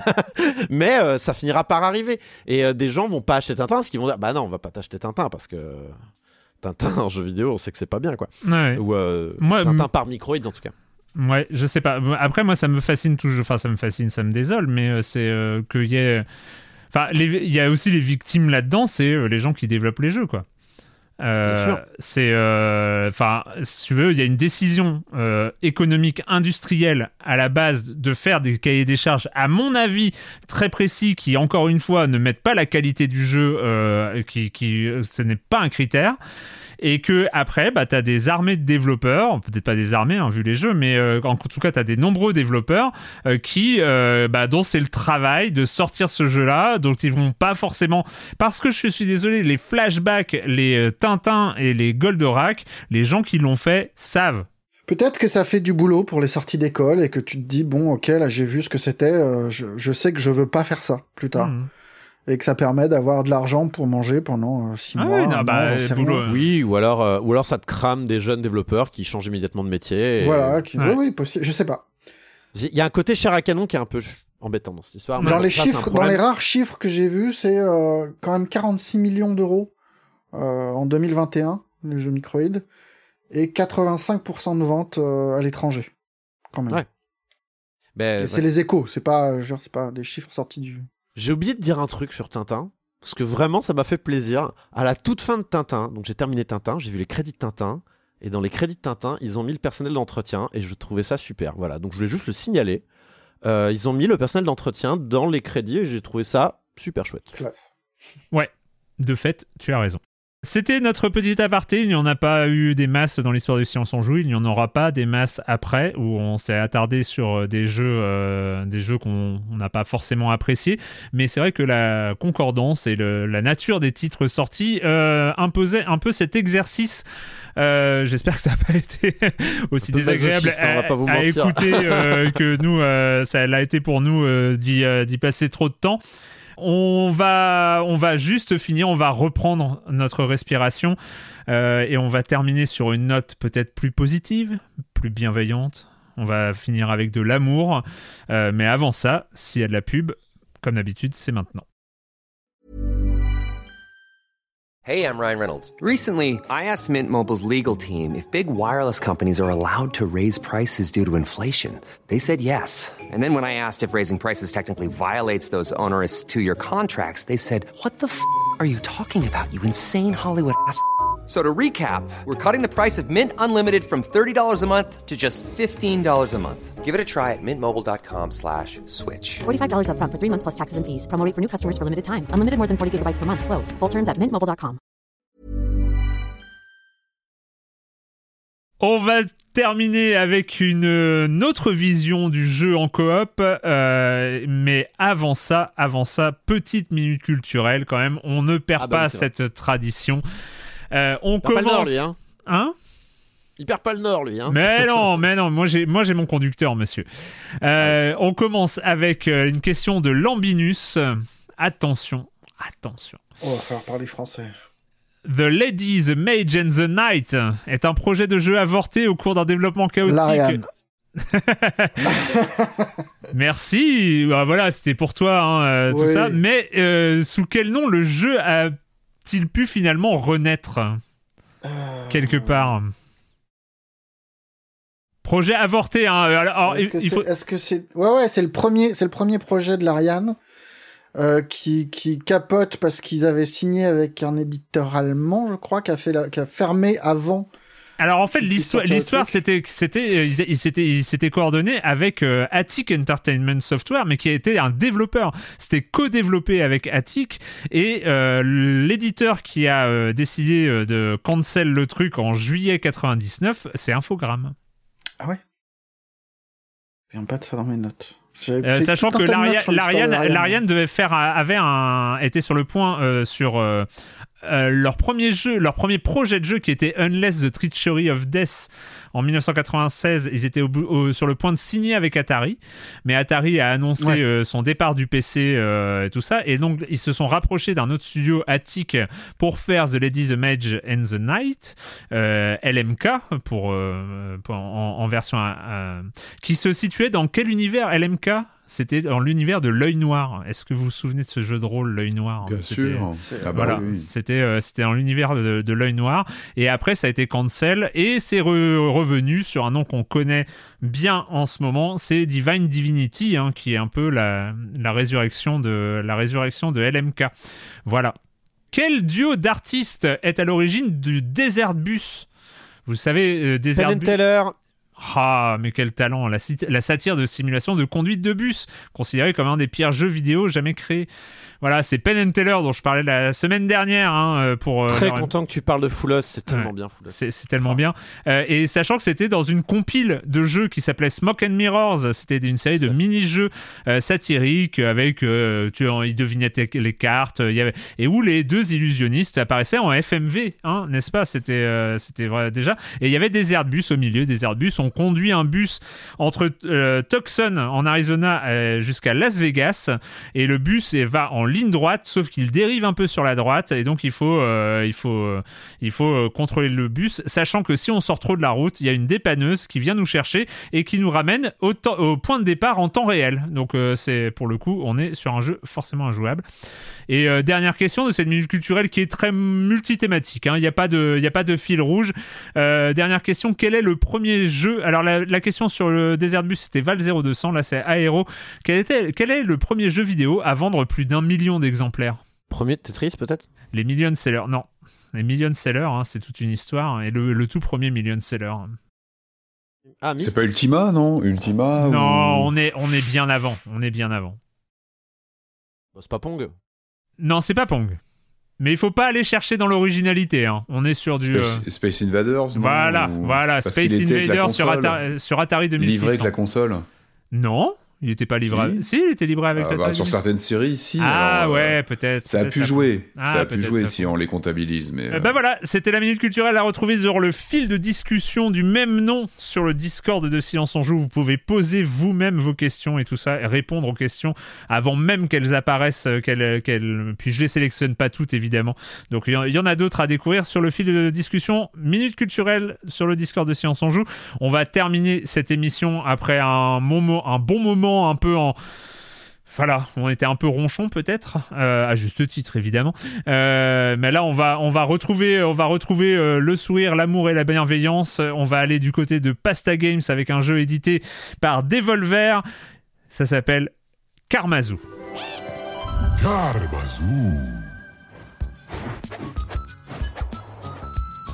[SPEAKER 4] Mais euh, ça finira par arriver. Et euh, des gens vont pas acheter Tintin parce qu'ils vont dire bah non on va pas t'acheter Tintin parce que Tintin en jeu vidéo, on sait que c'est pas bien, quoi.
[SPEAKER 3] Ouais.
[SPEAKER 4] Ou euh,
[SPEAKER 3] moi,
[SPEAKER 4] Tintin
[SPEAKER 3] m-
[SPEAKER 4] par Microids, en tout cas.
[SPEAKER 3] Ouais, je sais pas. Après, moi, ça me fascine toujours. Enfin, ça me fascine, ça me désole, mais euh, c'est euh, qu'il y ait. Enfin, il y a aussi les victimes là-dedans, c'est euh, les gens qui développent les jeux, quoi. Euh,
[SPEAKER 4] Bien sûr.
[SPEAKER 3] C'est, enfin, euh, si tu veux, il y a une décision euh, économique, industrielle à la base de faire des cahiers des charges, à mon avis, très précis, qui encore une fois ne mettent pas la qualité du jeu, euh, qui, qui, ce n'est pas un critère. Et que après, bah, t'as des armées de développeurs, peut-être pas des armées, hein, vu les jeux, mais euh, en tout cas, t'as des nombreux développeurs euh, qui, euh, bah, dont c'est le travail de sortir ce jeu-là, donc ils vont pas forcément, parce que je suis désolé, les flashbacks, les euh, Tintin et les Goldorak, les gens qui l'ont fait savent.
[SPEAKER 6] Peut-être que ça fait du boulot pour les sorties d'école et que tu te dis, bon, ok, là j'ai vu ce que c'était, euh, je, je sais que je veux pas faire ça plus tard. Mmh. Et que ça permet d'avoir de l'argent pour manger pendant euh, six
[SPEAKER 3] ah
[SPEAKER 6] mois.
[SPEAKER 3] Oui, non, bah,
[SPEAKER 6] non,
[SPEAKER 3] boulot,
[SPEAKER 4] oui, ou alors, euh, ou alors ça te crame des jeunes développeurs qui changent immédiatement de métier. Et...
[SPEAKER 6] Voilà, qui...
[SPEAKER 3] ouais.
[SPEAKER 6] oui, oui, possible. Je sais pas.
[SPEAKER 4] Il y a un côté chair à canon qui est un peu embêtant dans cette histoire.
[SPEAKER 6] Dans, les,
[SPEAKER 4] ça,
[SPEAKER 6] chiffres, dans les rares chiffres que j'ai vus, c'est euh, quand même quarante-six millions d'euros euh, en deux mille vingt et un, les jeux Microids, et quatre-vingt-cinq pour cent de ventes euh, à l'étranger, quand même.
[SPEAKER 4] Ouais. Ben,
[SPEAKER 6] et
[SPEAKER 4] ouais.
[SPEAKER 6] c'est les échos, c'est pas, je veux dire, c'est pas des chiffres sortis du...
[SPEAKER 4] J'ai oublié de dire un truc sur Tintin. Parce que vraiment, ça m'a fait plaisir. À la toute fin de Tintin, donc j'ai terminé Tintin, j'ai vu les crédits de Tintin, et dans les crédits de Tintin, ils ont mis le personnel d'entretien, et je trouvais ça super. Voilà, donc je voulais juste le signaler. Euh, ils ont mis le personnel d'entretien dans les crédits, et j'ai trouvé ça super chouette.
[SPEAKER 6] Classe.
[SPEAKER 3] Ouais, de fait, tu as raison. C'était notre petit aparté, il n'y en a pas eu des masses dans l'histoire du Silence on Joue, il n'y en aura pas des masses après, où on s'est attardé sur des jeux, euh, des jeux qu'on n'a pas forcément appréciés, mais c'est vrai que la concordance et le, la nature des titres sortis euh, imposaient un peu cet exercice. Euh, j'espère que ça n'a pas été aussi désagréable à,
[SPEAKER 4] on va pas vous
[SPEAKER 3] à
[SPEAKER 4] mentir.
[SPEAKER 3] écouter euh, que nous, euh, ça l'a été pour nous euh, d'y, euh, d'y passer trop de temps. On va, on va juste finir, on va reprendre notre respiration euh, et on va terminer sur une note peut-être plus positive, plus bienveillante. On va finir avec de l'amour. Euh, mais avant ça, s'il y a de la pub, comme d'habitude, c'est maintenant.
[SPEAKER 1] Hey, I'm Ryan Reynolds. Recently, I asked Mint Mobile's legal team if big wireless companies are allowed to raise prices due to inflation. They said yes. And then when I asked if raising prices technically violates those onerous two-year contracts, they said, what the f*** are you talking about, you insane Hollywood ass f- So to recap, we're cutting the price of Mint Unlimited from thirty dollars a month to just fifteen dollars a month. Give it a try at mintmobile.com slash switch.
[SPEAKER 2] forty-five dollars up front for three months plus taxes and fees. Promo rate for new customers for limited time. Unlimited more than forty gigabytes per month. Slows full terms at mint mobile dot com.
[SPEAKER 3] On va terminer avec une, une autre vision du jeu en coop, euh, mais avant ça, avant ça, petite minute culturelle quand même. On ne perd ah bah, pas cette vrai. tradition. Euh, on
[SPEAKER 4] il perd
[SPEAKER 3] commence.
[SPEAKER 4] Pas le nord, lui, hein.
[SPEAKER 3] hein
[SPEAKER 4] Il perd pas le nord, lui. Hein.
[SPEAKER 3] Mais non, mais non. Moi, j'ai, moi, j'ai mon conducteur, monsieur. Euh, ouais. On commence avec une question de Lambinus. Attention, attention.
[SPEAKER 6] On va falloir parler français.
[SPEAKER 3] The Lady, the Mage and the Knight est un projet de jeu avorté au cours d'un développement chaotique.
[SPEAKER 6] L'Ariane.
[SPEAKER 3] Merci. Voilà, c'était pour toi, hein, euh, oui. tout ça. Mais euh, sous quel nom le jeu a-t-il pu finalement renaître euh... quelque part? Projet avorté. Hein. Alors,
[SPEAKER 6] est-ce, que
[SPEAKER 3] il faut...
[SPEAKER 6] est-ce que c'est ouais ouais c'est le premier c'est le premier projet de l'Ariane. Euh, qui, qui capote parce qu'ils avaient signé avec un éditeur allemand, je crois, qui a, fait la, qui a fermé avant.
[SPEAKER 3] Alors en fait, l'histoire, l'histoire c'était, c'était, ils, ils, s'étaient, ils s'étaient coordonnés avec euh, Attic Entertainment Software, mais qui a été un développeur. C'était co-développé avec Attic, et euh, l'éditeur qui a euh, décidé euh, de cancel le truc en juillet quatre-vingt-dix-neuf, c'est Infogrames.
[SPEAKER 6] Ah ouais ? Je viens pas de ça dans mes notes.
[SPEAKER 3] Euh, sachant que l'Ariane, l'Ariane, l'Ariane devait faire, avait un, était sur le point euh, sur euh, euh, leur premier jeu, leur premier projet de jeu qui était Unless the Treachery of Death en dix-neuf cent quatre-vingt-seize. Ils étaient au, au, sur le point de signer avec Atari, mais Atari a annoncé ouais. euh, son départ du P C euh, et tout ça, et donc ils se sont rapprochés d'un autre studio, Attic, pour faire The Lady, the Mage and the Knight, euh, L M K pour, euh, pour en, en version euh, qui se situait dans quel univers? L M K, c'était dans l'univers de l'œil noir. Est-ce que vous vous souvenez de ce jeu de rôle, l'œil noir?
[SPEAKER 5] Bien
[SPEAKER 3] c'était,
[SPEAKER 5] sûr.
[SPEAKER 3] Ah bah voilà, oui. c'était, euh, c'était dans l'univers de, de l'œil noir. Et après, ça a été cancel et c'est re- revenu sur un nom qu'on connaît bien en ce moment. C'est Divine Divinity, hein, qui est un peu la, la résurrection de la résurrection de L M K. Voilà. Quel duo d'artistes est à l'origine du Desert Bus? Vous savez, euh, Desert
[SPEAKER 4] Penn and Teller.
[SPEAKER 3] Ah, mais quel talent! La, la satire de simulation de conduite de bus, considéré comme un des pires jeux vidéo jamais créés. Voilà, c'est Penn and Teller dont je parlais la semaine dernière. Hein, pour,
[SPEAKER 4] Très
[SPEAKER 3] euh,
[SPEAKER 4] content que tu parles de Foulos, c'est tellement ouais, bien Foulos.
[SPEAKER 3] C'est, c'est tellement bien. Euh, et sachant que c'était dans une compile de jeux qui s'appelait Smoke and Mirrors, c'était une série de mini-jeux euh, satiriques avec, euh, tu ils devinaient les cartes, y avait, et où les deux illusionnistes apparaissaient en F M V, hein, n'est-ce pas? C'était, euh, c'était vrai déjà. Et il y avait Desert Bus au milieu. Desert Bus, on conduit un bus entre euh, Tucson en Arizona euh, jusqu'à Las Vegas, et le bus et va en ligne droite, sauf qu'il dérive un peu sur la droite, et donc il faut, euh, il faut, euh, il faut euh, contrôler le bus, sachant que si on sort trop de la route, il y a une dépanneuse qui vient nous chercher et qui nous ramène au, temps, au point de départ en temps réel. Donc euh, c'est, pour le coup, on est sur un jeu forcément injouable. Et euh, dernière question de cette minute culturelle qui est très multithématique, hein. Il n'y a pas de, il n'y a pas de fil rouge. Euh, dernière question, quel est le premier jeu? Alors la, la question sur le Desert Bus, c'était Val zéro deux cents, là c'est Aero. Quel, était, quel est le premier jeu vidéo à vendre plus d'un million d'exemplaires?
[SPEAKER 4] Premier Tetris peut-être?
[SPEAKER 3] Les million sellers, non. Les million sellers, hein, c'est toute une histoire. Et le, le tout premier million seller.
[SPEAKER 5] Ah, c'est pas Ultima, non? Ultima
[SPEAKER 3] Non,
[SPEAKER 5] ou...
[SPEAKER 3] on est, on est bien avant. On est bien avant.
[SPEAKER 4] Bah, c'est pas Pong?
[SPEAKER 3] Non, c'est pas Pong. Mais il faut pas aller chercher dans l'originalité. Hein. On est sur du...
[SPEAKER 5] Space, euh... Space Invaders?
[SPEAKER 3] Voilà,
[SPEAKER 5] ou...
[SPEAKER 3] voilà.
[SPEAKER 5] Parce
[SPEAKER 3] Space Invaders sur, Atari, sur Atari deux mille six cents.
[SPEAKER 5] Livré avec la console?
[SPEAKER 3] Non. Il n'était pas livré. Si, si il était livré avec
[SPEAKER 5] ah,
[SPEAKER 3] la
[SPEAKER 5] bah, sur certaines séries, si.
[SPEAKER 3] Ah
[SPEAKER 5] alors,
[SPEAKER 3] ouais, peut-être.
[SPEAKER 5] Ça
[SPEAKER 3] peut-être
[SPEAKER 5] a pu
[SPEAKER 3] ça
[SPEAKER 5] jouer.
[SPEAKER 3] Ah,
[SPEAKER 5] ça a pu jouer
[SPEAKER 3] ça
[SPEAKER 5] si
[SPEAKER 3] peut.
[SPEAKER 5] on les comptabilise. Mais
[SPEAKER 3] euh... Ben voilà, c'était la minute culturelle à retrouver sur le fil de discussion du même nom sur le Discord de Silence on Joue. Vous pouvez poser vous-même vos questions et tout ça, et répondre aux questions avant même qu'elles apparaissent. Qu'elles, qu'elles... Puis je les sélectionne pas toutes, évidemment. Donc il y en a d'autres à découvrir sur le fil de discussion. Minute culturelle sur le Discord de Silence on Joue. On va terminer cette émission après un, moment, un bon moment un peu en... Voilà, on était un peu ronchon peut-être, euh, à juste titre évidemment. Euh, mais là, on va, on va retrouver, on va retrouver euh, le sourire, l'amour et la bienveillance. On va aller du côté de Pasta Games avec un jeu édité par Devolver. Ça s'appelle Karmazoo.
[SPEAKER 12] Karmazoo.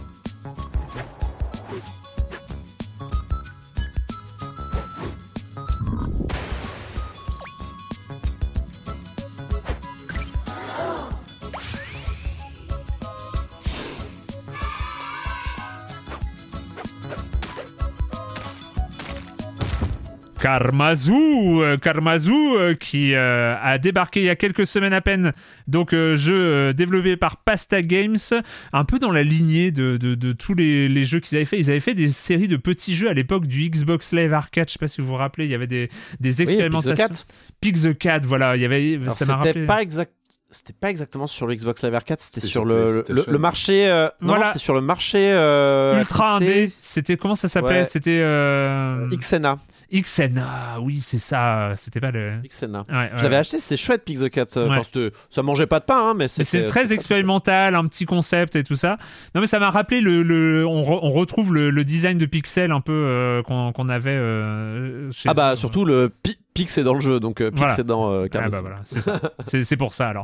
[SPEAKER 3] Karmazu, euh, Karmazu euh, qui euh, a débarqué il y a quelques semaines à peine. Donc euh, jeu euh, développé par Pasta Games, un peu dans la lignée de, de, de tous les, les jeux qu'ils avaient fait. Ils avaient fait des séries de petits jeux à l'époque du Xbox Live Arcade. Je sais pas si vous vous rappelez, il y avait des, des expérimentations.
[SPEAKER 4] Oui, Pick the Cat.
[SPEAKER 3] Pick the Cat, voilà. Il y avait,
[SPEAKER 4] Alors,
[SPEAKER 3] ça m'a
[SPEAKER 4] c'était
[SPEAKER 3] rappelé.
[SPEAKER 4] pas exact. C'était pas exactement sur le Xbox Live Arcade, c'était,
[SPEAKER 5] c'était
[SPEAKER 4] sur,
[SPEAKER 5] sur
[SPEAKER 4] le, le, le marché. Euh, non,
[SPEAKER 3] Voilà.
[SPEAKER 4] non, c'était sur le marché euh,
[SPEAKER 3] Ultra
[SPEAKER 4] accrédité.
[SPEAKER 3] indé. C'était comment ça s'appelait
[SPEAKER 4] Ouais.
[SPEAKER 3] C'était euh...
[SPEAKER 4] X N A.
[SPEAKER 3] X N A, oui, c'est ça. C'était pas le.
[SPEAKER 4] X N A.
[SPEAKER 3] Ouais, ouais,
[SPEAKER 4] Je l'avais
[SPEAKER 3] ouais.
[SPEAKER 4] acheté, c'était chouette, Pick the Cat. Ça,
[SPEAKER 3] Ouais.
[SPEAKER 4] enfin, c'était- ça mangeait pas de pain, hein, mais
[SPEAKER 3] Mais
[SPEAKER 4] c'était.
[SPEAKER 3] c'est très
[SPEAKER 4] c'était
[SPEAKER 3] expérimental, un petit concept et tout ça. Non, mais ça m'a rappelé le, le on, re- on retrouve le, le design de Pixel un peu euh, qu'on, qu'on avait euh, chez
[SPEAKER 4] Ah bah
[SPEAKER 3] eux.
[SPEAKER 4] surtout le pi- Pix est dans le jeu, donc euh, Pix
[SPEAKER 3] Voilà.
[SPEAKER 4] est dans euh,
[SPEAKER 3] Ah
[SPEAKER 4] Karmazu.
[SPEAKER 3] bah voilà, c'est ça. c'est, c'est pour ça alors.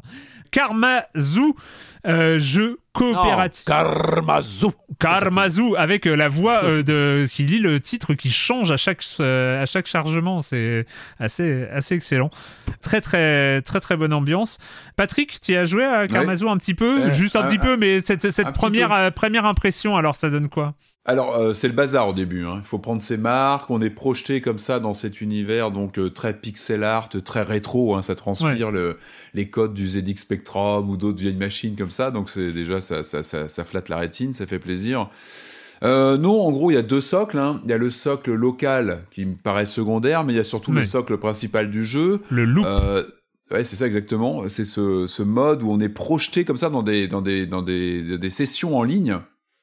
[SPEAKER 3] Karmazu, euh, jeu coopératif.
[SPEAKER 4] Karmazu.
[SPEAKER 3] Karmazu avec euh, la voix euh, de qui lit le titre qui change à chaque euh, à chaque chargement, c'est assez assez excellent. Très très très très bonne ambiance. Patrick, tu y as joué à Karmazu ouais. un petit peu,
[SPEAKER 5] euh,
[SPEAKER 3] juste un, un petit peu, mais cette cette première euh, première impression, alors ça donne quoi?
[SPEAKER 5] Alors, euh, c'est le bazar au début. Hein. Il faut prendre ses marques. On est projeté comme ça dans cet univers, donc euh, très pixel art, très rétro. Hein. Ça transpire ouais. le, les codes du Z X Spectrum ou d'autres vieilles machines comme ça. Donc, c'est déjà ça, ça, ça, ça flatte la rétine, ça fait plaisir. Euh, non, en gros, il y a deux socles. Hein. Il y a le socle local qui me paraît secondaire, mais il y a surtout ouais. le socle principal du jeu.
[SPEAKER 3] Le loop.
[SPEAKER 5] Euh, Ouais, c'est ça exactement. C'est ce, ce mode où on est projeté comme ça dans des, dans des, dans des, des sessions en ligne.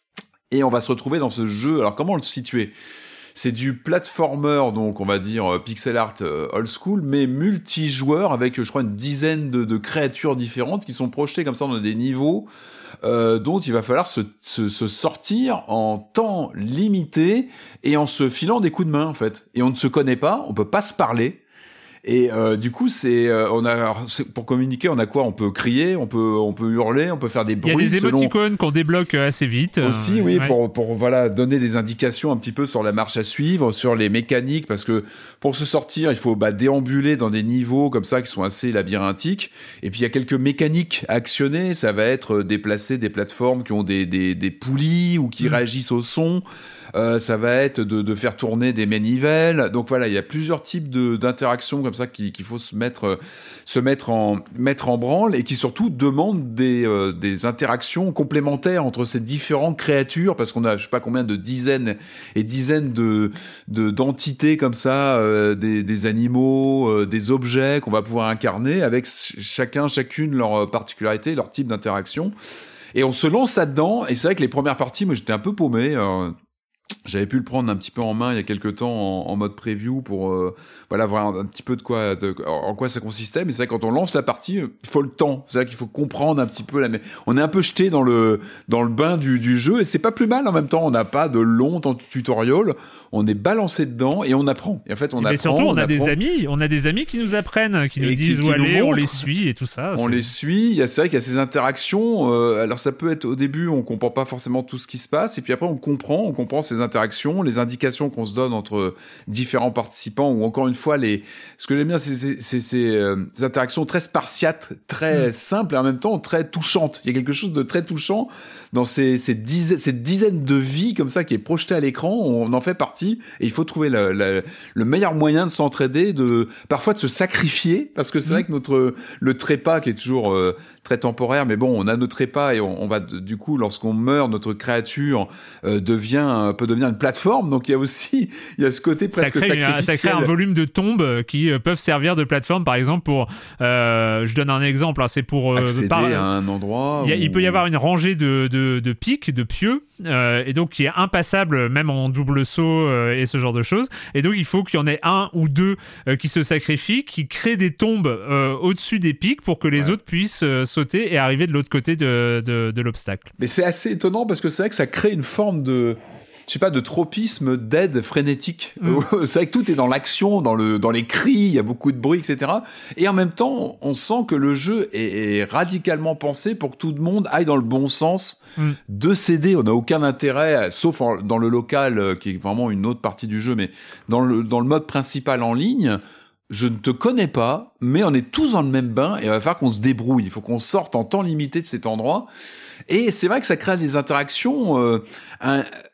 [SPEAKER 5] Et on va se retrouver dans ce jeu. Alors, comment le situer ? C'est du platformer, donc on va dire pixel art euh, old school, mais multijoueur avec, je crois, une dizaine de, de créatures différentes qui sont projetées comme ça dans des niveaux euh, dont il va falloir se, se, se sortir en temps limité et en se filant des coups de main, en fait. Et on ne se connaît pas, on peut pas se parler. Et euh, du coup, c'est, euh, on a, alors, c'est, pour communiquer, on a quoi ? On peut crier, on peut, on peut hurler, on peut faire des bruits.
[SPEAKER 3] Il y a des
[SPEAKER 5] selon...
[SPEAKER 3] émoticônes qu'on débloque assez vite.
[SPEAKER 5] Aussi,
[SPEAKER 3] euh,
[SPEAKER 5] oui,
[SPEAKER 3] ouais.
[SPEAKER 5] pour, pour voilà, donner des indications un petit peu sur la marche à suivre, sur les mécaniques, parce que pour se sortir, il faut bah, déambuler dans des niveaux comme ça qui sont assez labyrinthiques. Et puis il y a quelques mécaniques à actionner. Ça va être déplacer des plateformes qui ont des, des, des poulies ou qui mmh. réagissent au son. Euh, ça va être de, de faire tourner des manivelles. Donc voilà, il y a plusieurs types de, d'interactions comme ça qu'il, qu'il faut se mettre, se mettre en, mettre en branle et qui surtout demandent des, euh, des interactions complémentaires entre ces différentes créatures parce qu'on a, je sais pas combien de dizaines et dizaines de, de d'entités comme ça, euh, des, des animaux, euh, des objets qu'on va pouvoir incarner avec chacun, chacune leur particularité, leur type d'interaction. Et on se lance là-dedans. Et c'est vrai que les premières parties, moi, j'étais un peu paumé. Euh, J'avais pu le prendre un petit peu en main il y a quelques temps en, en mode preview pour euh, voilà voir un, un petit peu de quoi de, en quoi ça consistait. Mais c'est vrai que quand on lance la partie, il faut le temps. C'est vrai qu'il faut comprendre un petit peu. La, mais on est un peu jeté dans le dans le bain du, du jeu et c'est pas plus mal en même temps. On n'a pas de long tutoriel. On est balancé dedans et on apprend. Et en fait, on
[SPEAKER 3] mais
[SPEAKER 5] apprend.
[SPEAKER 3] Mais surtout, on, on a
[SPEAKER 5] apprend.
[SPEAKER 3] des amis. On a des amis qui nous apprennent, qui et nous disent qui, où qui aller. On les suit et tout ça.
[SPEAKER 5] On
[SPEAKER 3] c'est...
[SPEAKER 5] les suit. Il y a c'est vrai qu'il y a ces interactions. Euh, alors ça peut être au début, on comprend pas forcément tout ce qui se passe et puis après on comprend. On comprend ces interactions, les indications qu'on se donne entre différents participants ou encore une fois les ce que j'aime bien c'est c'est c'est, c'est euh, ces interactions très spartiates, très mmh. simples et en même temps très touchantes. Il y a quelque chose de très touchant dans ces ces dizaines cette dizaine de vies comme ça qui est projetée à l'écran, on en fait partie et il faut trouver le, le, le meilleur moyen de s'entraider, de parfois de se sacrifier parce que c'est mmh. vrai que notre le trépas qui est toujours euh, très temporaire mais bon, on a notre trépas et on, on va du coup lorsqu'on meurt, notre créature euh, devient peut devenir une plateforme. Donc il y a aussi il y a ce côté presque
[SPEAKER 3] ça crée,
[SPEAKER 5] sacrificiel.
[SPEAKER 3] Ça crée un volume de tombes qui euh, peuvent servir de plateforme, par exemple pour euh, je donne un exemple, hein, c'est pour euh,
[SPEAKER 5] accéder
[SPEAKER 3] par,
[SPEAKER 5] à un endroit.
[SPEAKER 3] Il, y a,
[SPEAKER 5] où...
[SPEAKER 3] il peut y avoir une rangée de de, de pics, de pieux, euh, et donc qui est impassable même en double saut euh, et ce genre de choses. Et donc il faut qu'il y en ait un ou deux euh, qui se sacrifient, qui créent des tombes euh, au-dessus des pics pour que les ouais. autres puissent euh, sauter et arriver de l'autre côté de, de, de l'obstacle.
[SPEAKER 5] Mais c'est assez étonnant parce que c'est vrai que ça crée une forme de je sais pas, de tropisme d'aide frénétique. Mmh. C'est vrai que tout est dans l'action, dans le, dans les cris, il y a beaucoup de bruit, et cetera. Et en même temps, on sent que le jeu est, est radicalement pensé pour que tout le monde aille dans le bon sens mmh. de s'aider. On n'a aucun intérêt, sauf en, dans le local, qui est vraiment une autre partie du jeu, mais dans le, dans le mode principal en ligne, je ne te connais pas, mais on est tous dans le même bain et il va falloir qu'on se débrouille. Il faut qu'on sorte en temps limité de cet endroit. Et c'est vrai que ça crée des interactions, euh, un,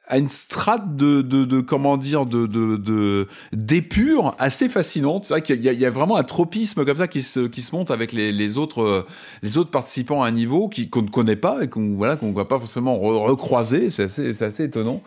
[SPEAKER 5] a une strate de, de, de comment dire, de, de, de, d'épure assez fascinante. C'est vrai qu'il y a, il y a vraiment un tropisme comme ça qui se, qui se monte avec les, les autres, les autres participants à un niveau qui, qu'on ne connaît pas et qu'on, voilà, qu'on ne va pas forcément re- recroiser. C'est assez, c'est assez étonnant.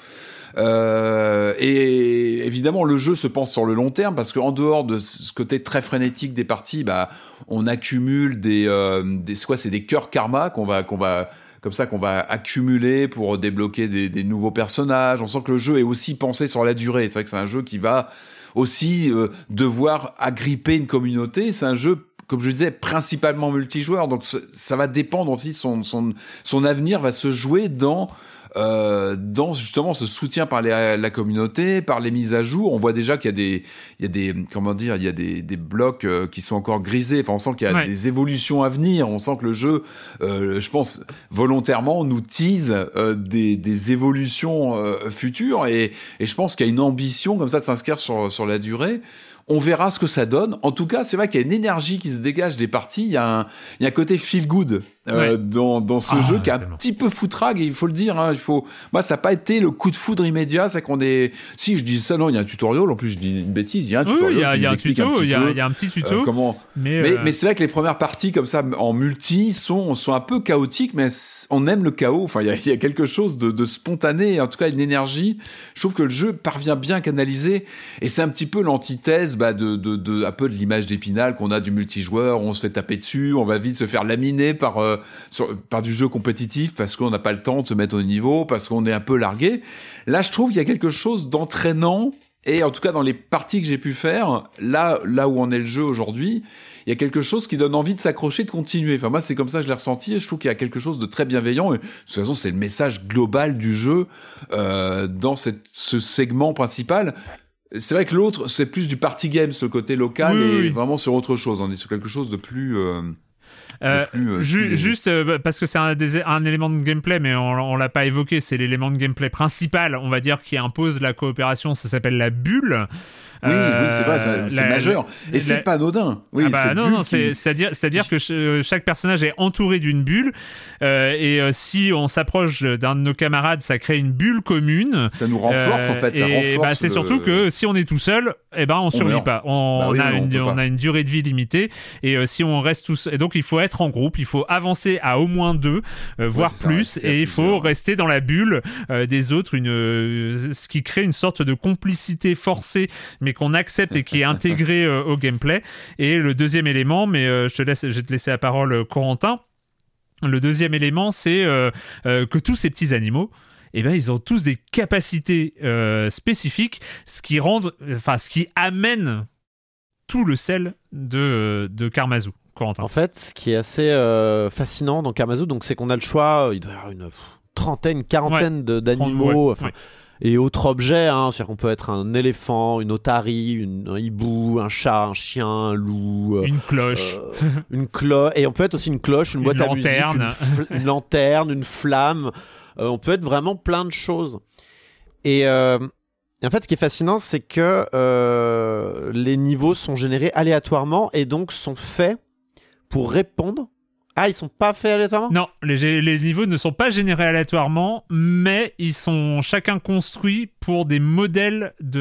[SPEAKER 5] Euh, et évidemment, le jeu se pense sur le long terme parce qu'en dehors de ce côté très frénétique des parties, bah, on accumule des, euh, des, soit c'est des cœurs karma qu'on va, qu'on va, comme ça qu'on va accumuler pour débloquer des, des nouveaux personnages. On sent que le jeu est aussi pensé sur la durée. C'est vrai que c'est un jeu qui va aussi euh, devoir agripper une communauté. C'est un jeu, comme je disais, principalement multijoueur. Donc ça va dépendre aussi, son, son, son avenir va se jouer dans... Euh, dans justement ce soutien par les, la communauté, par les mises à jour. On voit déjà qu'il y a des, il y a des, comment dire, il y a des, des blocs euh, qui sont encore grisés. Enfin, on sent qu'il y a ouais. des évolutions à venir. On sent que le jeu, euh, je pense, volontairement nous tease euh, des, des évolutions euh, futures. Et, et je pense qu'il y a une ambition comme ça de s'inscrire sur, sur la durée. On verra ce que ça donne. En tout cas, c'est vrai qu'il y a une énergie qui se dégage des parties. Il y a un, il y a un côté feel good euh, ouais. dans, dans ce ah, jeu qui est un tellement. petit peu foutrague. Et il faut le dire. Hein, il faut. Moi, ça n'a pas été le coup de foudre immédiat. C'est qu'on est. Si je dis ça, non, il y a un tutoriel. En plus, je dis une bêtise. Il y a un tutoriel.
[SPEAKER 3] Oui, il y a,
[SPEAKER 5] qui
[SPEAKER 3] il y a un tuto.
[SPEAKER 5] Un
[SPEAKER 3] il y a, il y a un petit tuto.
[SPEAKER 5] Euh, comment. Mais, mais, euh... mais c'est vrai que les premières parties comme ça en multi sont sont un peu chaotiques, mais on aime le chaos. Enfin, il y a, il y a quelque chose de, de spontané. En tout cas, une énergie. Je trouve que le jeu parvient bien à canaliser. Et c'est un petit peu l'antithèse bah, de, de, de un peu de l'image d'Épinal qu'on a du multijoueur, on se fait taper dessus, on va vite se faire laminer par, euh, sur, par du jeu compétitif parce qu'on n'a pas le temps de se mettre au niveau, parce qu'on est un peu largué. Là, je trouve qu'il y a quelque chose d'entraînant et en tout cas dans les parties que j'ai pu faire, là, là où en est le jeu aujourd'hui, il y a quelque chose qui donne envie de s'accrocher, de continuer. Enfin, moi, c'est comme ça que je l'ai ressenti et je trouve qu'il y a quelque chose de très bienveillant. Et, de toute façon, c'est le message global du jeu euh, dans cette, ce segment principal. C'est vrai que l'autre, c'est plus du party game, ce côté local, oui, et oui. vraiment sur autre chose. On est sur quelque chose de plus... Euh,
[SPEAKER 3] euh,
[SPEAKER 5] de plus euh,
[SPEAKER 3] ju-
[SPEAKER 5] plus
[SPEAKER 3] juste euh, parce que c'est un, des, un élément de gameplay, mais on, on l'a pas évoqué, c'est l'élément de gameplay principal, on va dire, qui impose la coopération, ça s'appelle la bulle.
[SPEAKER 5] Oui, euh, oui, c'est vrai, c'est, c'est la, majeur. Et la, c'est la... pas anodin. Oui,
[SPEAKER 3] ah bah
[SPEAKER 5] c'est
[SPEAKER 3] non, non,
[SPEAKER 5] qui...
[SPEAKER 3] c'est, c'est-à-dire, c'est-à-dire que ch- chaque personnage est entouré d'une bulle, euh, et euh, si on s'approche d'un de nos camarades, ça crée une bulle commune.
[SPEAKER 5] Ça nous renforce, euh, en fait, ça
[SPEAKER 3] et
[SPEAKER 5] renforce.
[SPEAKER 3] Bah, c'est
[SPEAKER 5] le...
[SPEAKER 3] surtout que si on est tout seul, eh ben, on, on survit meurt. pas. On, bah oui, on, a une, on, on a une durée de vie limitée, et euh, si on reste tous, et donc il faut être en groupe, il faut avancer à au moins deux, euh, voire ouais, plus, ça, et il faut plusieurs. rester dans la bulle euh, des autres, une, euh, ce qui crée une sorte de complicité forcée, mais qu'on accepte et qui est intégré euh, au gameplay. Et le deuxième élément, mais euh, je te laisse, je vais te laisser la parole, Corentin. Le deuxième élément, c'est euh, euh, que tous ces petits animaux, eh ben, ils ont tous des capacités euh, spécifiques, ce qui rendent, enfin, ce qui amène tout le sel de de Karmazu. Corentin.
[SPEAKER 4] En fait, ce qui est assez euh, fascinant dans Karmazu, donc, c'est qu'on a le choix. Il doit y avoir une trentaine, quarantaine ouais. de, d'animaux. Ouais. Enfin, ouais. Et autres objets, hein, c'est-à-dire qu'on peut être un éléphant, une otarie, une, un hibou, un chat, un chien, un loup,
[SPEAKER 3] une cloche,
[SPEAKER 4] euh, une cloche, et on peut être aussi une cloche, une, une boîte lanterne. à musique, une, fl- une lanterne, une flamme. Euh, on peut être vraiment plein de choses. Et, euh, et en fait, ce qui est fascinant, c'est que euh, les niveaux sont générés aléatoirement et donc sont faits pour répondre. Ah, ils sont pas faits aléatoirement ?
[SPEAKER 3] Non, les, les niveaux ne sont pas générés aléatoirement, mais ils sont chacun construits pour des modèles de...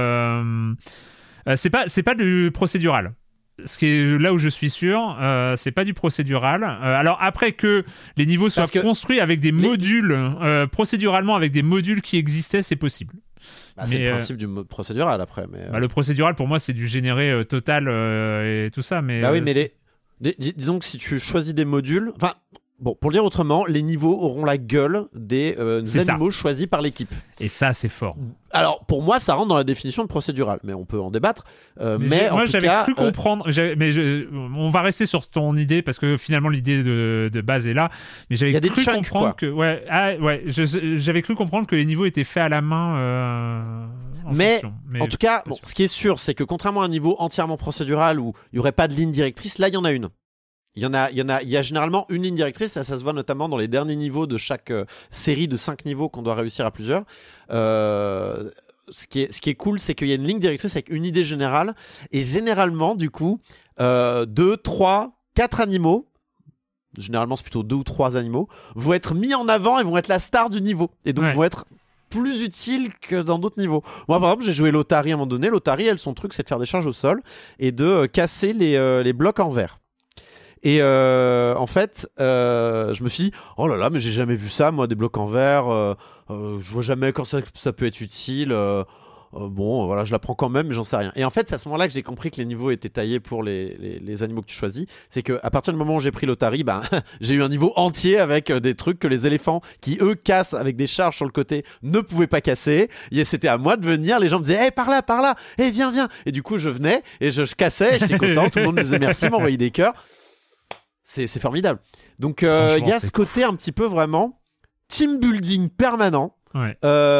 [SPEAKER 3] Euh, euh, c'est pas, c'est pas du procédural. Ce qui est là où je suis sûr, euh, c'est pas du procédural. Euh, alors après que les niveaux soient construits avec des les... modules, euh, procéduralement avec des modules qui existaient, c'est possible.
[SPEAKER 4] Bah, c'est mais, le principe euh, du mode procédural après. Mais, euh...
[SPEAKER 3] bah, le procédural pour moi c'est du généré euh, total euh, et tout ça. Mais,
[SPEAKER 4] bah oui,
[SPEAKER 3] euh,
[SPEAKER 4] mais les... Dis- disons que si tu choisis des modules, enfin, bon, pour le dire autrement, les niveaux auront la gueule des euh, animaux ça. choisis par l'équipe.
[SPEAKER 3] Et ça, c'est fort.
[SPEAKER 4] Alors, pour moi, ça rentre dans la définition de procédural, mais on peut en débattre. Euh, mais mais en
[SPEAKER 3] moi,
[SPEAKER 4] tout
[SPEAKER 3] j'avais
[SPEAKER 4] cas,
[SPEAKER 3] cru euh... comprendre. J'avais, mais je, on va rester sur ton idée parce que finalement, l'idée de, de base est là. Mais j'avais cru chunks, comprendre quoi. que, ouais, ah, ouais, je, j'avais cru comprendre que les niveaux étaient faits à la main. Euh, en
[SPEAKER 4] mais,
[SPEAKER 3] fonction. mais
[SPEAKER 4] en tout cas, bon, ce qui est sûr, c'est que contrairement à un niveau entièrement procédural où il y aurait pas de ligne directrice, là, il y en a une. Il y en a, il y en a, il y a généralement une ligne directrice, ça, ça se voit notamment dans les derniers niveaux de chaque euh, série de cinq niveaux qu'on doit réussir à plusieurs. Euh, ce qui est, ce qui est cool, c'est qu'il y a une ligne directrice avec une idée générale, et généralement, du coup, euh, deux, trois, quatre animaux, généralement c'est plutôt deux ou trois animaux, vont être mis en avant et vont être la star du niveau, et donc ouais. vont être plus utile que dans d'autres niveaux. Moi, par exemple, j'ai joué l'Otari à un moment donné. L'Otari, elle, son truc, c'est de faire des charges au sol et de euh, casser les, euh, les blocs en verre. Et euh, en fait, euh, je me suis dit, oh là là, mais j'ai jamais vu ça, moi, des blocs en verre. Euh, euh, je vois jamais quand ça, ça peut être utile. Euh, euh, bon, voilà, je la prends quand même, mais j'en sais rien. Et en fait, c'est à ce moment-là que j'ai compris que les niveaux étaient taillés pour les, les, les animaux que tu choisis. C'est qu'à partir du moment où j'ai pris l'Otari, ben, j'ai eu un niveau entier avec des trucs que les éléphants, qui eux cassent avec des charges sur le côté, ne pouvaient pas casser. Et c'était à moi de venir. Les gens me disaient, hé, hey, par là, par là, hé, hey, viens, viens. Et du coup, je venais et je, je cassais. Et j'étais content. Tout le monde me disait merci, m'envoyait des cœurs. C'est, c'est formidable. Donc, il euh, y a ce côté cool. Un petit peu vraiment team building permanent,
[SPEAKER 3] ouais.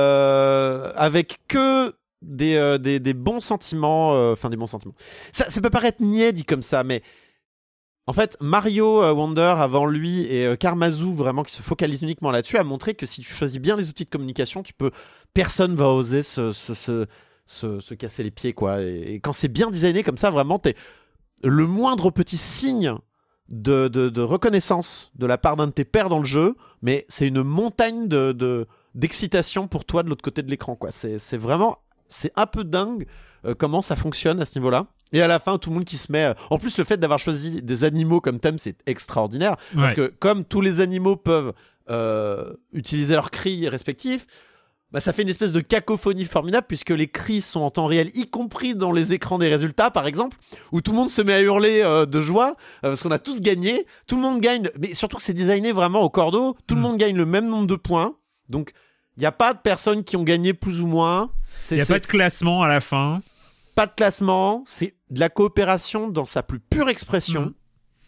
[SPEAKER 4] euh, avec que des, euh, des, des bons sentiments. Enfin, euh, des bons sentiments. Ça, ça peut paraître niais dit comme ça, mais en fait, Mario euh, Wonder avant lui et euh, Karmazoo, vraiment qui se focalise uniquement là-dessus, a montré que si tu choisis bien les outils de communication, tu peux. Personne va oser se, se, se, se, se casser les pieds, quoi. Et, et quand c'est bien designé comme ça, vraiment, t'es le moindre petit signe. De, de, de reconnaissance de la part d'un de tes pairs dans le jeu, mais c'est une montagne de, de, d'excitation pour toi de l'autre côté de l'écran, quoi. C'est, c'est vraiment, c'est un peu dingue euh, comment ça fonctionne à ce niveau-là. Et à la fin, tout le monde qui se met... Euh... En plus, le fait d'avoir choisi des animaux comme thème, c'est extraordinaire, ouais. Parce que comme tous les animaux peuvent euh, utiliser leurs cris respectifs, bah, ça fait une espèce de cacophonie formidable puisque les cris sont en temps réel, y compris dans les écrans des résultats, par exemple, où tout le monde se met à hurler euh, de joie euh, parce qu'on a tous gagné. Tout le monde gagne, mais surtout que c'est designé vraiment au cordeau. Tout mmh. le monde gagne le même nombre de points. Donc, il n'y a pas de personnes qui ont gagné plus ou moins.
[SPEAKER 3] Il n'y a
[SPEAKER 4] c'est...
[SPEAKER 3] pas de classement à la fin.
[SPEAKER 4] Pas de classement. C'est de la coopération dans sa plus pure expression. Mmh.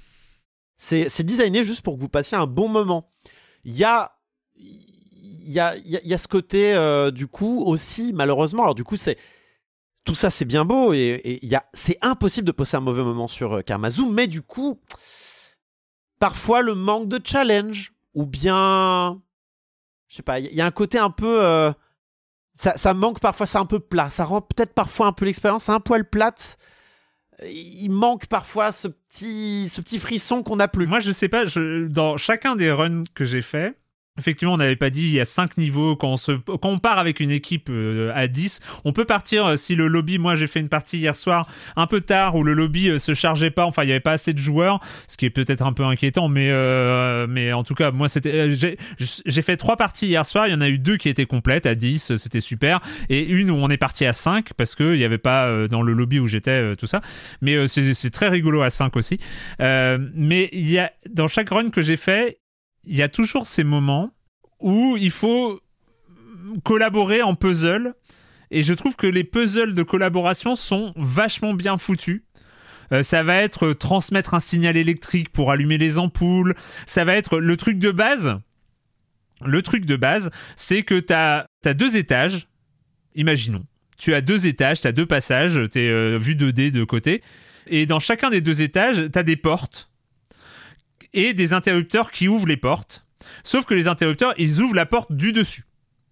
[SPEAKER 4] C'est, c'est designé juste pour que vous passiez un bon moment. Il y a... Il y a, y, a, y a ce côté, euh, du coup, aussi, malheureusement. Alors, du coup, c'est tout ça, c'est bien beau. Et, et y a, c'est impossible de passer un mauvais moment sur euh, Karmazoo. Mais du coup, parfois, le manque de challenge, ou bien... Je sais pas, il y, y a un côté un peu... Euh, ça, ça manque parfois, c'est un peu plat. Ça rend peut-être parfois un peu l'expérience un poil plate. Il manque parfois ce petit, ce petit frisson qu'on n'a plus.
[SPEAKER 3] Moi, je sais pas, je, dans chacun des runs que j'ai fait... Effectivement, on n'avait pas dit, il y a cinq niveaux. Quand on, se, quand on part avec une équipe euh, à dix, on peut partir euh, si le lobby, moi j'ai fait une partie hier soir un peu tard où le lobby euh, se chargeait pas, enfin il n'y avait pas assez de joueurs, ce qui est peut-être un peu inquiétant, mais, euh, mais en tout cas, moi c'était, euh, j'ai, j'ai fait trois parties hier soir, il y en a eu deux qui étaient complètes à dix, c'était super, et une où on est parti à cinq parce qu'il n'y avait pas euh, dans le lobby où j'étais euh, tout ça, mais euh, c'est, c'est très rigolo à cinq aussi. Euh, mais il y a, dans chaque run que j'ai fait, il y a toujours ces moments où il faut collaborer en puzzle. Et je trouve que les puzzles de collaboration sont vachement bien foutus. Euh, ça va être transmettre un signal électrique pour allumer les ampoules. Ça va être le truc de base. Le truc de base, c'est que tu as deux étages. Imaginons. Tu as deux étages, tu as deux passages, tu es euh, vu deux D de côté. Et dans chacun des deux étages, tu as des portes. Et des interrupteurs qui ouvrent les portes. Sauf que les interrupteurs, ils ouvrent la porte du dessus.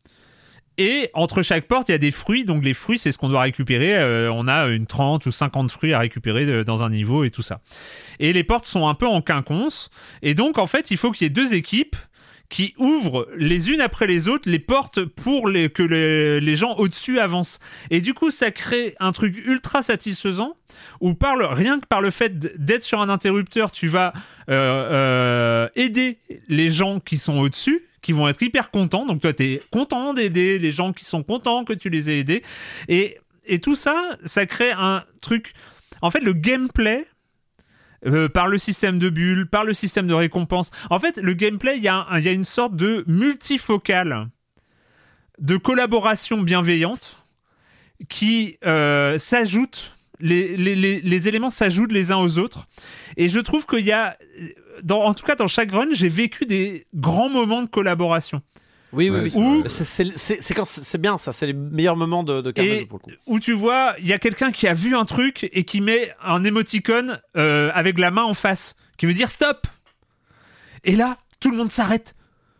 [SPEAKER 3] Et entre chaque porte, il y a des fruits. Donc les fruits, c'est ce qu'on doit récupérer. Euh, on a une trente ou cinquante fruits à récupérer de, dans un niveau et tout ça. Et les portes sont un peu en quinconce. Et donc, en fait, il faut qu'il y ait deux équipes qui ouvrent les unes après les autres les portes pour les, que les, les gens au-dessus avancent. Et du coup, ça crée un truc ultra satisfaisant où par le, rien que par le fait d'être sur un interrupteur, tu vas euh, euh, aider les gens qui sont au-dessus, qui vont être hyper contents. Donc toi, t'es content d'aider les gens qui sont contents que tu les aies aidés. Et, et tout ça, ça crée un truc... En fait, le gameplay... Euh, par le système de bulles, par le système de récompense. En fait, le gameplay, il y, y a une sorte de multifocale de collaboration bienveillante qui euh, s'ajoute, les, les, les, les éléments s'ajoutent les uns aux autres. Et je trouve qu'il y a, dans, en tout cas dans chaque run, j'ai vécu des grands moments de collaboration.
[SPEAKER 4] Oui, oui,
[SPEAKER 5] ouais,
[SPEAKER 4] oui.
[SPEAKER 5] Où...
[SPEAKER 4] C'est, c'est, c'est, c'est, quand c'est bien ça, c'est les meilleurs moments de, de Karmazoo pour le coup.
[SPEAKER 3] Où tu vois, il y a quelqu'un qui a vu un truc et qui met un émoticône euh, avec la main en face, qui veut dire stop. Et là, tout le monde s'arrête.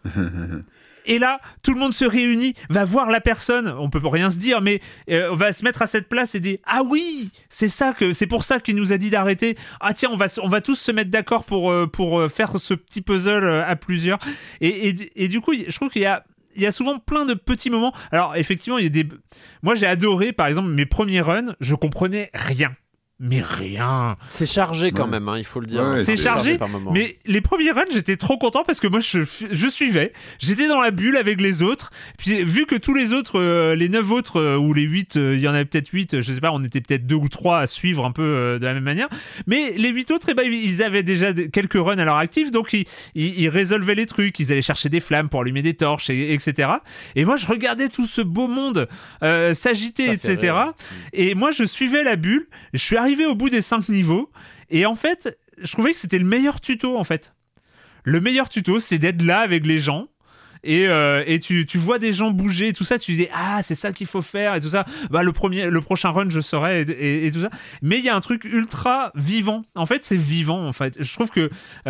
[SPEAKER 3] Et là, tout le monde se réunit, va voir la personne, on peut rien se dire, mais euh, on va se mettre à cette place et dire ah oui, c'est ça que c'est pour ça qu'il nous a dit d'arrêter. Ah tiens, on va on va tous se mettre d'accord pour euh, pour faire ce petit puzzle à plusieurs. Et, et et du coup, je trouve qu'il y a il y a souvent plein de petits moments. Alors effectivement, il y a des. Moi, j'ai adoré, par exemple, mes premiers runs, je comprenais rien. Mais rien.
[SPEAKER 4] C'est chargé quand
[SPEAKER 5] ouais.
[SPEAKER 4] même, hein, il faut le dire.
[SPEAKER 3] Ouais, c'est, c'est chargé,
[SPEAKER 4] chargé
[SPEAKER 3] mais les premiers runs, j'étais trop content parce que moi, je, je suivais. J'étais dans la bulle avec les autres. Puis, vu que tous les autres, euh, les neuf autres, euh, ou les huit, il euh, y en avait peut-être huit, je sais pas, on était peut-être deux ou trois à suivre un peu euh, de la même manière. Mais les huit autres, eh ben, ils avaient déjà quelques runs à leur actif, donc ils, ils, ils résolvaient les trucs. Ils allaient chercher des flammes pour allumer des torches, et, etc. Et moi, je regardais tout ce beau monde euh, s'agiter, et cetera. Et moi, je suivais la bulle. Je suis arrivé au bout des cinq niveaux et en fait je trouvais que c'était le meilleur tuto en fait le meilleur tuto c'est d'être là avec les gens et, euh, et tu, tu vois des gens bouger et tout ça, tu dis ah c'est ça qu'il faut faire et tout ça, bah le premier le prochain run je saurai et, et, et tout ça, mais il y a un truc ultra vivant en fait, c'est vivant en fait, je trouve que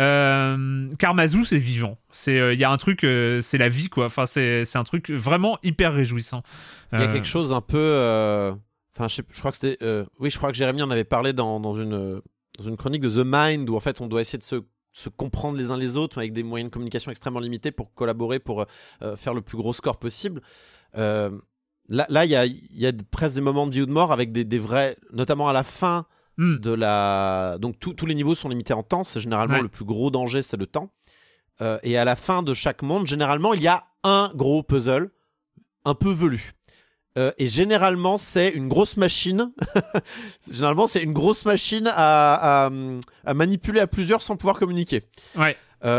[SPEAKER 3] euh, Karmazoo c'est vivant, c'est il euh, y a un truc euh, c'est la vie quoi, enfin c'est, c'est un truc vraiment hyper réjouissant.
[SPEAKER 4] Il y a euh... quelque chose un peu euh... Enfin, je, sais, je crois que c'était. Euh, oui, je crois que Jérémy en avait parlé dans, dans, une, dans une chronique de The Mind où en fait on doit essayer de se, se comprendre les uns les autres avec des moyens de communication extrêmement limités pour collaborer, pour euh, faire le plus gros score possible. Euh, là, là, il y a, y a presque des moments de vie ou de mort avec des, des vrais, notamment à la fin mm. de la. Donc tous les niveaux sont limités en temps. C'est généralement ouais. le plus gros danger, c'est le temps. Euh, et à la fin de chaque monde, généralement, il y a un gros puzzle un peu velu. Euh, et généralement, c'est une grosse machine. généralement, c'est une grosse machine à, à, à manipuler à plusieurs sans pouvoir communiquer.
[SPEAKER 3] Ouais.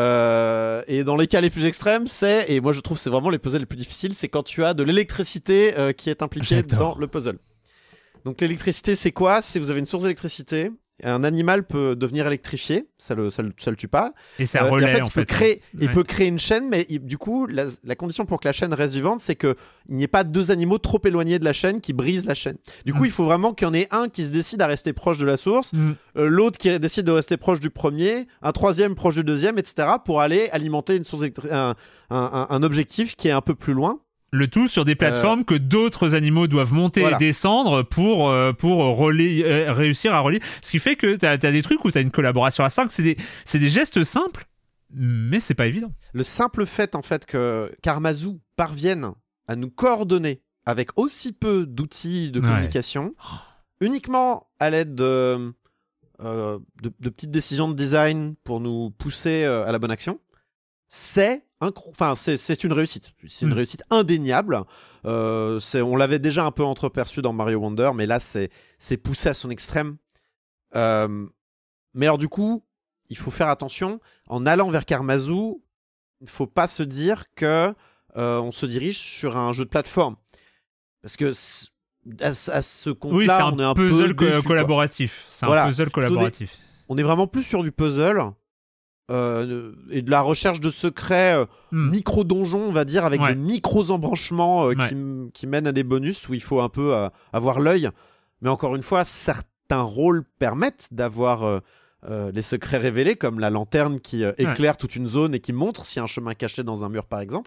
[SPEAKER 4] Euh, et dans les cas les plus extrêmes, c'est, et moi je trouve que c'est vraiment les puzzles les plus difficiles, c'est quand tu as de l'électricité euh, qui est impliquée J'adore. dans le puzzle. Donc l'électricité, c'est quoi ? C'est vous avez une source d'électricité. Un animal peut devenir électrifié, ça le, ça le, ça le tue pas.
[SPEAKER 3] Et ça relaie,
[SPEAKER 4] euh, et en fait,
[SPEAKER 3] en
[SPEAKER 4] il,
[SPEAKER 3] fait.
[SPEAKER 4] Peut créer,
[SPEAKER 3] ouais.
[SPEAKER 4] il peut créer une chaîne, mais il, du coup, la, la condition pour que la chaîne reste vivante, c'est qu'il n'y ait pas deux animaux trop éloignés de la chaîne qui brisent la chaîne. Du coup, mm. il faut vraiment qu'il y en ait un qui se décide à rester proche de la source, mm. euh, l'autre qui décide de rester proche du premier, un troisième proche du deuxième, et cetera, pour aller alimenter une source électri- un, un, un, un objectif qui est un peu plus loin.
[SPEAKER 3] Le tout sur des plateformes euh... que d'autres animaux doivent monter voilà. et descendre pour, euh, pour relayer, euh, réussir à relier. Ce qui fait que tu as des trucs où tu as une collaboration à cinq. C'est des, c'est des gestes simples, mais c'est pas évident.
[SPEAKER 4] Le simple fait, en fait, que Karmazoo parvienne à nous coordonner avec aussi peu d'outils de communication, ouais. uniquement à l'aide de, euh, de, de petites décisions de design pour nous pousser euh, à la bonne action, c'est... Enfin, c'est, c'est une réussite. C'est une mmh. réussite indéniable. Euh, c'est, on l'avait déjà un peu entreperçu dans Mario Wonder, mais là, c'est, c'est poussé à son extrême. Euh, mais alors, du coup, il faut faire attention. En allant vers Karmazoo, il ne faut pas se dire que euh, on se dirige sur un jeu de plateforme. Parce que à, à ce compte-là,
[SPEAKER 3] oui, c'est un
[SPEAKER 4] on est un
[SPEAKER 3] puzzle
[SPEAKER 4] peu
[SPEAKER 3] co-
[SPEAKER 4] déçu,
[SPEAKER 3] collaboratif.
[SPEAKER 4] Quoi.
[SPEAKER 3] C'est un
[SPEAKER 4] voilà.
[SPEAKER 3] puzzle collaboratif.
[SPEAKER 4] Des, on est vraiment plus sur du puzzle. Euh, et de la recherche de secrets euh, mm. micro-donjons, on va dire, avec ouais. des micros-embranchements euh, ouais. qui, qui mènent à des bonus où il faut un peu euh, avoir l'œil. Mais encore une fois, certains rôles permettent d'avoir euh, euh, les secrets révélés, comme la lanterne qui euh, éclaire ouais. toute une zone et qui montre s'il y a un chemin caché dans un mur, par exemple.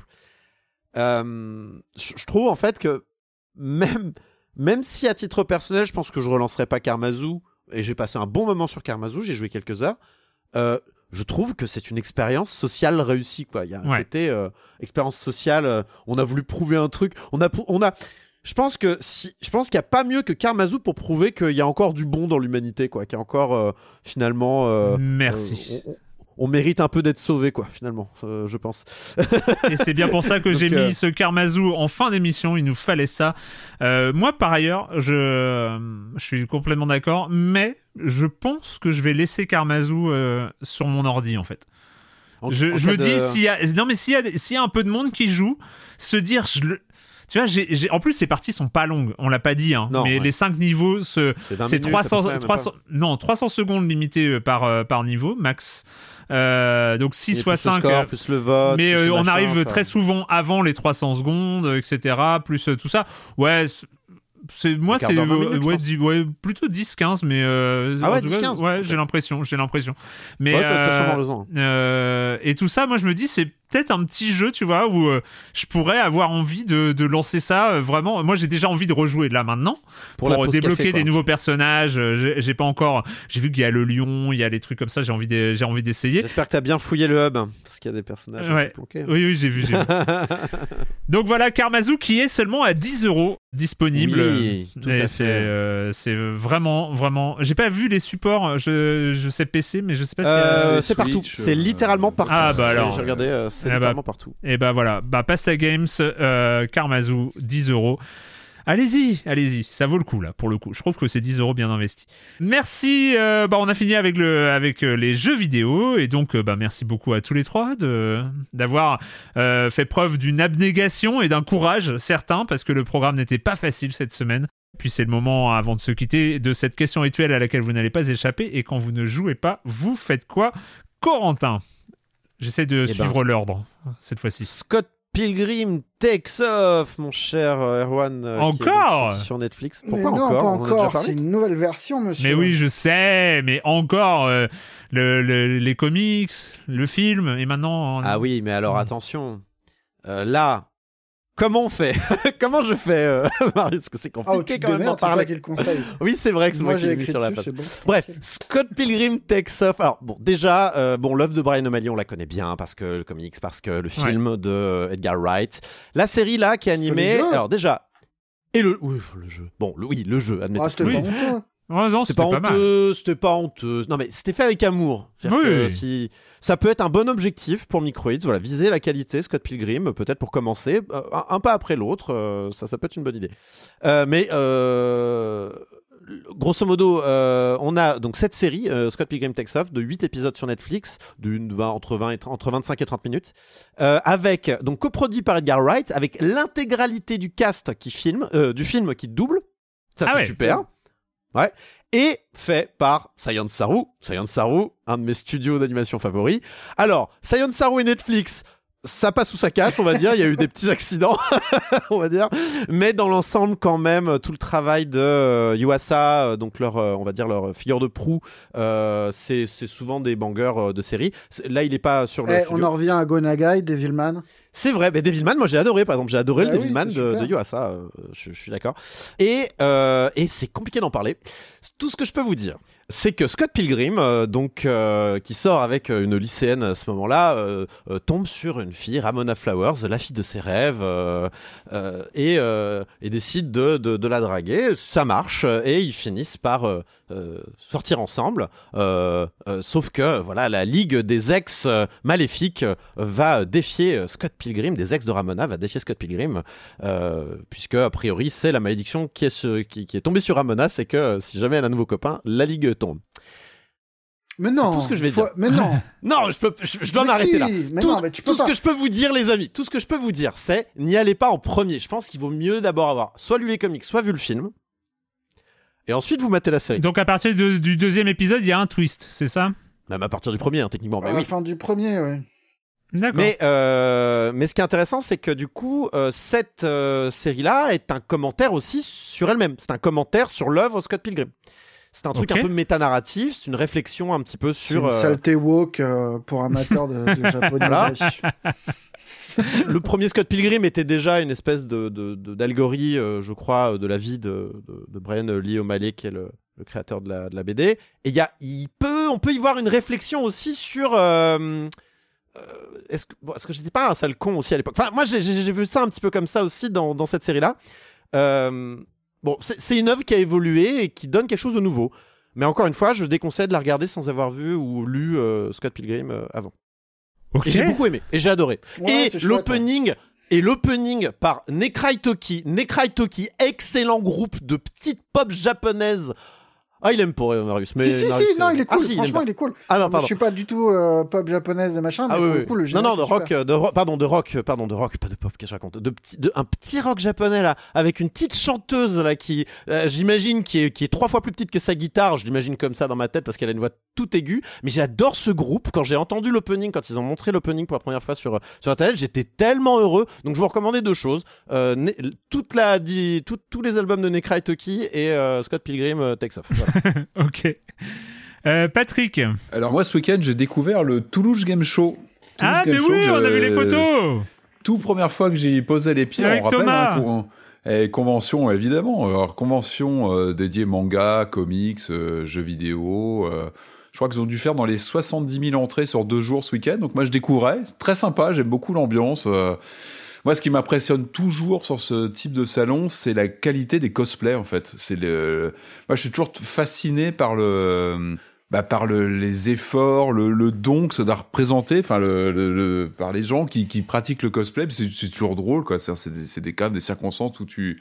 [SPEAKER 4] Euh, je trouve en fait que même, même si à titre personnel, je pense que je relancerai pas Karmazoo, et j'ai passé un bon moment sur Karmazoo, j'ai joué quelques heures, euh, je trouve que c'est une expérience sociale réussie, quoi. Il y a un ouais. côté euh, expérience sociale. Euh, on a voulu prouver un truc. On a, on a. Je pense que si, je pense qu'il y a pas mieux que Karmazoo pour prouver qu'il y a encore du bon dans l'humanité, quoi. Qu'il y a encore euh, finalement. Euh,
[SPEAKER 3] Merci.
[SPEAKER 4] Euh, on, on mérite un peu d'être sauvé, quoi. Finalement, euh, je pense.
[SPEAKER 3] Et c'est bien pour ça que Donc, j'ai euh... mis ce Karmazoo en fin d'émission. Il nous fallait ça. Euh, moi, par ailleurs, je, je suis complètement d'accord, mais je pense que je vais laisser Karmazoo euh, sur mon ordi, en fait. En, je en je me de... dis, s'il y a... non, mais s'il y a... s'il y a un peu de monde qui joue, se dire... Je le... Tu vois, j'ai, j'ai... en plus, ces parties sont pas longues, on l'a pas dit, hein, non, mais ouais. les cinq niveaux, ce... c'est, c'est minutes, trois cents, près, trois cents... Non, trois cents secondes limitées par, euh, par niveau, max. Euh, donc six fois cinq,
[SPEAKER 4] score, plus le vote,
[SPEAKER 3] mais
[SPEAKER 4] plus
[SPEAKER 3] euh, on
[SPEAKER 4] machin,
[SPEAKER 3] arrive
[SPEAKER 4] ça.
[SPEAKER 3] très souvent avant les trois cents secondes, et cetera, plus euh, tout ça. Ouais, c'est moi c'est
[SPEAKER 4] minutes,
[SPEAKER 3] ouais, dix, ouais plutôt dix quinze mais euh,
[SPEAKER 4] ah ouais,
[SPEAKER 3] en tout
[SPEAKER 4] dix,
[SPEAKER 3] cas,
[SPEAKER 4] quinze,
[SPEAKER 3] ouais,
[SPEAKER 4] okay.
[SPEAKER 3] j'ai l'impression, j'ai l'impression. Mais
[SPEAKER 4] ouais,
[SPEAKER 3] euh,
[SPEAKER 4] t'as sûrement raison.
[SPEAKER 3] Euh, et tout ça, moi je me dis c'est peut-être un petit jeu, tu vois, où euh, je pourrais avoir envie de, de lancer ça euh, vraiment. Moi j'ai déjà envie de rejouer là maintenant pour, pour débloquer café, des nouveaux personnages. Euh, j'ai, j'ai pas encore, j'ai vu qu'il y a le lion, il y a des trucs comme ça, j'ai envie de, j'ai envie d'essayer.
[SPEAKER 4] J'espère que t'as bien fouillé le hub parce qu'il y a des personnages
[SPEAKER 3] ouais.
[SPEAKER 4] planqués.
[SPEAKER 3] Oui oui, j'ai vu, j'ai vu. Donc voilà, Karmazu qui est seulement à dix euros disponible.
[SPEAKER 4] Oui, tout à fait.
[SPEAKER 3] C'est, euh, c'est vraiment vraiment. J'ai pas vu les supports. Je, je sais P C, mais je sais pas si.
[SPEAKER 4] Euh,
[SPEAKER 3] a...
[SPEAKER 4] c'est partout. C'est littéralement partout.
[SPEAKER 3] Ah bah alors.
[SPEAKER 4] J'ai regardé. Euh, c'est
[SPEAKER 3] eh
[SPEAKER 4] littéralement
[SPEAKER 3] bah,
[SPEAKER 4] partout.
[SPEAKER 3] Et bah voilà. Bah Pasta Games, euh, Karmazu, dix euros. Allez-y, allez-y, ça vaut le coup là, pour le coup. Je trouve que c'est dix euros bien investis. Merci, euh, bah on a fini avec, le, avec euh, les jeux vidéo, et donc euh, bah merci beaucoup à tous les trois de, d'avoir euh, fait preuve d'une abnégation et d'un courage certain, parce que le programme n'était pas facile cette semaine. Puis c'est le moment, avant de se quitter, de cette question rituelle à laquelle vous n'allez pas échapper, et quand vous ne jouez pas, vous faites quoi, Corentin? J'essaie de
[SPEAKER 4] eh
[SPEAKER 3] suivre
[SPEAKER 4] ben,
[SPEAKER 3] l'ordre, cette fois-ci.
[SPEAKER 4] Scott Pilgrim Takes Off, mon cher Erwan. Euh,
[SPEAKER 3] encore
[SPEAKER 4] qui est sur Netflix. Pourquoi
[SPEAKER 6] mais non,
[SPEAKER 4] encore
[SPEAKER 6] pas
[SPEAKER 4] On
[SPEAKER 6] encore. C'est une nouvelle version, monsieur.
[SPEAKER 3] Mais oui, je sais. Mais encore euh, le, le, les comics, le film, et maintenant. On...
[SPEAKER 4] Ah oui, mais alors attention. Euh, là, comment on fait? Comment je fais, euh, Marius? Parce que c'est compliqué
[SPEAKER 6] oh,
[SPEAKER 4] quand même d'en parler.
[SPEAKER 6] C'est toi qui le conseille.
[SPEAKER 4] Oui, c'est vrai que c'est moi, moi qui l'ai mis sur la page. Bon, bref, Scott Pilgrim Takes Off. Alors bon, déjà, euh, bon, l'œuvre de Brian O'Malley, on la connaît bien parce que le comics, parce que le film ouais. de euh, Edgar Wright. La série là qui est animée. Alors déjà, et le, oui, le jeu. Bon, le, oui, le jeu. Admettons.
[SPEAKER 6] Ah, c'était
[SPEAKER 3] oui.
[SPEAKER 6] pas honteux.
[SPEAKER 3] Oh non,
[SPEAKER 4] c'était, c'était pas, pas honteux, c'était pas honteux. Non mais c'était fait avec amour.
[SPEAKER 3] Oui.
[SPEAKER 4] Que si ça peut être un bon objectif pour Microids, voilà, viser la qualité Scott Pilgrim, peut-être pour commencer, un, un pas après l'autre, euh, ça, ça peut être une bonne idée. Euh, mais euh, grosso modo, euh, on a donc cette série euh, Scott Pilgrim Takes Off de huit épisodes sur Netflix, d'une vingt, entre vingt et trente, entre vingt-cinq et trente minutes, euh, avec donc coproduit par Edgar Wright, avec l'intégralité du cast qui filme, euh, du film qui double. Ça ah c'est ouais. super. Ouais. Et fait par Science Saru. Science Saru, un de mes studios d'animation favoris. Alors, Science Saru et Netflix, ça passe ou ça casse, on va dire. Il y a eu des petits accidents, on va dire. Mais dans l'ensemble, quand même, tout le travail de euh, Yuasa, euh, donc leur, euh, on va dire leur figure de proue, euh, c'est, c'est souvent des bangers euh, de série. C'est, là, il est pas sur le.
[SPEAKER 6] Eh, on en revient à Go Nagai, Devilman.
[SPEAKER 4] C'est vrai, mais Devilman, moi j'ai adoré, par exemple, j'ai adoré bah le oui, Devilman de, de Yuasa, euh, je, je suis d'accord. Et, euh, et c'est compliqué d'en parler. Tout ce que je peux vous dire, c'est que Scott Pilgrim, euh, donc, euh, qui sort avec une lycéenne à ce moment-là, euh, euh, tombe sur une fille, Ramona Flowers, la fille de ses rêves, euh, euh, et, euh, et décide de, de, de la draguer. Ça marche, et ils finissent par euh, euh, sortir ensemble. Euh, euh, sauf que voilà, la Ligue des ex euh, maléfiques euh, va défier euh, Scott Pilgrim, des ex de Ramona, va défier Scott Pilgrim, euh, puisque a priori c'est la malédiction qui est, ce, qui, qui est tombée sur Ramona, c'est que euh, si jamais elle a un nouveau copain, la Ligue tombe.
[SPEAKER 6] Mais non,
[SPEAKER 4] c'est tout ce que je vais
[SPEAKER 6] faut...
[SPEAKER 4] dire.
[SPEAKER 6] Mais non,
[SPEAKER 4] non, je peux, je, je dois
[SPEAKER 6] mais
[SPEAKER 4] m'arrêter
[SPEAKER 6] si,
[SPEAKER 4] là.
[SPEAKER 6] Mais
[SPEAKER 4] tout
[SPEAKER 6] non, mais tu peux
[SPEAKER 4] tout
[SPEAKER 6] pas.
[SPEAKER 4] ce que je peux vous dire, les amis, tout ce que je peux vous dire, c'est n'y allez pas en premier. Je pense qu'il vaut mieux d'abord avoir soit lu les comics, soit vu le film, et ensuite vous matez la série.
[SPEAKER 3] Donc à partir de, du deuxième épisode, il y a un twist, c'est ça?
[SPEAKER 4] Même à partir du premier, hein, techniquement.
[SPEAKER 6] À
[SPEAKER 4] mais
[SPEAKER 6] la
[SPEAKER 4] oui.
[SPEAKER 6] fin du premier, ouais.
[SPEAKER 3] D'accord.
[SPEAKER 4] Mais, euh, mais ce qui est intéressant, c'est que du coup, euh, cette euh, série-là est un commentaire aussi sur elle-même. C'est un commentaire sur l'œuvre Scott Pilgrim. C'est un truc okay. un peu méta-narratif, c'est une réflexion un petit peu sur...
[SPEAKER 6] C'est une saleté woke euh, pour amateurs de, de japonaiserie.
[SPEAKER 4] Le premier Scott Pilgrim était déjà une espèce de, de, de, d'allégorie, euh, je crois, de la vie de, de, de Brian Lee O'Malley, qui est le, le créateur de la, de la B D. Et y a, il peut, on peut y voir une réflexion aussi sur... Euh, euh, est-ce que, bon, est-ce que j'étais pas un sale con aussi à l'époque? Enfin, moi, j'ai, j'ai, j'ai vu ça un petit peu comme ça aussi dans, dans cette série-là. Euh, bon, c'est, c'est une œuvre qui a évolué et qui donne quelque chose de nouveau. Mais encore une fois, je déconseille de la regarder sans avoir vu ou lu euh, Scott Pilgrim euh, avant. Okay. Et j'ai beaucoup aimé, et j'ai adoré. Ouais, et l'opening, chouette, hein. Et l'opening par Nekrai Toki. Nekrai Toki, excellent groupe de petites pop japonaises Ah, il aime pas Marius. Mais
[SPEAKER 6] si, si,
[SPEAKER 4] Marius,
[SPEAKER 6] si, non, il est cool.
[SPEAKER 4] Ah, si,
[SPEAKER 6] Franchement,
[SPEAKER 4] il,
[SPEAKER 6] il est cool.
[SPEAKER 4] Ah, non, pardon.
[SPEAKER 6] Je suis pas du tout euh, pop japonaise et machin, mais
[SPEAKER 4] ah,
[SPEAKER 6] pour
[SPEAKER 4] oui,
[SPEAKER 6] le coup, le
[SPEAKER 4] non,
[SPEAKER 6] générique
[SPEAKER 4] non, de rock, de rock, pardon, de rock, pardon, de rock, pas de pop, qu'est-ce que je raconte, de, petit, de un petit rock japonais là, avec une petite chanteuse là qui, euh, j'imagine, qui est, qui est trois fois plus petite que sa guitare. Je l'imagine comme ça dans ma tête parce qu'elle a une voix toute aiguë. Mais j'adore ce groupe. Quand j'ai entendu l'opening, quand ils ont montré l'opening pour la première fois sur sur internet, j'étais tellement heureux. Donc je vous recommandais deux choses euh, ne, toute la, di, tout, tous les albums de Necra Toki et euh, Scott Pilgrim euh, Takes Off. Voilà.
[SPEAKER 3] Ok. Euh, Patrick.
[SPEAKER 5] Alors moi ce week-end j'ai découvert le Toulouse Game Show. Toulouse
[SPEAKER 3] ah
[SPEAKER 5] Game
[SPEAKER 3] mais
[SPEAKER 5] Show,
[SPEAKER 3] oui, on a vu les photos.
[SPEAKER 5] Toute première fois que j'y posais les pieds,
[SPEAKER 3] avec
[SPEAKER 5] on rappelle
[SPEAKER 3] Thomas.
[SPEAKER 5] Hein, et convention évidemment. Alors convention euh, dédiée manga, comics, euh, jeux vidéo. Euh, je crois qu'ils ont dû faire dans les soixante-dix mille entrées sur deux jours ce week-end. Donc moi je découvrais, c'est très sympa, j'aime beaucoup l'ambiance. Euh, Moi, ce qui m'impressionne toujours sur ce type de salon, c'est la qualité des cosplays, en fait. C'est le... Moi, je suis toujours fasciné par le... Bah, par le, les efforts, le, le don que ça doit représenter, enfin le, le, le, par les gens qui, qui pratiquent le cosplay, c'est, c'est toujours drôle, quoi. C'est, c'est, des, c'est des cas, des circonstances où tu,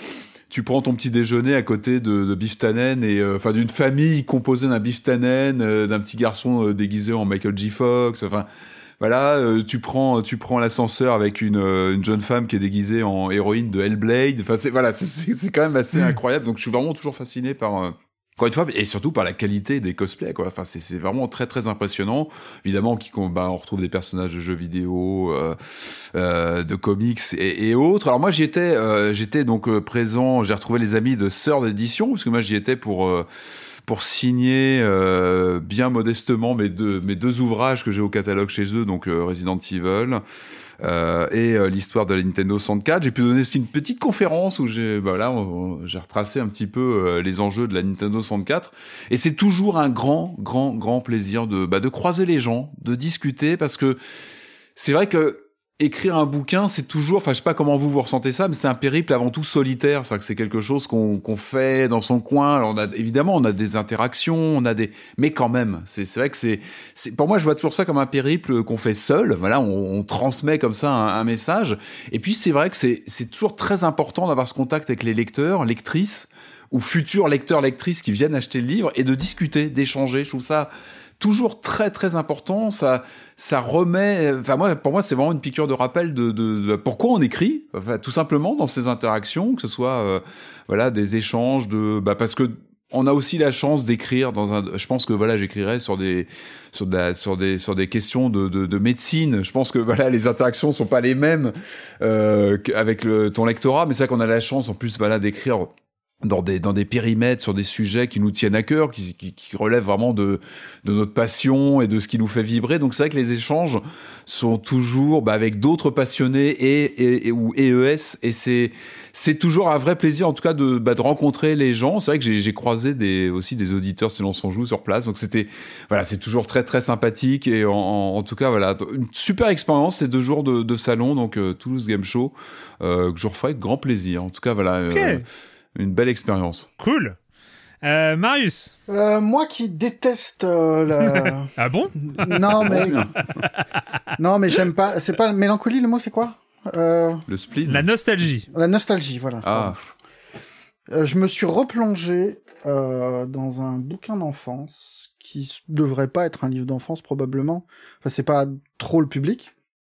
[SPEAKER 5] tu prends ton petit déjeuner à côté de, de Biff Tannen et enfin euh, d'une famille composée d'un Biff Tannen, euh, d'un petit garçon euh, déguisé en Michael J. Fox, enfin. Voilà, euh, tu prends, tu prends l'ascenseur avec une, euh, une jeune femme qui est déguisée en héroïne de Hellblade. Enfin, c'est voilà, c'est, c'est, c'est quand même assez mmh. incroyable. Donc, je suis vraiment toujours fasciné par. Euh, Encore une fois, et surtout par la qualité des cosplays, quoi. Enfin, c'est, c'est vraiment très, très impressionnant. Évidemment, qui, bah, on retrouve des personnages de jeux vidéo, euh, euh, de comics et, et autres. Alors moi, j'y étais, euh, j'étais donc euh, présent. J'ai retrouvé les amis de Sœurs d'édition, parce que moi, j'y étais pour euh, pour signer euh, bien modestement mes deux mes deux ouvrages que j'ai au catalogue chez eux, donc euh, Resident Evil. Euh, et euh, l'histoire de la Nintendo soixante-quatre. J'ai pu donner aussi une petite conférence où j'ai, bah là, on, on, j'ai retracé un petit peu euh, les enjeux de la Nintendo soixante-quatre. Et c'est toujours un grand, grand, grand plaisir de, bah, de croiser les gens, de discuter, parce que c'est vrai que écrire un bouquin, c'est toujours, enfin, je sais pas comment vous vous ressentez ça, mais c'est un périple avant tout solitaire. C'est-à-dire que c'est quelque chose qu'on, qu'on fait dans son coin. Alors, on a, évidemment, on a des interactions, on a des, mais quand même, c'est, c'est vrai que c'est, c'est, pour moi, je vois toujours ça comme un périple qu'on fait seul. Voilà, on, on transmet comme ça un, un message. Et puis, c'est vrai que c'est, c'est toujours très important d'avoir ce contact avec les lecteurs, lectrices, ou futurs lecteurs, lectrices qui viennent acheter le livre et de discuter, d'échanger. Je trouve ça toujours très très important. Ça ça remet, enfin moi pour moi c'est vraiment une piqûre de rappel de, de, de pourquoi on écrit, enfin, tout simplement dans ces interactions, que ce soit euh, voilà des échanges de bah parce que on a aussi la chance d'écrire dans un, je pense que voilà j'écrirais sur des sur de la, sur des sur des questions de, de de médecine. Je pense que voilà les interactions sont pas les mêmes euh, avec le ton lectorat, mais c'est vrai qu'on a la chance en plus voilà d'écrire dans des dans des périmètres sur des sujets qui nous tiennent à cœur, qui qui, qui relèvent vraiment de de notre passion et de ce qui nous fait vibrer. Donc c'est vrai que les échanges sont toujours bah, avec d'autres passionnés et et, et ou E E S, et c'est c'est toujours un vrai plaisir en tout cas de bah, de rencontrer les gens. C'est vrai que j'ai j'ai croisé des aussi des auditeurs Silence on joue sur place. Donc c'était voilà, c'est toujours très très sympathique, et en, en, en tout cas voilà, une super expérience ces deux jours de de salon, donc euh, Toulouse Game Show euh, que je referai avec grand plaisir. En tout cas voilà.
[SPEAKER 3] Okay.
[SPEAKER 5] Euh, Une belle expérience.
[SPEAKER 3] Cool. Euh, Marius.
[SPEAKER 6] Euh, moi qui déteste euh, la...
[SPEAKER 3] Ah bon?
[SPEAKER 6] Non mais non mais j'aime pas. C'est pas mélancolie, le mot c'est quoi? euh...
[SPEAKER 5] Le spleen.
[SPEAKER 3] La nostalgie.
[SPEAKER 6] La nostalgie, voilà.
[SPEAKER 5] Ah.
[SPEAKER 6] Euh, je me suis replongé euh, dans un bouquin d'enfance qui devrait pas être un livre d'enfance probablement. Enfin c'est pas trop le public.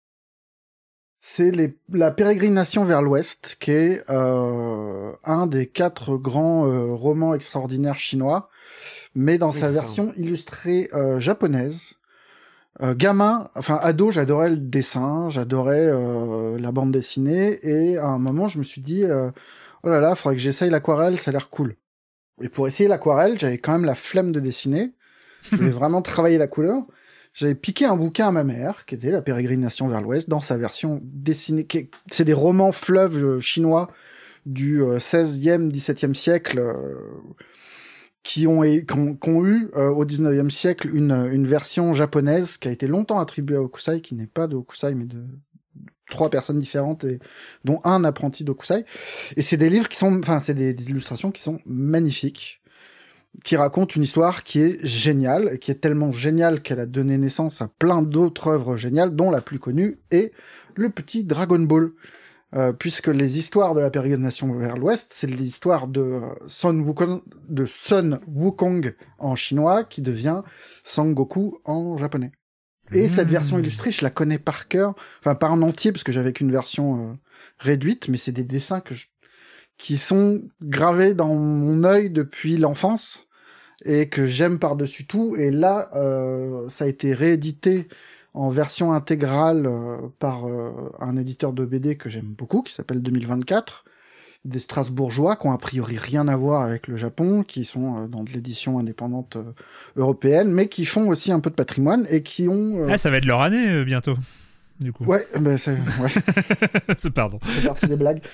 [SPEAKER 6] C'est les, la pérégrination vers l'Ouest, qui est euh, un des quatre grands euh, romans extraordinaires chinois, mais dans oui, sa version ça. illustrée euh, japonaise. Euh, gamin, enfin ado, j'adorais le dessin, j'adorais euh, la bande dessinée, et à un moment, je me suis dit, euh, oh là là, faudrait que j'essaye l'aquarelle, ça a l'air cool. Et pour essayer l'aquarelle, j'avais quand même la flemme de dessiner, je voulais vraiment travailler la couleur. J'avais piqué un bouquin à ma mère, qui était La pérégrination vers l'Ouest, dans sa version dessinée. Qui est... C'est des romans fleuves chinois du seizième, dix-septième siècle, euh, qui, ont, qui, ont, qui ont eu, euh, au dix-neuvième siècle, une, une version japonaise qui a été longtemps attribuée à Hokusai, qui n'est pas de Hokusai, mais de trois personnes différentes, et, dont un apprenti d'Hokusai. Et c'est des livres qui sont... Enfin, c'est des, des illustrations qui sont magnifiques, qui raconte une histoire qui est géniale, qui est tellement géniale qu'elle a donné naissance à plein d'autres œuvres géniales, dont la plus connue est le petit Dragon Ball. euh, puisque les histoires de la pérégrination vers l'Ouest, c'est l'histoire de Sun Wukong, de Sun Wukong en chinois, qui devient Sangoku en japonais. Et mmh. cette version illustrée, je la connais par cœur, enfin pas en entier, parce que j'avais qu'une version euh, réduite, mais c'est des dessins que je... qui sont gravés dans mon œil depuis l'enfance, et que j'aime par-dessus tout. Et là, euh, ça a été réédité en version intégrale euh, par euh, un éditeur de B D que j'aime beaucoup, qui s'appelle deux mille vingt-quatre, des Strasbourgeois qui ont a priori rien à voir avec le Japon, qui sont euh, dans de l'édition indépendante euh, européenne, mais qui font aussi un peu de patrimoine et qui ont... Euh...
[SPEAKER 3] Ah, ça va être leur année euh, bientôt, du coup.
[SPEAKER 6] Ouais, bah, c'est... Ouais.
[SPEAKER 3] Pardon.
[SPEAKER 6] C'est partie des blagues.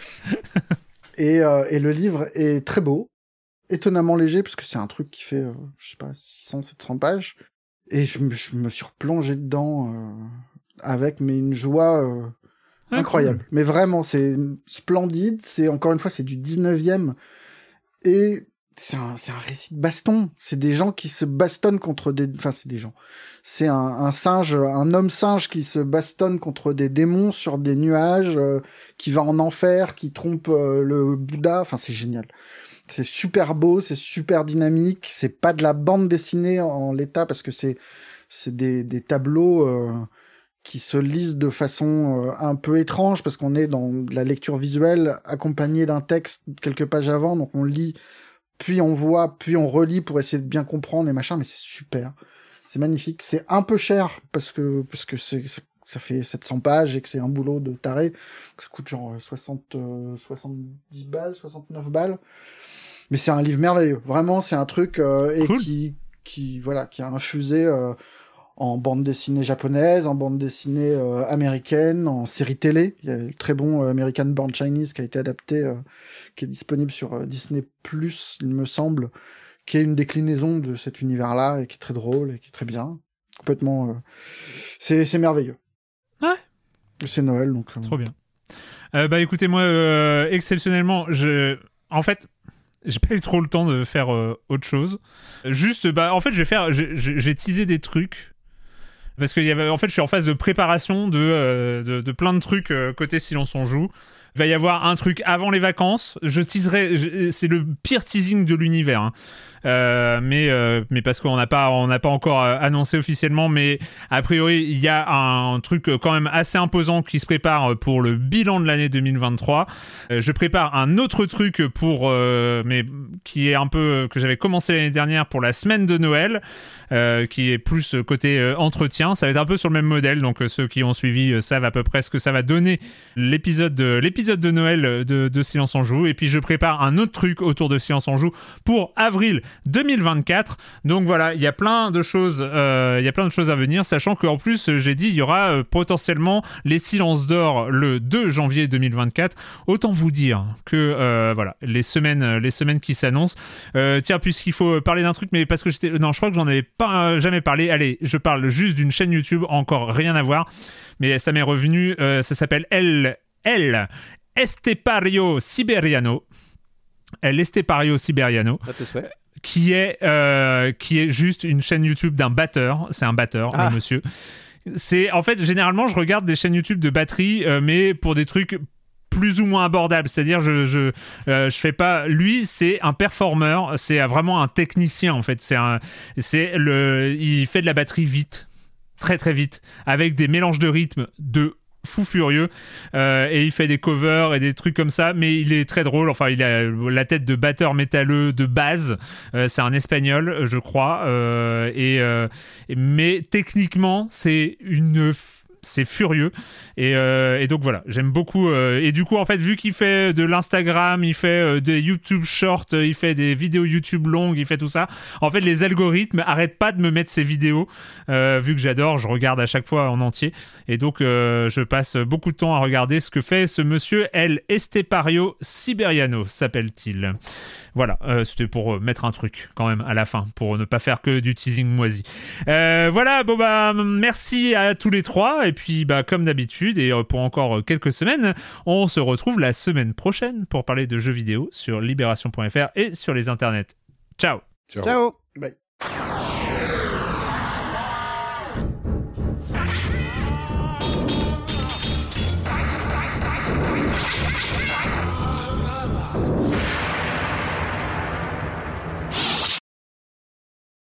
[SPEAKER 6] Et, euh, et le livre est très beau, étonnamment léger, parce que c'est un truc qui fait, euh, je sais pas, six cents, sept cents pages. Et je me, je me suis replongé dedans euh, avec, mais une joie... Euh... Ah, incroyable, cool. Mais vraiment, c'est splendide. C'est encore une fois, c'est du dix-neuvième et c'est un, c'est un récit de baston. C'est des gens qui se bastonnent contre des, enfin, c'est des gens. C'est un, un singe, un homme singe qui se bastonne contre des démons sur des nuages, euh, qui va en enfer, qui trompe euh, le Bouddha. Enfin, c'est génial. C'est super beau, c'est super dynamique. C'est pas de la bande dessinée en, en l'état parce que c'est, c'est des, des tableaux. Euh, qui se lisent de façon euh, un peu étrange, parce qu'on est dans la lecture visuelle accompagnée d'un texte quelques pages avant, donc on lit, puis on voit, puis on relit pour essayer de bien comprendre et machin, mais c'est super. C'est magnifique. C'est un peu cher, parce que, parce que c'est, ça, ça fait sept cents pages et que c'est un boulot de taré. Ça coûte genre soixante, euh, soixante-dix balles, soixante-neuf balles. Mais c'est un livre merveilleux. Vraiment, c'est un truc, euh, et cool. qui, qui, voilà, qui a infusé, euh, en bande dessinée japonaise, en bande dessinée euh, américaine, en série télé. Il y a le très bon euh, American Born Chinese qui a été adapté, euh, qui est disponible sur euh, Disney plus, il me semble, qui est une déclinaison de cet univers-là et qui est très drôle et qui est très bien. Complètement... Euh... C'est, c'est merveilleux.
[SPEAKER 3] Ouais.
[SPEAKER 6] C'est Noël, donc... Euh...
[SPEAKER 3] Trop bien. Euh, bah écoutez, moi, euh, exceptionnellement, je... En fait... J'ai pas eu trop le temps de faire euh, autre chose. Juste, bah, en fait, je vais faire, je, je, je vais teaser des trucs. Parce que, y avait, en fait, je suis en phase de préparation de, euh, de, de plein de trucs euh, côté Silence on joue. Il va y avoir un truc avant les vacances. Je teaserai, je, c'est le pire teasing de l'univers. Hein. Euh, mais, euh, mais parce qu'on n'a pas, on n'a pas encore annoncé officiellement. Mais a priori, il y a un truc quand même assez imposant qui se prépare pour le bilan de l'année deux mille vingt-trois. Euh, je prépare un autre truc pour, euh, mais qui est un peu que j'avais commencé l'année dernière pour la semaine de Noël. Euh, qui est plus côté euh, entretien. Ça va être un peu sur le même modèle, donc euh, ceux qui ont suivi euh, savent à peu près ce que ça va donner l'épisode de, l'épisode de Noël de, de Silence on Joue. Et puis je prépare un autre truc autour de Silence on Joue pour avril deux mille vingt-quatre. Donc voilà, il y a plein de choses, euh, il y a plein de choses à venir, sachant qu'en plus, j'ai dit, il y aura euh, potentiellement les Silences d'Or le deux janvier deux mille vingt-quatre. Autant vous dire que euh, voilà, les semaines, les semaines qui s'annoncent. Euh, tiens, puisqu'il faut parler d'un truc, mais parce que j'étais, non, je crois que j'en avais pas jamais parlé. Allez, je parle juste d'une chaîne YouTube, encore rien à voir, mais ça m'est revenu. Euh, ça s'appelle El El Estepario Siberiano. El Estepario Siberiano. Qui est euh, qui est juste une chaîne YouTube d'un batteur. C'est un batteur, ah. le monsieur. C'est en fait généralement je regarde des chaînes YouTube de batterie, euh, mais pour des trucs plus ou moins abordable, c'est-à-dire je je euh, je fais pas, lui c'est un performeur, c'est vraiment un technicien en fait, c'est un c'est le il fait de la batterie vite, très très vite, avec des mélanges de rythmes de fou furieux, euh, et il fait des covers et des trucs comme ça, mais il est très drôle. Enfin, il a la tête de batteur métalleux de base, euh, c'est un espagnol je crois, euh, et euh, mais techniquement c'est une c'est furieux, et, euh, et donc voilà, j'aime beaucoup, euh, et du coup en fait vu qu'il fait de l'Instagram, il fait euh, des YouTube shorts, il fait des vidéos YouTube longues, il fait tout ça, en fait les algorithmes arrêtent pas de me mettre ces vidéos, euh, vu que j'adore, je regarde à chaque fois en entier, et donc euh, je passe beaucoup de temps à regarder ce que fait ce monsieur El Estepario Siberiano s'appelle-t-il. Voilà, euh, c'était pour mettre un truc quand même à la fin, pour ne pas faire que du teasing moisi. Euh, voilà, bon bah merci à tous les trois, et puis bah comme d'habitude, et pour encore quelques semaines, on se retrouve la semaine prochaine pour parler de jeux vidéo sur libération point f r et sur les internets. Ciao.
[SPEAKER 4] Ciao. Ciao.